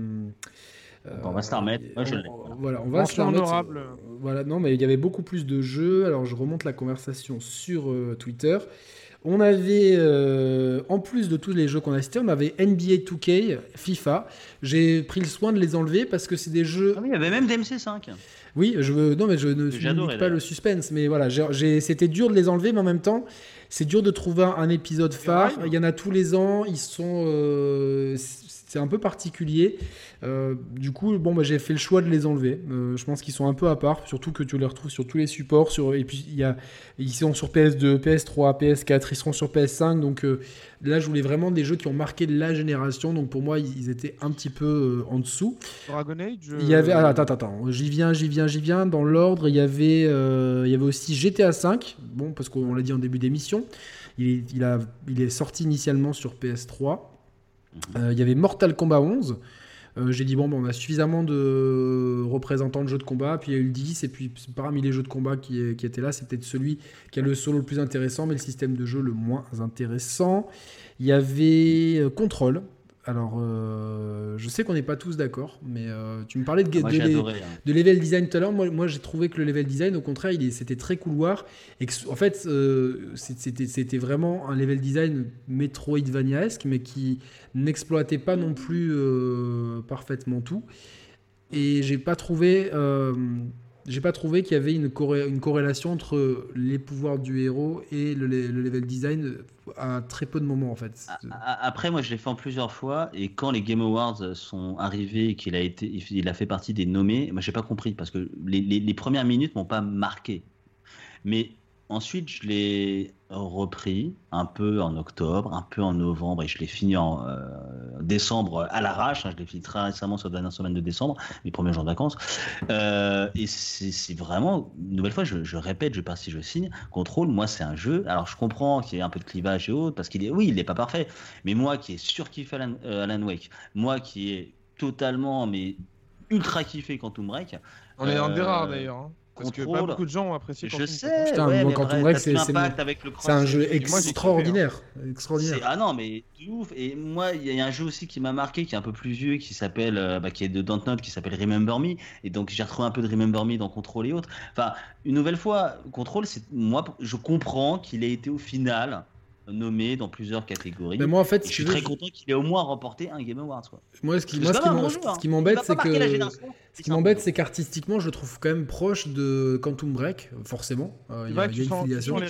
[SPEAKER 3] On va se la remettre. Moi, je l'ai.
[SPEAKER 1] Voilà, on va se la remettre.
[SPEAKER 4] Honorable.
[SPEAKER 1] Voilà, non, mais il y avait beaucoup plus de jeux. Alors, je remonte la conversation sur Twitter. On avait, en plus de tous les jeux qu'on a cités, on avait NBA 2K, FIFA. J'ai pris le soin de les enlever parce que c'est des jeux...
[SPEAKER 3] Ah oui, il y avait même DMC5.
[SPEAKER 1] Oui, je ne nique pas le suspense, mais voilà, c'était dur de les enlever, mais en même temps, c'est dur de trouver un épisode phare. Il y en a tous les ans, ils sont... c'est un peu particulier. Du coup, j'ai fait le choix de les enlever. Je pense qu'ils sont un peu à part, surtout que tu les retrouves sur tous les supports. Et puis, ils sont sur PS2, PS3, PS4, ils seront sur PS5. Donc là, je voulais vraiment des jeux qui ont marqué la génération. Donc pour moi, ils étaient un petit peu en dessous.
[SPEAKER 4] Dragon Age
[SPEAKER 1] Il y avait... Attends. J'y viens. Dans l'ordre, il y avait aussi GTA V. Bon, parce qu'on l'a dit en début d'émission. Il est sorti initialement sur PS3. Il y avait Mortal Kombat 11. J'ai dit, on a suffisamment de représentants de jeux de combat. Puis il y a eu le 10. Et puis parmi les jeux de combat qui étaient là, c'est peut-être celui qui a le solo le plus intéressant, mais le système de jeu le moins intéressant. Il y avait Control. Alors, je sais qu'on n'est pas tous d'accord, mais tu me parlais de level design tout à l'heure. Moi, j'ai trouvé que le level design, au contraire, c'était très couloir. Et que, en fait, c'était vraiment un level design Metroidvania-esque, mais qui n'exploitait pas non plus parfaitement tout. Et j'ai pas trouvé qu'il y avait une corrélation entre les pouvoirs du héros et le level design à très peu de moments en fait.
[SPEAKER 3] Après, moi je l'ai fait en plusieurs fois et quand les Game Awards sont arrivés et il a fait partie des nommés, moi j'ai pas compris parce que les premières minutes m'ont pas marqué. Mais ensuite je l'ai repris un peu en octobre, un peu en novembre et je l'ai fini décembre à l'arrache. Je l'ai fait très récemment sur la dernière semaine de décembre, mes premiers jours de vacances. Et c'est vraiment, une nouvelle fois, je répète, je pars si je signe. Control, moi, c'est un jeu. Alors, je comprends qu'il y ait un peu de clivage et autres, parce qu'il est pas parfait. Mais moi qui ai surkiffé Alan Wake, moi qui ai totalement, mais ultra kiffé Quantum Break.
[SPEAKER 4] On est un des rares d'ailleurs. Hein. Parce que pas
[SPEAKER 3] Control.
[SPEAKER 4] beaucoup de gens ont apprécié
[SPEAKER 3] Je
[SPEAKER 4] Quantum
[SPEAKER 3] sais,
[SPEAKER 1] Putain,
[SPEAKER 3] ouais,
[SPEAKER 1] moi,
[SPEAKER 3] mais
[SPEAKER 1] Quantum
[SPEAKER 3] après,
[SPEAKER 1] Break,
[SPEAKER 3] t'as tout l'impact avec le
[SPEAKER 1] c'est un jeu
[SPEAKER 4] moi, j'ai kiffé,
[SPEAKER 1] extraordinaire. Extraordinaire.
[SPEAKER 3] Ah non, mais de ouf. Et moi, il y a un jeu aussi qui m'a marqué, qui est un peu plus vieux, qui s'appelle, qui est de Dontnod, qui s'appelle Remember Me. Et donc, j'ai retrouvé un peu de Remember Me dans Control et autres. Enfin, une nouvelle fois, Control, moi, je comprends qu'il ait été au final nommé dans plusieurs catégories.
[SPEAKER 1] Mais moi, en fait,
[SPEAKER 3] Et je suis très content qu'il ait au moins remporté un Game Awards, quoi.
[SPEAKER 1] Moi, ce qui m'embête, c'est qu'artistiquement, je le trouve quand même proche de Quantum Break, forcément. Il y a une filiation.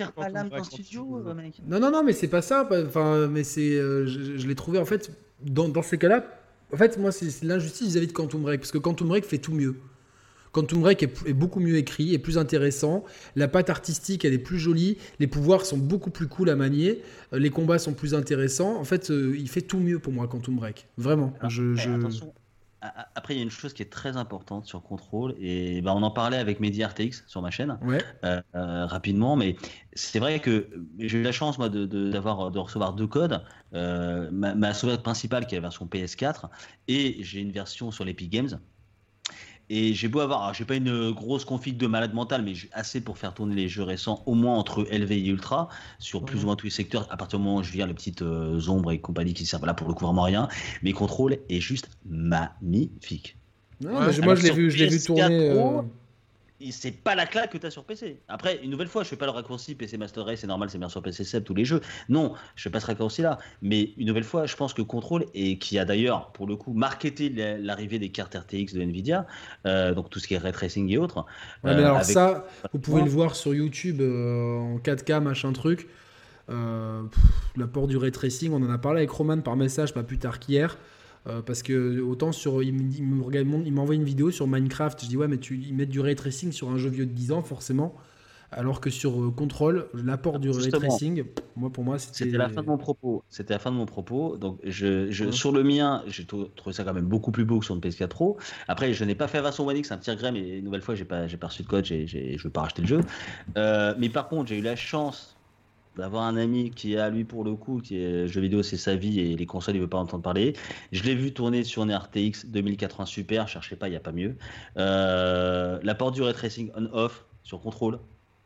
[SPEAKER 1] Non, mais c'est pas ça. Enfin, mais c'est, je l'ai trouvé en fait dans ces cas-là. En fait, moi, c'est l'injustice vis-à-vis de Quantum Break, parce que Quantum Break fait tout mieux. Quantum Break est beaucoup mieux écrit, est plus intéressant. La patte artistique, elle est plus jolie. Les pouvoirs sont beaucoup plus cool à manier. Les combats sont plus intéressants. En fait, il fait tout mieux pour moi, Quantum Break. Vraiment.
[SPEAKER 3] Attention. Après, il y a une chose qui est très importante sur Control, et on en parlait avec Mehdi RTX sur ma chaîne, rapidement, mais c'est vrai que j'ai eu la chance, moi, de recevoir 2 codes. Ma sauvegarde principale, qui est la version PS4, et j'ai une version sur l'Epic Games. Et j'ai beau avoir, alors j'ai pas une grosse config de malade mental, mais j'ai assez pour faire tourner les jeux récents, au moins entre LV et Ultra, sur plus ou moins tous les secteurs, à partir du moment où je vire les petites ombres et compagnie qui servent là pour le coup vraiment à rien. Mais Control est juste magnifique.
[SPEAKER 1] Non, mais moi je l'ai vu tourner.
[SPEAKER 3] C'est pas la claque que tu as sur PC. Après, une nouvelle fois, je fais pas le raccourci PC Master Race, c'est normal, c'est bien sur PC 7 tous les jeux. Non, je fais pas ce raccourci là. Mais une nouvelle fois, je pense que Control, et qui a d'ailleurs pour le coup marketé l'arrivée des cartes RTX de Nvidia, donc tout ce qui est ray tracing et autres.
[SPEAKER 1] Mais alors ça, vous pouvez le voir sur YouTube en 4K, machin truc. L'apport du ray tracing, on en a parlé avec Roman par message, pas plus tard qu'hier. Parce que autant il m'envoie une vidéo sur Minecraft, je dis ouais mais ils mettent du ray tracing sur un jeu vieux de 10 ans forcément, alors que sur Control, l'apport du ray tracing, pour moi
[SPEAKER 3] c'était la fin de mon propos. Donc sur le mien, j'ai trouvé ça quand même beaucoup plus beau que sur une PS4 Pro. Après, je n'ai pas fait la version One X, c'est un petit regret, mais une nouvelle fois, j'ai pas reçu de code, je veux pas racheter le jeu. Mais par contre, j'ai eu la chance d'avoir un ami qui a, lui, pour le coup, qui est jeu vidéo, c'est sa vie, et les consoles, il veut pas entendre parler. Je l'ai vu tourner sur une RTX 2080 Super, cherchez pas, il n'y a pas mieux. L'apport du ray tracing on-off sur Control.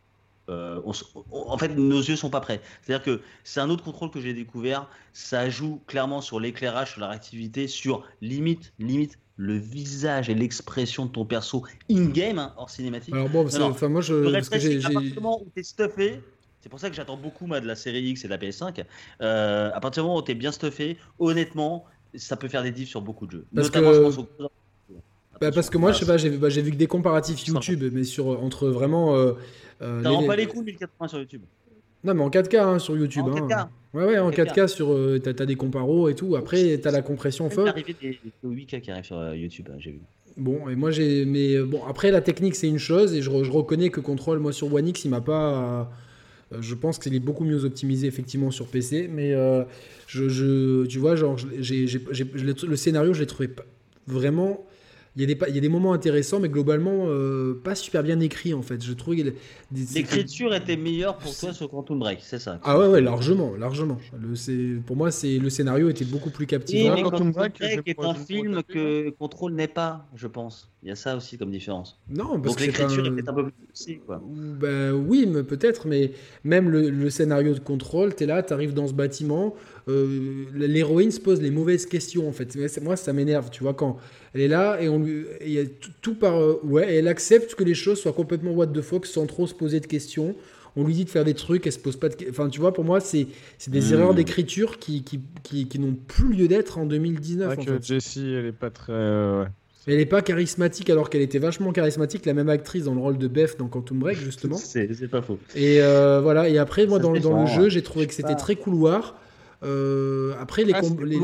[SPEAKER 3] En fait, nos yeux sont pas prêts. C'est-à-dire que c'est un autre contrôle que j'ai découvert. Ça joue clairement sur l'éclairage, sur la réactivité, sur limite le visage et l'expression de ton perso in-game, hors cinématique.
[SPEAKER 1] Alors bon, moi,
[SPEAKER 3] le ray tracing, à partir du moment où t'es stuffé. C'est pour ça que j'attends beaucoup de la série X et de la PS5. À partir du moment où tu es bien stuffé, honnêtement, ça peut faire des diffs sur beaucoup de jeux.
[SPEAKER 1] Parce que moi, je sais pas, j'ai vu que des comparatifs YouTube, mais entre vraiment.
[SPEAKER 3] Ça rend pas les coups 1080 sur YouTube.
[SPEAKER 1] Non, mais en 4K sur YouTube. En 4K. Ouais, en 4K t'as des comparos et tout. Après, t'as la compression folle.
[SPEAKER 3] Il y a des 8K qui arrivent sur YouTube, j'ai vu.
[SPEAKER 1] Bon, et moi après la technique c'est une chose, et je reconnais que Control, moi sur One X, il m'a pas. Je pense qu'il est beaucoup mieux optimisé effectivement sur PC, mais tu vois, genre, le scénario, je l'ai trouvé vraiment. Il y a des moments intéressants, mais globalement pas super bien écrit en fait. Je trouve
[SPEAKER 3] l'écriture était meilleure pour toi sur Quantum Break, c'est ça?
[SPEAKER 1] Ah ouais, largement. Pour moi, le scénario était beaucoup plus captivant.
[SPEAKER 3] Mais Quantum Break est un film que Control n'est pas, je pense. Il y a ça aussi comme différence.
[SPEAKER 1] Non, parce
[SPEAKER 3] donc l'écriture est peut-être un peu plus aussi, quoi.
[SPEAKER 1] Oui, mais peut-être, mais même le scénario de Control, t'es là, t'arrives dans ce bâtiment, l'héroïne se pose les mauvaises questions en fait. Moi, ça m'énerve, tu vois, quand elle est là et il y a tout par et elle accepte que les choses soient complètement what the fuck sans trop se poser de questions. On lui dit de faire des trucs, elle se pose pas de questions. Enfin, tu vois, pour moi, c'est des erreurs d'écriture qui n'ont plus lieu d'être en 2019.
[SPEAKER 4] C'est vrai que Jessie, elle est pas très.
[SPEAKER 1] Elle n'est pas charismatique alors qu'elle était vachement charismatique, la même actrice dans le rôle de Beth dans Quantum Break justement.
[SPEAKER 3] C'est pas faux.
[SPEAKER 1] Et voilà. Et après, moi, dans le jeu, j'ai trouvé que c'était très couloir. Après, les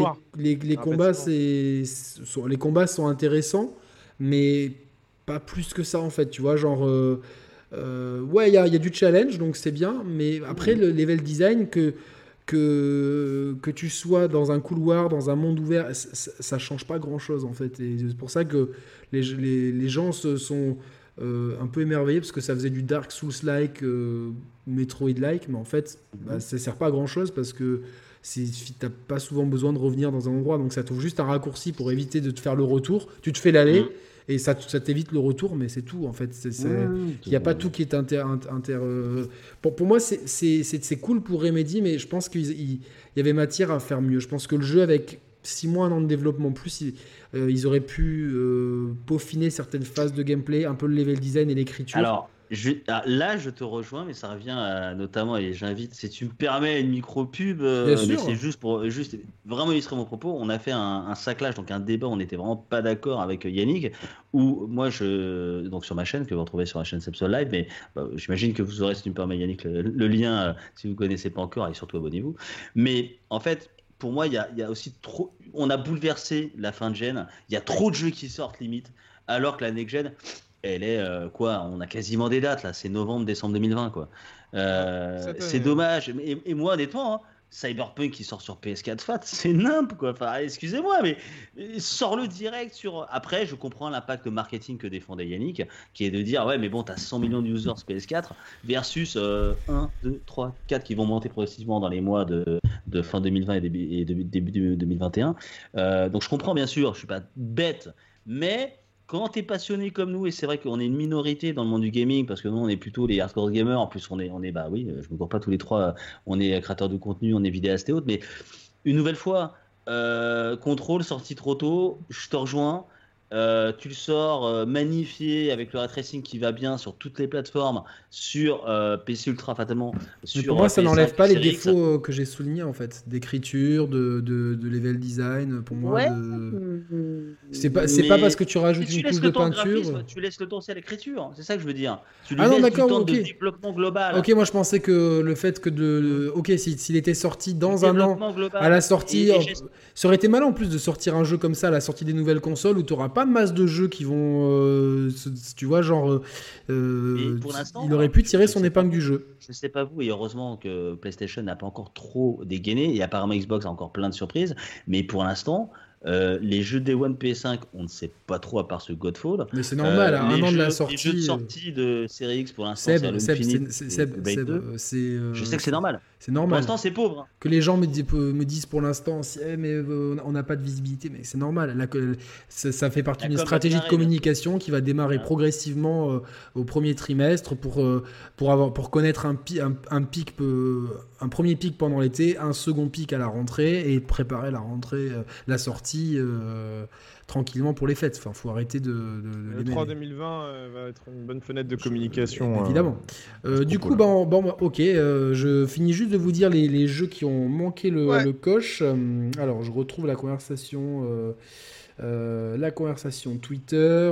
[SPEAKER 1] combats sont intéressants, mais pas plus que ça en fait. Tu vois, genre, il y a du challenge, donc c'est bien. Mais après, le level design que tu sois dans un couloir, dans un monde ouvert, ça change pas grand-chose en fait. Et c'est pour ça que les gens se sont un peu émerveillés parce que ça faisait du Dark Souls-like, Metroid-like, mais en fait, ça sert pas à grand-chose parce que t'as pas souvent besoin de revenir dans un endroit, donc ça trouve juste un raccourci pour éviter de te faire le retour. Tu te fais l'aller. Et ça t'évite le retour, mais c'est tout en fait. Il n'y a pas tout qui est Pour moi, c'est cool pour Remedy, mais je pense qu'il y avait matière à faire mieux. Je pense que le jeu, avec 6 mois, 1 an de développement plus, ils auraient pu peaufiner certaines phases de gameplay, un peu le level design et l'écriture.
[SPEAKER 3] Alors, là, je te rejoins, mais ça revient notamment, et j'invite, si tu me permets, une micro-pub, mais c'est juste pour vraiment illustrer mon propos. On a fait un saclage, donc un débat, on n'était vraiment pas d'accord avec Yannick, où moi, donc sur ma chaîne, que vous retrouvez sur la chaîne Sepsol Live, mais j'imagine que vous aurez, si tu me permets, Yannick, le lien, si vous ne connaissez pas encore, et surtout abonnez-vous. Mais en fait, pour moi, il y a aussi trop. On a bouleversé la fin de gen, il y a trop de jeux qui sortent limite, alors que la next-gen. Elle est quoi? On a quasiment des dates là, c'est novembre, décembre 2020 quoi. C'est dommage. Et moi honnêtement, hein, Cyberpunk qui sort sur PS4 FAT, c'est nimp quoi. Enfin, excusez-moi, mais sors-le direct sur. Après, je comprends l'impact marketing que défendait Yannick, qui est de dire ouais, mais bon, t'as 100 millions de users PS4 versus 1, 2, 3, 4 qui vont monter progressivement dans les mois de fin 2020 et début 2021. Donc je comprends bien sûr, je suis pas bête, mais quand tu es passionné comme nous, et c'est vrai qu'on est une minorité dans le monde du gaming, parce que nous, on est plutôt les hardcore gamers, en plus, on est bah oui, je me cours pas tous les trois, on est créateurs de contenu, on est vidéastes et autres, mais une nouvelle fois, Control sorti trop tôt, je te rejoins, tu le sors magnifié avec le ray tracing qui va bien sur toutes les plateformes, sur PC Ultra fatalement.
[SPEAKER 1] Mais pour moi, ça n'enlève pas les défauts que j'ai soulignés en fait, d'écriture, de level design. Pour moi, c'est pas parce que tu rajoutes une couche de peinture.
[SPEAKER 3] Tu laisses le temps aussi à l'écriture, c'est ça que je veux dire. Tu
[SPEAKER 1] lui laisses
[SPEAKER 3] du temps de développement global.
[SPEAKER 1] Ok, moi je pensais que le fait que s'il était sorti dans un an global, à la sortie, ça aurait été malin en plus de sortir un jeu comme ça à la sortie des nouvelles consoles où tu n'auras pas masse de jeux qui vont, tu vois, genre, il aurait pu tirer son épingle du jeu.
[SPEAKER 3] Je sais pas vous, et heureusement que PlayStation n'a pas encore trop dégainé, et apparemment Xbox a encore plein de surprises, mais pour l'instant, les jeux Day One PS5, on ne sait pas trop à part ce Godfall.
[SPEAKER 1] Mais c'est normal, à un an de la sortie.
[SPEAKER 3] Les jeux de sortie de Série X pour l'instant, c'est je sais que c'est normal.
[SPEAKER 1] C'est normal.
[SPEAKER 3] Pour l'instant, c'est pauvre. Hein.
[SPEAKER 1] Que les gens me disent pour l'instant, mais on n'a pas de visibilité, mais c'est normal. Là, ça fait partie d'une stratégie de communication qui va démarrer progressivement au premier trimestre pour connaître un pic, un premier pic pendant l'été, un second pic à la rentrée et préparer la rentrée, la sortie tranquillement pour les fêtes. Enfin, faut arrêter de
[SPEAKER 4] le 3 2020 va être une bonne fenêtre de communication.
[SPEAKER 1] Évidemment. Du coup, ok, je finis juste de vous dire les jeux qui ont manqué le coche. Alors, je retrouve la conversation Twitter.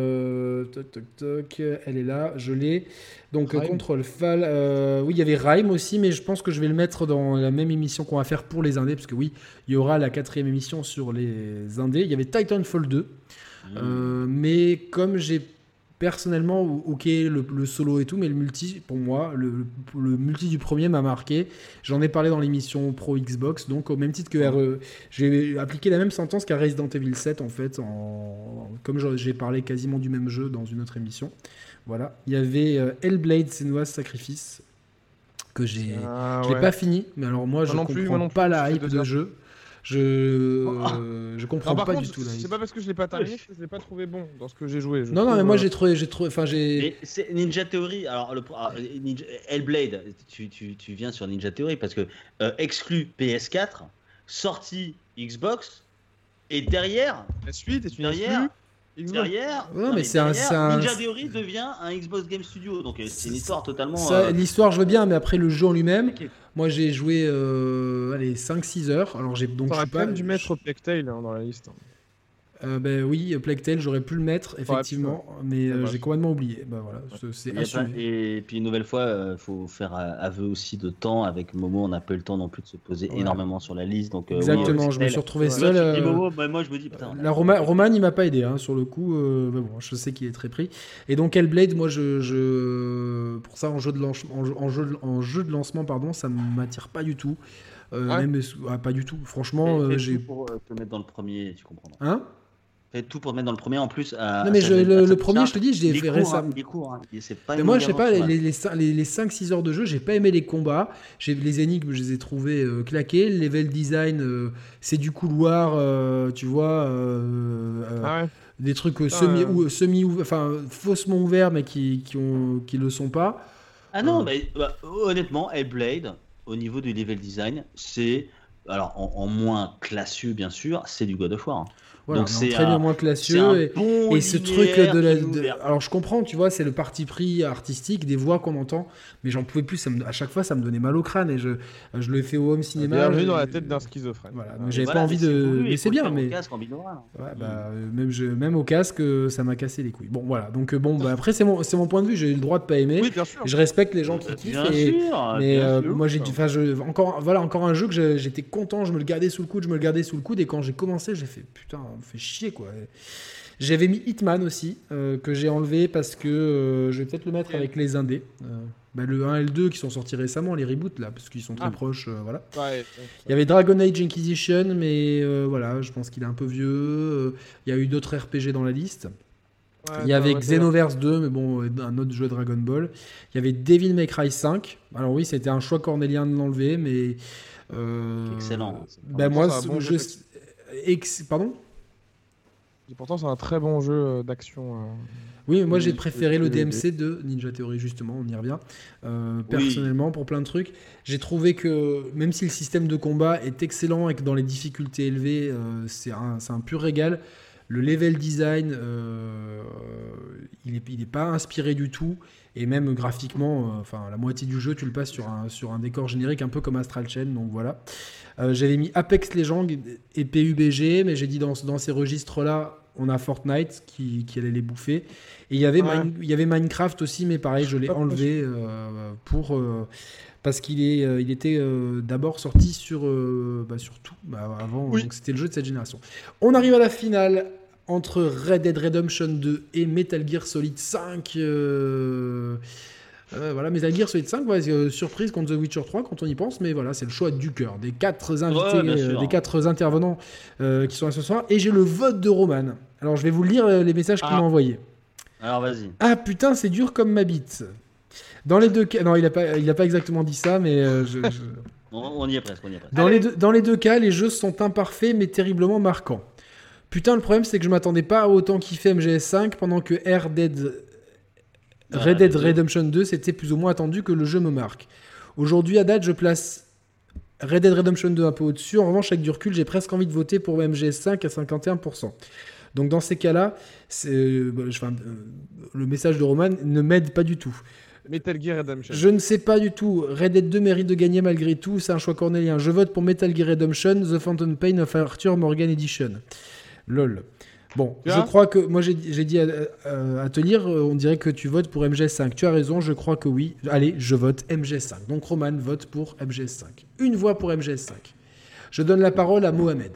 [SPEAKER 1] Elle est là, je l'ai. Donc, Control Fall. Oui, il y avait Rime aussi, mais je pense que je vais le mettre dans la même émission qu'on va faire pour les indés, parce que oui, il y aura la 4e émission sur les indés. Il y avait Titanfall 2. Mais comme j'ai personnellement, ok, le solo et tout, mais le multi, pour moi, le multi du premier m'a marqué. J'en ai parlé dans l'émission Pro Xbox, donc au même titre que j'ai appliqué la même sentence qu'à Resident Evil 7, en fait, comme j'ai parlé quasiment du même jeu dans une autre émission. Voilà. Il y avait Hellblade Senua's Sacrifice, que je l'ai pas fini, mais alors moi, je comprends pas la hype de jeu. Je comprends pas du tout là.
[SPEAKER 4] C'est pas parce que je l'ai pas terminé que je l'ai pas trouvé bon dans ce que j'ai joué.
[SPEAKER 1] Non, mais moi j'ai trouvé.
[SPEAKER 3] C'est Ninja Theory. Alors, Hellblade, tu viens sur Ninja Theory parce que exclu PS4, sorti Xbox, et derrière.
[SPEAKER 4] La suite est une
[SPEAKER 3] derrière. Derrière, Ninja Theory devient un Xbox Game Studio, donc c'est une histoire totalement.
[SPEAKER 1] L'histoire, je veux bien, mais après le jeu en lui-même, okay. Moi j'ai joué 5-6 heures. Alors j'ai donc.
[SPEAKER 4] T'aurais quand même dû mettre Plague Tale dans la liste.
[SPEAKER 1] Oui, Plague Tale, j'aurais pu le mettre effectivement, mais j'ai complètement oublié. Voilà, c'est assumé.
[SPEAKER 3] Et puis une nouvelle fois, faut faire aveu aussi de temps. Avec Momo, on n'a pas eu le temps non plus de se poser énormément sur la liste. Donc,
[SPEAKER 1] exactement, je me suis retrouvé seul.
[SPEAKER 3] Moi, je me dis putain.
[SPEAKER 1] Roman, il m'a pas aidé sur le coup. Bon, je sais qu'il est très pris. Et donc Hellblade, moi, pour ça en jeu de lancement, pardon, ça m'attire pas du tout. Pas du tout. Franchement,
[SPEAKER 3] Fais
[SPEAKER 1] j'ai.
[SPEAKER 3] tout pour te mettre dans le premier, tu comprends.
[SPEAKER 1] Hein?
[SPEAKER 3] Fais tout pour te mettre dans le premier en plus.
[SPEAKER 1] Non, mais le premier, je te dis, je l'ai fait récemment.
[SPEAKER 3] Il est court. C'est pas
[SPEAKER 1] Mais
[SPEAKER 3] une
[SPEAKER 1] moi,
[SPEAKER 3] longue
[SPEAKER 1] je sais pas,
[SPEAKER 3] aventure,
[SPEAKER 1] les 5-6 heures de jeu, j'ai pas aimé les combats. Les énigmes, je les ai trouvés claqués. Le level design, c'est du couloir, tu vois.
[SPEAKER 4] Ah ouais.
[SPEAKER 1] Des trucs faussement ouverts, mais qui le sont pas.
[SPEAKER 3] Ah non, honnêtement, Hellblade, au niveau du level design, c'est. Alors, en moins classieux, bien sûr, c'est du God of War.
[SPEAKER 1] Voilà,
[SPEAKER 3] donc c'est
[SPEAKER 1] très bien moins classieux.
[SPEAKER 3] Bon
[SPEAKER 1] Et ce truc
[SPEAKER 3] linéaire
[SPEAKER 1] alors je comprends, tu vois, c'est le parti pris artistique des voix qu'on entend, mais j'en pouvais plus. À chaque fois, ça me donnait mal au crâne et je le fais au home cinéma.
[SPEAKER 4] Bienvenue dans la tête d'un schizophrène.
[SPEAKER 1] Voilà, donc j'avais pas envie de. Mais c'est bien, mais.
[SPEAKER 3] Casque en binaural.
[SPEAKER 1] Même au casque, ça m'a cassé les couilles. Bon, voilà. Donc après, c'est mon point de vue. J'ai eu le droit de pas aimer.
[SPEAKER 4] Oui, bien sûr.
[SPEAKER 1] Je respecte les gens qui kiffent. Moi, j'ai dit, encore un jeu que j'étais content. Je me le gardais sous le coude. Et quand j'ai commencé, j'ai fait putain, on me fait chier quoi. J'avais mis Hitman aussi, que j'ai enlevé parce que je vais peut-être le mettre avec les indés. Le 1 et le 2 qui sont sortis récemment, les reboots là, parce qu'ils sont très proches. Voilà.
[SPEAKER 4] Ouais.
[SPEAKER 1] Il y avait Dragon Age Inquisition, mais voilà, je pense qu'il est un peu vieux. Il y a eu d'autres RPG dans la liste. Il y avait Xenoverse 2, mais bon, un autre jeu Dragon Ball. Il y avait Devil May Cry 5. Alors oui, c'était un choix cornélien de l'enlever, mais...
[SPEAKER 3] Excellent.
[SPEAKER 1] Moi, Pardon ?
[SPEAKER 4] Et pourtant, c'est un très bon jeu d'action.
[SPEAKER 1] Oui, moi j'ai préféré le DMC de Ninja Theory, justement, on y revient. Personnellement, pour plein de trucs, j'ai trouvé que même si le système de combat est excellent et que dans les difficultés élevées, c'est un pur régal, le level design, il est pas inspiré du tout. Et même graphiquement, la moitié du jeu, tu le passes sur un décor générique, un peu comme Astral Chain, donc voilà. J'avais mis Apex Legends et PUBG, mais j'ai dit dans ces registres-là, on a Fortnite qui allait les bouffer. Et il y avait Minecraft aussi, mais pareil, je l'ai enlevé parce qu'il était d'abord sorti sur tout avant, donc c'était le jeu de cette génération. On arrive à la finale entre Red Dead Redemption 2 et Metal Gear Solid 5. Voilà, Metal Gear Solid 5, surprise contre The Witcher 3 quand on y pense, mais voilà, c'est le choix du cœur des 4 invités, des 4 intervenants qui sont là ce soir. Et j'ai le vote de Roman. Alors je vais vous lire les messages qu'il m'a envoyés.
[SPEAKER 3] Alors vas-y.
[SPEAKER 1] Ah putain, c'est dur comme ma bite. Dans les deux cas, non, il a pas exactement dit ça, mais
[SPEAKER 3] on y est presque.
[SPEAKER 1] Dans les deux cas, les jeux sont imparfaits mais terriblement marquants. Putain, le problème c'est que je m'attendais pas à autant kiffer MGS5 pendant que Red Dead Redemption 2 c'était plus ou moins attendu que le jeu me marque. Aujourd'hui, à date, je place Red Dead Redemption 2 un peu au-dessus. En revanche, avec du recul, j'ai presque envie de voter pour MGS5 à 51%. Donc dans ces cas-là, le message de Roman ne m'aide pas du tout.
[SPEAKER 4] Metal Gear Redemption.
[SPEAKER 1] Je ne sais pas du tout. Red Dead 2 mérite de gagner malgré tout. C'est un choix cornélien. Je vote pour Metal Gear Redemption, The Phantom Pain of Arthur Morgan Edition. LOL. Bon, je crois que... Moi, j'ai dit à te lire, on dirait que tu votes pour MGS5. Tu as raison, je crois que oui. Allez, je vote MGS5. Donc Roman vote pour MGS5. Une voix pour MGS5. Je donne la parole à Mohamed.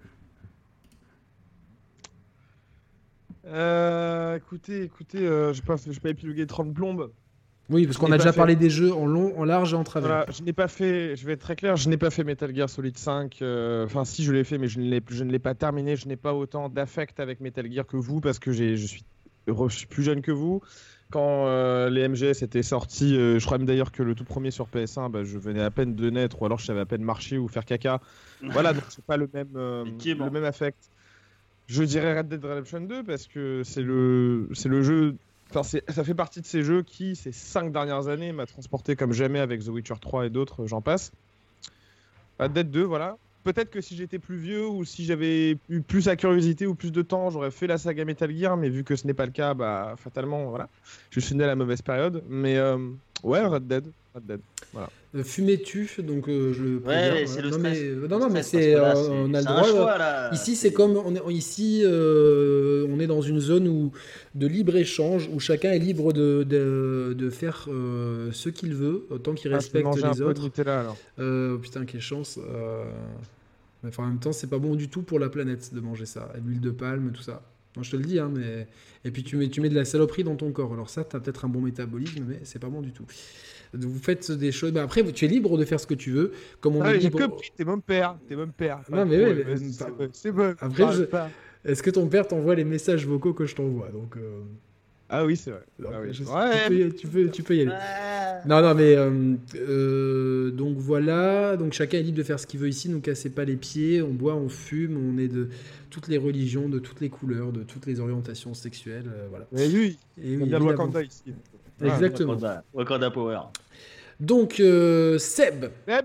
[SPEAKER 4] Écoutez, je vais pas épiloguer 30 plombes.
[SPEAKER 1] Oui, parce qu'on a déjà parlé des jeux en long, en large et en travers.
[SPEAKER 4] Voilà, je vais être très clair, je n'ai pas fait Metal Gear Solid 5. Enfin, si je l'ai fait, mais je ne l'ai pas terminé. Je n'ai pas autant d'affect avec Metal Gear que vous parce que je suis plus jeune que vous. Quand les MGS étaient sortis, je crois même d'ailleurs que le tout premier sur PS1, je venais à peine de naître ou alors je savais à peine marcher ou faire caca. Voilà, donc c'est pas le même affect. Je dirais Red Dead Redemption 2 parce que c'est le jeu. Enfin, ça fait partie de ces jeux qui, ces 5 dernières années, m'a transporté comme jamais avec The Witcher 3 et d'autres, j'en passe. Red Dead 2, voilà. Peut-être que si j'étais plus vieux ou si j'avais eu plus la curiosité ou plus de temps, j'aurais fait la saga Metal Gear, mais vu que ce n'est pas le cas, fatalement, voilà. Je suis né à la mauvaise période. Mais ouais, Red Dead. Voilà.
[SPEAKER 1] Fumais-tu, donc je le préviens.
[SPEAKER 3] Ouais, c'est le stress.
[SPEAKER 1] Mais c'est on a le droit.
[SPEAKER 3] Choix, là.
[SPEAKER 1] Ici, c'est comme on est dans une zone de libre échange où chacun est libre de faire ce qu'il veut tant qu'il respecte les autres.
[SPEAKER 4] Un peu de Nutella, alors.
[SPEAKER 1] Putain, quelle chance. Mais en même temps, c'est pas bon du tout pour la planète de manger ça. L'huile de palme, tout ça. Non, je te le dis, hein, mais... Et puis tu mets de la saloperie dans ton corps. Alors ça, t'as peut-être un bon métabolisme, mais c'est pas bon du tout. Vous faites des choses... Bah, après, tu es libre de faire ce que tu veux. Comme on est
[SPEAKER 4] j'ai
[SPEAKER 1] libre...
[SPEAKER 4] compris, t'es mon père.
[SPEAKER 1] Non, mais ouais,
[SPEAKER 4] c'est bon.
[SPEAKER 1] Après, est-ce que ton père t'envoie les messages vocaux que je t'envoie? Donc...
[SPEAKER 4] Ah oui, c'est vrai.
[SPEAKER 1] donc,
[SPEAKER 4] Ah oui.
[SPEAKER 1] tu peux y aller. Non, mais donc voilà. Donc chacun est libre de faire ce qu'il veut ici. Ne nous cassez pas les pieds. On boit, on fume. On est de toutes les religions, de toutes les couleurs, de toutes les orientations sexuelles. Voilà.
[SPEAKER 4] Mais lui,
[SPEAKER 1] Et
[SPEAKER 4] il y a le Wakanda ici.
[SPEAKER 1] Exactement.
[SPEAKER 3] Wakanda Power.
[SPEAKER 1] Donc Seb.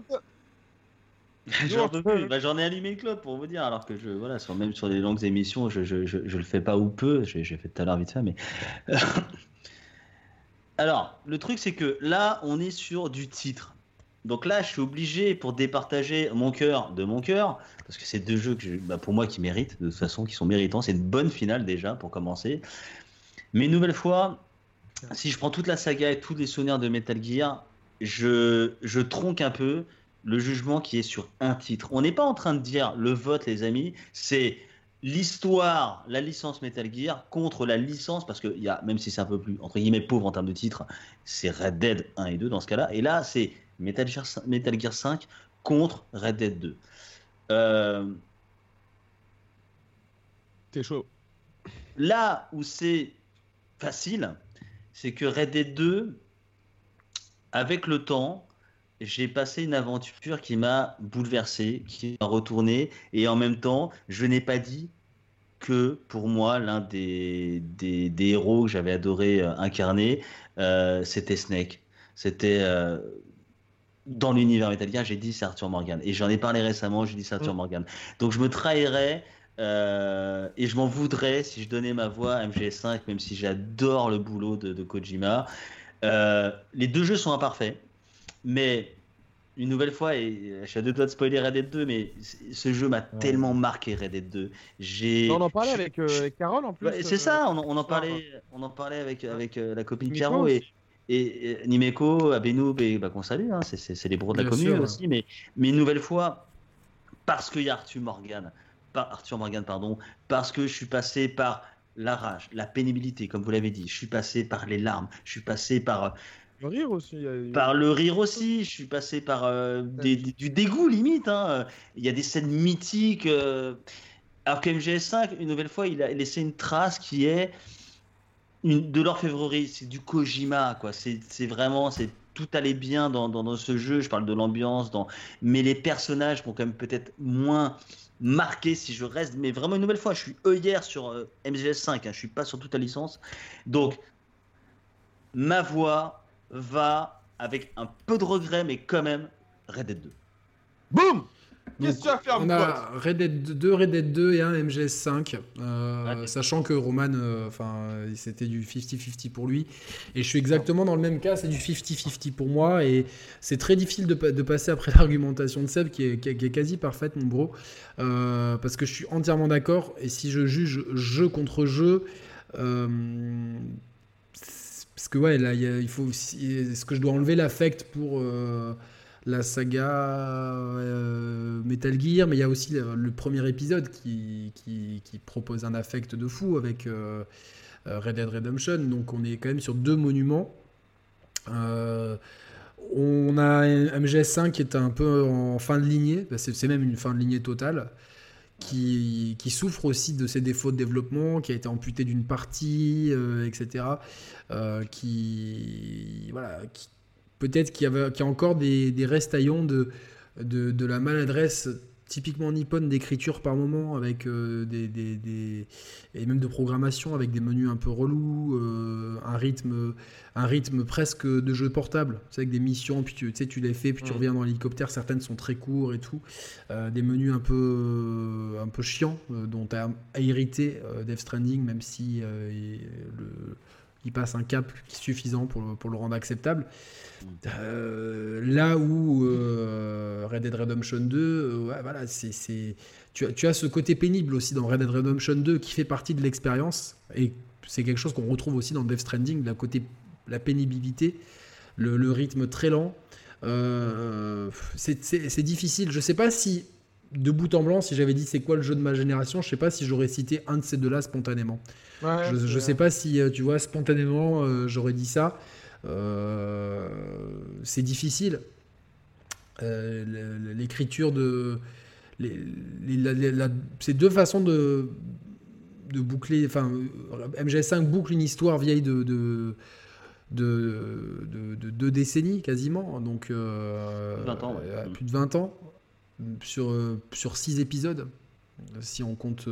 [SPEAKER 3] J'en ai allumé le club pour vous dire, alors que voilà, même sur les longues émissions, je le fais pas ou peu. J'ai fait tout à l'heure vite fait, mais. Alors, le truc, c'est que là, on est sur du titre. Donc là, je suis obligé, pour départager mon cœur de mon cœur, parce que c'est deux jeux pour moi qui méritent, de toute façon, qui sont méritants. C'est une bonne finale déjà, pour commencer. Mais une nouvelle fois, si je prends toute la saga et tous les souvenirs de Metal Gear, je tronque un peu le jugement qui est sur un titre. On n'est pas en train de dire le vote, les amis, c'est l'histoire, la licence Metal Gear contre la licence, parce que même si c'est un peu plus, entre guillemets, pauvre en termes de titres, c'est Red Dead 1 et 2 dans ce cas-là. Et là, c'est Metal Gear 5 contre Red Dead 2.
[SPEAKER 4] T'es chaud.
[SPEAKER 3] Là où c'est facile, c'est que Red Dead 2, avec le temps, j'ai passé une aventure qui m'a bouleversé, qui m'a retourné, et en même temps, je n'ai pas dit que pour moi, l'un des héros que j'avais adoré incarner, c'était Snake. C'était dans l'univers Metal Gear, j'ai dit c'est Arthur Morgan. Et j'en ai parlé récemment, j'ai dit c'est Arthur Morgan. Donc je me trahirais et je m'en voudrais si je donnais ma voix à MGS5, même si j'adore le boulot de Kojima. Les deux jeux sont imparfaits. Mais une nouvelle fois, et je suis à deux doigts de spoiler Red Dead 2, mais ce jeu m'a tellement marqué, Red Dead 2.
[SPEAKER 4] On en parlait avec Carole en plus.
[SPEAKER 3] Ouais, c'est ça, on en parlait avec la copine Caro et Nimeko, Abenoub, qu'on salue, hein, c'est les bros de la commune aussi. Mais une nouvelle fois, parce qu'il y a Arthur Morgan, parce que je suis passé par la rage, la pénibilité, comme vous l'avez dit, je suis passé par les larmes, je suis passé par...
[SPEAKER 4] Le rire aussi.
[SPEAKER 3] Par le rire aussi, je suis passé par du dégoût limite. Hein. Il y a des scènes mythiques. Alors que MGS5, une nouvelle fois, il a laissé une trace qui est de l'orfèvrerie. C'est du Kojima, quoi. C'est vraiment, tout allait bien dans ce jeu. Je parle de l'ambiance, mais les personnages m'ont quand même peut-être moins marqué si je reste. Mais vraiment, une nouvelle fois, je suis œillère sur MGS5. Hein. Je suis pas sur toute la licence. Donc, ma voix va avec un peu de regret, mais quand même, Red Dead 2.
[SPEAKER 4] Boum! Qu'est-ce que tu vas faire,
[SPEAKER 1] on a Red Dead 2 et un MGS5, sachant que Roman, c'était du 50-50 pour lui, et je suis exactement dans le même cas, c'est du 50-50 pour moi, et c'est très difficile de passer après l'argumentation de Seb, qui est quasi parfaite, mon bro, parce que je suis entièrement d'accord, et si je juge jeu contre jeu, parce que là, il faut aussi, est-ce que je dois enlever l'affect pour la saga Metal Gear, mais il y a aussi le premier épisode qui propose un affect de fou avec Red Dead Redemption, donc on est quand même sur deux monuments. On a un MGS5 qui est un peu en fin de lignée, c'est même une fin de lignée totale, qui souffre aussi de ses défauts de développement, qui a été amputé d'une partie, etc. Peut-être qu'il y a encore des restaillons de la maladresse typiquement nippone d'écriture par moment, avec et même de programmation, avec des menus un peu relous, un rythme presque de jeu portable, c'est avec des missions, puis tu les fais, puis tu reviens dans l'hélicoptère, certaines sont très courtes et tout, des menus un peu chiants, dont tu as hérité Death Stranding, même si il passe un cap suffisant pour le rendre acceptable. Là où Red Dead Redemption 2, tu as ce côté pénible aussi dans Red Dead Redemption 2 qui fait partie de l'expérience, et c'est quelque chose qu'on retrouve aussi dans Death Stranding, la pénibilité, le rythme très lent. C'est difficile. Je sais pas si de bout en blanc, si j'avais dit c'est quoi le jeu de ma génération, je sais pas si j'aurais cité un de ces deux-là spontanément.
[SPEAKER 4] Ouais,
[SPEAKER 1] Je sais pas si, tu vois, spontanément, j'aurais dit ça. C'est difficile. L'écriture de... ces deux façons de boucler... Enfin, MGS5 boucle une histoire vieille de 2 décennies quasiment, donc
[SPEAKER 3] 20 ans, ouais.
[SPEAKER 1] plus de 20 ans, sur 6 épisodes, si on compte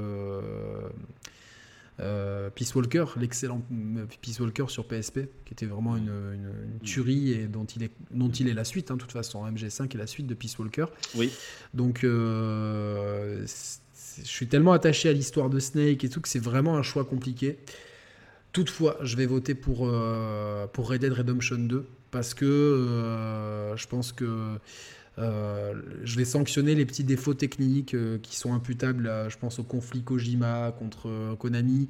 [SPEAKER 1] Peace Walker, l'excellent Peace Walker sur PSP, qui était vraiment une tuerie et dont il est la suite, de toute façon. MG5 est la suite de Peace Walker.
[SPEAKER 3] Oui.
[SPEAKER 1] Donc je suis tellement attaché à l'histoire de Snake et tout que c'est vraiment un choix compliqué. Toutefois, je vais voter pour Red Dead Redemption 2 parce que je pense que je vais sanctionner les petits défauts techniques qui sont imputables, je pense, au conflit Kojima contre Konami.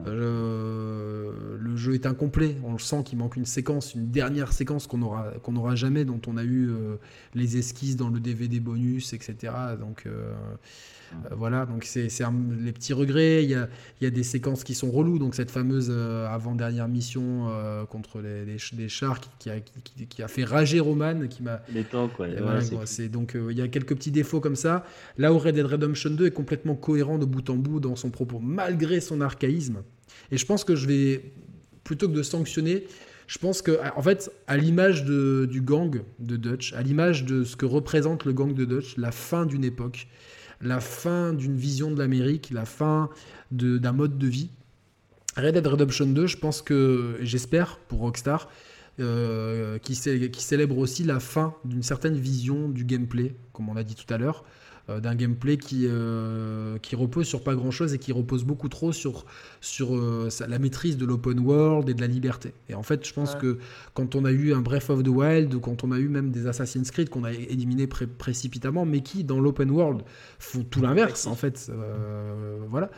[SPEAKER 1] Le jeu est incomplet, on le sent qu'il manque une dernière séquence qu'on n'aura jamais, dont on a eu les esquisses dans le DVD bonus, etc. Donc voilà, donc c'est les petits regrets. Il y a des séquences qui sont reloues, donc cette fameuse avant-dernière mission contre les chars qui a fait rager Roman, qui m'a...
[SPEAKER 3] Les temps, quoi.
[SPEAKER 1] Voilà, donc il y a quelques petits défauts comme ça. Là où Red Dead Redemption 2 est complètement cohérent de bout en bout dans son propos, malgré son archaïsme. Et je pense que je vais, plutôt que de sanctionner, je pense que, en fait, à l'image du gang de Dutch, à l'image de ce que représente le gang de Dutch, la fin d'une époque, la fin d'une vision de l'Amérique, la fin d'un mode de vie, Red Dead Redemption 2, je pense que, j'espère pour Rockstar, qui célèbre aussi la fin d'une certaine vision du gameplay, comme on l'a dit tout à l'heure, d'un gameplay qui repose sur pas grand chose et qui repose beaucoup trop sur la maîtrise de l'open world et de la liberté. Et en fait, je pense que quand on a eu un Breath of the Wild, ou quand on a eu même des Assassin's Creed qu'on a éliminés précipitamment, mais qui dans l'open world font tout l'inverse, en fait. Voilà.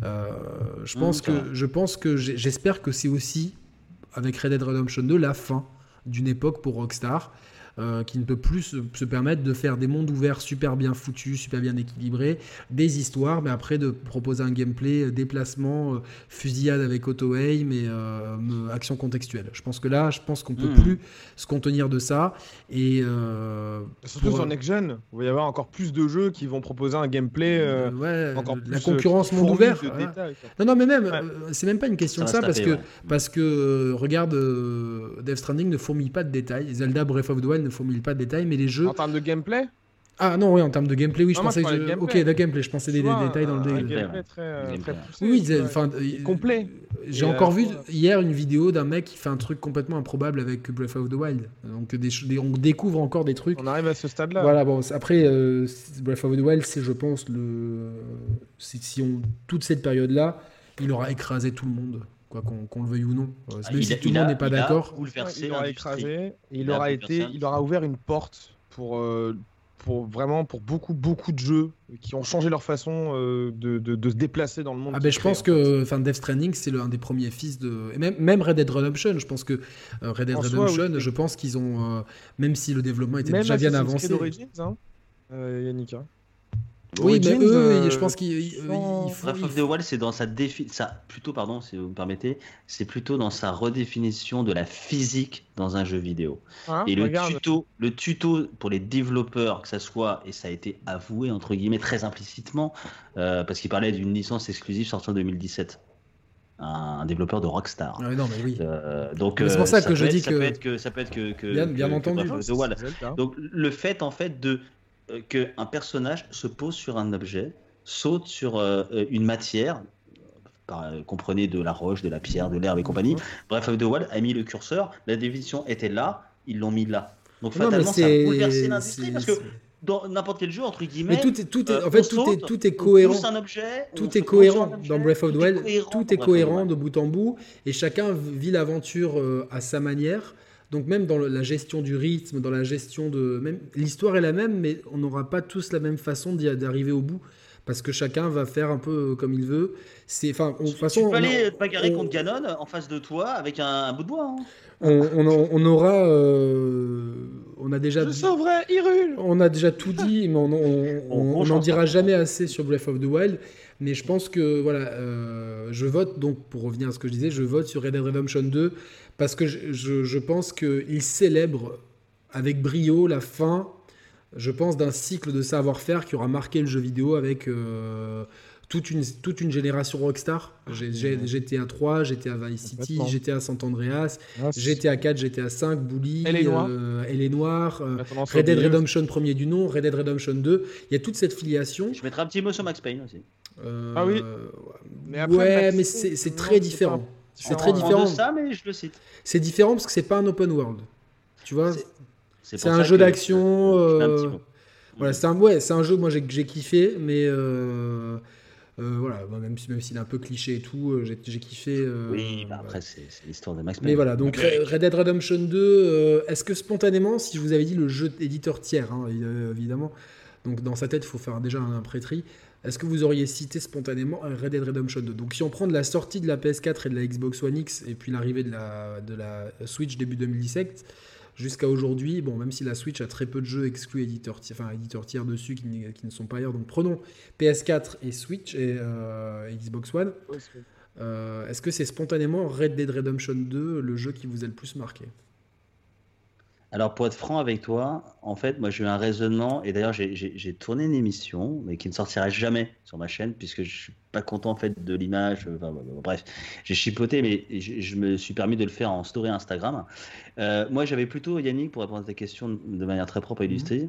[SPEAKER 1] J'espère que c'est aussi, avec Red Dead Redemption 2, la fin d'une époque pour Rockstar, qui ne peut plus se permettre de faire des mondes ouverts super bien foutus, super bien équilibrés, des histoires, mais après de proposer un gameplay, déplacement, fusillade avec auto-aim et action contextuelle. Je pense qu'on peut plus se contenir de ça. Et
[SPEAKER 4] surtout sur Next Gen, il va y avoir encore plus de jeux qui vont proposer un gameplay encore plus,
[SPEAKER 1] la concurrence monde ouvert.
[SPEAKER 4] Détails,
[SPEAKER 1] non, mais même, c'est même pas une question de ça, parce que regarde, Death Stranding ne fourmille pas de détails, Zelda Breath of the Wild ne fourmille pas de détails, mais les jeux...
[SPEAKER 4] En termes de gameplay ?
[SPEAKER 1] Ah non, oui, en termes de gameplay, oui,
[SPEAKER 4] non,
[SPEAKER 1] je pensais que... Ok, de gameplay, je pensais des détails dans le
[SPEAKER 4] gameplay très poussé.
[SPEAKER 1] Oui,
[SPEAKER 4] complet.
[SPEAKER 1] J'ai encore vu hier une vidéo d'un mec qui fait un truc complètement improbable avec Breath of the Wild. Donc on découvre encore des trucs.
[SPEAKER 4] On arrive à ce stade-là.
[SPEAKER 1] Voilà, bon, après, Breath of the Wild, c'est, je pense, toute cette période-là, il aura écrasé tout le monde. Quoi, qu'on le veuille ou non. Même si tout le monde n'est pas d'accord.
[SPEAKER 4] Il aura écrasé, et il aura ouvert une porte pour beaucoup de jeux qui ont changé leur façon de se déplacer dans le monde.
[SPEAKER 1] Je pense que Death Stranding, c'est l'un des premiers fils de... Et même Red Dead Redemption, je pense que Red Dead Redemption, je pense qu'ils ont... même si le développement était déjà bien avancé...
[SPEAKER 4] Même Origins, Yannick.
[SPEAKER 1] Oui, mais eux, je pense qu'ils...
[SPEAKER 3] Breath of the Wild, c'est dans plutôt, pardon, si vous me permettez, c'est plutôt dans sa redéfinition de la physique dans un jeu vidéo. Et le tuto pour les développeurs, que ça soit, et ça a été avoué, entre guillemets, très implicitement, parce qu'il parlait d'une licence exclusive sortie en 2017. Un développeur de Rockstar.
[SPEAKER 1] Non, mais oui.
[SPEAKER 3] Donc,
[SPEAKER 1] c'est pour ça que je dis
[SPEAKER 3] que... Ça peut être que
[SPEAKER 1] bien entendu.
[SPEAKER 3] Breath of the Wild. Donc, le fait, en fait, qu'un personnage se pose sur un objet, saute sur une matière, comprenez de la roche, de la pierre, de l'herbe et compagnie. Breath of the Wild a mis le curseur, la définition était là, ils l'ont mis là. Donc fatalement, ça a bouleversé l'industrie parce que dans n'importe quel jeu, entre guillemets,
[SPEAKER 1] tout est cohérent.
[SPEAKER 3] Un objet,
[SPEAKER 1] tout est cohérent dans Breath of the Wild. Tout est cohérent de bout en bout, et chacun vit l'aventure à sa manière. Donc même dans la gestion du rythme, dans la gestion même l'histoire est la même, mais on n'aura pas tous la même façon d'arriver au bout, parce que chacun va faire un peu comme il veut. Tu
[SPEAKER 3] peux aller te bagarrer contre Ganon en face de toi avec un bout de bois.
[SPEAKER 1] On on a déjà
[SPEAKER 4] Je sauverai Hyrule.
[SPEAKER 1] On a déjà tout dit, mais on n'en dira jamais assez sur Breath of the Wild. Mais je pense que, voilà, je vote, donc pour revenir à ce que je disais, je vote sur Red Dead Redemption 2 parce que je pense qu'il célèbre avec brio la fin, je pense, d'un cycle de savoir-faire qui aura marqué le jeu vidéo avec toute une génération Rockstar. GTA 3, GTA Vice City,
[SPEAKER 4] Complètement.
[SPEAKER 1] GTA San Andreas,
[SPEAKER 4] Ah, c'est-
[SPEAKER 1] GTA 4, GTA 5, Bully,
[SPEAKER 4] Elle est noire.
[SPEAKER 1] Elle est noire,
[SPEAKER 4] Attends,
[SPEAKER 1] Red Dead
[SPEAKER 4] oublié.
[SPEAKER 1] Redemption premier du nom, Red Dead Redemption 2. Il y a toute cette filiation.
[SPEAKER 3] Je mettrai un petit mot sur Max Payne aussi.
[SPEAKER 4] Ah oui. Mais après,
[SPEAKER 1] ouais,
[SPEAKER 4] Max
[SPEAKER 1] mais
[SPEAKER 4] Payne,
[SPEAKER 1] c'est
[SPEAKER 4] non,
[SPEAKER 1] très
[SPEAKER 4] c'est
[SPEAKER 1] différent.
[SPEAKER 4] pas-
[SPEAKER 1] C'est très
[SPEAKER 3] En
[SPEAKER 1] différent.
[SPEAKER 3] deçà, mais je le cite.
[SPEAKER 1] C'est différent parce que c'est pas un open world. Tu vois,
[SPEAKER 3] C'est
[SPEAKER 1] c'est
[SPEAKER 3] pour
[SPEAKER 1] un
[SPEAKER 3] ça
[SPEAKER 1] jeu
[SPEAKER 3] que
[SPEAKER 1] d'action.
[SPEAKER 3] je mets un petit mot.
[SPEAKER 1] Voilà, c'est un jeu que moi j'ai kiffé, mais voilà, bon, même s'il est un peu cliché et tout, j'ai kiffé.
[SPEAKER 3] Oui, bah
[SPEAKER 1] voilà.
[SPEAKER 3] après, c'est l'histoire de Max Payne.
[SPEAKER 1] Mais voilà, donc Red Dead Redemption 2, est-ce que spontanément, si je vous avais dit le jeu éditeur tiers, hein, évidemment, donc dans sa tête, il faut faire déjà un pré-tri, est-ce que vous auriez cité spontanément Red Dead Redemption 2? Donc si on prend de la sortie de la PS4 et de la Xbox One X, et puis l'arrivée de la Switch début 2017, jusqu'à aujourd'hui, bon, même si la Switch a très peu de jeux exclus éditeur tiers dessus qui ne sont pas ailleurs, donc prenons PS4 et Switch et Xbox One, est-ce que c'est spontanément Red Dead Redemption 2 le jeu qui vous a le plus marqué?
[SPEAKER 3] Alors, pour être franc avec toi, en fait, moi, j'ai eu un raisonnement, et d'ailleurs, j'ai tourné une émission, mais qui ne sortira jamais sur ma chaîne, puisque je suis pas content, en fait, de l'image. Enfin, bref, j'ai chipoté, mais je me suis permis de le faire en story Instagram. Moi, j'avais plutôt, Yannick, pour répondre à ta question de manière très propre et illustrée,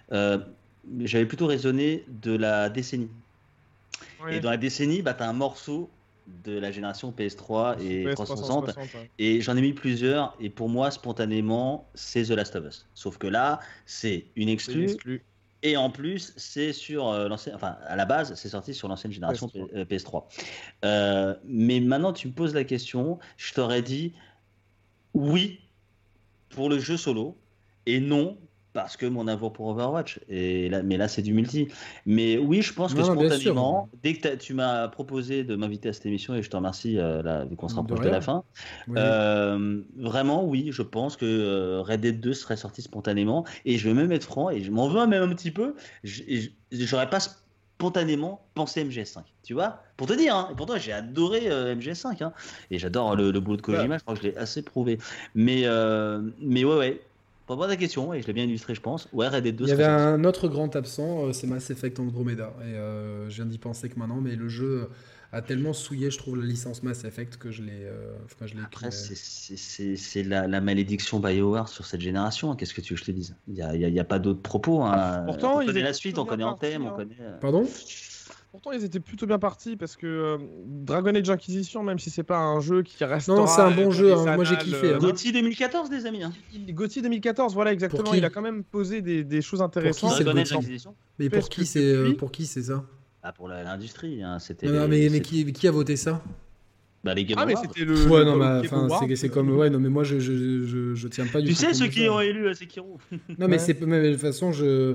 [SPEAKER 3] j'avais plutôt raisonné de la décennie.
[SPEAKER 4] Ouais.
[SPEAKER 3] Et dans la décennie, bah, tu as un morceau de la génération PS3 et
[SPEAKER 4] PS
[SPEAKER 3] 360.
[SPEAKER 4] 360, ouais.
[SPEAKER 3] Et j'en ai mis plusieurs, et pour moi, spontanément, c'est The Last of Us. Sauf que là, c'est une
[SPEAKER 4] C'est
[SPEAKER 3] exclue,
[SPEAKER 4] exclu.
[SPEAKER 3] et en plus, c'est sur l'ancienne. Enfin, à la base, c'est sorti sur l'ancienne génération PS3. Mais maintenant, tu me poses la question, je t'aurais dit oui pour le jeu solo, et non parce que mon amour pour Overwatch. Mais là, c'est du multi. Mais oui, je pense que
[SPEAKER 1] Non, bien
[SPEAKER 3] spontanément, dès que tu m'as proposé de m'inviter à cette émission, et je te remercie, là, vu qu'on se
[SPEAKER 1] De
[SPEAKER 3] rapproche de
[SPEAKER 1] rien.
[SPEAKER 3] la fin,
[SPEAKER 1] Oui.
[SPEAKER 3] vraiment, oui, je pense que Red Dead 2 serait sorti spontanément. Et je vais même être franc, et je m'en veux même un petit peu, j'aurais pas spontanément pensé MGS5. Tu vois? Pour te dire, hein, et pourtant j'ai adoré MGS5. Hein, et j'adore le boulot de Kojima, je crois que je l'ai assez prouvé. Mais ouais. Pour répondre à ta question, et je l'ai bien illustré, je pense. Ouais, Red Dead 2
[SPEAKER 1] Il y avait
[SPEAKER 3] serait sorti.
[SPEAKER 1] un autre grand absent, c'est Mass Effect Andromeda. Et je viens d'y penser que maintenant, mais le jeu a tellement souillé, je trouve, la licence Mass Effect que je l'ai.
[SPEAKER 3] Après, c'est la malédiction BioWare sur cette génération. Hein. Qu'est-ce que tu veux que je te dise? Il y a pas d'autres propos. Hein.
[SPEAKER 4] Pourtant,
[SPEAKER 3] on
[SPEAKER 4] ils
[SPEAKER 3] connaît
[SPEAKER 4] étaient
[SPEAKER 3] la suite,
[SPEAKER 4] plutôt
[SPEAKER 3] on connaît
[SPEAKER 4] bien
[SPEAKER 3] Anthem,
[SPEAKER 4] partis,
[SPEAKER 3] on
[SPEAKER 4] hein.
[SPEAKER 3] connaît.
[SPEAKER 1] Pardon?
[SPEAKER 4] Pourtant, ils étaient plutôt bien partis parce que Dragon Age Inquisition, même si c'est pas un jeu qui reste.
[SPEAKER 1] Non, c'est un bon jeu, hein. Moi, j'ai kiffé, hein.
[SPEAKER 3] Gauthier 2014, des amis. Hein.
[SPEAKER 4] Gauthier 2014, voilà exactement.
[SPEAKER 1] Pour qui?
[SPEAKER 4] Il a quand même posé des choses intéressantes.
[SPEAKER 1] c'est le
[SPEAKER 3] Dragon Age
[SPEAKER 1] Gauthier
[SPEAKER 3] Inquisition.
[SPEAKER 1] Mais
[SPEAKER 4] Parce que
[SPEAKER 1] pour qui c'est ça?
[SPEAKER 3] Ah, pour l'industrie. Hein. C'était.
[SPEAKER 1] Non, mais qui a voté ça?
[SPEAKER 3] Bah, les Game
[SPEAKER 4] Ah, mais
[SPEAKER 3] Awards.
[SPEAKER 4] c'était le.
[SPEAKER 1] Ouais,
[SPEAKER 4] le
[SPEAKER 1] non, mais
[SPEAKER 4] Game
[SPEAKER 1] enfin,
[SPEAKER 4] Award.
[SPEAKER 1] c'est comme. Ouais, non, mais moi, je tiens pas du
[SPEAKER 3] Tu
[SPEAKER 1] tout
[SPEAKER 3] sais
[SPEAKER 1] compte
[SPEAKER 3] ceux
[SPEAKER 1] de
[SPEAKER 3] qui
[SPEAKER 1] ça.
[SPEAKER 3] ont élu Sekiro.
[SPEAKER 1] Non, mais
[SPEAKER 4] Ouais.
[SPEAKER 1] mais de toute façon,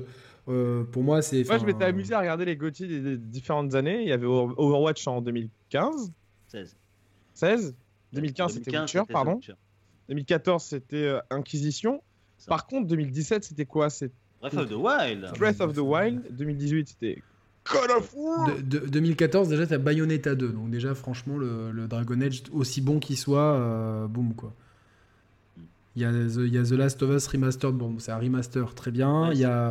[SPEAKER 1] pour moi, c'est.
[SPEAKER 4] Moi, je
[SPEAKER 1] enfin,
[SPEAKER 4] m'étais amusé à regarder les GOTY des différentes années. Il y avait Overwatch en 2015,
[SPEAKER 3] 16.
[SPEAKER 4] 16. 2015, c'était Witcher,
[SPEAKER 3] c'était
[SPEAKER 4] pardon.
[SPEAKER 3] Witcher.
[SPEAKER 4] 2014, c'était Inquisition.
[SPEAKER 3] Ça.
[SPEAKER 4] Par contre, 2017, c'était quoi? C'était
[SPEAKER 3] Breath of the Wild.
[SPEAKER 4] Breath of the Wild. 2018, c'était Call of War.
[SPEAKER 1] 2014, déjà, t'as Bayonetta 2. Donc, déjà, franchement, le Dragon Age, aussi bon qu'il soit, boum, quoi. Il y a The Last of Us Remastered. Bon, c'est un remaster, très bien.
[SPEAKER 3] Ouais,
[SPEAKER 1] Il y a.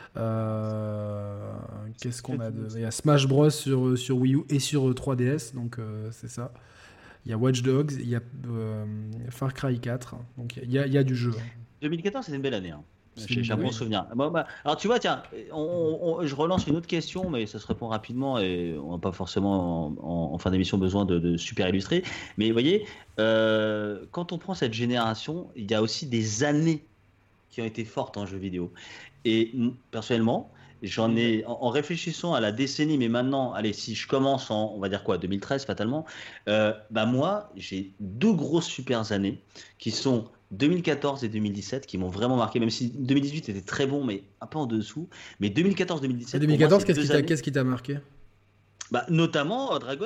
[SPEAKER 1] Qu'est-ce qu'on a Il y a Smash Bros sur Wii U et sur 3DS. Donc, c'est ça. Il y a Watch Dogs. Il y a Far Cry 4. Donc, il y a du jeu.
[SPEAKER 3] 2014, c'était une belle année. Hein.
[SPEAKER 1] C'est
[SPEAKER 3] J'ai un
[SPEAKER 1] une-
[SPEAKER 3] bon
[SPEAKER 1] oui.
[SPEAKER 3] souvenir. Bon, alors tu vois, tiens, je relance une autre question, mais ça se répond rapidement et on n'a pas forcément en fin d'émission besoin de super illustrer. Mais vous voyez, quand on prend cette génération, il y a aussi des années qui ont été fortes en jeux vidéo. Et personnellement, j'en ai, en réfléchissant à la décennie, mais maintenant, allez, si je commence en, on va dire quoi, 2013 fatalement, bah moi, j'ai deux grosses super années qui sont 2014 et 2017 qui m'ont vraiment marqué, même si 2018 était très bon, mais un peu en dessous. Mais 2014-2017,
[SPEAKER 1] 2014,
[SPEAKER 3] pour moi, c'est
[SPEAKER 1] qu'est-ce qui t'a marqué?
[SPEAKER 3] bah, notamment Dragon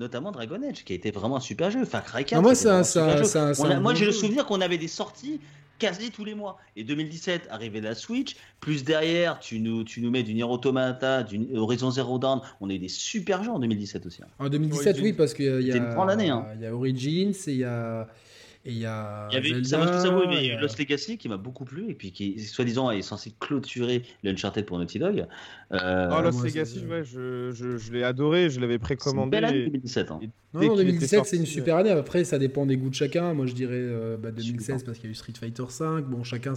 [SPEAKER 3] Age, qui a été vraiment un super jeu. Far Cry 4,
[SPEAKER 1] Non, moi,
[SPEAKER 3] c'était vraiment un
[SPEAKER 1] c'est un-
[SPEAKER 3] super jeu.
[SPEAKER 1] c'est un
[SPEAKER 3] Moi,
[SPEAKER 1] bon
[SPEAKER 3] j'ai le
[SPEAKER 1] jeu.
[SPEAKER 3] souvenir qu'on avait des sorties quasi tous les mois. Et 2017, arrivée la Switch, plus derrière, tu nous mets du Nier Automata, du Horizon Zero Dawn. On a eu des super jeux en 2017 aussi.
[SPEAKER 1] En 2017,
[SPEAKER 4] Origins.
[SPEAKER 1] oui, parce qu'il y
[SPEAKER 3] C'était une grande année,
[SPEAKER 1] a, il y a Origins et il y a
[SPEAKER 3] Il y avait,
[SPEAKER 1] Zelda,
[SPEAKER 3] ça, moi, je peux s'avouer, mais
[SPEAKER 1] il y a-
[SPEAKER 3] Lost Legacy qui m'a beaucoup plu et puis qui, soi-disant, est censé clôturer l'Uncharted pour Naughty Dog.
[SPEAKER 4] Lost
[SPEAKER 1] moi,
[SPEAKER 4] Legacy,
[SPEAKER 1] c'est-
[SPEAKER 4] ouais, je l'ai adoré, je l'avais
[SPEAKER 3] C'est une
[SPEAKER 4] précommandé.
[SPEAKER 3] belle année
[SPEAKER 4] et-
[SPEAKER 3] 2017. Hein.
[SPEAKER 4] et
[SPEAKER 1] Non,
[SPEAKER 4] dès
[SPEAKER 1] non,
[SPEAKER 4] qu'il était
[SPEAKER 1] 2017, c'est une
[SPEAKER 4] sorti,
[SPEAKER 1] super année. Après, ça dépend des goûts de chacun. Moi, je dirais 2016
[SPEAKER 3] Super.
[SPEAKER 1] parce qu'il y a eu Street Fighter V. Bon, chacun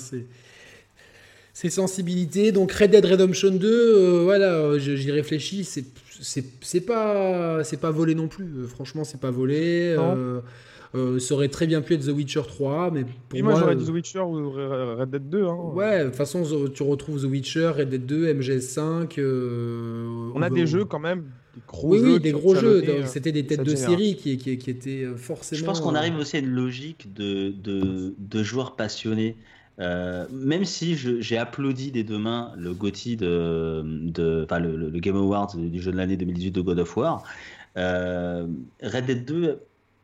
[SPEAKER 1] ses sensibilités. Donc, Red Dead Redemption 2, voilà, j'y réfléchis. C'est pas volé non plus. Franchement, c'est pas volé.
[SPEAKER 4] Non.
[SPEAKER 1] Ça aurait très bien pu être The Witcher 3, mais pour
[SPEAKER 4] Puis moi,
[SPEAKER 1] moi,
[SPEAKER 4] j'aurais dit The Witcher ou Red Dead 2. Hein.
[SPEAKER 1] ouais, de toute façon, tu retrouves The Witcher, Red Dead 2, MGS5.
[SPEAKER 4] On a des jeux quand même, des gros
[SPEAKER 1] Oui,
[SPEAKER 4] jeux.
[SPEAKER 1] oui,
[SPEAKER 4] qui
[SPEAKER 1] des
[SPEAKER 4] ont
[SPEAKER 1] gros jeux.
[SPEAKER 4] jalonné,
[SPEAKER 1] C'était des têtes
[SPEAKER 4] cette
[SPEAKER 1] de
[SPEAKER 4] génération.
[SPEAKER 1] série qui étaient forcément.
[SPEAKER 3] Je pense qu'on arrive aussi à une logique de joueurs passionnés. Même si j'ai applaudi des deux mains le GOTY enfin, le Game Awards du jeu de l'année 2018 de God of War, Red Dead 2.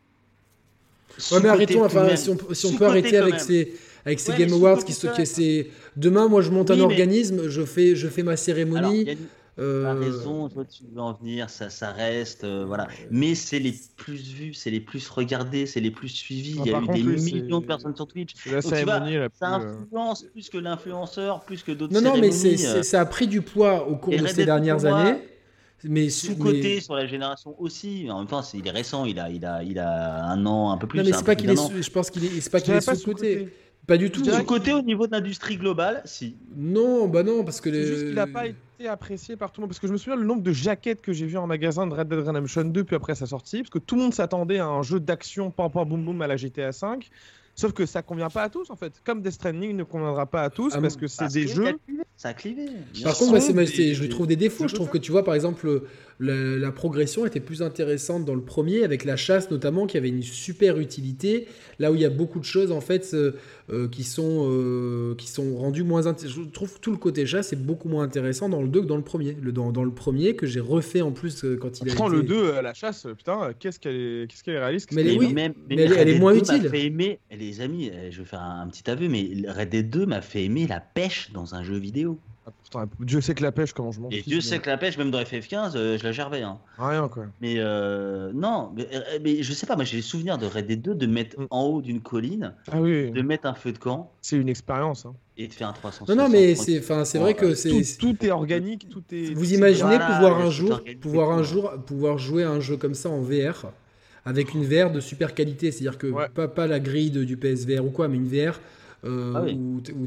[SPEAKER 1] Ouais, mais arrêtons,
[SPEAKER 3] tout de
[SPEAKER 1] enfin,
[SPEAKER 3] même.
[SPEAKER 1] si on peut
[SPEAKER 3] Sous-coté
[SPEAKER 1] arrêter
[SPEAKER 3] quand
[SPEAKER 1] avec
[SPEAKER 3] même.
[SPEAKER 1] ces
[SPEAKER 3] Ouais,
[SPEAKER 1] Game
[SPEAKER 3] mais
[SPEAKER 1] Awards
[SPEAKER 3] sous-coté quand même.
[SPEAKER 1] c'est demain, moi je monte un
[SPEAKER 3] Oui, mais-
[SPEAKER 1] organisme, je fais ma
[SPEAKER 3] Alors,
[SPEAKER 1] cérémonie.
[SPEAKER 3] Yannick, tu as
[SPEAKER 1] euh,
[SPEAKER 3] raison, toi, tu veux en venir, ça reste, voilà. Mais c'est les plus vus, c'est les plus regardés, c'est les plus suivis.
[SPEAKER 4] Ah,
[SPEAKER 3] Il y a
[SPEAKER 4] par
[SPEAKER 3] eu
[SPEAKER 4] contre,
[SPEAKER 3] des
[SPEAKER 4] oui,
[SPEAKER 3] millions de
[SPEAKER 4] c'est-
[SPEAKER 3] personnes sur Twitch.
[SPEAKER 4] C'est la
[SPEAKER 3] Donc, tu vois,
[SPEAKER 4] cérémonie la plus.
[SPEAKER 3] Ça influence plus que l'influenceur, plus que d'autres
[SPEAKER 1] Non, mais
[SPEAKER 3] cérémonies.
[SPEAKER 1] ça a pris du poids au cours
[SPEAKER 3] Et
[SPEAKER 1] de
[SPEAKER 3] Red
[SPEAKER 1] ces
[SPEAKER 3] Dead,
[SPEAKER 1] dernières
[SPEAKER 3] pour moi,
[SPEAKER 1] années. Mais
[SPEAKER 3] Sous-côté sur la génération aussi. En même temps, il est récent, il a un an, un peu plus.
[SPEAKER 1] Non, mais
[SPEAKER 3] un
[SPEAKER 1] c'est
[SPEAKER 3] peu
[SPEAKER 1] pas
[SPEAKER 3] plus
[SPEAKER 1] qu'il est,
[SPEAKER 3] d'un an.
[SPEAKER 1] je pense qu'il est, c'est pas
[SPEAKER 4] Je
[SPEAKER 1] qu'il est
[SPEAKER 4] dirais pas
[SPEAKER 1] sous-côté.
[SPEAKER 4] sous-côté.
[SPEAKER 1] Pas du tout.
[SPEAKER 3] Sous-côté au niveau de l'industrie globale, si.
[SPEAKER 1] Non, bah non, parce que
[SPEAKER 4] C'est juste qu'il n'a pas été apprécié par tout le monde. Parce que je me souviens le nombre de jaquettes que j'ai vu en magasin de Red Dead Redemption 2, puis après sa sortie. Parce que tout le monde s'attendait à un jeu d'action pam pam boum boum à la GTA 5. Sauf que ça convient pas à tous en fait. Comme Death Stranding ne conviendra pas à tous
[SPEAKER 1] Ah,
[SPEAKER 3] bah,
[SPEAKER 4] parce que c'est des jeux.
[SPEAKER 3] Ça a clivé. Bien
[SPEAKER 1] Par
[SPEAKER 3] sûr.
[SPEAKER 1] contre,
[SPEAKER 4] des-
[SPEAKER 1] je lui trouve des défauts.
[SPEAKER 4] des
[SPEAKER 1] Je trouve
[SPEAKER 4] jeux
[SPEAKER 1] que tu vois, par exemple, la progression était plus intéressante dans le premier, avec la chasse notamment, qui avait une super utilité. Là où il y a beaucoup de choses en fait qui sont rendues moins. Je trouve tout le côté chasse est beaucoup moins intéressant dans le 2 que dans le premier. Dans le premier que j'ai refait en plus quand il a
[SPEAKER 4] Pourtant,
[SPEAKER 1] été.
[SPEAKER 4] le 2, la chasse, putain, qu'est-ce qu'elle est réaliste.
[SPEAKER 1] Mais
[SPEAKER 4] qu'est-ce
[SPEAKER 1] les-
[SPEAKER 4] qu'elle est
[SPEAKER 1] oui,
[SPEAKER 4] bien.
[SPEAKER 1] mais elle est
[SPEAKER 3] Red
[SPEAKER 1] moins
[SPEAKER 3] Dead 2
[SPEAKER 1] utile.
[SPEAKER 3] m'a fait aimer, et les amis, je vais faire un petit aveu, mais Red Dead 2 m'a fait aimer la pêche dans un jeu vidéo.
[SPEAKER 4] Ah, putain, Dieu sait que la pêche, comment je m'en
[SPEAKER 3] Et
[SPEAKER 4] fiche,
[SPEAKER 3] Dieu
[SPEAKER 4] mais-
[SPEAKER 3] sait que la pêche, même dans FF15, je la gervais. Hein.
[SPEAKER 4] Rien quoi.
[SPEAKER 3] Mais non, mais je sais pas, moi j'ai le souvenir de Red Dead 2 de mettre
[SPEAKER 4] Mm.
[SPEAKER 3] en haut d'une colline,
[SPEAKER 4] Ah oui,
[SPEAKER 3] de mettre un feu de camp
[SPEAKER 4] c'est une expérience. Hein.
[SPEAKER 3] et de faire un 300.
[SPEAKER 1] Non, mais c'est vrai que c'est.
[SPEAKER 4] Tout est organique, tout est.
[SPEAKER 1] Vous imaginez
[SPEAKER 3] Voilà,
[SPEAKER 1] pouvoir
[SPEAKER 3] il y a
[SPEAKER 1] un
[SPEAKER 3] cette
[SPEAKER 1] jour,
[SPEAKER 3] organisation.
[SPEAKER 1] pouvoir jouer à un jeu comme ça en VR, avec une VR de super qualité, c'est-à-dire que
[SPEAKER 4] Ouais.
[SPEAKER 1] pas la grille du PSVR ou quoi, mais une VR
[SPEAKER 3] Ah oui.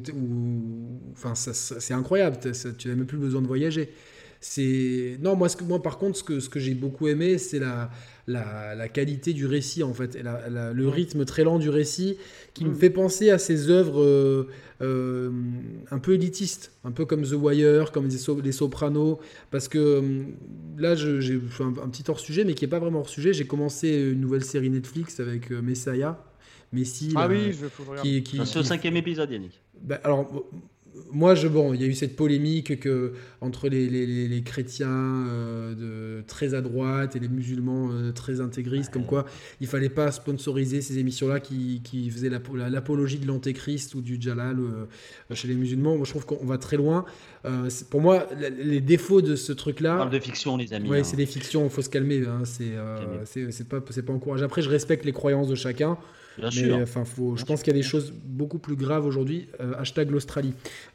[SPEAKER 1] enfin, c'est incroyable, tu n'as même plus besoin de voyager. Non, moi par contre, ce que j'ai beaucoup aimé, c'est la qualité du récit en fait, et le rythme très lent du récit qui me fait penser à ces œuvres un peu élitistes, un peu comme The Wire, comme les Sopranos, parce que là j'ai fait un petit hors-sujet, mais qui est pas vraiment hors-sujet. J'ai commencé une nouvelle série Netflix avec Messiah, Messi,
[SPEAKER 4] Ah
[SPEAKER 1] là,
[SPEAKER 4] oui, faut que je regarde.
[SPEAKER 1] qui,
[SPEAKER 3] C'est au 5e épisode, Yannick.
[SPEAKER 1] bah, alors, moi, il y a eu cette polémique entre les chrétiens très à droite et les musulmans très intégristes, comme quoi il fallait pas sponsoriser ces émissions-là qui faisaient l'apologie de l'antéchrist ou du djallal chez les musulmans. Moi, je trouve qu'on va très loin. Pour moi, les défauts de ce
[SPEAKER 3] On
[SPEAKER 1] truc-là,
[SPEAKER 3] parle de fiction, les amis.
[SPEAKER 1] ouais,
[SPEAKER 3] hein.
[SPEAKER 1] c'est des fictions, il faut se calmer. Hein, c'est pas encouragé. Après, je respecte les croyances de chacun.
[SPEAKER 3] Bien
[SPEAKER 1] Mais
[SPEAKER 3] sûr.
[SPEAKER 1] enfin, je
[SPEAKER 3] Bien
[SPEAKER 1] pense
[SPEAKER 3] sûr.
[SPEAKER 1] qu'il y a des choses beaucoup plus graves aujourd'hui. Hashtag l'Australie.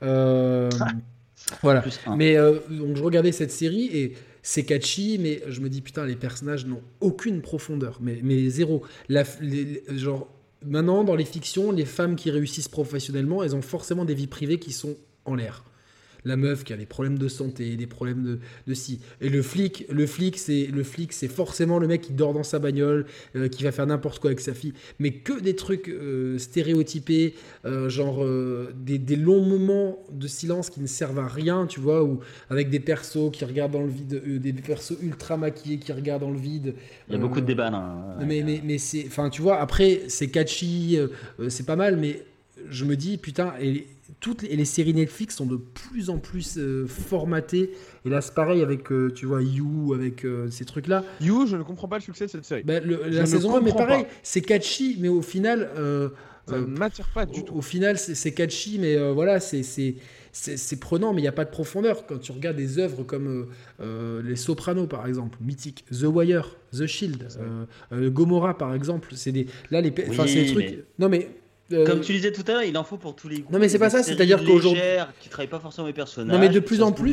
[SPEAKER 1] Voilà.
[SPEAKER 3] Plus un.
[SPEAKER 1] Mais donc je regardais cette série et c'est catchy, mais je me dis putain, les personnages n'ont aucune profondeur, mais zéro. Genre maintenant dans les fictions, les femmes qui réussissent professionnellement, elles ont forcément des vies privées qui sont en l'air. La meuf qui a des problèmes de santé, des problèmes de ci. Et le flic, c'est forcément le mec qui dort dans sa bagnole, qui va faire n'importe quoi avec sa fille. Mais que des trucs stéréotypés, genre des longs moments de silence qui ne servent à rien, tu vois, ou avec des persos qui regardent dans le vide, des persos ultra maquillés qui regardent dans le vide.
[SPEAKER 3] Il y a beaucoup de débats là.
[SPEAKER 1] Mais c'est, enfin, tu vois, après c'est catchy, c'est pas mal, mais je me dis putain, et toutes les séries Netflix sont de plus en plus formatées. Et là, c'est pareil avec, tu vois, You, avec ces trucs-là.
[SPEAKER 4] You, je ne comprends pas le succès de cette série.
[SPEAKER 1] Bah,
[SPEAKER 4] Je
[SPEAKER 1] la
[SPEAKER 4] ne
[SPEAKER 1] saison 1, mais
[SPEAKER 4] comprends
[SPEAKER 1] pareil,
[SPEAKER 4] pas.
[SPEAKER 1] c'est catchy, mais au final,
[SPEAKER 4] Ça ne m'attire pas du tout.
[SPEAKER 1] Au final, c'est catchy, mais voilà, c'est prenant, mais il n'y a pas de profondeur. Quand tu regardes des œuvres comme Les Sopranos, par exemple, mythique, The Wire, The Shield, Gomorrah, par exemple, c'est des trucs. Non, mais.
[SPEAKER 3] Comme tu disais tout à l'heure, il en faut pour tous les goûts.
[SPEAKER 1] Non, mais c'est pas ça, c'est-à-dire qu'aujourd'hui.
[SPEAKER 3] Qui travaillent pas forcément les personnages.
[SPEAKER 1] Non, mais de plus en plus,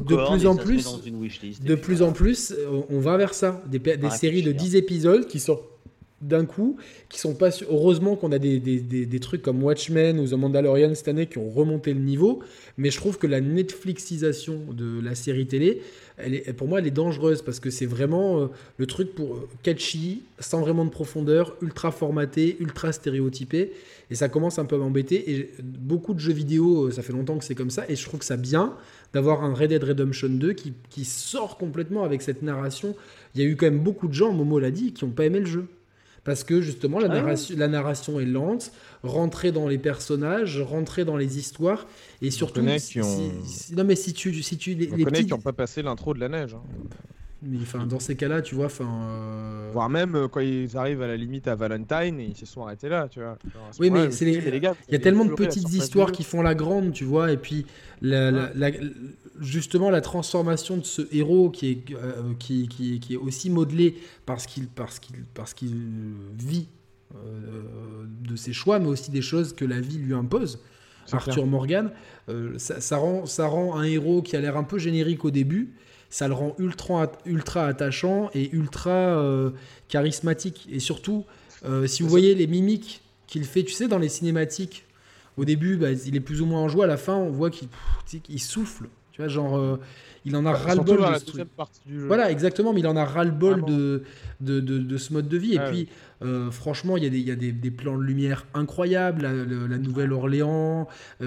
[SPEAKER 1] on va vers ça. Des séries de 10 épisodes qui sortent d'un coup, qui sont pas. Heureusement qu'on a des trucs comme Watchmen ou The Mandalorian cette année qui ont remonté le niveau, mais je trouve que la Netflixisation de la série télé, pour moi, elle est dangereuse parce que c'est vraiment le truc pour catchy, sans vraiment de profondeur, ultra formaté, ultra stéréotypé, et ça commence un peu à m'embêter. Et beaucoup de jeux vidéo, ça fait longtemps que c'est comme ça, et je trouve que ça bien d'avoir un Red Dead Redemption 2 qui sort complètement avec cette narration. Il y a eu quand même beaucoup de gens, Momo l'a dit, qui n'ont pas aimé le jeu. Parce que justement, la narration est lente, rentrer dans les personnages, rentrer dans les histoires, et surtout, non mais si tu les petits
[SPEAKER 4] qui n'ont pas passé l'intro de la neige. Hein.
[SPEAKER 1] Mais enfin, dans ces cas-là, tu vois,
[SPEAKER 4] voire même quand ils arrivent à la limite à Valentine, et ils se sont arrêtés là, tu vois.
[SPEAKER 1] Oui, mais il y a tellement de petites histoires qui font la grande, tu vois, et puis justement la transformation de ce héros qui est aussi modelé parce qu'il vit de ses choix, mais aussi des choses que la vie lui impose. Arthur Morgan, ça rend un héros qui a l'air un peu générique au début. Ça le rend ultra attachant et ultra charismatique. Et surtout, si vous voyez les mimiques qu'il fait, tu sais, dans les cinématiques, au début, il est plus ou moins en joie. À la fin, on voit qu'il souffle. Tu vois, genre, il en a ras-le-bol de ce truc. Voilà, exactement, mais il en a ras-le-bol de ce mode de vie. Et puis, franchement, il y a des plans de lumière incroyables, la Nouvelle-Orléans.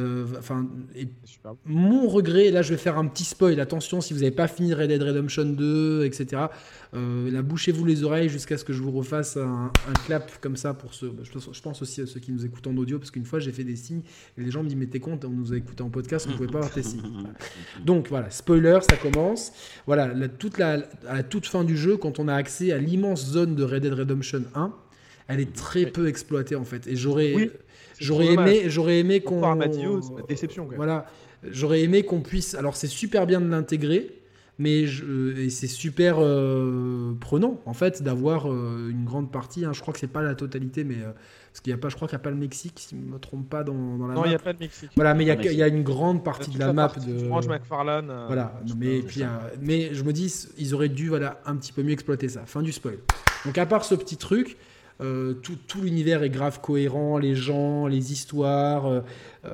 [SPEAKER 1] Mon regret, là, je vais faire un petit spoil. Attention, si vous n'avez pas fini Red Dead Redemption 2, etc., là, bouchez-vous les oreilles jusqu'à ce que je vous refasse un clap comme ça pour ceux. Je pense aussi à ceux qui nous écoutent en audio, parce qu'une fois, j'ai fait des signes et les gens me disent mais t'es con, on nous a écouté en podcast, on ne pouvait pas avoir tes signes. Donc voilà, spoiler, ça commence. Voilà, à la toute fin du jeu, quand on a accès à l'immense zone de Red Dead Redemption 1, elle est très peu exploitée en fait. Et j'aurais aimé qu'on.
[SPEAKER 4] Déception.
[SPEAKER 1] Voilà, j'aurais aimé qu'on puisse. Alors c'est super bien de l'intégrer, mais et c'est super prenant en fait d'avoir une grande partie. Je crois que c'est pas la totalité, mais parce qu'il y a pas, je crois qu'il n'y a pas le Mexique, si je ne me trompe pas dans la map.
[SPEAKER 4] Non, il n'y a pas de Mexique.
[SPEAKER 1] Voilà, mais il y a une grande partie de la map de
[SPEAKER 4] Frange McFarlane.
[SPEAKER 1] Voilà, mais je me dis, ils auraient dû un petit peu mieux exploiter ça. Fin du spoil. Donc à part ce petit truc, tout l'univers est grave cohérent, les gens, les histoires,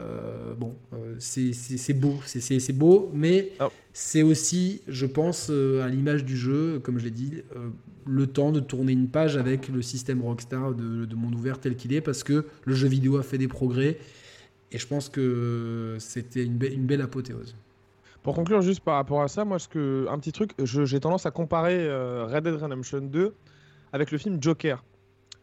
[SPEAKER 1] c'est beau, c'est beau, mais c'est aussi, je pense, à l'image du jeu, comme je l'ai dit, le temps de tourner une page avec le système Rockstar de monde ouvert tel qu'il est, parce que le jeu vidéo a fait des progrès, et je pense que c'était une belle apothéose.
[SPEAKER 4] Pour conclure juste par rapport à ça, moi, un petit truc, j'ai tendance à comparer Red Dead Redemption 2 avec le film Joker. Pourquoi ?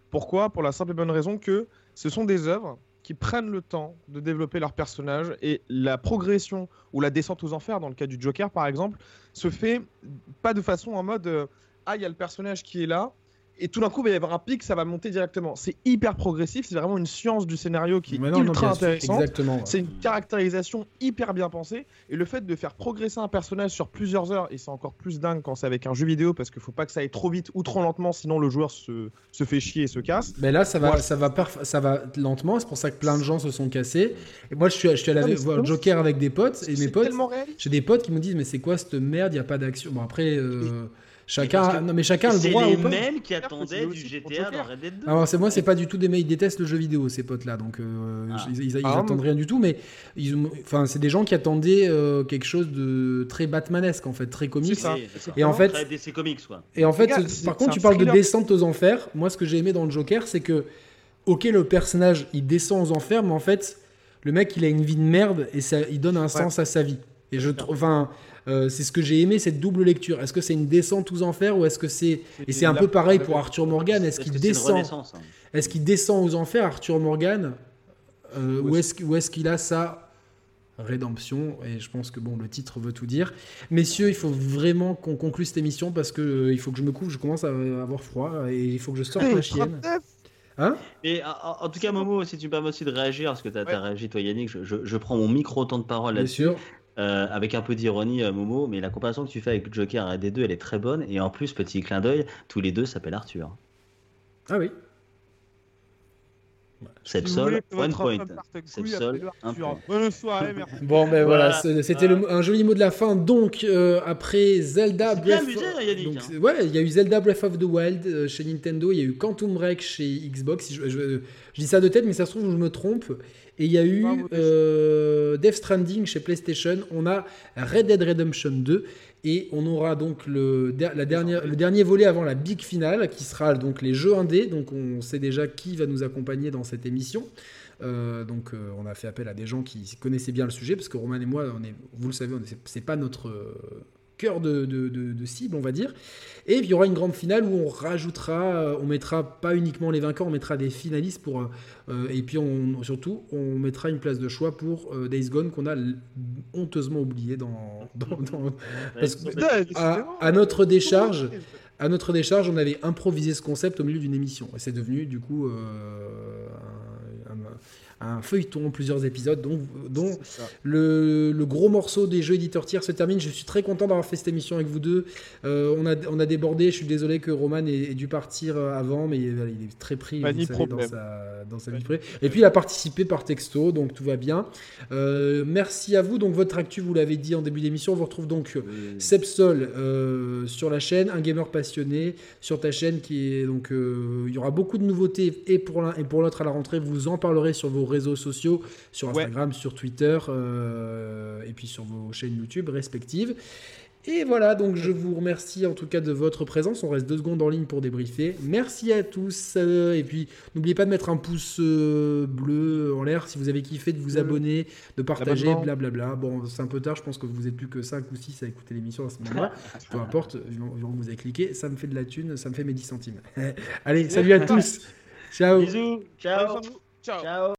[SPEAKER 4] Pour la simple et bonne raison que ce sont des œuvres qui prennent le temps de développer leurs personnages et la progression ou la descente aux enfers, dans le cas du Joker par exemple, se fait pas de façon en mode il y a le personnage qui est là et tout d'un coup il va y avoir un pic, ça va monter directement. C'est hyper progressif, c'est vraiment une science du scénario qui est ultra intéressante.
[SPEAKER 1] Exactement.
[SPEAKER 4] C'est une caractérisation hyper bien pensée et le fait de faire progresser un personnage sur plusieurs heures, et c'est encore plus dingue quand c'est avec un jeu vidéo parce qu'il faut pas que ça aille trop vite ou trop lentement, sinon le joueur se fait chier et se casse.
[SPEAKER 1] Mais là ça va lentement, c'est pour ça que plein de gens se sont cassés. Et moi je suis allé voir Joker avec des potes, et mes potes, j'ai des potes qui me disent mais c'est quoi cette merde, il y a pas d'action. Bon après chacun a le droit ou pas.
[SPEAKER 3] C'est les mêmes qui attendaient du GTA dans Red Dead 2.
[SPEAKER 1] Alors c'est pas du tout des mecs, ils détestent le jeu vidéo ces potes là, donc ils attendent rien du tout, mais c'est des gens qui attendaient quelque chose de très Batmanesque en fait, très comique. Et en fait,
[SPEAKER 3] DC Comics quoi.
[SPEAKER 1] Et en fait, par contre tu parles de descente aux enfers. Moi ce que j'ai aimé dans le Joker, c'est que le personnage il descend aux enfers, mais en fait le mec il a une vie de merde et il donne un sens à sa vie. Et c'est ce que j'ai aimé, cette double lecture. Est-ce que c'est une descente aux enfers ou est-ce que c'est... Et c'est un peu pareil pour Arthur Morgan. Est-ce qu'il descend aux enfers, Arthur Morgan, ou est-ce qu'il a sa rédemption? Et je pense que le titre veut tout dire. Messieurs, il faut vraiment qu'on conclue cette émission parce que il faut que je me couche, je commence à avoir froid et il faut que je sorte la chienne. Hein?
[SPEAKER 3] Et en tout cas, Momo, si tu me permets aussi de réagir, parce que tu as réagi, toi, Yannick, je prends mon micro-temps de parole
[SPEAKER 1] Bien
[SPEAKER 3] là-dessus.
[SPEAKER 1] sûr.
[SPEAKER 3] Avec un peu d'ironie, Momo, mais la comparaison que tu fais avec Joker et D2, elle est très bonne. Et en plus, petit clin d'œil, tous les deux s'appellent Arthur.
[SPEAKER 1] Ah oui.
[SPEAKER 3] Sepsol, one point. Sepsol, un point.
[SPEAKER 4] Bonne soirée, merci.
[SPEAKER 1] Bon, ben voilà,
[SPEAKER 3] Voilà.
[SPEAKER 1] c'était un joli mot de la fin. Donc, après Zelda
[SPEAKER 3] C'est bien
[SPEAKER 1] Breath
[SPEAKER 3] amusé, hein, Yannick,
[SPEAKER 1] donc,
[SPEAKER 3] hein.
[SPEAKER 1] ouais, il y a eu Zelda Breath of the Wild chez Nintendo, il y a eu Quantum Break chez Xbox. Je dis ça de tête, mais ça se trouve, je me trompe. Et il y a eu Death Stranding chez PlayStation. On a Red Dead Redemption 2. Et on aura donc le dernier volet avant la big finale, qui sera donc les jeux indés. Donc on sait déjà qui va nous accompagner dans cette émission. On a fait appel à des gens qui connaissaient bien le sujet, parce que Roman et moi, vous le savez, c'est pas notre cœur de cible, on va dire. Et il y aura une grande finale où on rajoutera, on mettra pas uniquement les vainqueurs, on mettra des finalistes pour, et puis surtout on mettra une place de choix pour Days Gone qu'on a honteusement oublié parce que à notre décharge. À notre décharge, on avait improvisé ce concept au milieu d'une émission. Et c'est devenu, du coup, un feuilleton, plusieurs épisodes, dont le gros morceau des jeux éditeurs tiers se termine. Je suis très content d'avoir fait cette émission avec vous deux. On a débordé. Je suis désolé que Roman ait dû partir avant, mais il est très pris vous savez, dans sa vie privée. Et puis, il a participé par texto, donc tout va bien. Merci à vous. Donc, votre actu, vous l'avez dit en début d'émission. On vous retrouve donc Sepsol sur la chaîne, un gamer passionné sur ta chaîne qui est donc il y aura beaucoup de nouveautés et pour l'un et pour l'autre à la rentrée. Vous en parlerez sur vos réseaux sociaux, sur Instagram, sur Twitter et puis sur vos chaînes YouTube respectives. Et voilà, donc je vous remercie en tout cas de votre présence. On reste 2 secondes en ligne pour débriefer. Merci à tous. Et puis, n'oubliez pas de mettre un pouce bleu en l'air si vous avez kiffé, de vous abonner, de partager, blablabla. Bon, c'est un peu tard, je pense que vous êtes plus que 5 ou 6 à écouter l'émission à ce moment-là. Peu importe, vous avez cliqué. Ça me fait de la thune, ça me fait mes 10 centimes. Allez, salut à tous. Ciao.
[SPEAKER 3] Bisous. Ciao.
[SPEAKER 4] Ciao.
[SPEAKER 3] Ciao.